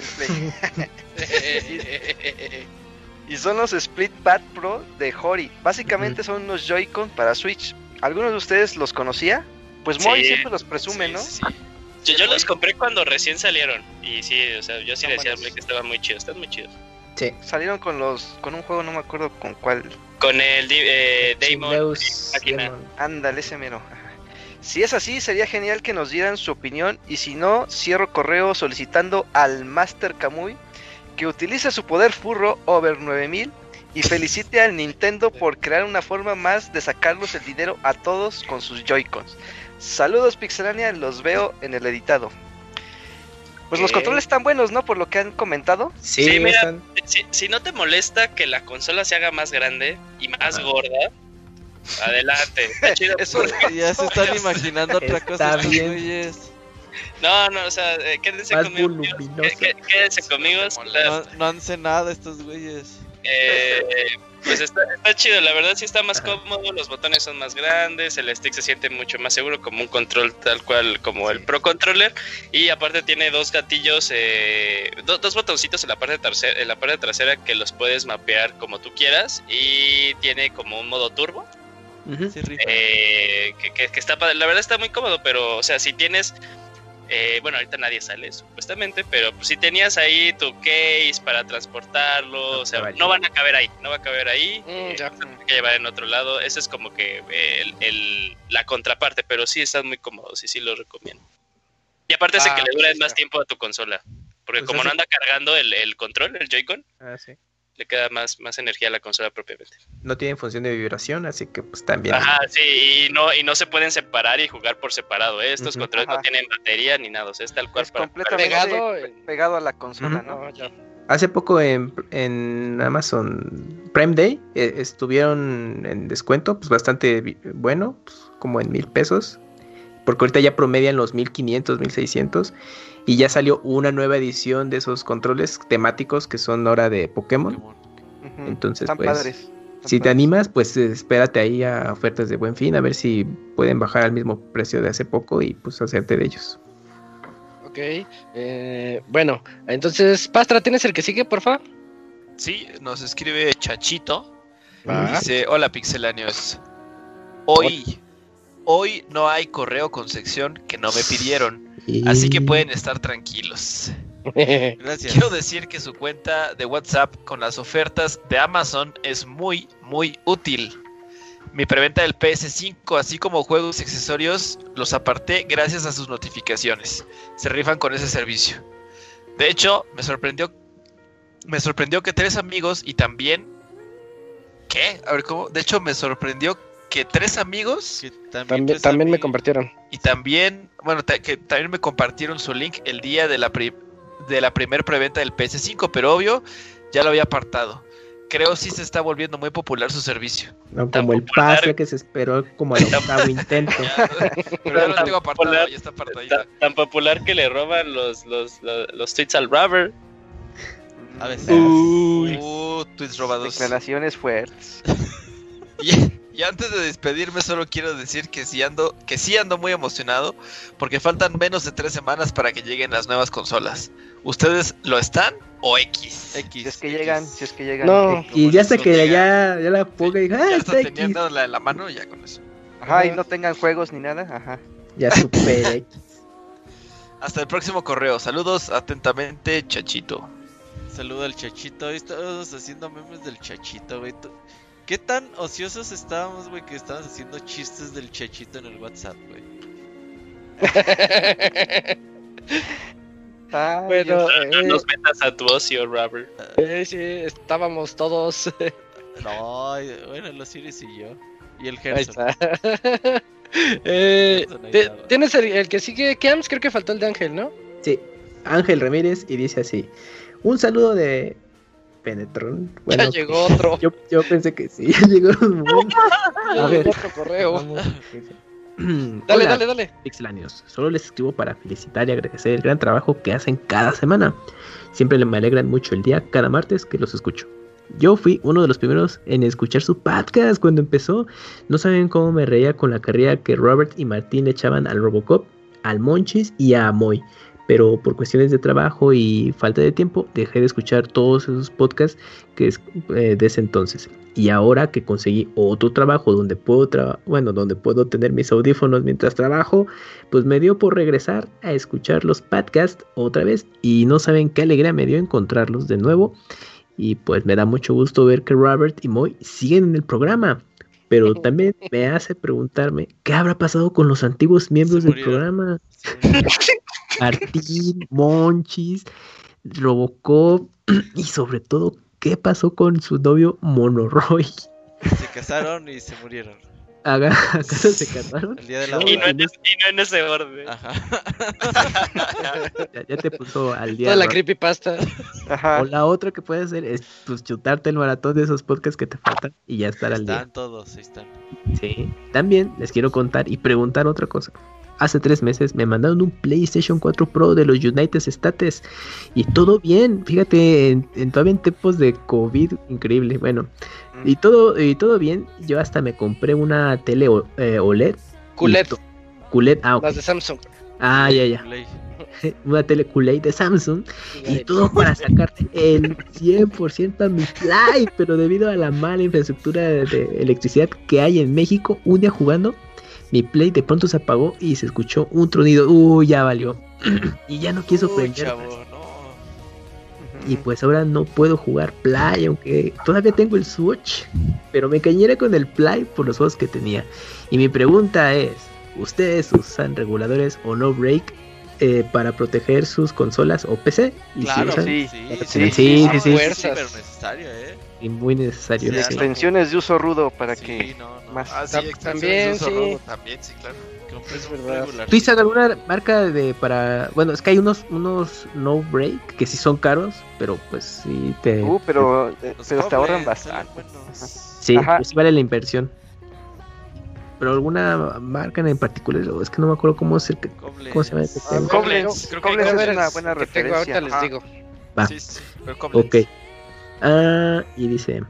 Speaker 3: Y son los Split Pad Pro de Hori. Básicamente son unos Joy-Con para Switch. ¿Alguno de ustedes los conocía? Pues Moy siempre los presume, ¿no?
Speaker 7: Sí. Yo los compré cuando recién salieron. Y sí, o sea, yo sí decía que estaban muy chidos, están muy chidos.
Speaker 3: Sí. Salieron con un juego, no me acuerdo con cuál.
Speaker 7: Con el Daemon.
Speaker 3: Ándale, ese mero. Si es así, sería genial que nos dieran su opinión. Y si no, cierro correo solicitando al Master Kamui que utilice su poder furro Over 9000 y felicite al Nintendo por crear una forma más de sacarlos el dinero a todos con sus Joy-Cons. Saludos, Pixelania, los veo en el editado. Pues los controles están buenos, ¿no? Por lo que han comentado.
Speaker 7: Sí, mira, si no te molesta que la consola se haga más grande y más gorda, adelante. Está chido.
Speaker 8: Eso ya se están imaginando otra cosa.
Speaker 6: Está bien.
Speaker 7: No, o sea, quédense
Speaker 6: más
Speaker 7: conmigo. Quédense conmigo.
Speaker 8: No han nada estos güeyes.
Speaker 7: Pues está chido, la verdad sí está más cómodo, los botones son más grandes, el stick se siente mucho más seguro como un control tal cual como el Pro Controller, y aparte tiene dos gatillos, dos botoncitos en la parte trasera que los puedes mapear como tú quieras, y tiene como un modo turbo. Que está padre. La verdad está muy cómodo, pero o sea, si tienes bueno, ahorita nadie sale supuestamente, pero pues, si tenías ahí tu case para transportarlo, o sea, no va a caber ahí, ya hay que llevar en otro lado. Ese es como que la contraparte, pero sí están muy cómodos y sí los recomiendo. Y aparte hace que le dure más tiempo a tu consola, porque pues como no anda cargando el control, el Joy-Con, le queda más energía a la consola propiamente.
Speaker 6: No tienen función de vibración, así que pues también.
Speaker 7: Ajá, sí, y no se pueden separar y jugar por separado, ¿eh? Estos controles no tienen batería ni nada, o sea, es tal cual.
Speaker 3: Es completamente pegado a la consola, ¿no?
Speaker 6: Hace poco en Amazon Prime Day estuvieron en descuento, pues bastante bueno, pues, como en $1,000, porque ahorita ya promedian los 1,500, 1,600. Y ya salió una nueva edición de esos controles temáticos que son ahora de Pokémon. Entonces,
Speaker 3: están
Speaker 6: pues,
Speaker 3: padres.
Speaker 6: Si te animas, pues espérate ahí a ofertas de Buen Fin, a ver si pueden bajar al mismo precio de hace poco y pues hacerte de ellos.
Speaker 1: Ok, bueno, entonces, Pastra, ¿tienes el que sigue, porfa?
Speaker 5: Sí, nos escribe Chachito. Dice: hola, Pixelanios. Hoy no hay correo con sección que no me pidieron, así que pueden estar tranquilos. Gracias. Quiero decir que su cuenta de WhatsApp con las ofertas de Amazon es muy, muy útil. Mi preventa del PS5, así como juegos y accesorios, los aparté gracias a sus notificaciones. Se rifan con ese servicio. De hecho, me sorprendió que 3 amigos y también... ¿Qué? A ver, ¿cómo? De hecho, me sorprendió que 3 amigos
Speaker 1: también me compartieron.
Speaker 5: Y también, bueno, que también me compartieron su link el día de la primer preventa del PS5, pero obvio, ya lo había apartado. creo sí se está volviendo muy popular su servicio.
Speaker 6: No como el pase que se esperó como al octavo intento.
Speaker 5: Pero ya lo tengo apartado, ya está apartadito.
Speaker 7: Tan popular que le roban los tweets al Robert.
Speaker 5: A veces. Tweets robados.
Speaker 3: Declaraciones fuertes.
Speaker 5: Y antes de despedirme solo quiero decir que sí ando muy emocionado porque faltan menos de 3 semanas para que lleguen las nuevas consolas. ¿Ustedes lo están o X?
Speaker 3: Si es que llegan.
Speaker 6: No, y ya hasta que ya la ponga y
Speaker 5: ya
Speaker 6: está X.
Speaker 5: teniendo la mano ya con eso.
Speaker 3: Ajá, y no tengan juegos ni nada, ajá.
Speaker 6: Ya super X.
Speaker 5: Hasta el próximo correo. Saludos atentamente, Chachito.
Speaker 8: Saludo al Chachito. Hoy estamos haciendo memes del Chachito, güey. ¿Qué tan ociosos estábamos, güey, que estábamos haciendo chistes del Chachito en el WhatsApp, güey?
Speaker 7: Bueno, no nos metas a tu ocio, Robert.
Speaker 1: Sí, estábamos todos.
Speaker 8: No, bueno, los Sirius y yo. Y el
Speaker 1: Ahí
Speaker 8: Gerson.
Speaker 1: está. ¿Tienes el que sigue, Kiams? Creo que faltó el de Ángel, ¿no?
Speaker 6: Sí, Ángel Ramírez, y dice así: un saludo de Penetrón. Bueno,
Speaker 1: ya llegó otro.
Speaker 6: Yo pensé que sí, ya llegó
Speaker 1: a ver, otro correo.
Speaker 6: Vamos,
Speaker 1: Dale.
Speaker 6: Pixelanios, solo les escribo para felicitar y agradecer el gran trabajo que hacen cada semana. Siempre me alegran mucho el día, cada martes que los escucho. Yo fui uno de los primeros en escuchar su podcast cuando empezó. No saben cómo me reía con la carrera que Robert y Martín le echaban al Robocop, al Monchis y a Moy. Pero por cuestiones de trabajo y falta de tiempo dejé de escuchar todos esos podcasts de ese entonces. Y ahora que conseguí otro trabajo donde puedo tener mis audífonos mientras trabajo, pues me dio por regresar a escuchar los podcasts otra vez. Y no saben qué alegría me dio encontrarlos de nuevo. Y pues me da mucho gusto ver que Robert y Moy siguen en el programa. Pero también me hace preguntarme qué habrá pasado con los antiguos miembros del programa. Martín, Monchis, Robocop y sobre todo qué pasó con su novio Monoroy.
Speaker 8: Se casaron y se murieron.
Speaker 6: ¿Acaso se casaron?
Speaker 8: El día de la
Speaker 7: y no en ese orden.
Speaker 8: Ajá.
Speaker 6: Ya te puso al día.
Speaker 1: Toda la creepypasta.
Speaker 6: O la otra que puedes hacer es pues chutarte el maratón de esos podcasts que te faltan y ya estar al día.
Speaker 8: Están todos, están.
Speaker 6: Sí. También les quiero contar y preguntar otra cosa. Hace 3 meses me mandaron un PlayStation 4 Pro de los United States y todo bien, fíjate, todavía en tiempos de COVID, increíble, bueno, y todo bien. Yo hasta me compré una tele OLED. QLED,
Speaker 1: Las de Samsung.
Speaker 6: Ya. Una tele QLED de Samsung y todo para sacarle el 100% a mi Play, pero debido a la mala infraestructura de electricidad que hay en México, un día jugando, mi Play de pronto se apagó y se escuchó un tronido. Ya valió. Y ya no quiso prender.
Speaker 8: Chavo, no.
Speaker 6: Y pues ahora no puedo jugar Play, aunque todavía tengo el Switch. Pero me cañera con el Play por los juegos que tenía. Y mi pregunta es: ¿ustedes usan reguladores o no break para proteger sus consolas o PC? Y
Speaker 5: claro,
Speaker 6: sí.
Speaker 5: Sí, súper necesario,
Speaker 6: y muy necesario.
Speaker 3: Sí, extensiones de uso rudo para
Speaker 5: sí,
Speaker 3: que más.
Speaker 1: También,
Speaker 5: sí. También, sí, claro.
Speaker 8: Es verdad.
Speaker 6: ¿Tú usas alguna marca bueno, es que hay unos no break que sí son caros, pero pues sí
Speaker 3: pero te ahorran bastante.
Speaker 6: Sí, pues vale la inversión. Pero alguna marca en particular, es que no me acuerdo cómo se llama este tema.
Speaker 3: Koblenz, creo que es una buena referencia.
Speaker 1: Ahorita les digo.
Speaker 6: Va.
Speaker 5: Sí, pero Koblenz.
Speaker 6: Ok. Y dice: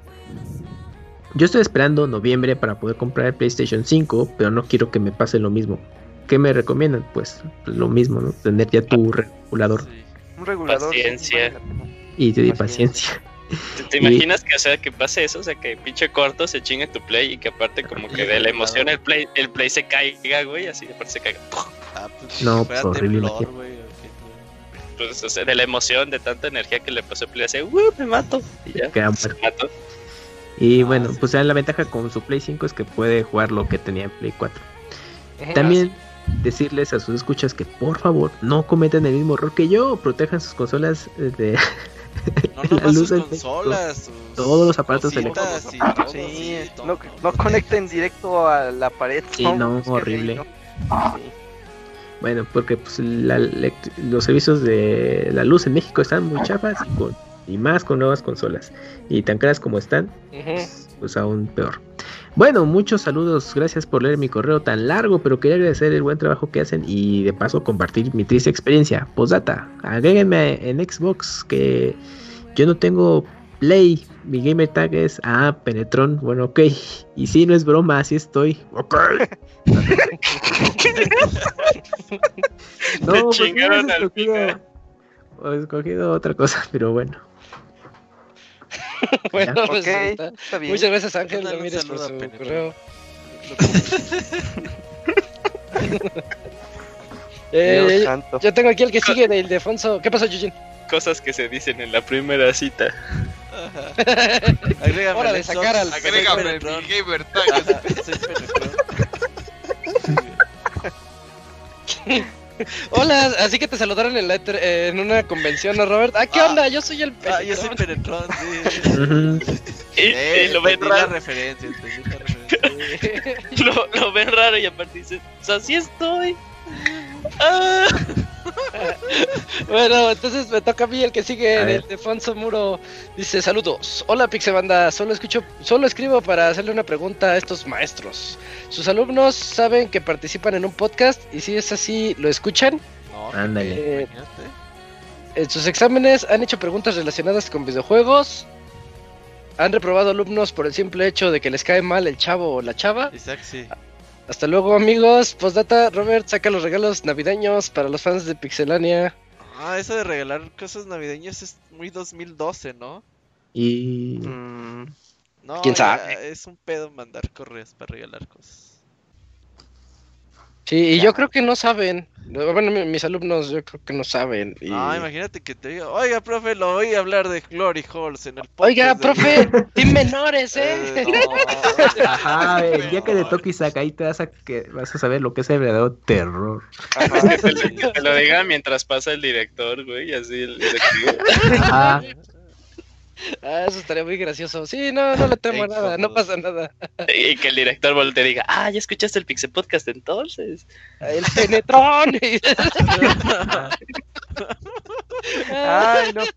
Speaker 6: yo estoy esperando noviembre para poder comprar el PlayStation 5, pero no quiero que me pase lo mismo. ¿Qué me recomiendan? Pues lo mismo, ¿no? Tener ya tu regulador.
Speaker 3: Sí. Un regulador.
Speaker 7: Paciencia.
Speaker 6: Y te di paciencia.
Speaker 7: ¿Te imaginas que pase eso? O sea, que pinche corto se chingue tu Play y que aparte como que de la emoción el Play se caiga, güey, así de aparte se caiga.
Speaker 6: No, pues horrible.
Speaker 7: Pues, o sea, de la emoción, de tanta energía que le pasó a Play, hace, me mato. Y ya, se mató.
Speaker 6: Y bueno, pues la ventaja con su Play 5 es que puede jugar lo que tenía en Play 4. También decirles a sus escuchas que por favor no cometen el mismo error que yo, protejan sus consolas de
Speaker 8: la luz sus consolas,
Speaker 6: todos los aparatos eléctricos.
Speaker 3: No conecten directo a la pared.
Speaker 6: Sí, no, horrible. Sí. Bueno, porque pues los servicios de la luz en México están muy chafas y con Y más con nuevas consolas. Y tan caras como están, pues aún peor. Bueno, muchos saludos, gracias por leer mi correo tan largo, pero quería agradecer el buen trabajo que hacen y de paso compartir mi triste experiencia. Postdata, agréguenme en Xbox que yo no tengo Play, mi gamer tag es Penetron, bueno, ok, y sí, no es broma, así estoy, ok. No, pues he escogido otra cosa, pero bueno.
Speaker 1: Bueno,
Speaker 3: Ok,
Speaker 1: pues,
Speaker 3: está bien.
Speaker 1: muchas gracias, Ángel
Speaker 8: Mándale un
Speaker 1: Ramírez, por
Speaker 8: saludo a
Speaker 1: su
Speaker 8: Penetron.
Speaker 1: correo.
Speaker 3: Dios santo.
Speaker 1: Yo tengo aquí el que sigue del Ildefonso. ¿Qué pasó, Yujin?
Speaker 7: Cosas que se dicen en la primera cita.
Speaker 8: Agrégame
Speaker 1: Hora
Speaker 8: al
Speaker 1: de
Speaker 8: Xbox.
Speaker 1: sacar al-
Speaker 12: Agrégame
Speaker 8: Soy
Speaker 12: mi
Speaker 8: Penetron.
Speaker 12: gamer tag.
Speaker 8: Ajá, soy Penetron.
Speaker 1: Hola, así que te saludaron en una convención, ¿no, Robert? ¿Qué onda? Yo soy el
Speaker 8: Ah, yo soy
Speaker 1: Penetron.
Speaker 8: Penetron, sí.
Speaker 7: Y lo ven
Speaker 8: Entendí la
Speaker 7: raro.
Speaker 8: referencia, entendí la referencia.
Speaker 7: Lo ven raro y aparte dicen, pues así estoy. Ah.
Speaker 1: Bueno, entonces me toca a mí el que sigue,
Speaker 6: A
Speaker 1: el
Speaker 6: ver.
Speaker 1: Ildefonso Muro. Dice, saludos. Hola, Pixebanda. Solo escribo para hacerle una pregunta a estos maestros. ¿Sus alumnos saben que participan en un podcast? Y si es así, ¿lo escuchan?
Speaker 8: No,
Speaker 6: Ándale.
Speaker 8: imagínate.
Speaker 1: En sus exámenes han hecho preguntas relacionadas con videojuegos. ¿Han reprobado alumnos por el simple hecho de que les cae mal el chavo o la chava?
Speaker 8: Isaac, sí.
Speaker 1: Hasta luego, amigos. Postdata, Robert saca los regalos navideños para los fans de Pixelania.
Speaker 8: Ah, eso de regalar cosas navideñas es muy 2012, ¿no?
Speaker 6: Y
Speaker 8: No,
Speaker 1: ¿Quién
Speaker 8: ya
Speaker 1: sabe?
Speaker 8: es un pedo mandar correos para regalar cosas.
Speaker 1: Sí, y yo creo que no saben. Bueno, mis alumnos yo creo que no saben. Y...
Speaker 8: No, imagínate que te diga, oiga, profe, lo oí hablar de Glory Halls en el podcast.
Speaker 1: Oiga,
Speaker 8: de-".
Speaker 1: profe, sin menores, ¿eh?
Speaker 6: ajá, el día que le toque Isaac, ahí vas a saber lo que es el verdadero terror.
Speaker 7: Que te lo diga mientras pasa el director, güey, así el directivo.
Speaker 6: Ajá.
Speaker 1: Ah, eso estaría muy gracioso. Sí, no le temo a nada, no pasa nada.
Speaker 7: Y que el director te diga, ¿ya escuchaste el Pixel Podcast entonces?
Speaker 1: El Penetrón.
Speaker 3: Ay, no.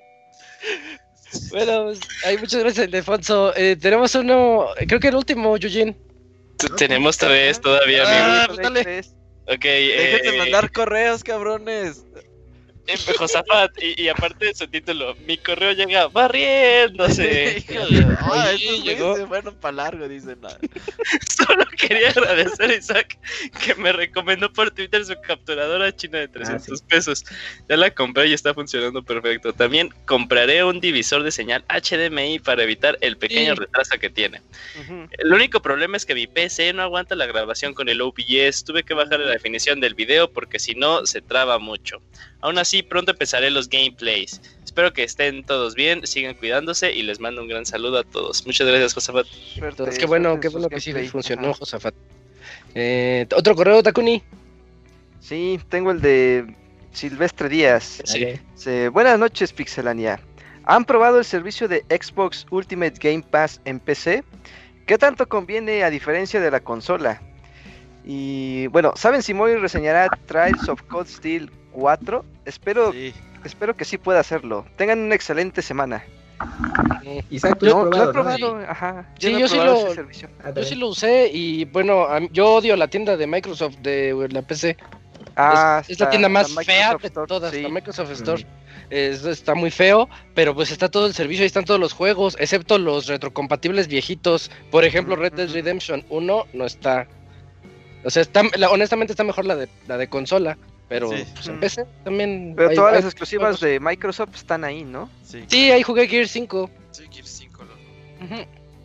Speaker 1: Bueno, pues, muchas gracias, Ildefonso. Tenemos uno, creo que el último, Yujin.
Speaker 7: Tenemos 3 todavía, amigo.
Speaker 1: Pues dale.
Speaker 7: Ok,
Speaker 8: Dejen de mandar correos, cabrones.
Speaker 7: Josafat, y aparte de su título, mi correo llega barriéndose.
Speaker 8: Híjole,
Speaker 1: Oye,
Speaker 8: estos
Speaker 1: llegó.
Speaker 8: güeyes se fueron para largo, dicen.
Speaker 7: Solo quería agradecer a Isaac que me recomendó por Twitter su capturadora china de 300 pesos. Ya la compré y está funcionando perfecto. También compraré un divisor de señal HDMI para evitar el pequeño retraso que tiene. El único problema es que mi PC no aguanta la grabación con el OBS. Tuve que bajar la definición del video porque si no se traba mucho. Aún así, pronto empezaré los gameplays. Espero que estén todos bien, sigan cuidándose y les mando un gran saludo a todos. Muchas gracias, Josafat.
Speaker 1: Entonces, qué bueno que sí funcionó, Josafat. Otro correo, Takuni.
Speaker 3: Sí, tengo el de Silvestre Díaz.
Speaker 7: Sí.
Speaker 3: Dice, buenas noches, Pixelania. ¿Han probado el servicio de Xbox Ultimate Game Pass en PC? ¿Qué tanto conviene a diferencia de la consola? Y bueno, ¿saben si Mori reseñará Trials of Cold Steel 4? Espero que sí pueda hacerlo. Tengan una excelente semana.
Speaker 6: Isaac, ¿tú lo has
Speaker 3: No, lo he
Speaker 6: probado,
Speaker 3: probado,
Speaker 6: ¿no?
Speaker 3: ajá.
Speaker 1: Sí,
Speaker 3: no he
Speaker 1: yo sí
Speaker 3: probado
Speaker 1: lo-
Speaker 3: ese servicio.
Speaker 1: Yo sí lo usé y bueno, yo odio la tienda de Microsoft de la PC. Es la tienda más fea de todas, la Microsoft Store. Está muy feo, pero pues está todo el servicio, ahí están todos los juegos, excepto los retrocompatibles viejitos. Por ejemplo, Red Dead Redemption 1 no está. O sea, honestamente está mejor la de consola, pero
Speaker 3: Sí.
Speaker 1: pues, en PC también.
Speaker 3: Pero
Speaker 1: hay-
Speaker 3: todas
Speaker 1: hay
Speaker 3: las exclusivas
Speaker 1: juegos.
Speaker 3: de Microsoft están ahí, ¿no?
Speaker 1: Sí, ahí jugué Gear 5.
Speaker 12: Sí, Gear 5, loco.
Speaker 1: Ujú.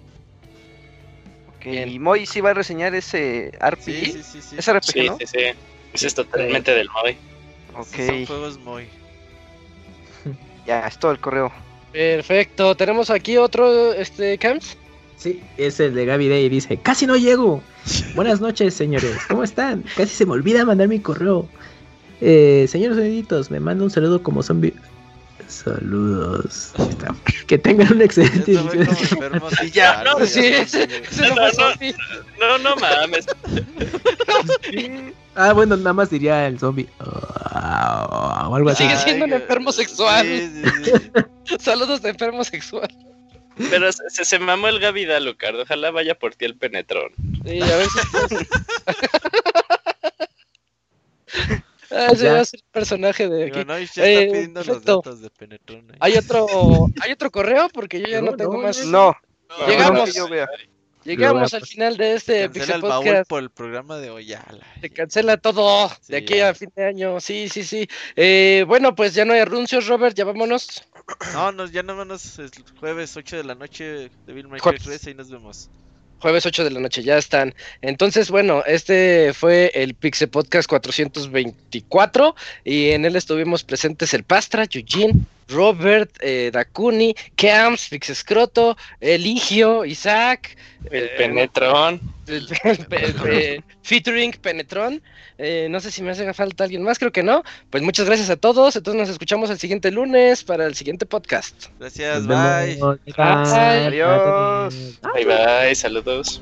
Speaker 3: Ok, y Moy sí va a reseñar ese RPG.
Speaker 8: Sí.
Speaker 3: Ese RPG,
Speaker 7: Sí,
Speaker 3: ¿no?
Speaker 7: sí, sí. Ese es totalmente del Moy.
Speaker 3: Ok.
Speaker 8: Son juegos muy.
Speaker 3: Ya, es todo el correo.
Speaker 1: Perfecto, tenemos aquí otro, Camps.
Speaker 6: Sí, es el de Gaby Day y dice, casi no llego. Buenas noches, señores, ¿cómo están? Casi se me olvida mandar mi correo. Señores soniditos, me manda un saludo como zombie. Saludos. Que tengan un excelente
Speaker 8: Y ya,
Speaker 5: no,
Speaker 1: sí,
Speaker 5: no mames.
Speaker 6: Bueno, nada más diría el zombie. O algo así.
Speaker 1: Sigue siendo un enfermo sexual.
Speaker 8: Sí.
Speaker 1: Saludos de enfermo sexual.
Speaker 7: Pero se mamó el Gaby Dalucard. Ojalá vaya por ti el penetrón.
Speaker 1: Sí, a ver si... ese va a ser el personaje de aquí.
Speaker 8: No, ya está pidiendo los datos de Penetrón.
Speaker 1: ¿Hay otro correo? Porque yo ya no tengo más.
Speaker 3: No.
Speaker 1: Llegamos.
Speaker 3: Que yo vea.
Speaker 1: Llegamos al final de este
Speaker 8: Cancela
Speaker 1: Pixel
Speaker 8: el baúl
Speaker 1: Podcast.
Speaker 8: por el programa de hoy.
Speaker 1: Se cancela todo
Speaker 8: Sí,
Speaker 1: de aquí
Speaker 8: ya.
Speaker 1: a fin de año. Sí. Bueno, pues ya no hay anuncios, Robert. Ya vámonos.
Speaker 8: No, ya nada más el jueves 8 de la noche, Devil May Cry 3, ahí nos vemos.
Speaker 1: Jueves 8 de la noche, ya están. Entonces, bueno, este fue el Pixel Podcast 424 y en él estuvimos presentes el Pastra, Eugene, Robert, Dakuni, Camps, Pixescroto, Eligio, Isaac,
Speaker 7: El penetrón.
Speaker 1: featuring Penetrón. No sé si me hace falta alguien más, creo que no. Pues muchas gracias a todos. Entonces nos escuchamos el siguiente lunes para el siguiente podcast.
Speaker 8: Gracias, bye.
Speaker 3: Adiós.
Speaker 7: Bye, saludos.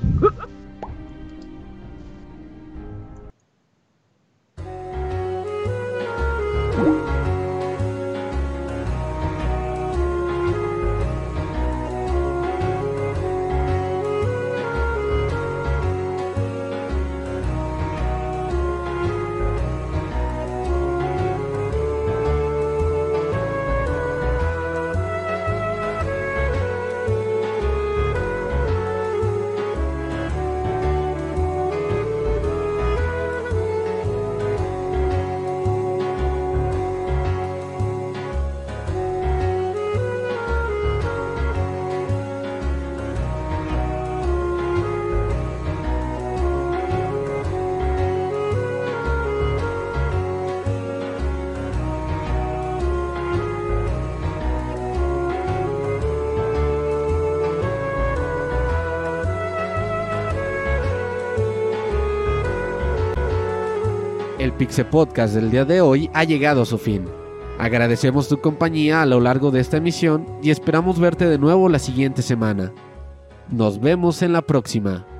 Speaker 2: El Pixel Podcast del día de hoy ha llegado a su fin. Agradecemos tu compañía a lo largo de esta emisión y esperamos verte de nuevo la siguiente semana. Nos vemos en la próxima.